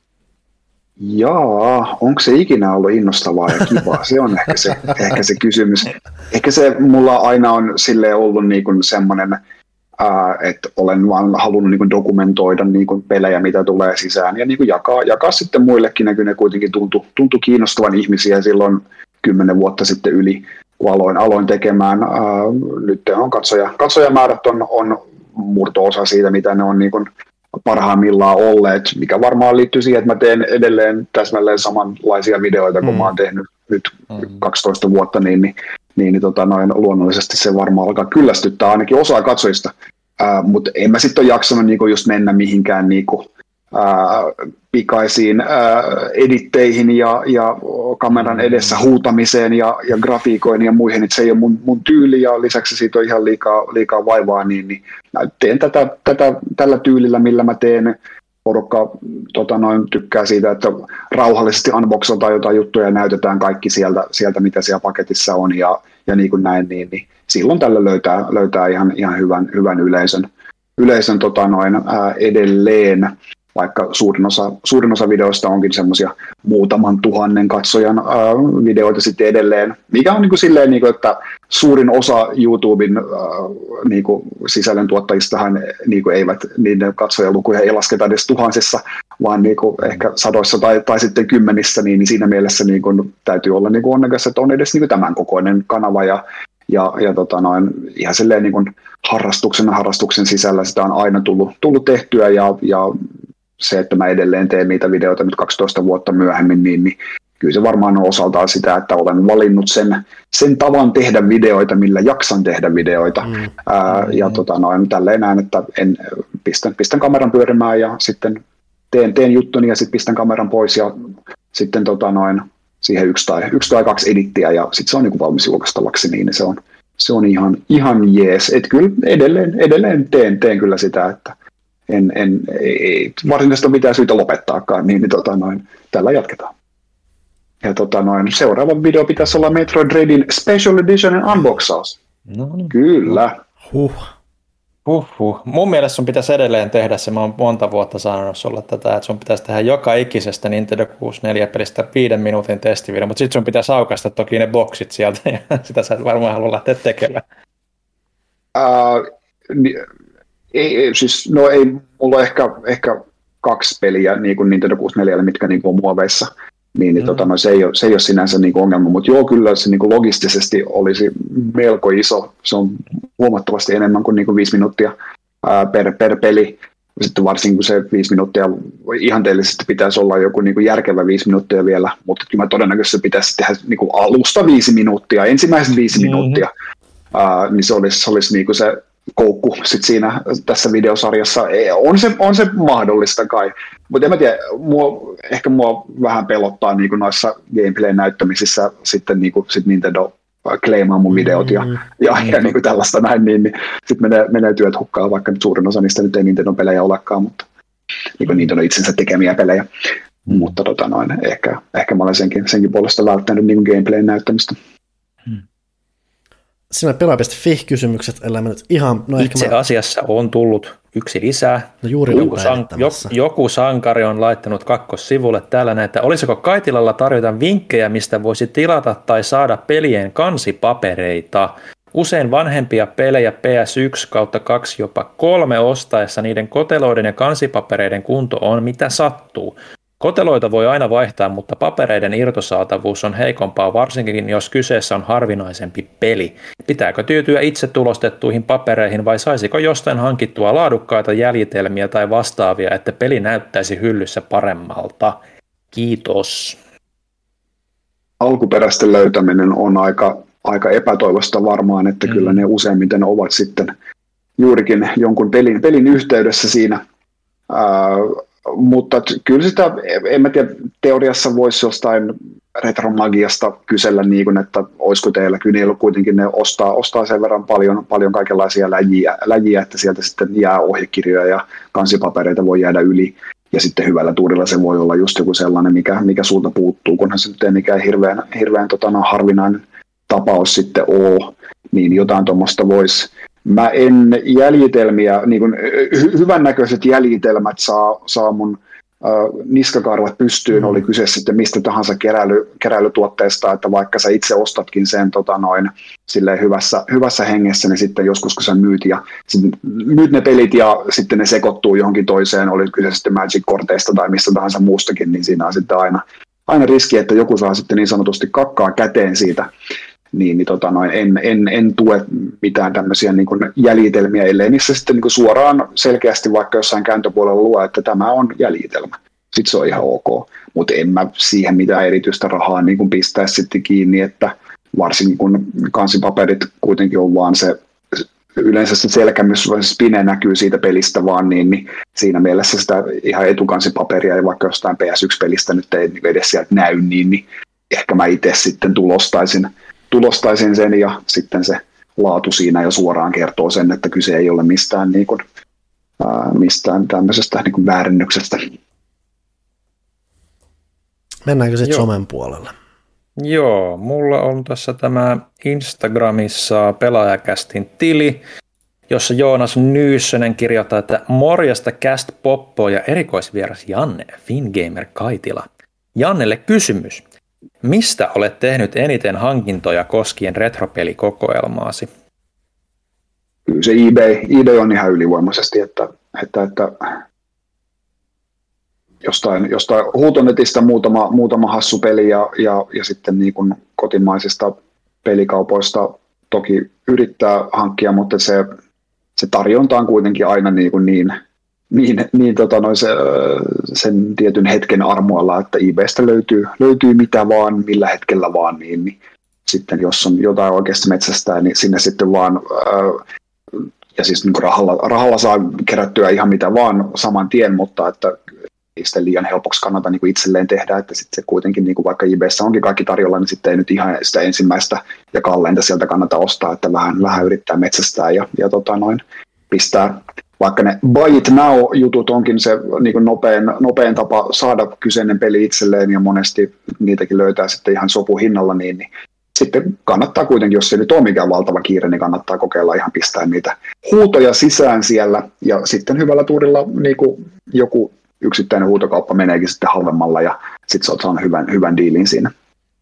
Jaa, onko se ikinä ollut innostavaa ja kivaa? Se on ehkä se, ehkä se kysymys. Ehkä se mulla aina on silleen ollut niin kuin semmoinen, ää, että olen vaan halunnut niin kuin dokumentoida niin kuin pelejä, mitä tulee sisään ja niin kuin jakaa, jakaa sitten muillekin, ja kyllä ne kuitenkin tuntui, tuntui kiinnostavan ihmisiä silloin kymmenen vuotta sitten yli, kun aloin, aloin tekemään. Ää, nyt on katsoja, katsojamäärät on, on murto-osa siitä, mitä ne on niin kuin parhaimmillaan olleet, mikä varmaan liittyy siihen, että mä teen edelleen täsmälleen samanlaisia videoita, kun mm. mä oon tehnyt nyt mm. kaksitoista vuotta, niin, niin, niin, niin tota, noin, luonnollisesti se varmaan alkaa kyllästyttää ainakin osaa katsojista, uh, mutta en mä sitten ole jaksanut niinku just mennä mihinkään niinku, uh, pikaisiin uh, editteihin ja, ja kameran edessä huutamiseen ja, ja grafiikoihin ja muihin, että se ei ole mun, mun tyyli ja lisäksi siitä on ihan liikaa, liikaa vaivaa, niin, niin mä teen tätä, tätä tällä tyylillä, millä mä teen. Porukka tota noin, tykkää siitä, että rauhallisesti unboxataan jotain juttuja ja näytetään kaikki sieltä, sieltä mitä siellä paketissa on ja, ja niin kuin näin, niin, niin silloin tällä löytää, löytää ihan, ihan hyvän, hyvän yleisön, yleisön tota noin, ää, edelleen. vaikka suurin osa, suurin osa videoista onkin semmoisia muutaman tuhannen katsojan ää, videoita sitten edelleen, mikä on niin kuin silleen, niin kuin, että suurin osa YouTuben ää, niin kuin sisällöntuottajistahan niin kuin eivät, niiden katsojalukuja ei lasketa edes tuhansissa, vaan niin kuin ehkä sadoissa tai, tai sitten kymmenissä, niin, niin siinä mielessä niin kuin täytyy olla niin kuin onnekas, että on edes niin kuin tämän kokoinen kanava ja Ja, ja tota noin, ihan silleen niin kuin harrastuksena harrastuksen sisällä sitä on aina tullut, tullut tehtyä ja, ja se, että mä edelleen teen niitä videoita nyt kaksitoista vuotta myöhemmin, niin, niin kyllä se varmaan on osaltaan sitä, että olen valinnut sen, sen tavan tehdä videoita, millä jaksan tehdä videoita. Mm. Ää, ja mm. tota noin, tälleen näen, että en, pistän, pistän kameran pyörimään ja sitten teen, teen juttuni ja sitten pistän kameran pois ja sitten tota noin, siihen yksi tai, yksi tai kaksi edittiä ja sitten se on niin kuin valmis julkaistavaksi, niin se on, se on ihan, ihan jees. Et kyllä edelleen, edelleen teen, teen kyllä sitä, että en, en, ei varsinaisesti ole mitään syytä lopettaakaan, niin, niin tota noin, tällä jatketaan. Ja tota noin, seuraava video pitäisi olla Metroid Dreadin Special Editionin unboxaus. No niin. Kyllä. Huh. Huhhuh. Mun mielestä sun pitäisi edelleen tehdä se, mä oon monta vuotta sanonut sulle tätä, että sun pitäisi tehdä joka ikisestä Nintendo kuusikymmentäneljä-pelistä viiden minuutin testivideo, mutta sit sun pitäisi aukaista toki ne boksit sieltä, ja sitä sä et varmaan halua lähteä tekemään. Uh, ei, ei, siis, no ei, mulla on ehkä, ehkä kaksi peliä niin kuin Nintendo kuusikymmentäneljä, mitkä niin kuin on muoveissa, niin, niin mm. tota, no, se, ei ole, se ei ole sinänsä niin kuin ongelma, mutta joo, kyllä se niin kuin logistisesti olisi melko iso, se on huomattavasti enemmän kuin, niin kuin viisi minuuttia ää, per, per peli, sitten varsinkin kun se viisi minuuttia ihanteellisesti pitäisi olla joku niin kuin järkevä viisi minuuttia vielä, mutta kyllä todennäköisesti pitäisi tehdä niin kuin alusta viisi minuuttia, ensimmäiset viisi mm-hmm. minuuttia, ää, niin se olisi, se, olisi niin kuin se koukku sit siinä tässä videosarjassa. On se, on se mahdollista kai, mutta en mä tiedä, mua, ehkä mua vähän pelottaa niin kuin noissa gameplay-näyttämisissä sitten niin kuin, sit Nintendo kleimaa mun videot ja, mm-hmm. ja, ja, ja niin kuin tällaista näin, niin, niin sitten menee, menee työt hukkaan, vaikka nyt suurin osa niistä nyt ei Nintendo-pelejä olekaan, mutta niin kuin Nintendo itsensä tekemiä pelejä. Mm-hmm. Mutta tota noin, ehkä, ehkä mä olen senkin, senkin puolesta välttänyt niin kuin gameplay-näyttämistä. Mm. Siinä pelaaja piste fi-kysymykset, ellei nyt ihan... No itse mä... asiassa on tullut yksi lisää. No juuri joku, san, joku sankari on laittanut kakkossivulle täällä näitä. Olisiko Kaitilalla tarjota vinkkejä, mistä voisi tilata tai saada pelien kansipapereita? Usein vanhempia pelejä P S yksi kautta kaksi jopa kolme ostaessa niiden koteloiden ja kansipapereiden kunto on mitä sattuu. Koteloita voi aina vaihtaa, mutta papereiden irtosaatavuus on heikompaa, varsinkin jos kyseessä on harvinaisempi peli. Pitääkö tyytyä itse tulostettuihin papereihin vai saisiko jostain hankittua laadukkaita jäljitelmiä tai vastaavia, että peli näyttäisi hyllyssä paremmalta? Kiitos. Alkuperäisten löytäminen on aika, aika epätoivosta varmaan, että mm. kyllä ne useimmiten ovat sitten juurikin jonkun pelin, pelin yhteydessä siinä. Ää, Mutta kyllä sitä, en mä tiedä, teoriassa voisi jostain retromagiasta kysellä, niin kuin, että olisiko teillä, kyllä niillä kuitenkin ne ostaa, ostaa sen verran paljon, paljon kaikenlaisia läjiä, läjiä, että sieltä sitten jää ohjekirjoja ja kansipapereita voi jäädä yli, ja sitten hyvällä tuurilla se voi olla just joku sellainen, mikä, mikä sulta puuttuu, kunhan se nyt ei mikään hirveän, hirveän tota, no, harvinainen tapaus sitten ole, niin jotain tuommoista voisi. Mä en jäljitelmiä, niin kuin hy- hyvännäköiset jäljitelmät saa, saa mun äh, niskakarvat pystyyn, oli kyse sitten mistä tahansa keräily, keräilytuotteesta, että vaikka sä itse ostatkin sen tota noin, silleen hyvässä, hyvässä hengessä, niin sitten joskus kun sä myyt, ja myyt ne pelit ja sitten ne sekoittuu johonkin toiseen, oli kyse sitten Magic-korteista tai mistä tahansa muustakin, niin siinä on sitten aina, aina riski, että joku saa sitten niin sanotusti kakkaa käteen siitä. Niin, niin tota noin, en, en, en tue mitään tämmöisiä niin kuin jäljitelmiä, ellei niissä sitten niin kuin suoraan selkeästi vaikka jossain kääntöpuolella luo, että tämä on jäljitelmä. Sitten se on ihan ok, mutta en mä siihen mitään erityistä rahaa niin kuin pistää sitten kiinni, että varsinkin kun kansipaperit kuitenkin on vaan se, yleensä se selkämys, se spine näkyy siitä pelistä vaan, niin, niin siinä mielessä sitä ihan etukansipaperia ja vaikka jostain P S yksi-pelistä nyt ei edes sieltä näy, niin, niin ehkä mä itse sitten tulostaisin tulostaisin sen ja sitten se laatu siinä jo suoraan kertoo sen, että kyse ei ole mistään, niin kuin, ää, mistään tämmöisestä niin kuin väärennyksestä. Mennäänkö sitten somen puolelle? Joo, mulla on tässä tämä Instagramissa Pelaajakästin tili, jossa Joonas Nyyssönen kirjoittaa, että morjesta Cast Poppo ja erikoisvieras Janne, Fingamer Kaitila. Jannelle kysymys. Mistä olet tehnyt eniten hankintoja koskien retropelikokoelmaasi? Kyllä se eBay, eBay on ihan ylivoimaisesti, että, että, että jostain, jostain huutonetistä muutama, muutama hassu peli ja, ja, ja sitten niin kuin kotimaisista pelikaupoista toki yrittää hankkia, mutta se, se tarjonta on kuitenkin aina niin, kuin niin, niin, niin tota noin se, sen tietyn hetken armoilla, että eBaystä löytyy, löytyy mitä vaan, millä hetkellä vaan, niin, niin sitten jos on jotain oikeasti metsästää, niin sinne sitten vaan, ää, ja siis niin kuin rahalla, rahalla saa kerättyä ihan mitä vaan saman tien, mutta että ei sitä liian helpoksi kannata niin kuin itselleen tehdä, että sitten se kuitenkin, niin kuin vaikka eBayssä onkin kaikki tarjolla, niin sitten ei nyt ihan sitä ensimmäistä ja kalleinta sieltä kannata ostaa, että vähän, vähän yrittää metsästää ja, ja tota noin, pistää, vaikka ne buy it now-jutut onkin se niin kuin nopein, nopein tapa saada kyseinen peli itselleen ja monesti niitäkin löytää sitten ihan sopuhinnalla, niin, niin sitten kannattaa kuitenkin, jos se nyt on mikään valtava kiire, niin kannattaa kokeilla ihan pistää niitä huutoja sisään siellä ja sitten hyvällä tuurilla niin kuin joku yksittäinen huutokauppa meneekin sitten halvemmalla ja sitten sä oot saanut hyvän, hyvän diilin siinä.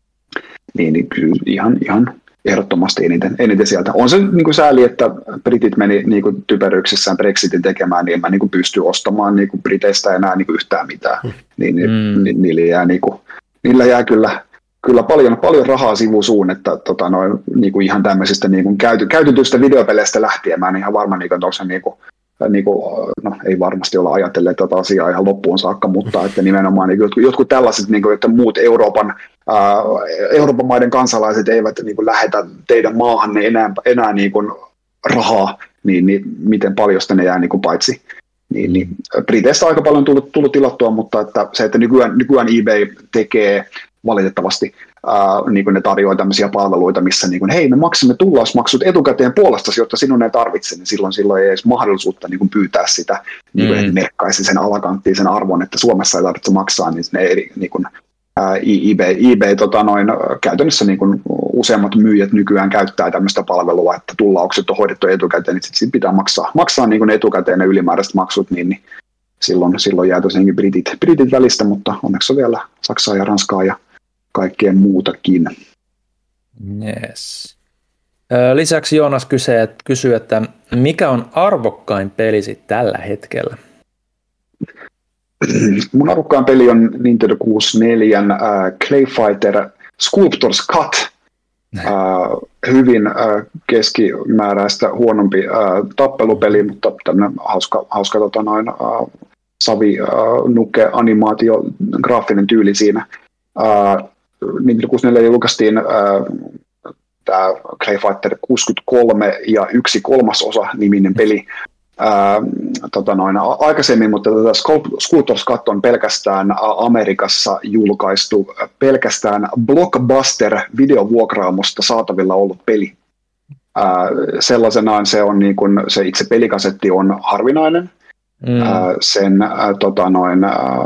Niin, niin kyllä ihan, ihan ehdottomasti eniten, eniten sieltä. On se niin kuin sääli, että britit meni niin kuin typeryksissään Brexitin tekemään, niin en mä niin kuin pysty ostamaan niin kuin Briteistä enää niin kuin yhtään mitään. Niin, mm. ni, niillä jää, niin kuin, niillä jää kyllä, kyllä paljon, paljon rahaa sivusuun, että tota, noin, niin kuin ihan tämmöisistä niin kuin käyty, käytetyistä videopeleistä lähtien. Mä en ihan varma, niin kuin, onko se niin kuin, niin kuin, no, ei varmasti olla ajatelleet tätä asiaa ihan loppuun saakka, mutta että nimenomaan niin jotkut, jotkut tällaiset, niin kuin, että muut Euroopan, ää, Euroopan maiden kansalaiset eivät niin kuin, lähetä teidän maahanne enää, enää niin kuin, rahaa, niin, niin miten paljon ne jää niin kuin, paitsi. Niin, niin, Briteistä aika paljon tullut, tullut tilattua, mutta että se, että nykyään, nykyään eBay tekee valitettavasti ää, niin kuin ne tarjoaa tämmöisiä palveluita, missä niin kuin, hei, me maksamme tullausmaksut etukäteen puolestasi, jotta sinun ei tarvitse, niin silloin, silloin ei edes mahdollisuutta niin kuin pyytää sitä, niin kuin, mm. että merkkaisi sen alakanttiin sen arvon, että Suomessa ei tarvitse maksaa, niin ne eri, niin kuin, ää, eBay, eBay tota noin, käytännössä niin kuin useammat myyjät nykyään käyttää tämmöistä palvelua, että tullaukset on hoidettu etukäteen, niin sitten pitää maksaa, maksaa niin kuin etukäteen ne ylimääräiset maksut, niin, niin silloin, silloin jää tosiaankin britit, britit välistä, mutta onneksi on vielä Saksaa ja Ranskaa ja kaikkeen muutakin. Yes. Lisäksi Joonas kysyy, kysyy, että mikä on arvokkain pelisi tällä hetkellä? Mun arvokkain peli on Nintendo kuusikymmentäneljä äh, Clay Fighter Sculptor's Cut. Äh, hyvin äh, keskimääräistä huonompi äh, tappelupeli, mutta tämmöinen hauska, hauska tota noin, äh, savi, äh, nuke, animaatio, graafinen tyyli siinä. Äh, Nintendo kuusikymmentäneljä julkaistiin äh, tämä Clay Fighter kuusikymmentäkolme ja yksi kolmasosa niminen peli ää, tota noin, aikaisemmin, mutta tätä Sculptor's Cut on pelkästään Amerikassa julkaistu pelkästään Blockbuster-videovuokraamosta saatavilla ollut peli. Ää, sellaisenaan se, on niin kuin, se itse pelikasetti on harvinainen. Mm. Ää, sen, ää, tota noin, ää,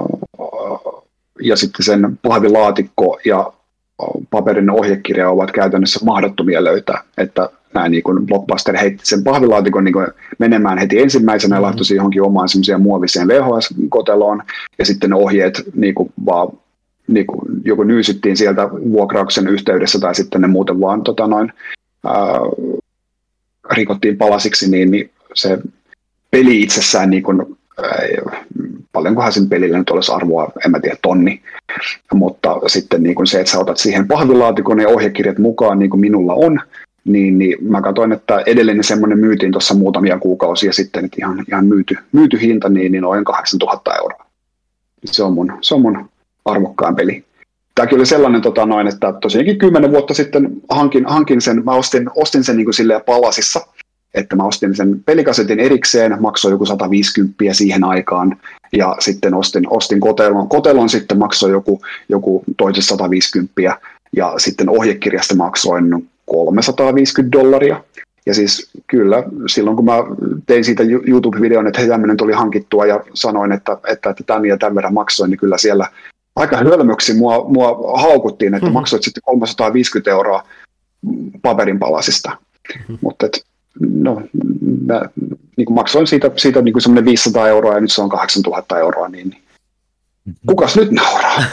ja sitten sen pahvilaatikko ja paperinen ohjekirja ovat käytännössä mahdottomia löytää, että näin niin kuin Blockbuster heitti sen pahvilaatikon niin kuin menemään heti ensimmäisenä ja laittoi johonkin omaan semmoiseen muoviseen V H S-koteloon ja sitten ne ohjeet niin kuin vaan niin kuin joko nyysyttiin sieltä vuokrauksen yhteydessä tai sitten ne muuten vaan tota noin, ää, rikottiin palasiksi, niin, niin se peli itsessään niin kuin, paljonkohan sen pelillä nyt olisi arvoa, en mä tiedä, tonni, mutta sitten niin kuin se, että sä otat siihen pahvilaatikon ja ohjekirjat mukaan, niin kuin minulla on, niin, niin mä katsoin, että edellinen semmoinen myytiin tuossa muutamia kuukausia sitten, että ihan, ihan myyty, myyty hinta, niin, niin noin kahdeksantuhatta euroa. Se on mun, se on mun arvokkaan peli. Tämäkin oli sellainen, tota, noin, että tosiaankin kymmenen vuotta sitten hankin, hankin sen, mä ostin, ostin sen niin kuin silleen palasissa, että mä ostin sen pelikasetin erikseen, maksoi joku sata viisikymmentä siihen aikaan, ja sitten ostin, ostin kotelon, kotelon sitten maksoi joku, joku toisessa sata viisikymmentä, ja sitten ohjekirjasta maksoin kolmesataaviisikymmentä dollaria. Ja siis kyllä, silloin kun mä tein siitä YouTube-videon, että tämmöinen tuli hankittua ja sanoin, että, että, että tämän ja tämän verran maksoin, niin kyllä siellä aika hölmöksi mua, mua haukuttiin, että mm-hmm. maksoit sitten kolmesataaviisikymmentä euroa paperin palasista. Mm-hmm. Mutta et, no, mä niin kuin maksoin siitä, siitä niin kuin semmoinen viisisataa euroa ja nyt se on kahdeksantuhatta euroa, niin, niin kukas nyt nauraa?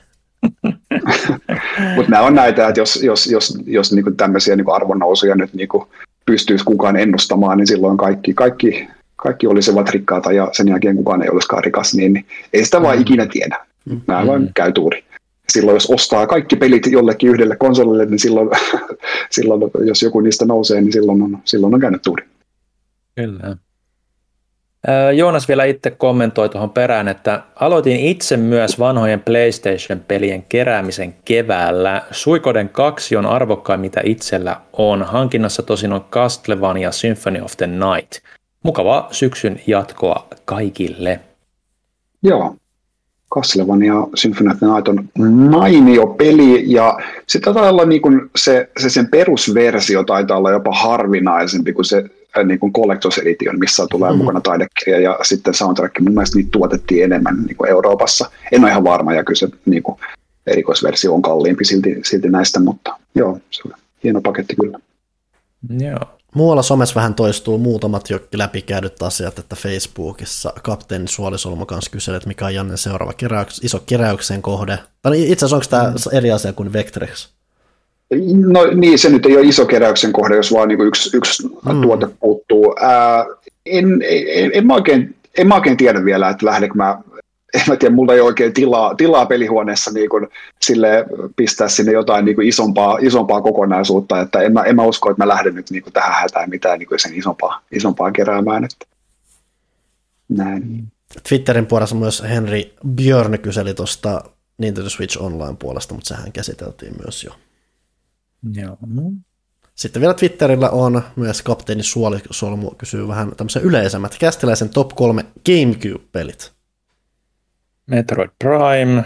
Mutta nämä on näitä, että jos, jos, jos, jos niin kuin tämmöisiä niin kuin arvonnousuja nyt niin kuin pystyisi kukaan ennustamaan, niin silloin kaikki, kaikki, kaikki olisivat rikkaata ja sen jälkeen kukaan ei olisikaan rikas, niin, niin ei sitä vaan ikinä tiedä. Nämä vaan käy tuuri. Silloin jos ostaa kaikki pelit jollekin yhdelle konsolille, niin silloin, silloin jos joku niistä nousee, niin silloin on, silloin on käynyt tuuri. Kyllä. Joonas vielä itse kommentoi tuohon perään, että aloitin itse myös vanhojen PlayStation-pelien keräämisen keväällä. Suikoden kaksi on arvokkain, mitä itsellä on. Hankinnassa tosin on Castlevania Symphony of the Night. Mukavaa syksyn jatkoa kaikille. Joo. Castlevania Symphony of the Night on mainio peli, ja se taitaa olla niin kuin se, se sen perusversio taitaa olla jopa harvinaisempi kuin se niin kuin Collector's Edition, missä tulee mm-hmm. mukana taidekirja ja sitten soundtrack. Mun mielestä niitä tuotettiin enemmän niin kuin Euroopassa. En ole ihan varma, ja kyllä se niin kuin erikoisversio on kalliimpi silti, silti näistä, mutta joo, se on hieno paketti kyllä. Joo. Muualla somessa vähän toistuu muutamat jo läpikäydyt asiat, että Facebookissa kapteeni Suolisolmo kanssa kyseli, että mikä on Jannen seuraava keräyks, iso keräyksen kohde. Tai itse asiassa onko tämä mm. eri asia kuin Vectrex? No niin, se nyt ei ole iso keräyksen kohde, jos vaan niin yksi, yksi mm. tuote puuttuu. Ää, en, en, en, mä oikein, en mä oikein tiedä vielä, että lähdekö mä, en mä tiedä, mulla ei ole oikein tilaa, tilaa pelihuoneessa niin kuin sille pistää sinne jotain niin kuin isompaa, isompaa kokonaisuutta, että en mä, en mä usko, että mä lähden nyt niin kuin tähän hätään mitään niin kuin sen isompaa, isompaa keräämään. Että näin. Twitterin puolessa myös Henry Björn kyseli tuosta Nintendo Switch Online puolesta, mutta sehän käsiteltiin myös jo. Joo. Sitten vielä Twitterillä on myös kapteeni Suolisolmu kysyy vähän tämmöisen yleisemmät. Kästiläisen top kolme GameCube-pelit. Metroid Prime.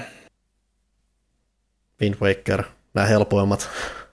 Wind Waker, nämä helpoimmat.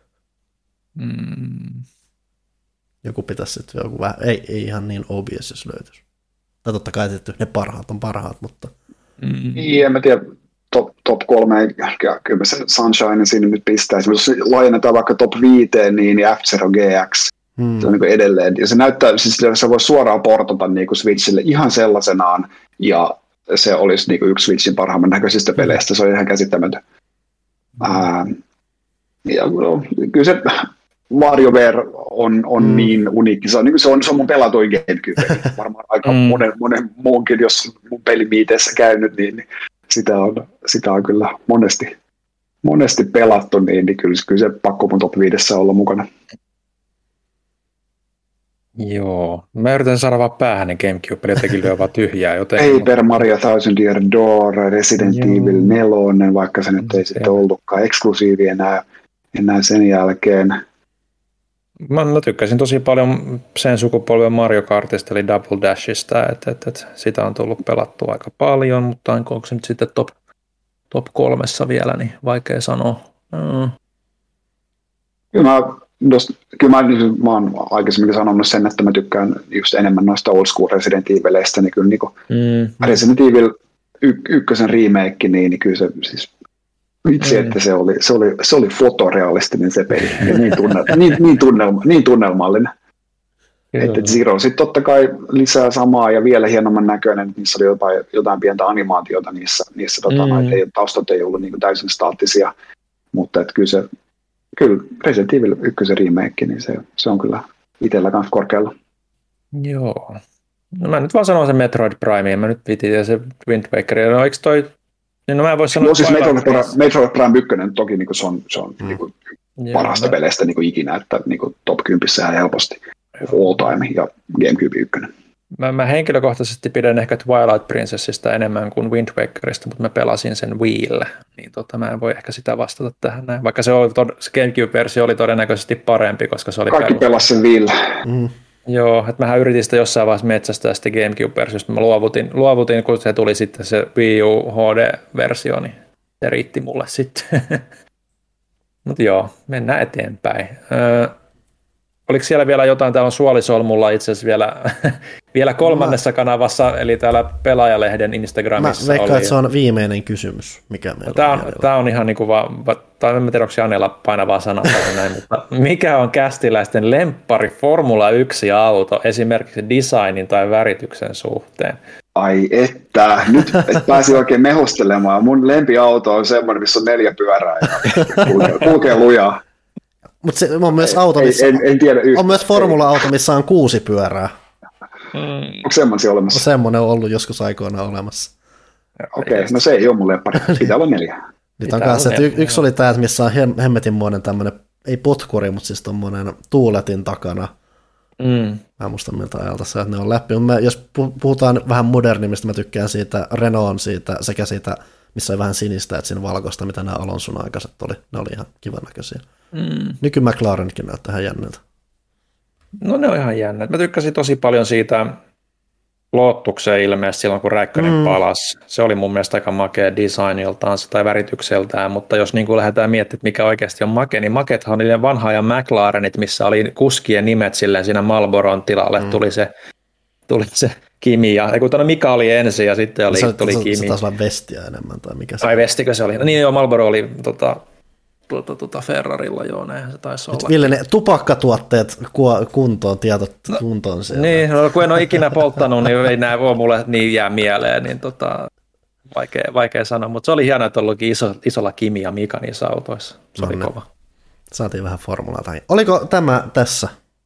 Mm. Joku pitäisi sitten joku vähän, ei, ei ihan niin obvious, jos löytyisi. Tai totta kai tietysti ne parhaat on parhaat, mutta... Mm. Niin, en mä tiedä, top, top kolme, kyllä se Sunshine sinne nyt pistäisi. Jos laajennetaan vaikka top viiteen, niin F-Zero G X, mm. se on niin edelleen. Ja se näyttää, siis se voi suoraan portata niin kuin Switchille ihan sellaisenaan, ja se olisi niin kuin yksi Switchin parhaimman näköisistä peleistä, se on ihan käsittämätön. Ää, ja no, kyllä se WarioWare on, on mm. niin uniikki, se on, niin se on, se on mun pelatuin GameCube, varmaan aika mm. monen, monen muunkin, jos mun pelimiiteessä käynyt, niin, niin sitä, on, sitä on kyllä monesti, monesti pelattu, niin, niin kyllä, kyllä se pakko mun top viidessä olla mukana. Joo, mä yritän saada vaan päähän ne GameCube-pelit, jotenkin lyö vaan tyhjää. Jotenkin. Paper Mario Thousand Year Door, Resident Joo. Evil neljä, vaikka se nyt ei sitten ollutkaan eksklusiivi enää, enää sen jälkeen. Mä, mä tykkäsin tosi paljon sen sukupolven Mario Kartista, eli Double Dashista, että et, et, sitä on tullut pelattua aika paljon, mutta onko se nyt sitten top, top kolmessa vielä, niin vaikea sanoa. Mm. Kyllä mä Dos, kyllä mä, mä oon aikaisemmin sanonut sen, että mä tykkään just enemmän noista old school Resident Evileistä, niin kyllä niin kuin mm. Resident Evil y- ykkösen remake, niin, niin kyllä se siis vitsi, mm. että se oli, se oli, se oli fotorealistinen se peli, ja niin, tunne, niin, niin, tunnelma, niin tunnelmallinen. Että Zero sitten totta kai lisää samaa ja vielä hienomman näköinen, niissä oli jotain, jotain pientä animaatiota niissä, niissä tota, mm. ei, taustat ei ollut niin kuin täysin staattisia, mutta että kyllä se Kyllä Resident Evil ykkösen remake, niin se, se on kyllä itsellä kanssa korkealla. Joo. No mä nyt vaan sanon sen Metroid Prime, mä nyt piti ja se Wind Waker. No eikö toi, niin no mä vois sanoa... No siis Metroid, Metroid Prime yksi toki niin se on, se on mm. niin parhaasta peleistä niin ikinä, että niin top kymmenen helposti all time ja GameCube yksi. Mä, mä henkilökohtaisesti pidän ehkä Twilight Princessista enemmän kuin Wind Wakerista, mutta mä pelasin sen Wiillä, niin tota, mä en voi ehkä sitä vastata tähän näin. Vaikka se, oli, se GameCube-versio oli todennäköisesti parempi, koska se oli... Kaikki pelasi sen Wiillä. Mm. Joo, että mähän yritin sitä jossain vaiheessa metsästää sitä GameCube-versiosta. Mä luovutin, luovutin, kun se tuli sitten se Wii U H D-versio, niin se riitti mulle sitten. Mutta joo, mennään eteenpäin. Öö, oliko siellä vielä jotain, täällä on Suolisolmulla itse asiassa vielä, vielä kolmannessa mä, kanavassa, eli täällä Pelaajalehden Instagramissa. Mä veikkaan, oli, että se on viimeinen kysymys, mikä meillä tämä on. on, tämä on ihan niin kuin vaan, tai en tiedä, onko Janella painavaa sanaa näin, mutta mikä on kästiläisten lemppari Formula yksi auto, esimerkiksi designin tai värityksen suhteen? Ai että, nyt et pääsi oikein mehustelemaan. Mun lempiauto on semmoinen, missä on neljä pyörää ja kulkee, kulkee lujaa. Mutta se on myös auto, missä, en, en tiedä on myös formula-auto, missä on kuusi pyörää. Mm. Onko semmoisia olemassa? No, semmoinen on ollut joskus aikoinaan olemassa. Okei, okay, no se ei ole mun lemppari. Pitää olla neljä. Nyt on kanssa, että y- yksi oli tämä, missä on hemmetinmoinen tämmöinen, ei potkuri, mutta siis tommoinen tuuletin takana. Mm. Mä en muista miltä ajalta se, että ne on läpi. Mä, jos puhutaan vähän modernimmista, mä tykkään siitä Renaultin siitä, sekä siitä, missä on vähän sinistä, että siinä valkoista, mitä nämä Alonson aikaiset oli. Ne oli ihan kivan näköisiä. Mm. Nyky McLarenkin näyttää ihan jännältä. No ne on ihan jännät. Mä tykkäsin tosi paljon siitä Lotukseen ilmeisesti silloin, kun Räikkönen mm. palasi. Se oli mun mielestä aika makea designiltaan tai väritykseltään, mutta jos niin kuin lähdetään miettimään, mikä oikeasti on makea, niin makeethan oli ne vanha ja McLarenit, missä oli kuskien nimet silleen siinä Marlboron tilalle. Mm. Tuli se, tuli se Kimi ja, kun tuonne Mika oli ensin ja sitten oli, se, tuli se, Kimi. Se taisi olla Vestia enemmän tai mikä se Ai Vestikö se oli? No niin joo, Marlboro oli tota, tuota, tuota Ferrarilla, joo, näinhän se taisi olla. Ville, ne tupakkatuotteet kuntoon, tietot no, kuntoon siellä. Niin, no, kun en ole ikinä polttanut, niin ei nämä voi mulle niin jää mieleen, niin tota, vaikea, vaikea sanoa, mutta se oli hienoa, että ollutkin iso, isolla Kimi ja Mika niissä autoissa. Se no, oli kova. Saatiin vähän formulaa tähän. Oliko tämä tässä?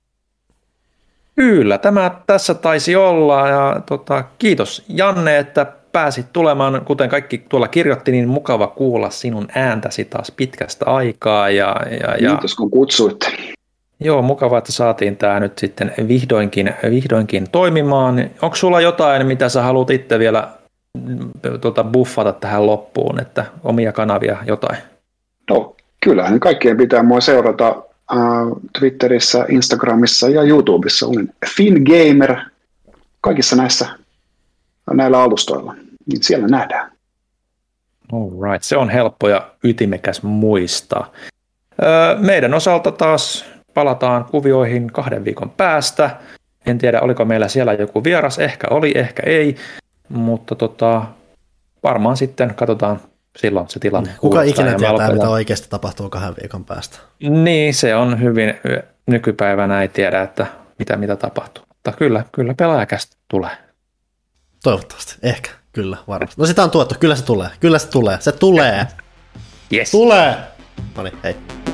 Kyllä, tämä tässä taisi olla ja tota, kiitos Janne, että pääsit tulemaan, kuten kaikki tuolla kirjoitti, niin mukava kuulla sinun ääntäsi taas pitkästä aikaa. Ja, ja, ja, kiitos kun kutsuitte. Joo, mukavaa, että saatiin tämä nyt sitten vihdoinkin, vihdoinkin toimimaan. Onko sulla jotain, mitä sä haluat itse vielä tuota, buffata tähän loppuun, että omia kanavia jotain? No, kyllähän kaikkien pitää mua seurata äh, Twitterissä, Instagramissa ja YouTubessa. Olen FinGamer kaikissa näissä näillä alustoilla, niin siellä nähdään. All right. Se on helppo ja ytimekäs muistaa. Öö, meidän osalta taas palataan kuvioihin kahden viikon päästä. En tiedä, oliko meillä siellä joku vieras. Ehkä oli, ehkä ei. Mutta tota, varmaan sitten katsotaan silloin se tilanne. Kuka ikinä tietää, mitä oikeasti tapahtuu kahden viikon päästä. Niin, se on hyvin nykypäivänä ei tiedä, että mitä, mitä tapahtuu. Mutta kyllä, kyllä pelaajakästä tulee. Toivottavasti, ehkä, kyllä, varmasti. No sitä on tuottu, kyllä se tulee, kyllä se tulee, se tulee. Yes. Tulee! Noniin, hei.